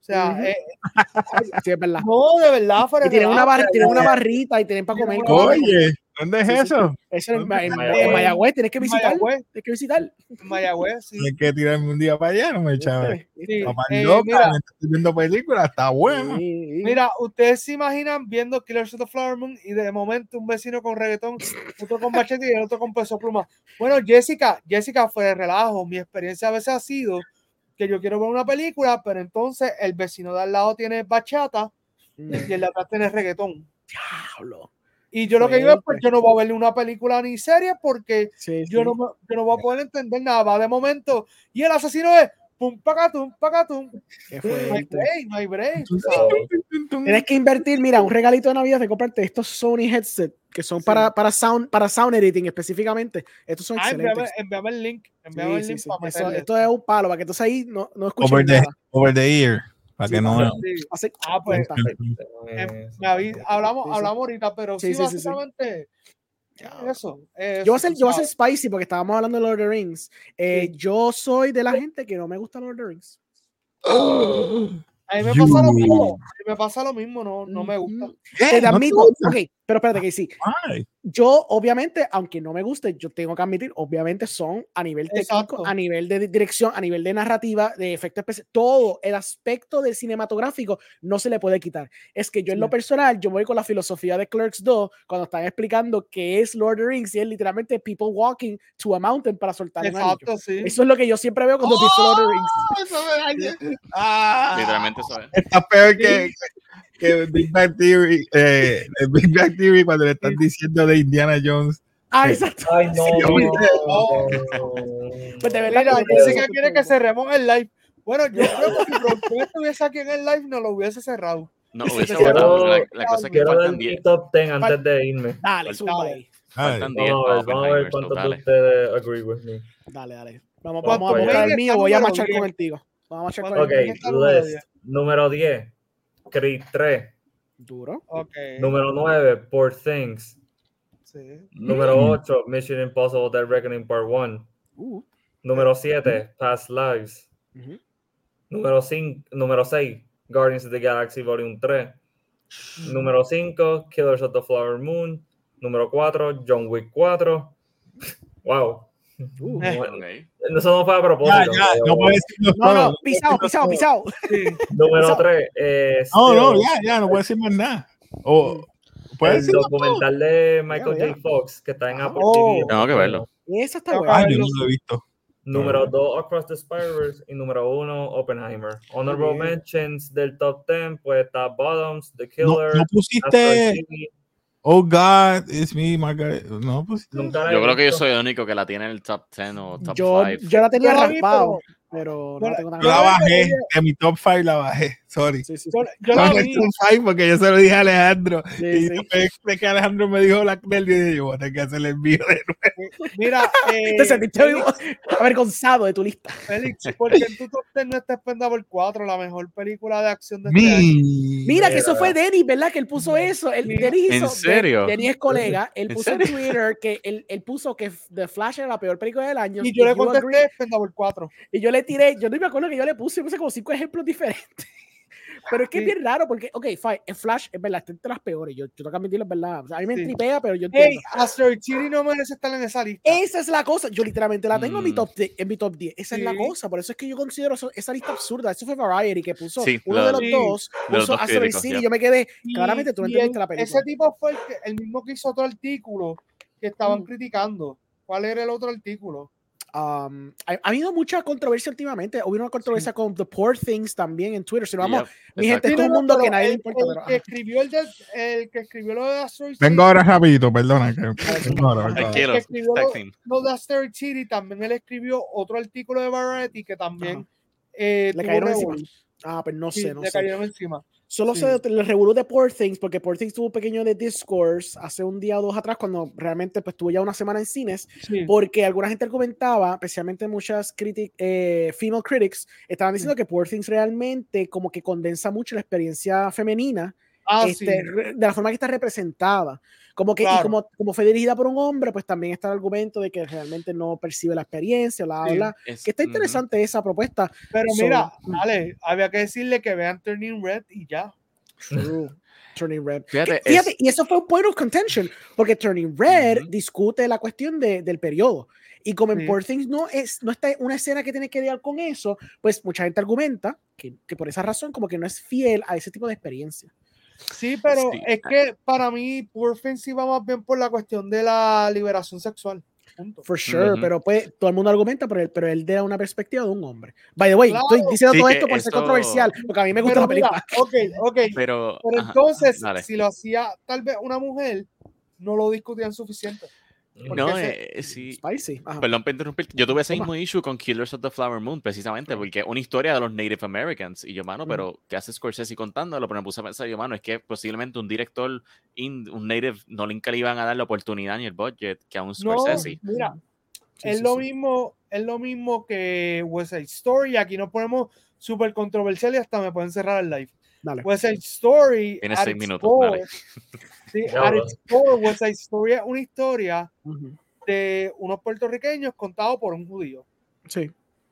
sea, Uh-huh. eh, sí, es verdad. no, de verdad, fuera Y tienen de una, bar relajo, tienen una barrita y tienen para comer. Oye, ¿dónde es Sí, sí, eso? sí. Eso en, ¿Dónde? en, en, Mayagüez. en Mayagüez tienes que En visitar. Mayagüez. Tienes que visitar. en Mayagüez, sí. Hay que tirarme un día para allá, no me chaval. ¿Viste? ¿Viste? Sí, Papá eh, loca, mira, me estoy viendo películas, está bueno. Sí, sí. mira, ustedes se imaginan viendo Killers of the Flower Moon y de momento un vecino con reggaetón, otro con machete y el otro con Peso Pluma. Bueno, Jessica, Jessica fue de relajo. Mi experiencia a veces ha sido que yo quiero ver una película, pero entonces el vecino de al lado tiene bachata Mm. y el de atrás tiene reggaetón. Diablo. Y yo lo que digo es, pues Fuerte. yo no voy a verle una película ni serie porque Sí, yo, sí. no, me- yo no voy a poder entender nada. Va de momento. Y el asesino es pum, pacatum, pacatum. Qué No hay fuerte. break, no hay break, tú sabes. Tienes que invertir, mira, un regalito de Navidad de comprarte estos Sony headset que son Sí. para, para, sound, para sound editing específicamente. Estos son Ah, envíame, excelentes. envíame el link. Envíame Sí, el sí, link sí. para Eso, meterle. esto es un palo, para que entonces ahí no, no escuchen Over the, nada. over the ear, para Sí, que no. para- Sí. Así, Ah, pues, ya está. em, me avis- hablamos, Sí, sí. hablamos ahorita, pero Sí, sí, sí, sí, sí. básicamente Diablo. eso. eso, Yo voy, a ser, tú yo voy a ser sabes. spicy porque estábamos hablando de Lord of the Rings. Eh, Sí. Yo soy de la gente que no me gusta Lord of the Rings. A mí me You. pasa lo mismo. A mí me pasa lo mismo, no, no me gusta. ¿Qué? Te ¿No te admito, gusta? ok, pero espérate que sí. Ay, Yo, obviamente, aunque no me guste, yo tengo que admitir, obviamente son a nivel técnico, Exacto. a nivel de dirección, a nivel de narrativa, de efectos especiales, todo el aspecto del cinematográfico no se le puede quitar. Es que yo en lo Sí. personal, yo voy con la filosofía de Clerks dos, cuando están explicando qué es Lord of the Rings, y es literalmente people walking to a mountain para soltar un anillo. Exacto, sí. Eso es lo que yo siempre veo cuando pienso Lord of the Rings. eso me daña. Ah, Literalmente eso es. está peor que, que Big Bang Theory. Eh, el Big Bang Theory cuando le están diciendo de Indiana Jones. Ah, Sí. exacto. Ay, no. Sí, no, no. Pues de verdad Mira, que me Jessica parece quiere que todo. cerremos el live. Bueno, yo creo que si producción estuviese aquí en el live, no lo hubiese cerrado. No, Quiero- hubiese Quiero, votado, porque la, la cosa es que quiero dar faltan mi diez. top diez antes de irme. Dale, zumba Dale. ahí. Ay, Faltan diez Vamos a para ver, vamos a ver Oppenheimer, so cuántos de dale. ustedes agree with me. Dale, dale. Vamos, Pues, vamos a pues, buscar el está mío, voy a número marchar diez. con el tío. Vamos a marchar con ¿Cuál el Ok, tío. está número list. diez? Número diez, Creed tres. Duro. Ok. Número nueve, Poor Things. Sí. Número Mm. ocho, Mission Impossible Dead Reckoning Part uno. Uh, Número siete, Past Lives. ujú. Número cinco, número seis, Guardians of the Galaxy Volume tres. Número cinco, Killers of the Flower Moon. Número cuatro, John Wick cuatro. Wow. Uh. Eh. Bueno, Ok. eso no fue a Ya, propósito. ya, no puedes decirlo No, todo, no, puedes pisado, decirlo pisado, todo. pisado. Sí. Número Pisado. tres, eh, No, no, Stills, ya, ya, no puedes decir más nada. O, Mm. puedes el decirlo todo. documental de Michael Dígalo, J. Fox, que está en Ajá. Apple Oh. T V. Tengo que verlo. Esa está Tengo que buena. Ah, yo verlo. no lo he visto. Número dos, Across the Spider-Verse. Y número uno, Oppenheimer. Honorable bien. mentions del top diez, pues está Bottoms, The No, Killer, no Asteroid pusiste City. Oh God, it's me, Margaret. No pusiste. Nunca la he Yo creo que yo visto. soy el único que la tiene en el top diez o top Yo, cinco. yo la tenía Yo la vi, raspado, pero- pero yo no la la- tengo tan Yo la Yo la vi, bajé, pero de mi top cinco la bajé, sorry. Sí, sí, sí. Yo, yo No la en el vi. top cinco porque yo se lo dije a Alejandro. Sí, y sí. después de que Alejandro me dijo la del video, yo voy a tener que hacer el envío de nuevo. Mira, eh, Te sentiste Félix, avergonzado de tu lista. Félix, porque en tu top diez no está Expendable cuatro, la mejor película de acción de este año. Mi. Mira que eso fue Denis, ¿verdad? Que él puso eso. Él, Sí. Denis hizo, ¿En serio? Denis es colega. Él ¿En puso en serio? Twitter que él, él puso que The Flash era la peor película del año. Y yo le If you agree- contesté Expendable cuatro. Y yo le tiré, yo no me acuerdo que yo le puse, yo puse como cinco ejemplos diferentes. Pero es que Sí. es bien raro porque, ok, fine, el Flash es verdad, está entre las peores. Yo, yo tengo que admitirlo, es verdad. O sea, a mí me Sí. tripea, pero yo Hey, entiendo. Asteroid City no merece estar en esa lista. Esa es la cosa. Yo literalmente la tengo en, mi Mm. top diez, en mi top diez. Esa es la Sí. cosa. Por eso es que yo considero eso- esa lista absurda. Eso fue Variety que puso Sí, uno lo- de los Sí. dos. de los Puso dos Asteroid críticos, City. ya. Yo me quedé. Y- Claramente tú no y entendiste el- la película. Ese tipo fue el, que- el mismo que hizo otro artículo que estaban Mm. criticando. ¿Cuál era el otro artículo? Um, ha, ha habido mucha controversia últimamente. Hubo una controversia con The Poor Things también en Twitter. Si no vamos, Yep, mi exacto. gente, es Sí, todo no, un no, mundo pero que nadie le el, importa. el Pero, que ajá. escribió el, del- el que escribió lo de Asteroid Vengo City, ahora rapidito, perdona. Que, sí. vengo ahora, vengo ahora. el Tranquilo, que escribió tag lo, team. lo de Asteroid City, también él escribió otro artículo de Variety que también Ajá. eh, Le tuvo cayeron encima. revolú. Ah, pues no Sí, sé, no le sé. cayeron encima. Solo Sí. sé el revolú de Poor Things, porque Poor Things tuvo un pequeño de discourse hace un día o dos atrás, cuando realmente pues tuvo ya una semana en cines, Sí. porque alguna gente argumentaba, especialmente muchas critic, eh, female critics, estaban diciendo Sí. que Poor Things realmente como que condensa mucho la experiencia femenina Ah, este, sí. re- de la forma que está representada. Como que, Claro. y como, como fue dirigida por un hombre, pues también está el argumento de que realmente no percibe la experiencia, bla, Sí, bla. es- Que está ujú. interesante esa propuesta. Pero So, mira, mm. dale, había que decirle que vean Turning Red y ya. True. Turning Red. Fíjate, Que- fíjate, es- y eso fue un point of contention, porque Turning Red Ujú. discute la cuestión de, del periodo. Y como en Sí. Poor Things no, es, no está una escena que tiene que lidiar con eso, pues mucha gente argumenta que, que por esa razón como que no es fiel a ese tipo de experiencia. Sí, pero Sí. es que para mí Poor Things iba más bien por la cuestión de la liberación sexual. Punto. For sure, Ujú. pero pues todo el mundo argumenta, pero él, pero él da una perspectiva de un hombre. By the way, Claro. estoy diciendo Sí, todo que esto por ser eso- controversial, porque a mí me gusta Pero la película. mira, ok, ok. Pero, Pero, ajá, entonces, dale. si lo hacía tal vez una mujer, no lo discutían suficiente. Porque No, ese- eh, sí. Spicy. Ajá. Perdón por interrumpir. Yo tuve ese Toma. mismo issue con Killers of the Flower Moon, precisamente, Right. porque una historia de los Native Americans. Y yo, mano, Mm. pero ¿qué hace Scorsese contándolo? Pero me puse a pensar, yo, mano, es que posiblemente un director, in- un Native, no le le iban a dar la oportunidad ni el budget que a un no, Scorsese. mira, Sí, es sí, lo sí. mismo, es lo mismo que West Side Story. Aquí nos ponemos súper controversial y hasta me pueden cerrar el live. Dale. West Side Story, Tienes at seis its minutos, core, dale. sí, Ya, at bro. its core, West Side Story es una historia Ujú. de unos puertorriqueños contados por un judío. Sí.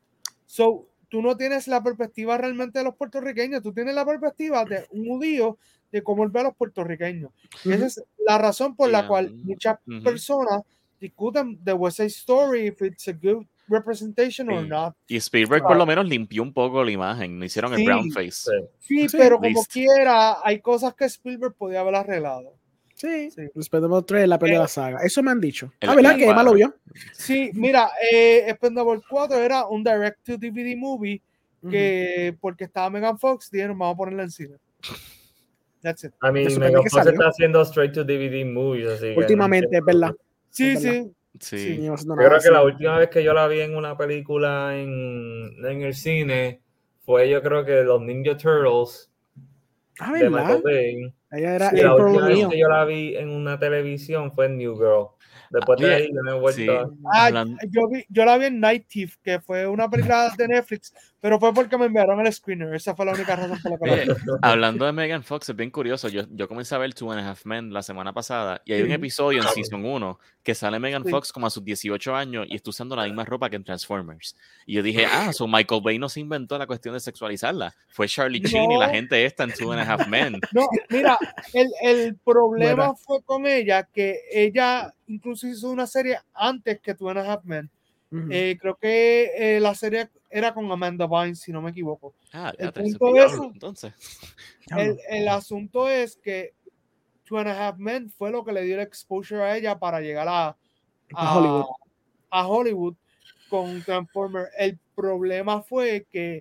So, tú no tienes la perspectiva realmente de los puertorriqueños, tú tienes la perspectiva de un judío de cómo él ve a los puertorriqueños. Y Ujú. esa es la razón por la Yeah. cual muchas Ujú. personas discuten de West Side Story, if it's a good representation or Sí. not. Y Spielberg por lo menos limpió un poco la imagen, no hicieron Sí. el brown face. Sí. Sí, Sí. pero como Least. quiera, hay cosas que Spielberg podía haber arreglado. Sí. Sí. Expendables tres, la pelea de Eh, la saga. Eso me han dicho. el- Ah, ¿verdad? el Que Emma lo cuadro. vio. Sí, mira, eh, Expendables cuatro era un direct-to-D V D movie que porque estaba Megan Fox, dijeron, vamos a ponerla en cine. That's it. A mí, Te sorprende Megan que Fox salió. está haciendo straight to D V D movies, así que. Últimamente, no es verdad. Sí, Es verdad. sí. Sí. Sí, no haciendo Yo nada creo que así. la última vez que yo la vi en una película en, en el cine fue, yo creo que los Ninja Turtles Ah, de ¿verdad? Michael Bay. Ella era Sí, Y la April última vez O'Neil. que yo la vi en una televisión fue en New Girl. Después de Oye, ahí yo no he vuelto sí. a... Ah, Hablan- yo, vi, yo la vi en Night Thief, que fue una película de Netflix, pero fue porque me enviaron el screener. Esa fue la única razón por la que la Oye, vi. hablando de Megan Fox, es bien curioso. Yo, yo comencé a ver Two and a Half Men la semana pasada y hay un Sí. episodio en Season uno que sale Megan Sí. Fox como a sus dieciocho años y está usando la misma ropa que en Transformers. Y yo dije, ah, so Michael Bay no se inventó la cuestión de sexualizarla. Fue Charlie Sheen y la No. gente esta en Two and a Half Men. No, mira, el, el problema Buena. fue con ella, que ella incluso hizo una serie antes que Two and a Half Men. Ujú. Eh, creo que eh, la serie era con Amanda Bynes, si no me equivoco. Ah, El ya te punto diablo, es- entonces. El, el asunto es que Two and a Half Men fue lo que le dio el exposure a ella para llegar a, A Hollywood. a Hollywood con Transformers. El problema fue que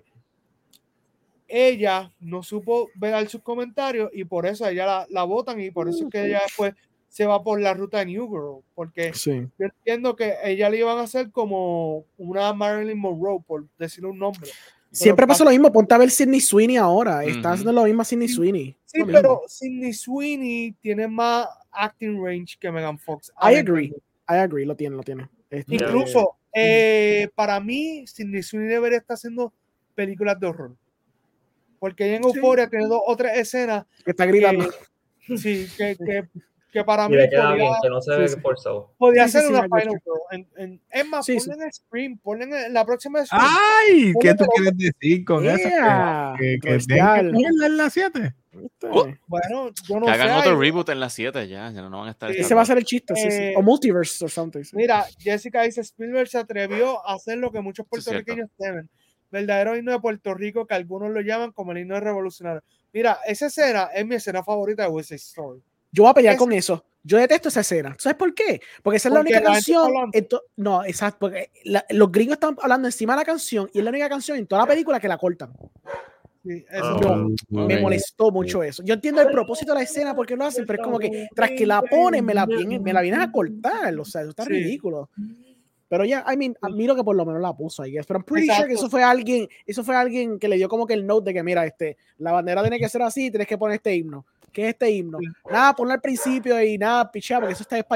ella no supo ver sus comentarios y por eso ella la, la votan y por eso es que ella después se va por la ruta de New Girl, porque Sí. yo entiendo que ella le iban a hacer como una Marilyn Monroe, por decirle un nombre. Siempre Pero pasa lo mismo. Ponte a ver Sidney Sweeney ahora. Está Ujú. haciendo lo mismo a Sidney Sí, Sweeney. Sí, Lo pero mismo. Sidney Sweeney tiene más acting range que Megan Fox. I mi agree. entender. I agree. Lo tiene, lo tiene. Este, Incluso, eh, para mí, Sidney Sweeney debería estar haciendo películas de horror. Porque ella en Sí. Euphoria tiene dos o tres escenas que está gritando. que, sí, que, que, que para Y mí le queda podía, bien, que no se sí, ve sí. forzado. podía Sí, sí, ser sí, una I get Final you. Girl. En, en, es más, Sí, ponle en Scream, ponle en la próxima de Scream. ¡Ay! ¿Qué tú Ponle- quieres decir con eso? Yeah, Que, que, que controversial. tengan que ponerla en las siete. ¿Viste? Oh. Bueno, yo no Que sé. hagan otro hay- reboot en las siete ya, ya no van a estar. Sí. estas Ese va a dos. ser el chiste, sí, sí. Eh, O multiverse o something. sí. Mira, Jessica dice, Spielberg se atrevió a hacer lo que muchos Eso es cierto. puertorriqueños temen. Verdadero himno de Puerto Rico que algunos lo llaman como el himno revolucionario. Mira, esa escena es mi escena favorita de West Side Story. Yo voy a pelear Es- con eso. Yo detesto esa escena. ¿Sabes por qué? Porque esa es la Porque única la gente está canción. hablando. en to- no, exacto. Porque la- los gringos están hablando encima de la canción y es la única canción en toda la película que la cortan. Sí, Ah, eso Yo- Ok. Me molestó mucho eso. Yo entiendo el propósito de la escena porque lo hacen, pero es como que tras que la ponen, me la, vienen, me la vienes a cortar. O sea, eso está Sí. ridículo. Pero ya, I mean, admiro que por lo menos la puso, I guess. Pero I'm pretty Exacto. sure que eso fue alguien, eso fue alguien que le dio como que el note de que, mira, este, la bandera tiene que ser así, tienes que poner este himno. ¿Qué es este himno? Sí. Nada, ponlo al principio y nada, pichá, porque eso está en español.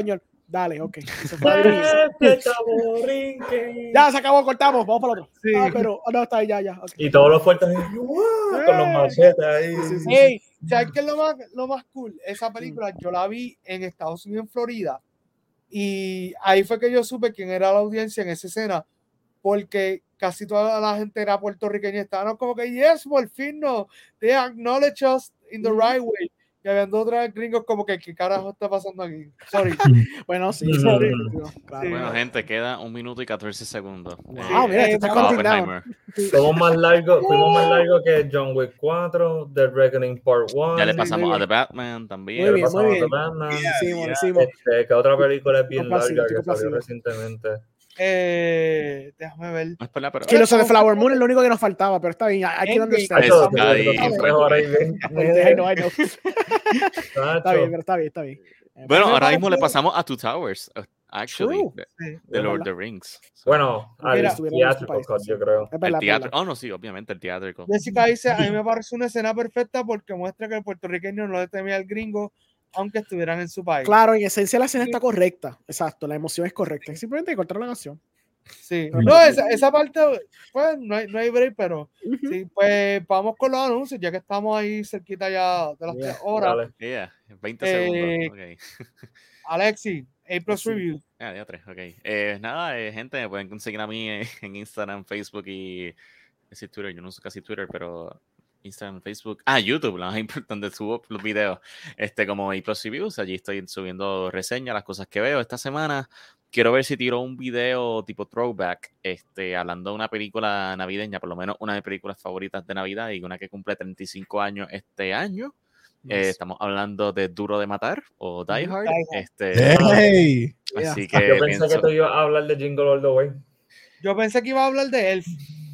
Dale, ok. Eso fue ya se acabó, cortamos, vamos para el otro. Sí. Ah, pero oh, no, está ahí, ya, ya. Okay. Y todos los fuertes ahí, ¡wow! Con los machetes ahí. Sí, sí, sí, Hey, ¿sabes qué es lo más, lo más cool? Esa película Mm. yo la vi en Estados Unidos, en Florida, y ahí fue que yo supe quién era la audiencia en esa escena, porque casi toda la gente era puertorriqueña, estaban como que, yes, por fin no, they acknowledge us in the Mm. right way. Y habiendo otros gringos como que, ¿qué carajo está pasando aquí? Sorry. Bueno, sí, Mm. sorry. Claro. Sí. Bueno, gente, queda un minuto y catorce segundos. Wow, Eh, mira, te eh, estás vamos, counting down. Oppenheimer. Fuimos más largo, fuimos más largo que John Wick cuatro, The Reckoning Part uno. Ya le Sí, pasamos muy a bien. The Batman también. Muy Ya le bien, muy pasamos a bien. The Batman. Sí, Yeah, lo yeah. hicimos. Este, que otra película es bien Complacido, larga que estoy salió complacido. recientemente. Eh, déjame ver. No es por nada, pero. Que lo sé de estamos- Flower Moon es lo único que nos faltaba, pero está bien. I, I can Endgame. understand. Eso Tacho, está ahí. son tres horas y veinte. I know, I know. Está Tacho. bien, pero está bien, está bien. Eh, Bueno, me ahora mismo le parece- pasamos a Two Towers, uh, actually, True. de, Sí. de Es Lord of verdad. the Rings. So, Bueno, al Mira, estuvieron en nuestro theatrical país, cut, sí. yo creo. Es el verdad, es teatro. verdad. Oh, no, sí, obviamente, el teatrical. Jessica dice, a mí me parece una escena perfecta porque muestra que el puertorriqueño no le temía al gringo, aunque estuvieran en su país. Claro, en esencia la escena está correcta. Exacto, la emoción es correcta. Simplemente hay que cortar la canción. Sí. No, esa, esa parte, pues, no hay, no hay break, pero sí, pues vamos con los anuncios, ya que estamos ahí cerquita ya de las Yeah. tres horas. Dale. Yeah, veinte Eh, segundos. Ok. Alexi, A plus Sí. Review. Ah, ya tres, ok. Eh, nada, eh, gente, me pueden conseguir a mí en, en Instagram, Facebook y ese Twitter. Yo no uso casi Twitter, pero Instagram, Facebook. Ah, YouTube, lo más importante, subo los videos este, como A Plus Reviews. Allí estoy subiendo reseñas, las cosas que veo esta semana. Quiero ver si tiro un video tipo throwback, este, hablando de una película navideña, por lo menos una de mis películas favoritas de Navidad y una que cumple treinta y cinco años este año. Nice. Eh, estamos hablando de Duro de Matar o Die Ujú. Hard. Die Hard. Este, Hey. Yeah. Así que Yo pensé pienso... que tú ibas a hablar de Jingle All the Way. Yo pensé que iba a hablar de Elf.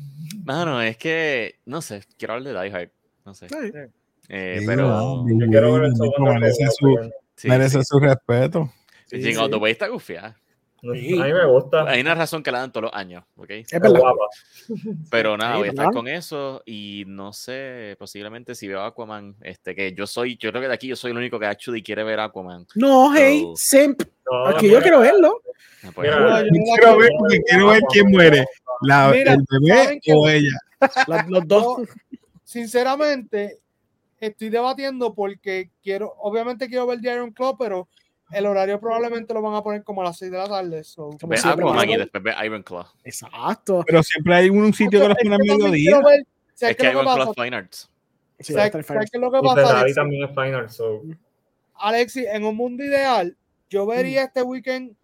Mano, es que, no sé, quiero hablar de Die Hard. No sé. Sí. Eh, Sí, pero... no, Yo quiero ver el Digo, segundo merece con su, Adrian. sí, merece sí. su respeto. Sí, Jingle sí. All the Way está gufiada. Sí. A mí me gusta. Hay una razón que la dan todos los años, ¿ok? Es Es verdad. guapa. Pero nada, Sí, voy a estar ¿verdad? con eso y no sé, posiblemente si veo Aquaman, este, que yo soy, yo creo que de aquí yo soy el único que actually quiere ver Aquaman. No, hey, So- simp. No, Aquí mira, yo quiero verlo. No, pues, Mira, No, yo Yo no la quiero ver quiero. porque quiero ver quién muere. La, Mira, ¿el bebé ¿saben qué? o ella? Los, los dos. Yo, sinceramente, estoy debatiendo porque quiero, obviamente quiero ver The Iron Claw, pero el horario probablemente lo van a poner como a las seis de la tarde. So. Como ve siempre, Aquaman y mano. después ve Iron Claw. Exacto. Pero siempre hay un sitio que los Es pone a que también mediodía. quiero ver- ¿sabes Es qué que es lo Iron que Claw pasa? Fine Arts. Sí, va a ¿Sabes estar en sabes Fire. qué es lo que Y pasa, Ferrari Alexi? también es final, so. Alexi, en un mundo ideal, yo vería este weekend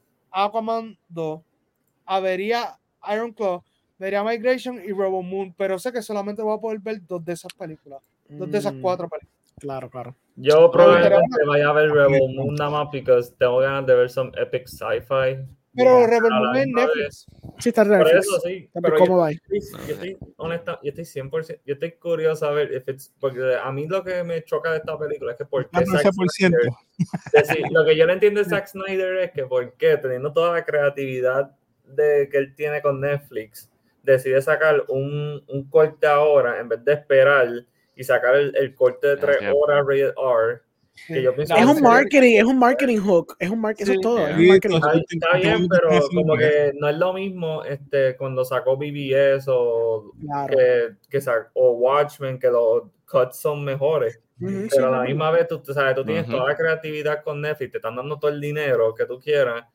Aquaman dos, a vería Iron Claw, vería Migration y Robo Moon, pero sé que solamente voy a poder ver dos de esas películas, dos de esas Mm, cuatro películas. Claro, claro. Yo probablemente pero- vaya a ver Rebel Moon nada más porque tengo ganas de ver some epic sci-fi. Pero Yeah. Rebel A la Moon es misma Netflix. Sí, está en Por Netflix. eso sí. Está Pero cómodo yo, ahí. estoy, yo estoy honesta, yo estoy cien por ciento, yo estoy curioso a ver if it's, porque a mí lo que me choca de esta película es que por qué catorce Zack por ciento. Snyder- decir, lo que yo le entiendo de Zack Snyder es que por qué, teniendo toda la creatividad de, que él tiene con Netflix, decide sacar un, un corte ahora en vez de esperar y sacar el, el corte de tres Gracias. horas rated R, que yo pienso Es que un sería- marketing, es un marketing hook. Es un mar- Eso Sí. es todo. Es un Sí, marketing entonces, hook. Está, está bien, pero como que no es lo mismo este, cuando sacó B B S o, Claro. que, que sa- o Watchmen, que los cuts son mejores. Ujú, sí, Pero a no, la misma vez tú, tú sabes, tú tienes Ujú. toda la creatividad con Netflix, te están dando todo el dinero que tú quieras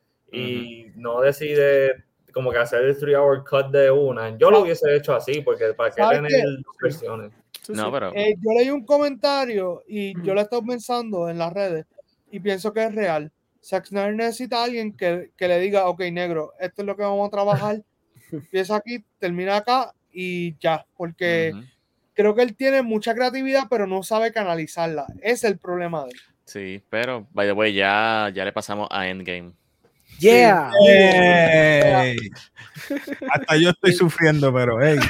y no decides como que hacer el three hour cut de una. Yo lo hubiese hecho así, porque para qué ¿Sabes tener qué? dos versiones. sí, No, sí. pero... Eh, yo leí un comentario y Ujú. yo lo he estado pensando en las redes y pienso que es real. Zack Snyder necesita a alguien que, que le diga, ok, negro, esto es lo que vamos a trabajar, empieza aquí, termina acá y ya, porque Ujú. creo que él tiene mucha creatividad, pero no sabe canalizarla. Ese es el problema de él. Sí, pero, by the way, ya, ya le pasamos a Endgame. Yeah. Ey. Hasta yo estoy sufriendo, pero hey.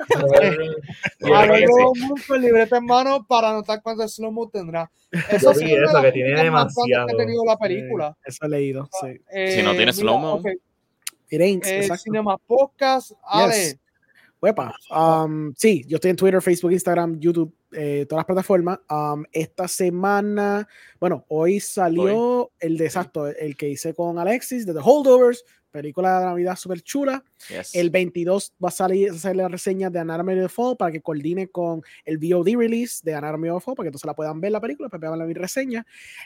Yo A ver, vi- luego mucho libreta en mano para anotar cuántos slow mo tendrá. Eso Yo sí vi es una de eso, las que tiene críticas más grandes que demasiado. ha tenido la película. Eso he leído, sí. Si no Eh, tiene mira, slow-mo. ok, It ain't, eh, exacto. Cinema Podcast, Ale. Yes. Huepa. Um, sí, yo estoy en Twitter, Facebook, Instagram, YouTube, eh, todas las plataformas. Um, esta semana, bueno, hoy salió hoy. el de exacto, el que hice con Alexis de The Holdovers, película de Navidad súper chula. Yes. El veintidós va a salir, va a salir la reseña de Anatomy of the Fall para que coordine con el V O D release de Anatomy of the Fall para que entonces la puedan ver la película, para que vean mi reseña.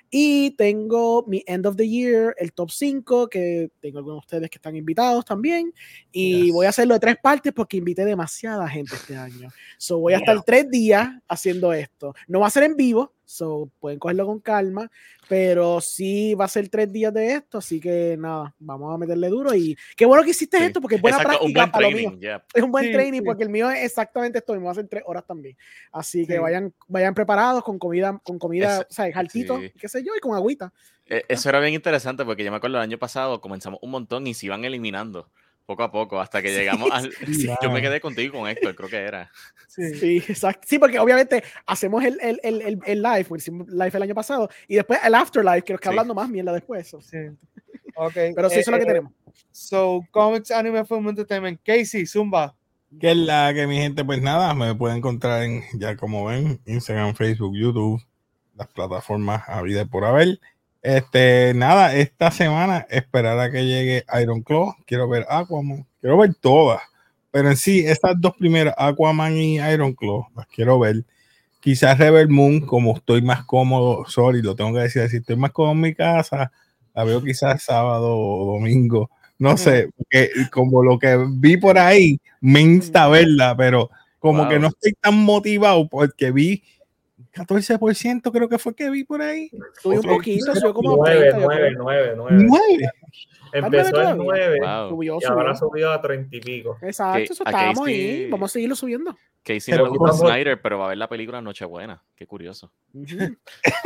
Y tengo mi End of the Year, el top cinco, que tengo algunos de ustedes que están invitados también. Y yes. voy a hacerlo de tres partes porque invité demasiada gente este año. So voy a estar tres días haciendo esto. No va a ser en vivo, so pueden cogerlo con calma, pero sí va a ser tres días de esto, así que nada, vamos a meterle duro. Y qué bueno que hiciste sí. esto, porque es buena Exacto, práctica un buen para training, lo mío. Yeah. Es un buen sí, training, sí. porque el mío es exactamente esto, y me va a hacer tres horas también. Así sí. que vayan, vayan preparados con comida, con comida, es, o sea, jaltito, sí. qué sé yo, y con agüita. Eso era bien interesante, porque yo me acuerdo el año pasado comenzamos un montón y se iban eliminando poco a poco, hasta que llegamos al... Sí, wow. Yo me quedé contigo con Héctor, creo que era. Sí, sí, exacto. Sí, porque obviamente hacemos el, el, el, el, el live, porque hicimos live el año pasado, y después el afterlife, que nos queda sí. hablando más mierda después. So. Sí. Okay. Pero sí, eh, eso es lo que eh, tenemos. So, Comics, Anime, Film, Entertainment. Casey, Zumba. Que es la que mi gente, pues nada, me pueden encontrar en, ya como ven, Instagram, Facebook, YouTube, las plataformas a vida por haber. Este, nada, esta semana esperar a que llegue Iron Claw. Quiero ver Aquaman, quiero ver todas, pero en sí, estas dos primeras, Aquaman y Iron Claw, las quiero ver. Quizás Rebel Moon, como estoy más cómodo, sorry, lo tengo que decir así, estoy más cómodo en mi casa, la veo quizás sábado o domingo, no sé, porque como lo que vi por ahí, me insta a verla, pero como wow. que no estoy tan motivado porque vi catorce por ciento creo que fue que vi por ahí. Tuve un poquito, subió como nueve, nueve, nueve, nueve. Empezó en nueve wow. y subió, ahora subió a treinta y pico. Exacto, eso estábamos ahí, vamos a seguirlo subiendo. Casey no le gusta Snyder, pero va a ver la película Nochebuena. Qué curioso. Uh-huh.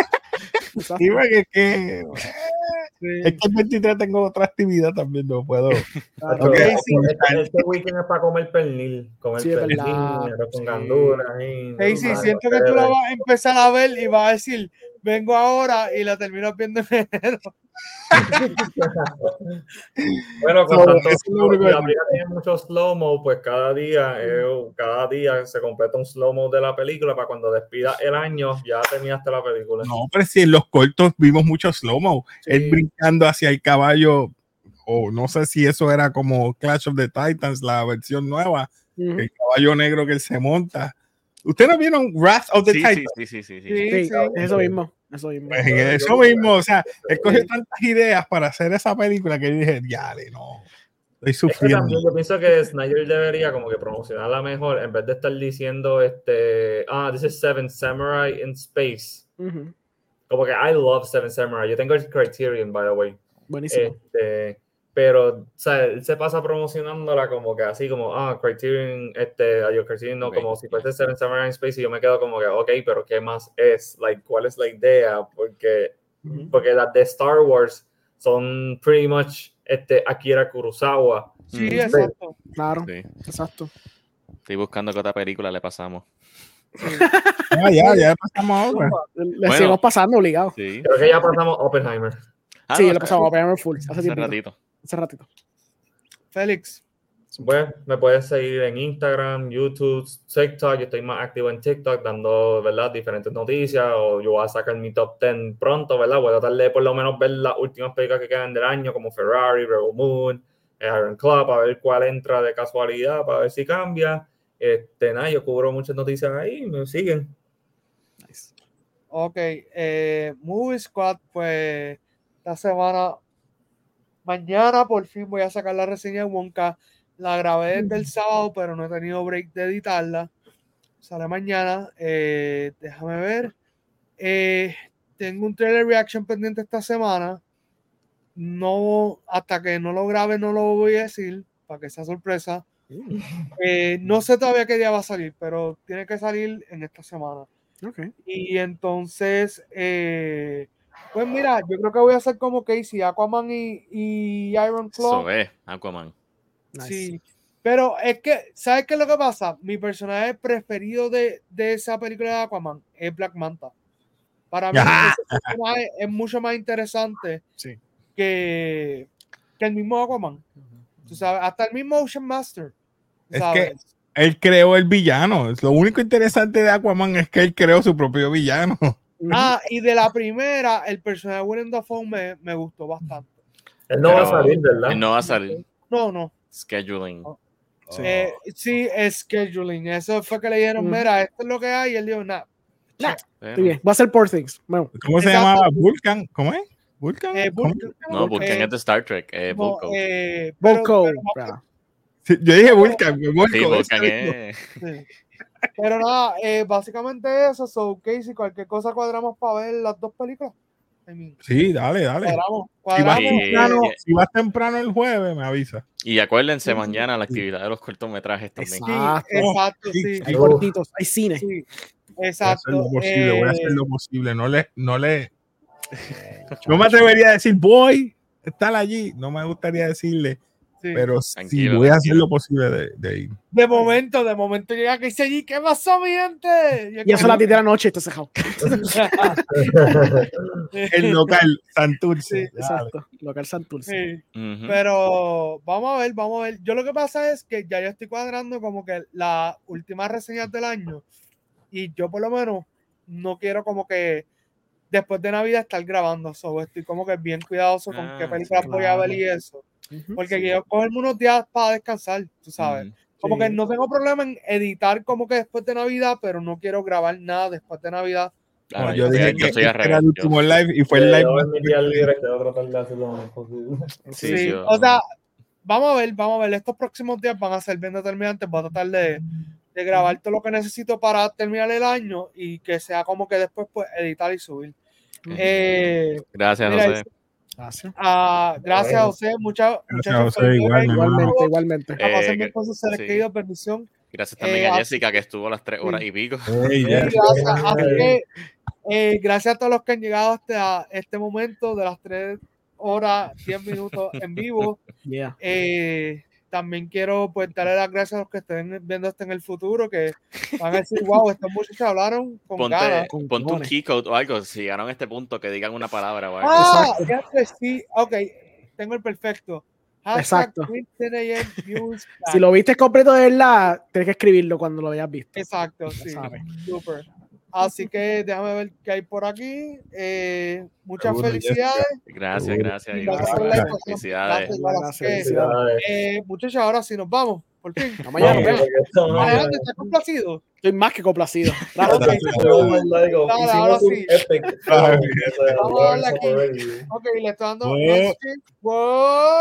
Sí, porque que, sí. Es que el veintitrés tengo otra actividad también, no puedo. Okay, sí. Este, este weekend es para comer pernil, comer sí, pernil, con sí. ganduras. Sí, sí, siento que tú la vas a empezar a ver y vas a decir, vengo ahora y la terminas viendo en enero. Bueno, con so, tanto slow, y la película tiene mucho slow-mo, pues cada día, eh, cada día se completa un slow-mo de la película para cuando despida el año, ya terminaste la película. No, pero si en los cortos vimos mucho slow-mo, sí. Él brincando hacia el caballo, o oh, no sé si eso era como Clash of the Titans, la versión nueva, uh-huh. El caballo negro que él se monta. ¿Ustedes no vieron Wrath of the sí, Titans? Sí, sí, sí, sí. sí, sí, sí. Eso mismo. Eso mismo. Pues eso mismo, o sea, él cogió tantas ideas para hacer esa película que dije, ya, no, estoy sufriendo. Es que también yo pienso que Snyder debería como que promocionarla mejor en vez de estar diciendo, este, ah, this is Seven Samurai in Space. Uh-huh. Como que I love Seven Samurai. Yo tengo el Criterion, by the way. Buenísimo. Este, pero, o sea, él se pasa promocionándola como que así como, ah, Criterion, este, yo Criterion, no, okay. Como si fuese Seven Samurai in Space, y yo me quedo como que, ok, pero ¿qué más es? Like, ¿cuál es la idea? Porque, uh-huh. porque las de Star Wars son pretty much este, Akira Kurosawa. Sí, mm. exacto. Claro, sí. Exacto. Estoy buscando qué otra película le pasamos. Sí. Ah, ya, ya pasamos a otra. Le bueno, seguimos pasando obligado. Sí. Creo que ya pasamos Oppenheimer. Ah, sí, no, le pasamos a Oppenheimer full. Hace, hace ratito. Hace ratito. Félix. Bueno, me puedes seguir en Instagram, YouTube, TikTok. Yo estoy más activo en TikTok dando, ¿verdad?, diferentes noticias, o yo voy a sacar mi top diez pronto, ¿verdad? Voy a tratar de por lo menos ver las últimas películas que quedan del año, como Ferrari, Rebel Moon, Iron Claw, para ver cuál entra de casualidad, para ver si cambia. Este, nada, yo cubro muchas noticias ahí, me siguen. Nice. Ok, eh, Movie Squad, pues esta semana, mañana por fin voy a sacar la reseña de Wonka. La grabé desde el sábado, pero no he tenido break de editarla. Sale mañana. Eh, déjame ver. Eh, tengo un trailer reaction pendiente esta semana. No, hasta que no lo grabe, no lo voy a decir, para que sea sorpresa. Eh, no sé todavía qué día va a salir, pero tiene que salir en esta semana. Okay. Y entonces, eh, pues mira, yo creo que voy a hacer como Casey, Aquaman y, y Iron Claw. Eso es, Aquaman. Nice. Sí, pero es que, ¿sabes qué es lo que pasa? Mi personaje preferido de, de esa película de Aquaman es Black Manta. Para mí, ese personaje es mucho más interesante sí. que, que el mismo Aquaman. Uh-huh. Tú sabes, hasta el mismo Ocean Master. Es que él creó el villano. Lo único interesante de Aquaman es que él creó su propio villano. Ah, y de la primera, el personaje de Willem Dafoe me, me gustó bastante. Él no Pero va a salir, ¿verdad? Él no va a salir. No, no. Scheduling. Sí, eh, sí es scheduling. Eso fue que le dijeron, Uh-huh. mira, esto es lo que hay. Y él dijo, nah. Nah, Bueno. estoy bien. Va a ser Poor Things. Bueno, ¿Cómo se Exacto. llamaba? Vulcan. ¿Cómo es? Vulcan. Eh, ¿Cómo? Vulcan, No, Vulcan eh, es de Star Trek. Eh, no, Vulcan. eh, pero- Volko. pero- Bra. Sí, yo dije Vulcan. Vulcan, Sí, Vulcan eso es. sí. Pero nada, eh, básicamente eso. So, Casey, cualquier cosa cuadramos para ver las dos películas. I mean, Sí, dale, dale. cuadramos, Si vas, cuadramos. Sí. temprano, eh, si vas temprano el jueves, me avisa. Y acuérdense mañana la actividad de los cortometrajes también. Sí, Exacto. exacto, Sí, sí. sí. Hay Uf. cortitos, hay cine. Sí, Voy a exacto. hacer lo posible, voy a eh, hacer lo posible. No le, no le, no me atrevería a decir voy a estar allí. No me gustaría decirle, sí. pero sí Tranquilo, voy a hacer tranquilo. lo posible de, de ir. De momento, de momento llega que dice allí, ¿qué pasó, mi gente? Y eso a las diez de la noche, está cejado. El local, Santurce. Sí, Dale. Exacto. Local Santurce. Sí, Ujú. pero vamos a ver, vamos a ver. Yo lo que pasa es que ya yo estoy cuadrando como que las últimas reseñas del año y yo por lo menos no quiero como que después de Navidad estar grabando. So, estoy como que bien cuidadoso con Ah, qué películas sí, voy a ver claro. y eso. Ujú. Porque Sí. quiero cogerme unos días para descansar, tú sabes. Ujú. Como Sí. que no tengo problema en editar como que después de Navidad, pero no quiero grabar nada después de Navidad. Ah, No, no, yo yo, dije soy- yo que soy al este era revés. el Yo- último live y fue el live Yo más en mis días libres que voy a tratar de hacer lo más posible. Sí, Sí, sí, yo- o sea, vamos a ver, vamos a ver. Estos próximos días van a ser bien determinantes. Voy a tratar de, de grabar todo lo que necesito para terminar el año y que sea como que después pues editar y subir. Eh, Gracias, mira, José. Gracias. ah, gracias, José. Muchas, muchachos. José, feliz igual, Navidad. mi hermano. Igualmente, igualmente. La pasen Eh, bien con sus seres sí. queridos, bendición. Gracias también Eh, a así Jessica, que estuvo las tres horas y pico. Hey, Sí, yes. gracias, así que, eh, gracias a todos los que han llegado hasta este momento de las tres horas, diez minutos en vivo. Yeah. Eh, también quiero pues darle las gracias a los que estén viendo esto en el futuro, que van a decir, wow, estos muchachos hablaron con Ponte, ganas. con ponte un cojones. key code o algo. Si llegaron a este punto, que digan una palabra o algo. Ah, fíjate, sí, ok, tengo el perfecto. Hashtag Exacto. Quinten A M Views Si Back. lo viste completo de verdad, tienes que escribirlo cuando lo hayas visto. Exacto, sí, sabes. super. Así que déjame ver qué hay por aquí. Eh, muchas Seguro, felicidades. Gracias, Seguro. gracias. Y y gracias por la Gracias. invitación. Felicidades. Gracias, igual. Así Gracias, que, felicidades. eh, muchachos, ahora sí nos vamos, por fin. Hasta mañana. Vamos. vemos. Alejandro, ¿estás complacido? Estoy más que complacido. Gracias. Ok. Dale, ahora Hicimos un sí. epic. Ay, Vamos a darle aquí. Ok, le estoy dando Oh. next stream. Wow.